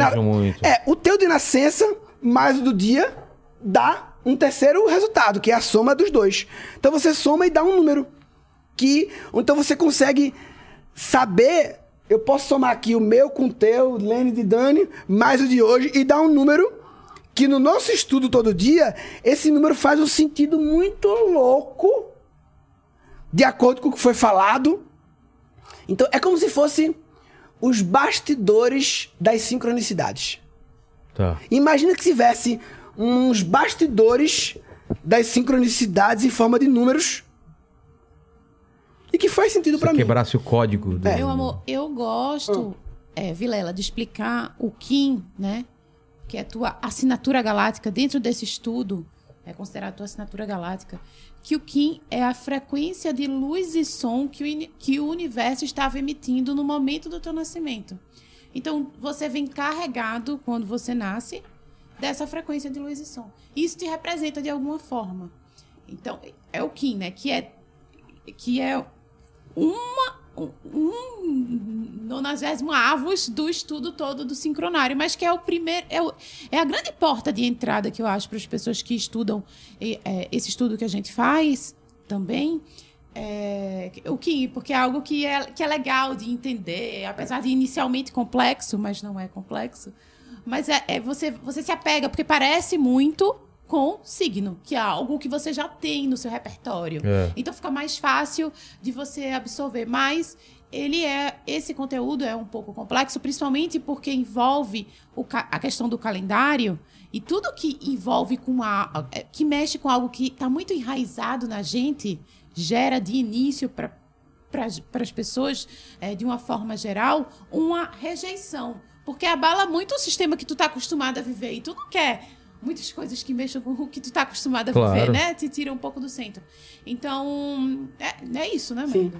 S4: teu de nascença mais o do dia dá um terceiro resultado, que é a soma dos dois. Então você soma e dá um número. Então você consegue saber... Eu posso somar aqui o meu com o teu, Lene de Dani, mais o de hoje, e dar um número que no nosso estudo todo dia, esse número faz um sentido muito louco, de acordo com o que foi falado. Então, é como se fosse os bastidores das sincronicidades.
S2: Tá.
S4: Imagina que se tivesse uns bastidores das sincronicidades em forma de números e que faz sentido pra mim.
S2: Quebrasse o código.
S5: Meu amor, eu gosto, Vilela, de explicar o Kim, né? Que é a tua assinatura galáctica dentro desse estudo, é considerado a tua assinatura galáctica, que o Kim é a frequência de luz e som que o universo estava emitindo no momento do teu nascimento. Então, você vem carregado, quando você nasce, dessa frequência de luz e som. Isso te representa de alguma forma. Então, é o Kim, né? Que é um 90º avos do estudo todo do sincronário, mas que é o primeiro, é a grande porta de entrada que eu acho para as pessoas que estudam esse estudo que a gente faz também, o Kim, porque é algo que é legal de entender, apesar de inicialmente complexo, mas não é complexo, mas você se apega, porque parece muito com signo, que é algo que você já tem no seu repertório. Então fica mais fácil de você absorver. Mas esse conteúdo é um pouco complexo, principalmente porque envolve a questão do calendário e tudo que envolve que mexe com algo que está muito enraizado na gente, gera de início para as pessoas, de uma forma geral, uma rejeição. Porque abala muito o sistema que tu está acostumado a viver e tu não quer muitas coisas que mexam com o que tu tá acostumado a viver, né? Te tira um pouco do centro. Então, é isso, né, Marina?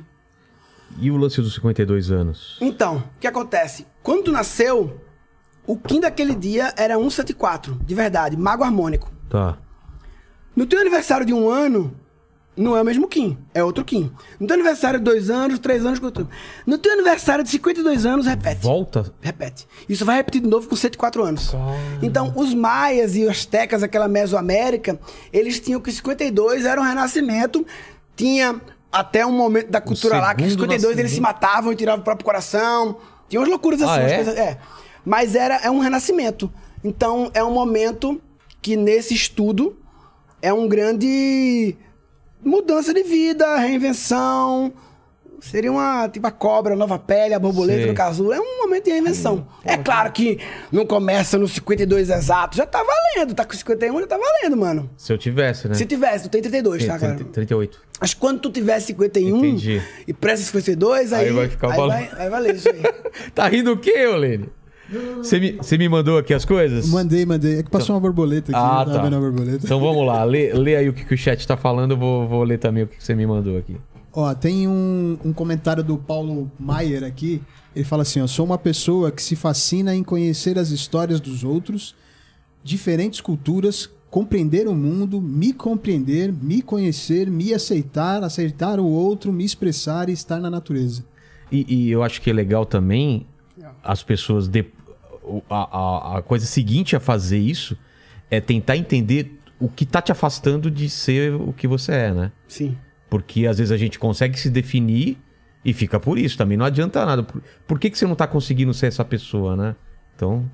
S2: E o lance dos 52 anos?
S4: Então, o que acontece? Quando tu nasceu, o Kim daquele dia era 174, de verdade, mago harmônico.
S2: Tá.
S4: No teu aniversário de 1 ano, não é o mesmo Kim, é outro Kim. No teu aniversário de 2 anos, 3 anos, no teu aniversário de 52 anos, repete.
S2: Volta?
S4: Repete. Isso vai repetir de novo com 104 anos. Então, os maias e os astecas, aquela Mesoamérica, eles tinham que 52 era um renascimento. Tinha até um momento da cultura lá que 52 eles se matavam e tiravam o próprio coração. Tinha umas loucuras assim. Umas coisas, mas é um renascimento. Então, é um momento que nesse estudo é um grande mudança de vida, reinvenção. Seria tipo a cobra, a nova pele, a borboleta no casulo. É um momento de reinvenção. É claro que não começa nos 52 exatos. Já tá valendo. Tá com 51, já tá valendo, mano.
S2: Se eu tivesse, né?
S4: Se tivesse, tu tem 32, tá, cara?
S2: 38.
S4: Mas quando tu tiver 51 e presta 52, aí
S2: vai ficar o valor.
S4: Vai valer isso aí.
S2: Tá rindo o quê, Olene? Você me mandou aqui as coisas?
S3: Mandei. É que passou uma borboleta aqui.
S2: Tá.
S3: Vendo a borboleta.
S2: Então vamos lá. Lê aí o que o chat tá falando. Eu vou ler também o que você me mandou aqui.
S3: Ó, tem um comentário do Paulo Maier aqui. Ele fala assim, ó: sou uma pessoa que se fascina em conhecer as histórias dos outros, diferentes culturas, compreender o mundo, me compreender, me conhecer, me aceitar o outro, me expressar e estar na natureza.
S2: E eu acho que é legal também as pessoas... A coisa seguinte a fazer isso é tentar entender o que tá te afastando de ser o que você é, né?
S4: Sim.
S2: Porque às vezes a gente consegue se definir e fica por isso. Também não adianta nada. Por que você não tá conseguindo ser essa pessoa, né? Então...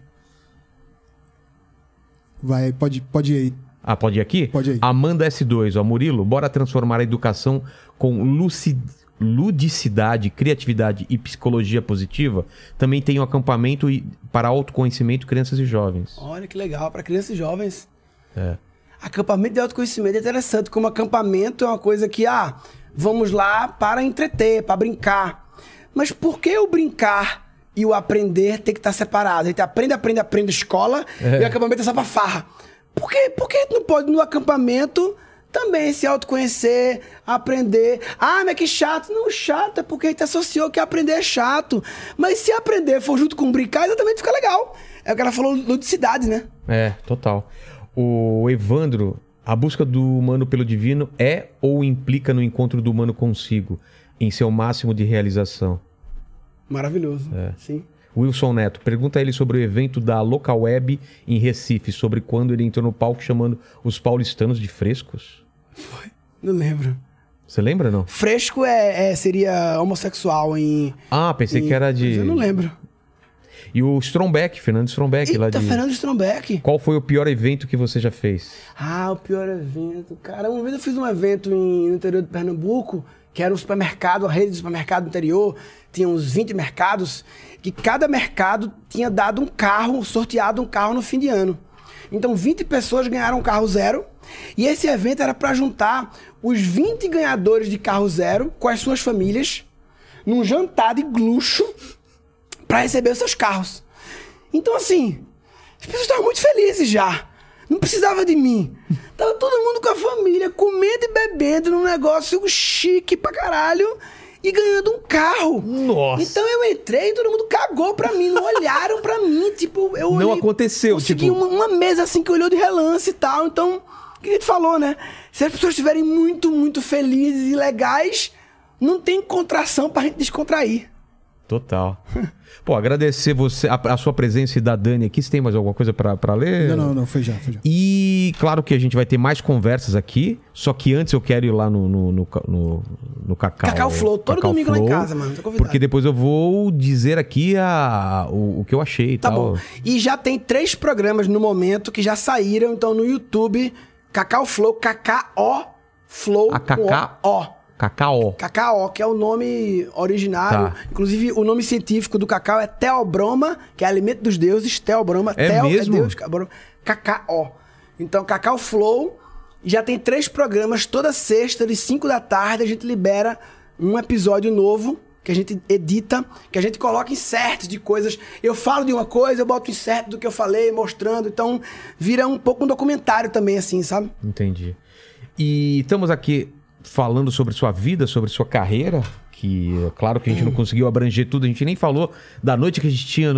S3: Vai, pode ir aí.
S2: Ah, pode ir aqui?
S3: Pode ir.
S2: Amanda S2, ó. Murilo, bora transformar a educação com ludicidade, criatividade e psicologia positiva. Também tem um acampamento para autoconhecimento, crianças e jovens.
S4: Olha que legal, para crianças e jovens. Acampamento de autoconhecimento é interessante, como acampamento é uma coisa que, vamos lá para entreter, para brincar. Mas por que o brincar e o aprender tem que estar separado? A gente aprende escola e o acampamento é só pra farra. Por que não pode no acampamento também se autoconhecer, aprender? Mas que chato. Não, chato é porque a gente associou que aprender é chato. Mas se aprender for junto com brincar, exatamente fica legal. É o que ela falou, ludicidade, né?
S2: Total. O Evandro, a busca do humano pelo divino é ou implica no encontro do humano consigo, em seu máximo de realização?
S4: Maravilhoso, sim.
S2: Wilson Neto, pergunta a ele sobre o evento da Local Web em Recife, sobre quando ele entrou no palco chamando os paulistanos de frescos.
S4: Foi, não lembro.
S2: Você lembra, não?
S4: Fresco seria homossexual em...
S2: Pensei que era de...
S4: Mas eu não lembro.
S2: E o Strombeck, Fernando Strombeck.
S4: Fernando Strombeck.
S2: Qual foi o pior evento que você já fez?
S4: O pior evento... Cara, uma vez eu fiz um evento no interior de Pernambuco que era um supermercado, uma rede de supermercado no interior, tinha uns 20 mercados, que cada mercado tinha dado um carro, sorteado um carro no fim de ano. Então 20 pessoas ganharam um carro zero, e esse evento era para juntar os 20 ganhadores de carro zero com as suas famílias num jantar de luxo para receber os seus carros. Então assim, as pessoas estavam muito felizes já. Não precisava de mim. Tava todo mundo com a família, comendo e bebendo num negócio chique pra caralho e ganhando um carro.
S2: Nossa.
S4: Então eu entrei e todo mundo cagou pra mim, não olharam pra mim. Tipo, eu olhei,
S2: Não aconteceu,
S4: consegui
S2: tipo...
S4: uma mesa assim que olhou de relance e tal. Então, o que a gente falou, né? Se as pessoas estiverem muito, muito felizes e legais, não tem contração pra gente descontrair.
S2: Total. Pô, agradecer você, a sua presença e da Dani aqui. Você tem mais alguma coisa pra ler?
S3: Não, foi já.
S2: E claro que a gente vai ter mais conversas aqui, só que antes eu quero ir lá no Cacau.
S4: Cacau Flow, todo
S2: Cacau
S4: domingo
S2: Flow,
S4: lá em casa, mano. Tô convidado.
S2: porque depois eu vou dizer aqui o que eu achei e
S4: Tá
S2: tal.
S4: bom. E já tem 3 programas no momento que já saíram, então no YouTube, Cacau Flow, K-K-O Flow,
S2: A Cacá-
S4: O.
S2: Cacau.
S4: Cacau, que é o nome originário.
S2: Tá.
S4: Inclusive, o nome científico do cacau é Theobroma, que é alimento dos deuses. Theobroma.
S2: É
S4: Theo
S2: mesmo?
S4: É Deus, Cacau. Então, Cacau Flow. Já tem 3 programas. Toda sexta, às 5 da tarde, a gente libera um episódio novo que a gente edita, que a gente coloca inserts de coisas. Eu falo de uma coisa, eu boto insert do que eu falei, mostrando. Então, vira um pouco um documentário também, assim, sabe?
S2: Entendi. E estamos aqui falando sobre sua vida, sobre sua carreira, que é claro que a gente não conseguiu abranger tudo, a gente nem falou da noite que a gente tinha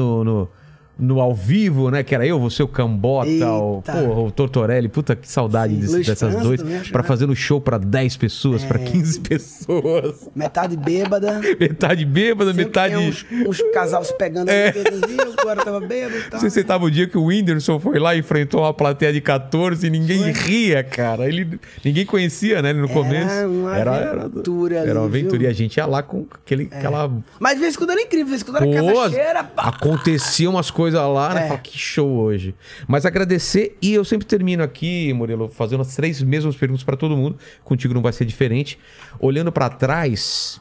S2: no ao vivo, né? Que era eu, você, o Cambota, o Tortorelli. Puta, que saudade dessas
S4: França
S2: noites.
S4: também, acho,
S2: Pra
S4: né?
S2: fazer um show pra 10 pessoas, pra 15 pessoas.
S4: Metade bêbada.
S2: Metade bêbada,
S4: Sempre
S2: metade...
S4: tem uns casal se pegando ali, eu viu, agora tava bêbado e tal.
S2: Você tava o dia que o Whindersson foi lá e enfrentou uma plateia de 14 e ninguém ria, cara. Ninguém conhecia, né? Ele no começo.
S4: Uma aventura ali,
S2: Era uma aventura.
S4: viu?
S2: E a gente ia lá com aquela...
S4: Mas de vez em quando era incrível, de vez em quando era
S2: Pô,
S4: casa cheira, pá.
S2: aconteciam umas coisas lá, né? Fala, que show hoje. Mas agradecer, e eu sempre termino aqui, Murilo, fazendo as 3 mesmas perguntas pra todo mundo. Contigo não vai ser diferente. Olhando pra trás,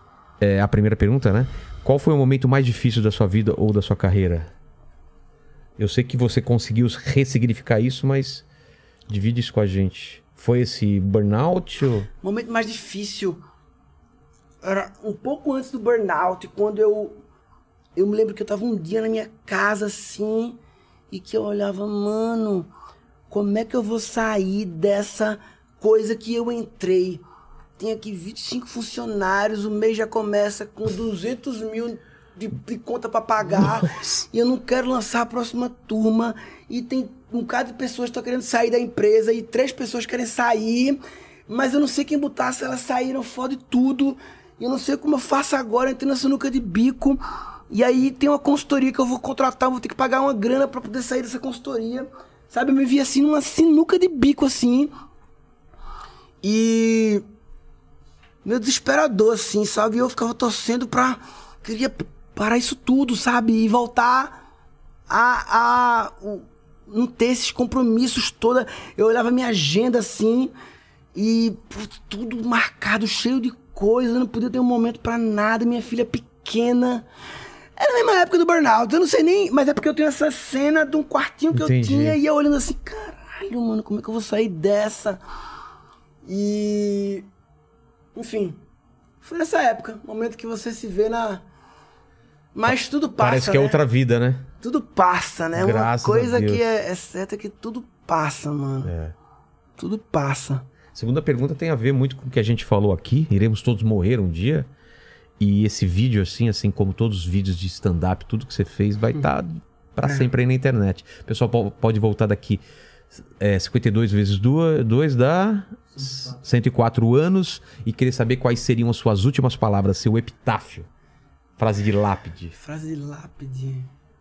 S2: a primeira pergunta, né? Qual foi o momento mais difícil da sua vida ou da sua carreira? Eu sei que você conseguiu ressignificar isso, mas divide isso com a gente. Foi esse burnout? Ou...
S4: O momento mais difícil era um pouco antes do burnout, quando eu me lembro que eu tava um dia na minha casa assim, e que eu olhava, mano, como é que eu vou sair dessa coisa que eu entrei? Tem aqui 25 funcionários, o mês já começa com 200 mil de conta pra pagar. Nossa. E eu não quero lançar a próxima turma. E tem um bocado de pessoas que estão querendo sair da empresa e 3 pessoas querem sair. Mas eu não sei quem botar, se elas saíram, fode tudo. E eu não sei como eu faço agora, eu entrei na sinuca de bico. E aí tem uma consultoria que eu vou contratar, vou ter que pagar uma grana pra poder sair dessa consultoria. Sabe, eu me vi assim numa sinuca de bico assim. E... meio desesperador assim, sabe? Eu ficava torcendo pra... queria parar isso tudo, sabe? E voltar a não ter esses compromissos toda. Eu olhava minha agenda assim e tudo marcado, cheio de coisa. Eu não podia ter um momento pra nada. Minha filha pequena... Era na mesma época do burnout, eu não sei nem... Mas é porque eu tenho essa cena de um quartinho que
S2: Entendi.
S4: eu tinha e eu olhando assim, caralho, mano, como é que eu vou sair dessa? E... enfim, foi nessa época, momento que você se vê na... Mas tudo passa,
S2: Parece que é
S4: né?
S2: outra vida, né?
S4: Tudo passa, né?
S2: Graças
S4: Uma coisa
S2: a Deus.
S4: que é certa é que tudo passa, mano. Tudo passa.
S2: Segunda pergunta tem a ver muito com o que a gente falou aqui. Iremos todos morrer um dia. E esse vídeo, assim como todos os vídeos de stand-up, tudo que você fez vai estar pra sempre aí na internet. O pessoal pode voltar daqui 52 vezes 2 dá 104 anos e querer saber quais seriam as suas últimas palavras, seu epitáfio. Frase de lápide.
S4: Frase de lápide.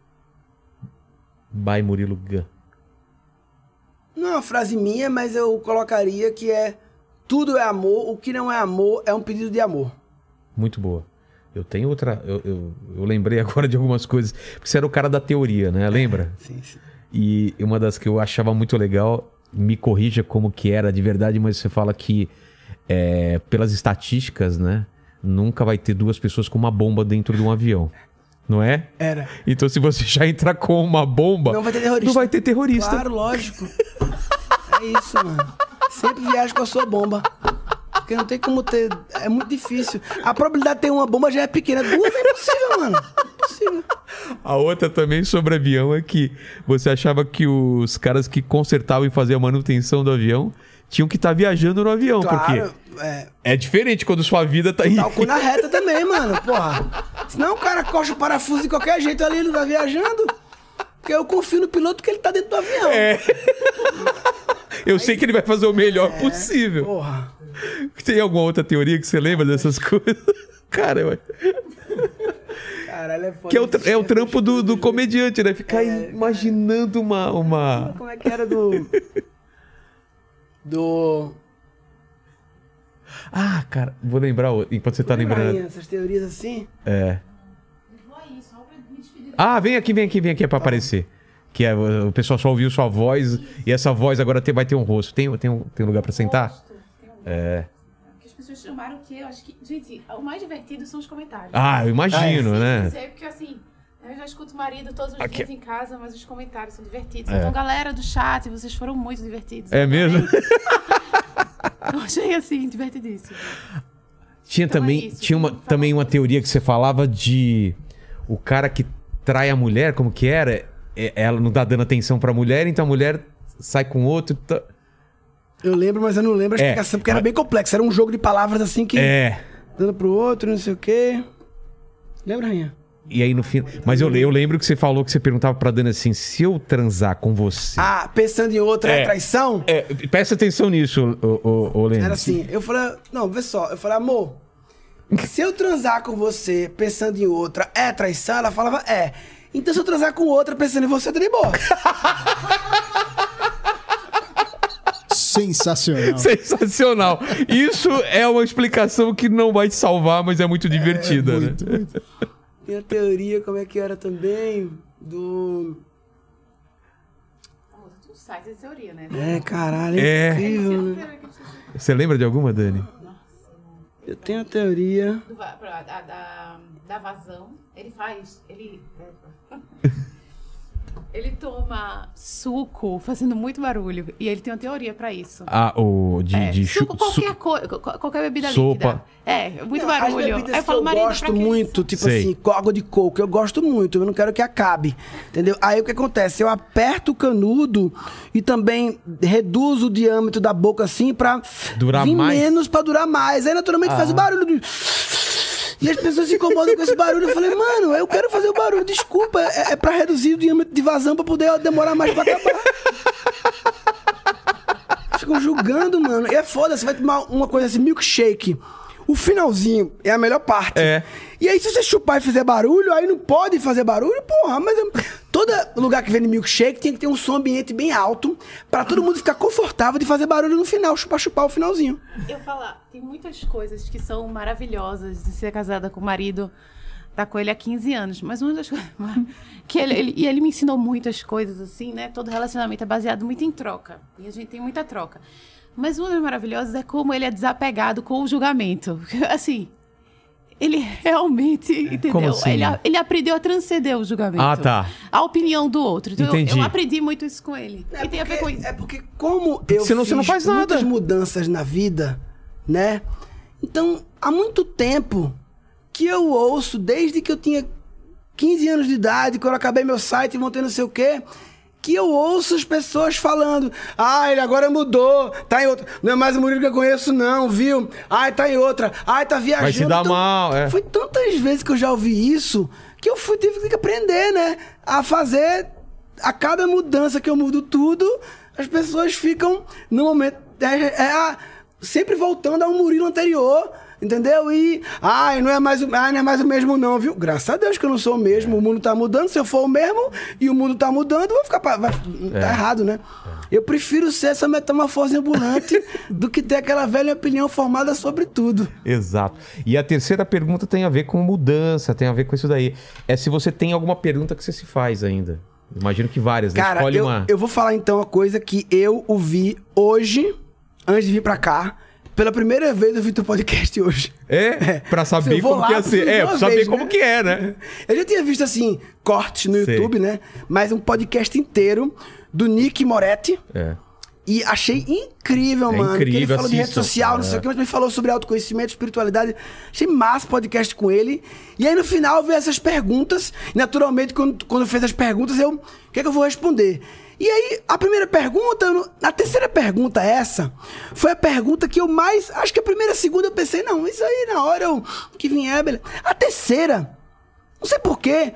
S2: By Murilo Gun.
S4: Não é uma frase minha, mas eu colocaria que é: tudo é amor, o que não é amor é um pedido de amor.
S2: Muito boa. Eu tenho outra... Eu lembrei agora de algumas coisas. Porque você era o cara da teoria, né? Lembra?
S4: Sim, sim.
S2: E uma das que eu achava muito legal, me corrija como que era de verdade, mas você fala que pelas estatísticas, né? Nunca vai ter 2 pessoas com uma bomba dentro de um avião. Não é?
S4: Era.
S2: Então, se você já entrar com uma bomba...
S4: Não vai ter terrorista.
S2: Não vai ter terrorista.
S4: Claro, lógico. É isso, mano. Sempre viaja com a sua bomba. Porque não tem como ter... É muito difícil. A probabilidade de ter uma bomba já é pequena. 2 é impossível, mano. Impossível.
S2: A outra também sobre avião é que você achava que os caras que consertavam e faziam a manutenção do avião tinham que estar viajando no avião.
S4: Claro,
S2: porque é diferente quando sua vida tá aí.
S4: Tá o cu na reta também, mano. Porra. Senão o cara coxa o parafuso de qualquer jeito ali, ele tá viajando. Porque eu confio no piloto que ele tá dentro do avião.
S2: Eu sei que ele vai fazer o melhor possível.
S4: Porra.
S2: Tem alguma outra teoria que você lembra dessas coisas? Cara,
S4: Caralho, é foda.
S2: que é o trampo do comediante, né? Ficar imaginando uma...
S4: Como é que era
S2: Ah, cara, vou lembrar enquanto você tá lembrando.
S4: Essas teorias assim?
S2: Ah, vem aqui pra aparecer. Que o pessoal só ouviu sua voz e essa voz agora vai ter um rosto. Tem um lugar pra sentar?
S5: Que as pessoas chamaram que eu acho que... Gente, o mais divertido são os comentários.
S2: Ah, eu imagino, né?
S5: Porque assim... Eu já escuto o marido todos os
S2: Aqui.
S5: dias em casa, mas os comentários são divertidos. Então, galera do chat, vocês foram muito divertidos.
S2: É mesmo?
S5: Eu achei, assim, divertidíssimo.
S2: Tinha
S5: Então
S2: também,
S5: é isso,
S2: tinha também uma teoria que você falava de... O cara que trai a mulher, como que era? Ela não tá dando atenção pra mulher, então a mulher sai com outro...
S4: Eu lembro, mas eu não lembro a explicação, porque era bem complexo. Era um jogo de palavras assim que... Dando pro outro, não sei o quê. Lembra, Rainha?
S2: E aí no fim... Mas eu lembro que você falou que você perguntava pra Dani assim, se eu transar com você...
S4: Ah, pensando em outra é traição?
S2: Presta atenção nisso, ô Lênin.
S4: Era assim, eu falei... Não, vê só. Eu falei, amor, se eu transar com você pensando em outra é traição? Ela falava, é. Então se eu transar com outra pensando em você, tá de boa.
S3: Sensacional.
S2: Sensacional. Isso é uma explicação que não vai te salvar, mas é muito divertida,
S3: muito,
S2: né?
S3: muito.
S4: Tem a teoria, como é que era também, do...
S5: Tu sai de teoria, né?
S4: Caralho, é incrível, né?
S2: Você lembra de alguma, Dani?
S4: Eu tenho a teoria...
S5: Da vazão. Ele toma suco fazendo muito barulho. E ele tem uma teoria pra isso.
S2: Ah,
S5: suco, qualquer bebida
S2: sopa.
S5: líquida. Muito barulho.
S4: As bebidas
S5: Aí eu falo,
S4: que eu
S5: marido,
S4: gosto
S5: pra que
S4: muito,
S5: isso?
S4: tipo
S2: Sei.
S4: assim, com água de coco, eu gosto muito, eu não quero que acabe, entendeu? Aí o que acontece? Eu aperto o canudo e também reduzo o diâmetro da boca assim pra
S2: Durar
S4: vir
S2: mais?
S4: menos pra durar mais. Aí naturalmente faz o barulho do... E as pessoas se incomodam com esse barulho. Eu falei, mano, eu quero fazer o barulho, desculpa, é pra reduzir o diâmetro de vazão pra poder demorar mais pra acabar. Ficam julgando, mano. E é foda, você vai tomar uma coisa assim, milkshake. O finalzinho é a melhor parte. E aí, se você chupar e fizer barulho, aí não pode fazer barulho, porra. Mas todo lugar que vende milkshake tem que ter um som ambiente bem alto pra todo mundo ficar confortável de fazer barulho no final, chupar o finalzinho.
S5: Eu falar, tem muitas coisas que são maravilhosas de ser casada com o marido, tá com ele há 15 anos. Mas uma das coisas... que ele me ensinou muitas coisas, assim, né? Todo relacionamento é baseado muito em troca. E a gente tem muita troca. Mas uma das maravilhosas é como ele é desapegado com o julgamento. Assim, ele realmente, entendeu?
S2: Como assim?
S5: Ele aprendeu a transcender o julgamento.
S2: Ah, tá.
S5: A opinião do outro. Então,
S2: Entendi.
S5: eu aprendi muito isso com ele. E tem a ver com isso.
S4: É porque como eu
S2: senão
S4: fiz
S2: você não faz
S4: muitas
S2: nada.
S4: mudanças na vida, né? Então, há muito tempo que eu ouço, desde que eu tinha 15 anos de idade, quando eu acabei meu site e montei não sei o quê... que eu ouço as pessoas falando, ele agora mudou, tá em outra, não é mais o Murilo que eu conheço não, viu? Tá em outra, tá viajando.
S2: Vai se dar mal,
S4: Foi tantas vezes que eu já ouvi isso, que eu tive que aprender, né? A fazer, a cada mudança que eu mudo tudo, as pessoas ficam, no momento, sempre voltando ao Murilo anterior, entendeu? E, não é mais o mesmo não, viu? Graças a Deus que eu não sou o mesmo, o mundo tá mudando, se eu for o mesmo e o mundo tá mudando, tá errado, né? Eu prefiro ser essa metamorfose ambulante do que ter aquela velha opinião formada sobre tudo.
S2: Exato. E a terceira pergunta tem a ver com mudança, tem a ver com isso daí. É se você tem alguma pergunta que você se faz ainda. Imagino que várias, né?
S4: Cara,
S2: Escolhe uma.
S4: eu vou falar então uma coisa que eu ouvi hoje, antes de vir pra cá, Pela primeira vez eu vi teu podcast hoje.
S2: Pra saber
S4: Eu vou
S2: como
S4: lá
S2: que ia ser.
S4: uma
S2: Pra saber
S4: vez,
S2: como
S4: né?
S2: que é, né?
S4: Eu já tinha visto, assim, cortes no
S2: Sei.
S4: YouTube, né? Mas um podcast inteiro do Nick Moretti. E achei incrível, mano.
S2: incrível,
S4: que ele falou de rede
S2: assistam.
S4: social, não sei o que, mas também falou sobre autoconhecimento, espiritualidade. Achei massa o podcast com ele. E aí no final veio essas perguntas. E naturalmente, quando fez as perguntas, o que é que eu vou responder? E aí, a primeira pergunta, a terceira pergunta essa, foi a pergunta que eu mais... Acho que a primeira e a segunda eu pensei, não, isso aí na hora que vier, beleza. A terceira, não sei porquê,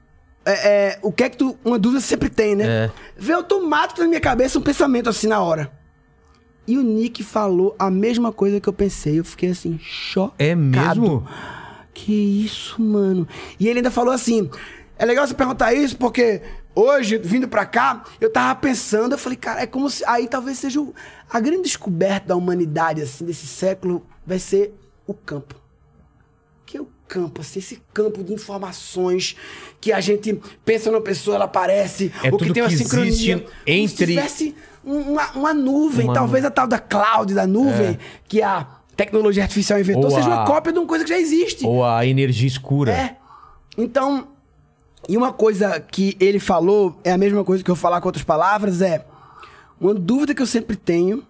S4: o que é que tu... Uma dúvida sempre tem, né? Veio automático na minha cabeça um pensamento assim na hora. E o Nick falou a mesma coisa que eu pensei. Eu fiquei assim, chocado.
S2: É mesmo?
S4: Que isso, mano? E ele ainda falou assim, é legal você perguntar isso porque hoje, vindo pra cá, eu tava pensando, eu falei, cara, é como se... Aí talvez seja a grande descoberta da humanidade, assim, desse século, vai ser o campo. Que é o campo, assim, esse campo de informações que a gente pensa numa pessoa, ela aparece, ou que
S2: tudo
S4: tem uma
S2: que
S4: sincronia.
S2: existe
S4: Como se tivesse uma nuvem, talvez a tal da cloud, da nuvem, que a tecnologia artificial inventou,
S2: Ou
S4: seja uma cópia de uma coisa que já existe.
S2: Ou a energia escura.
S4: Então, e uma coisa que ele falou, é a mesma coisa que eu vou falar com outras palavras, uma dúvida que eu sempre tenho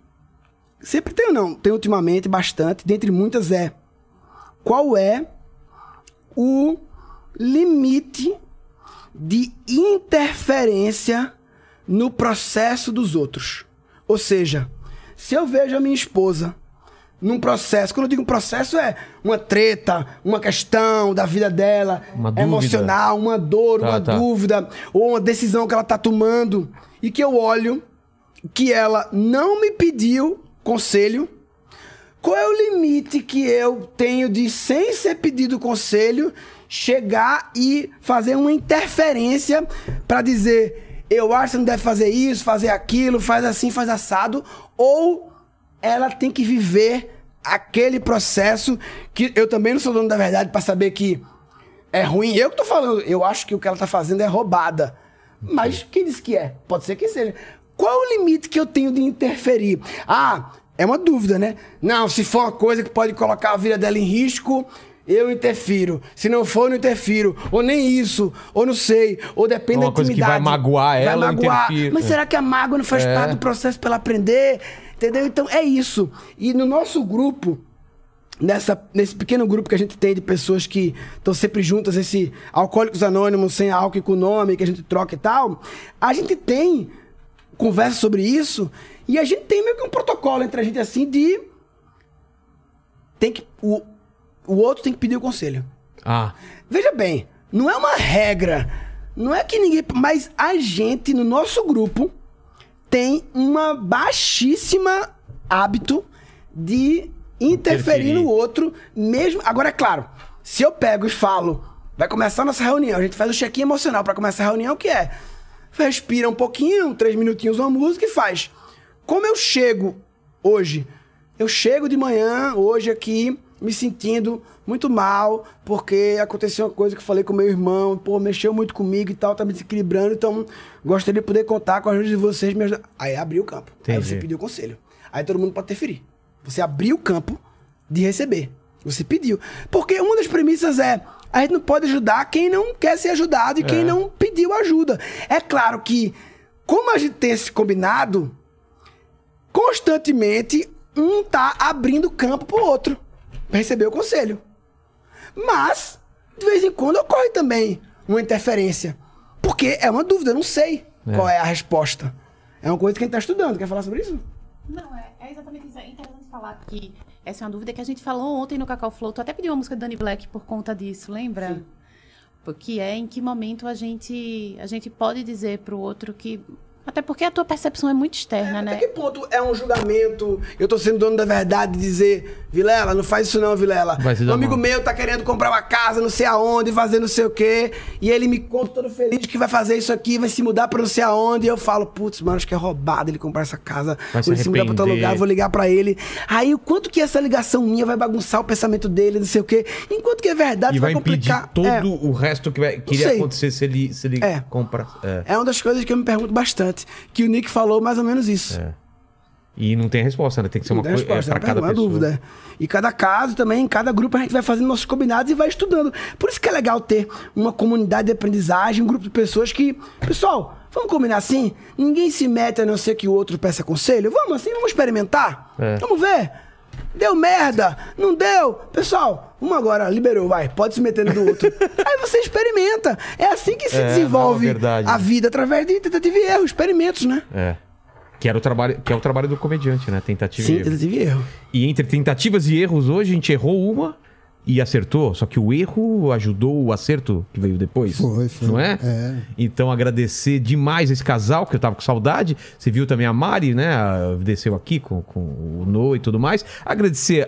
S4: tenho ultimamente bastante, dentre muitas qual é o limite de interferência no processo dos outros? Ou seja, se eu vejo a minha esposa num processo, quando eu digo processo é uma treta, uma questão da vida dela,
S2: uma dúvida
S4: emocional, uma dor, uma dúvida, ou uma decisão que ela tá tomando, e que eu olho que ela não me pediu conselho, qual é o limite que eu tenho de, sem ser pedido conselho, chegar e fazer uma interferência para dizer, eu acho que você não deve fazer isso, fazer aquilo, faz assim, faz assado, ou ela tem que viver aquele processo que eu também não sou dono da verdade para saber que é ruim. Eu que tô falando, eu acho que o que ela tá fazendo é roubada. Mas quem disse que é? Pode ser que seja. Qual é o limite que eu tenho de interferir? É uma dúvida, né? Não, se for uma coisa que pode colocar a vida dela em risco, eu interfiro. Se não for, eu não interfiro. Ou nem isso, ou não sei. Ou depende da intimidade.
S2: Uma coisa que vai magoar ela, eu interfiro.
S4: Mas será que a mágoa não faz parte do processo para ela aprender? Entendeu? Então, é isso. E no nosso grupo, nesse pequeno grupo que a gente tem de pessoas que estão sempre juntas, esse Alcoólicos Anônimos, sem álcool e com nome, que a gente troca e tal, a gente tem conversa sobre isso e a gente tem meio que um protocolo entre a gente assim de... O outro tem que pedir o conselho. Veja bem, não é uma regra, não é que ninguém... Mas a gente, no nosso grupo, tem uma baixíssima hábito de interferir no outro, mesmo... Agora, é claro, se eu pego e falo, vai começar a nossa reunião, a gente faz o check-in emocional para começar a reunião, que é... Respira um pouquinho, 3 minutinhos uma música e faz. Como eu chego hoje? Eu chego de manhã, hoje aqui, me sentindo muito mal, porque aconteceu uma coisa que eu falei com meu irmão, mexeu muito comigo e tal, tá me desequilibrando, então gostaria de poder contar com a ajuda de vocês, me ajudar. Aí abriu o campo. Entendi. Aí você pediu conselho. Aí todo mundo pode interferir. Você abriu o campo de receber. Você pediu. Porque uma das premissas a gente não pode ajudar quem não quer ser ajudado e quem não pediu ajuda. É claro que, como a gente tem esse combinado, constantemente um tá abrindo campo pro outro para receber o conselho. Mas, de vez em quando, ocorre também uma interferência. Porque é uma dúvida, eu não sei qual é a resposta. É uma coisa que a gente tá estudando. Quer falar sobre isso?
S5: Não, é exatamente isso. É interessante falar que essa é uma dúvida que a gente falou ontem no Cacau Flow. Tu até pediu uma música de Dani Black por conta disso, lembra? Sim. Porque em que momento a gente pode dizer pro outro que... Até porque a tua percepção é muito externa, né?
S4: Até que ponto é um julgamento? Eu tô sendo dono da verdade de dizer, Vilela, não faz isso não, Vilela. Um amigo meu tá querendo comprar uma casa, não sei aonde, fazer não sei o quê. E ele me conta todo feliz que vai fazer isso aqui, vai se mudar pra não sei aonde. E eu falo, putz, mano, acho que é roubado ele comprar essa casa. Ou ele se mudar pra outro lugar, vou ligar pra ele. Aí o quanto que essa ligação minha vai bagunçar o pensamento dele, não sei o quê. Enquanto que é verdade,
S2: e vai
S4: complicar.
S2: Impedir todo o resto que iria acontecer se ele comprar.
S4: É uma das coisas que eu me pergunto bastante. Que o Nick falou mais ou menos isso.
S2: E não tem resposta, né? Tem que ser uma coisa para cada
S4: não é
S2: pessoa.
S4: dúvida. E cada caso também, em cada grupo a gente vai fazendo nossos combinados e vai estudando. Por isso que é legal ter uma comunidade de aprendizagem, um grupo de pessoas que... Pessoal, vamos combinar assim? Ninguém se mete a não ser que o outro peça conselho. Vamos assim, vamos experimentar? Vamos ver? Deu merda? Não deu? Pessoal, vamos agora, liberou, vai. Pode se meter no do outro. Aí você experimenta. É assim que se desenvolve a vida, através de tentativa e erro, experimentos, né?
S2: Que é o trabalho do comediante, né? Tentativa e erro.
S4: Tentativa e erro.
S2: E entre tentativas e erros, hoje a gente errou uma e acertou. Só que o erro ajudou o acerto que veio depois.
S3: Foi.
S2: Não é? Então, agradecer demais esse casal, que eu tava com saudade. Você viu também a Mari, né? Desceu aqui com o Noah e tudo mais. Agradecer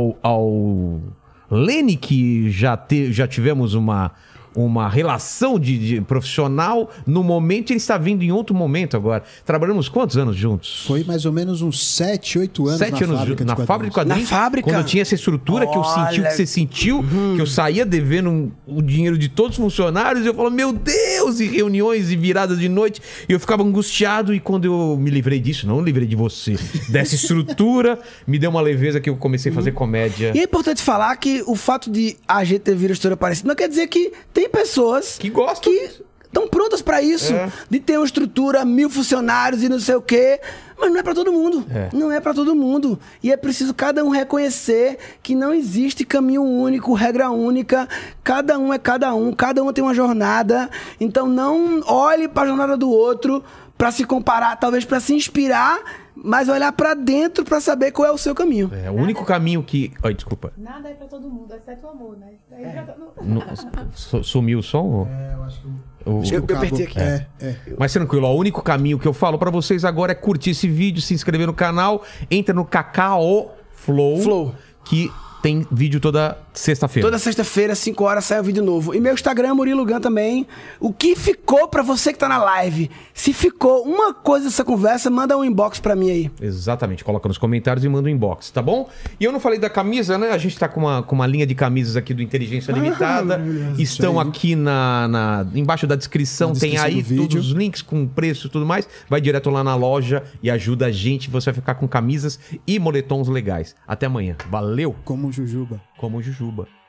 S2: ao Lene, que já tivemos uma relação de profissional no momento, ele está vindo em outro momento agora. Trabalhamos quantos anos juntos?
S3: Foi mais ou menos uns 7, 8 anos
S2: 7 anos
S3: fábrica
S2: na fábrica de quadrinhos.
S4: Na fábrica?
S2: Quando eu tinha essa estrutura que eu senti o que você sentiu, que eu saía devendo o dinheiro de todos os funcionários, e eu falava, meu Deus, e reuniões e viradas de noite, e eu ficava angustiado, e quando eu me livrei disso, não livrei de você, dessa estrutura, me deu uma leveza que eu comecei a fazer comédia.
S4: E é importante falar que o fato de a gente ter visto a história parecida não quer dizer que tem pessoas
S2: que gostam,
S4: que estão prontas pra isso, de ter uma estrutura, 1000 funcionários e não sei o quê, mas não é pra todo mundo. Não é pra todo mundo. E é preciso cada um reconhecer que não existe caminho único, regra única, cada um é cada um tem uma jornada, então não olhe pra jornada do outro pra se comparar, talvez pra se inspirar, mas olhar pra dentro pra saber qual é o seu caminho.
S2: O único caminho que... Ai, desculpa.
S5: Nada é pra todo mundo, exceto o amor, né? É pra todo mundo.
S2: Sumiu o som?
S3: Eu acho que
S4: Eu apertei aqui.
S2: Mas tranquilo, o único caminho que eu falo pra vocês agora é curtir esse vídeo, se inscrever no canal, entra no Cacau Flow, que tem vídeo toda sexta-feira.
S4: Toda sexta-feira, 5 horas, sai um vídeo novo. E meu Instagram é Murilo Gun também. O que ficou pra você que tá na live? Se ficou uma coisa dessa conversa, manda um inbox pra mim aí.
S2: Exatamente, coloca nos comentários e manda um inbox, tá bom? E eu não falei da camisa, né? A gente tá com uma linha de camisas aqui do Inteligência Limitada. Estão aqui embaixo da descrição, tem aí todos os links com preço e tudo mais. Vai direto lá na loja e ajuda a gente. Você vai ficar com camisas e moletons legais. Até amanhã. Valeu!
S3: Como Jujuba.
S2: Como Jujuba.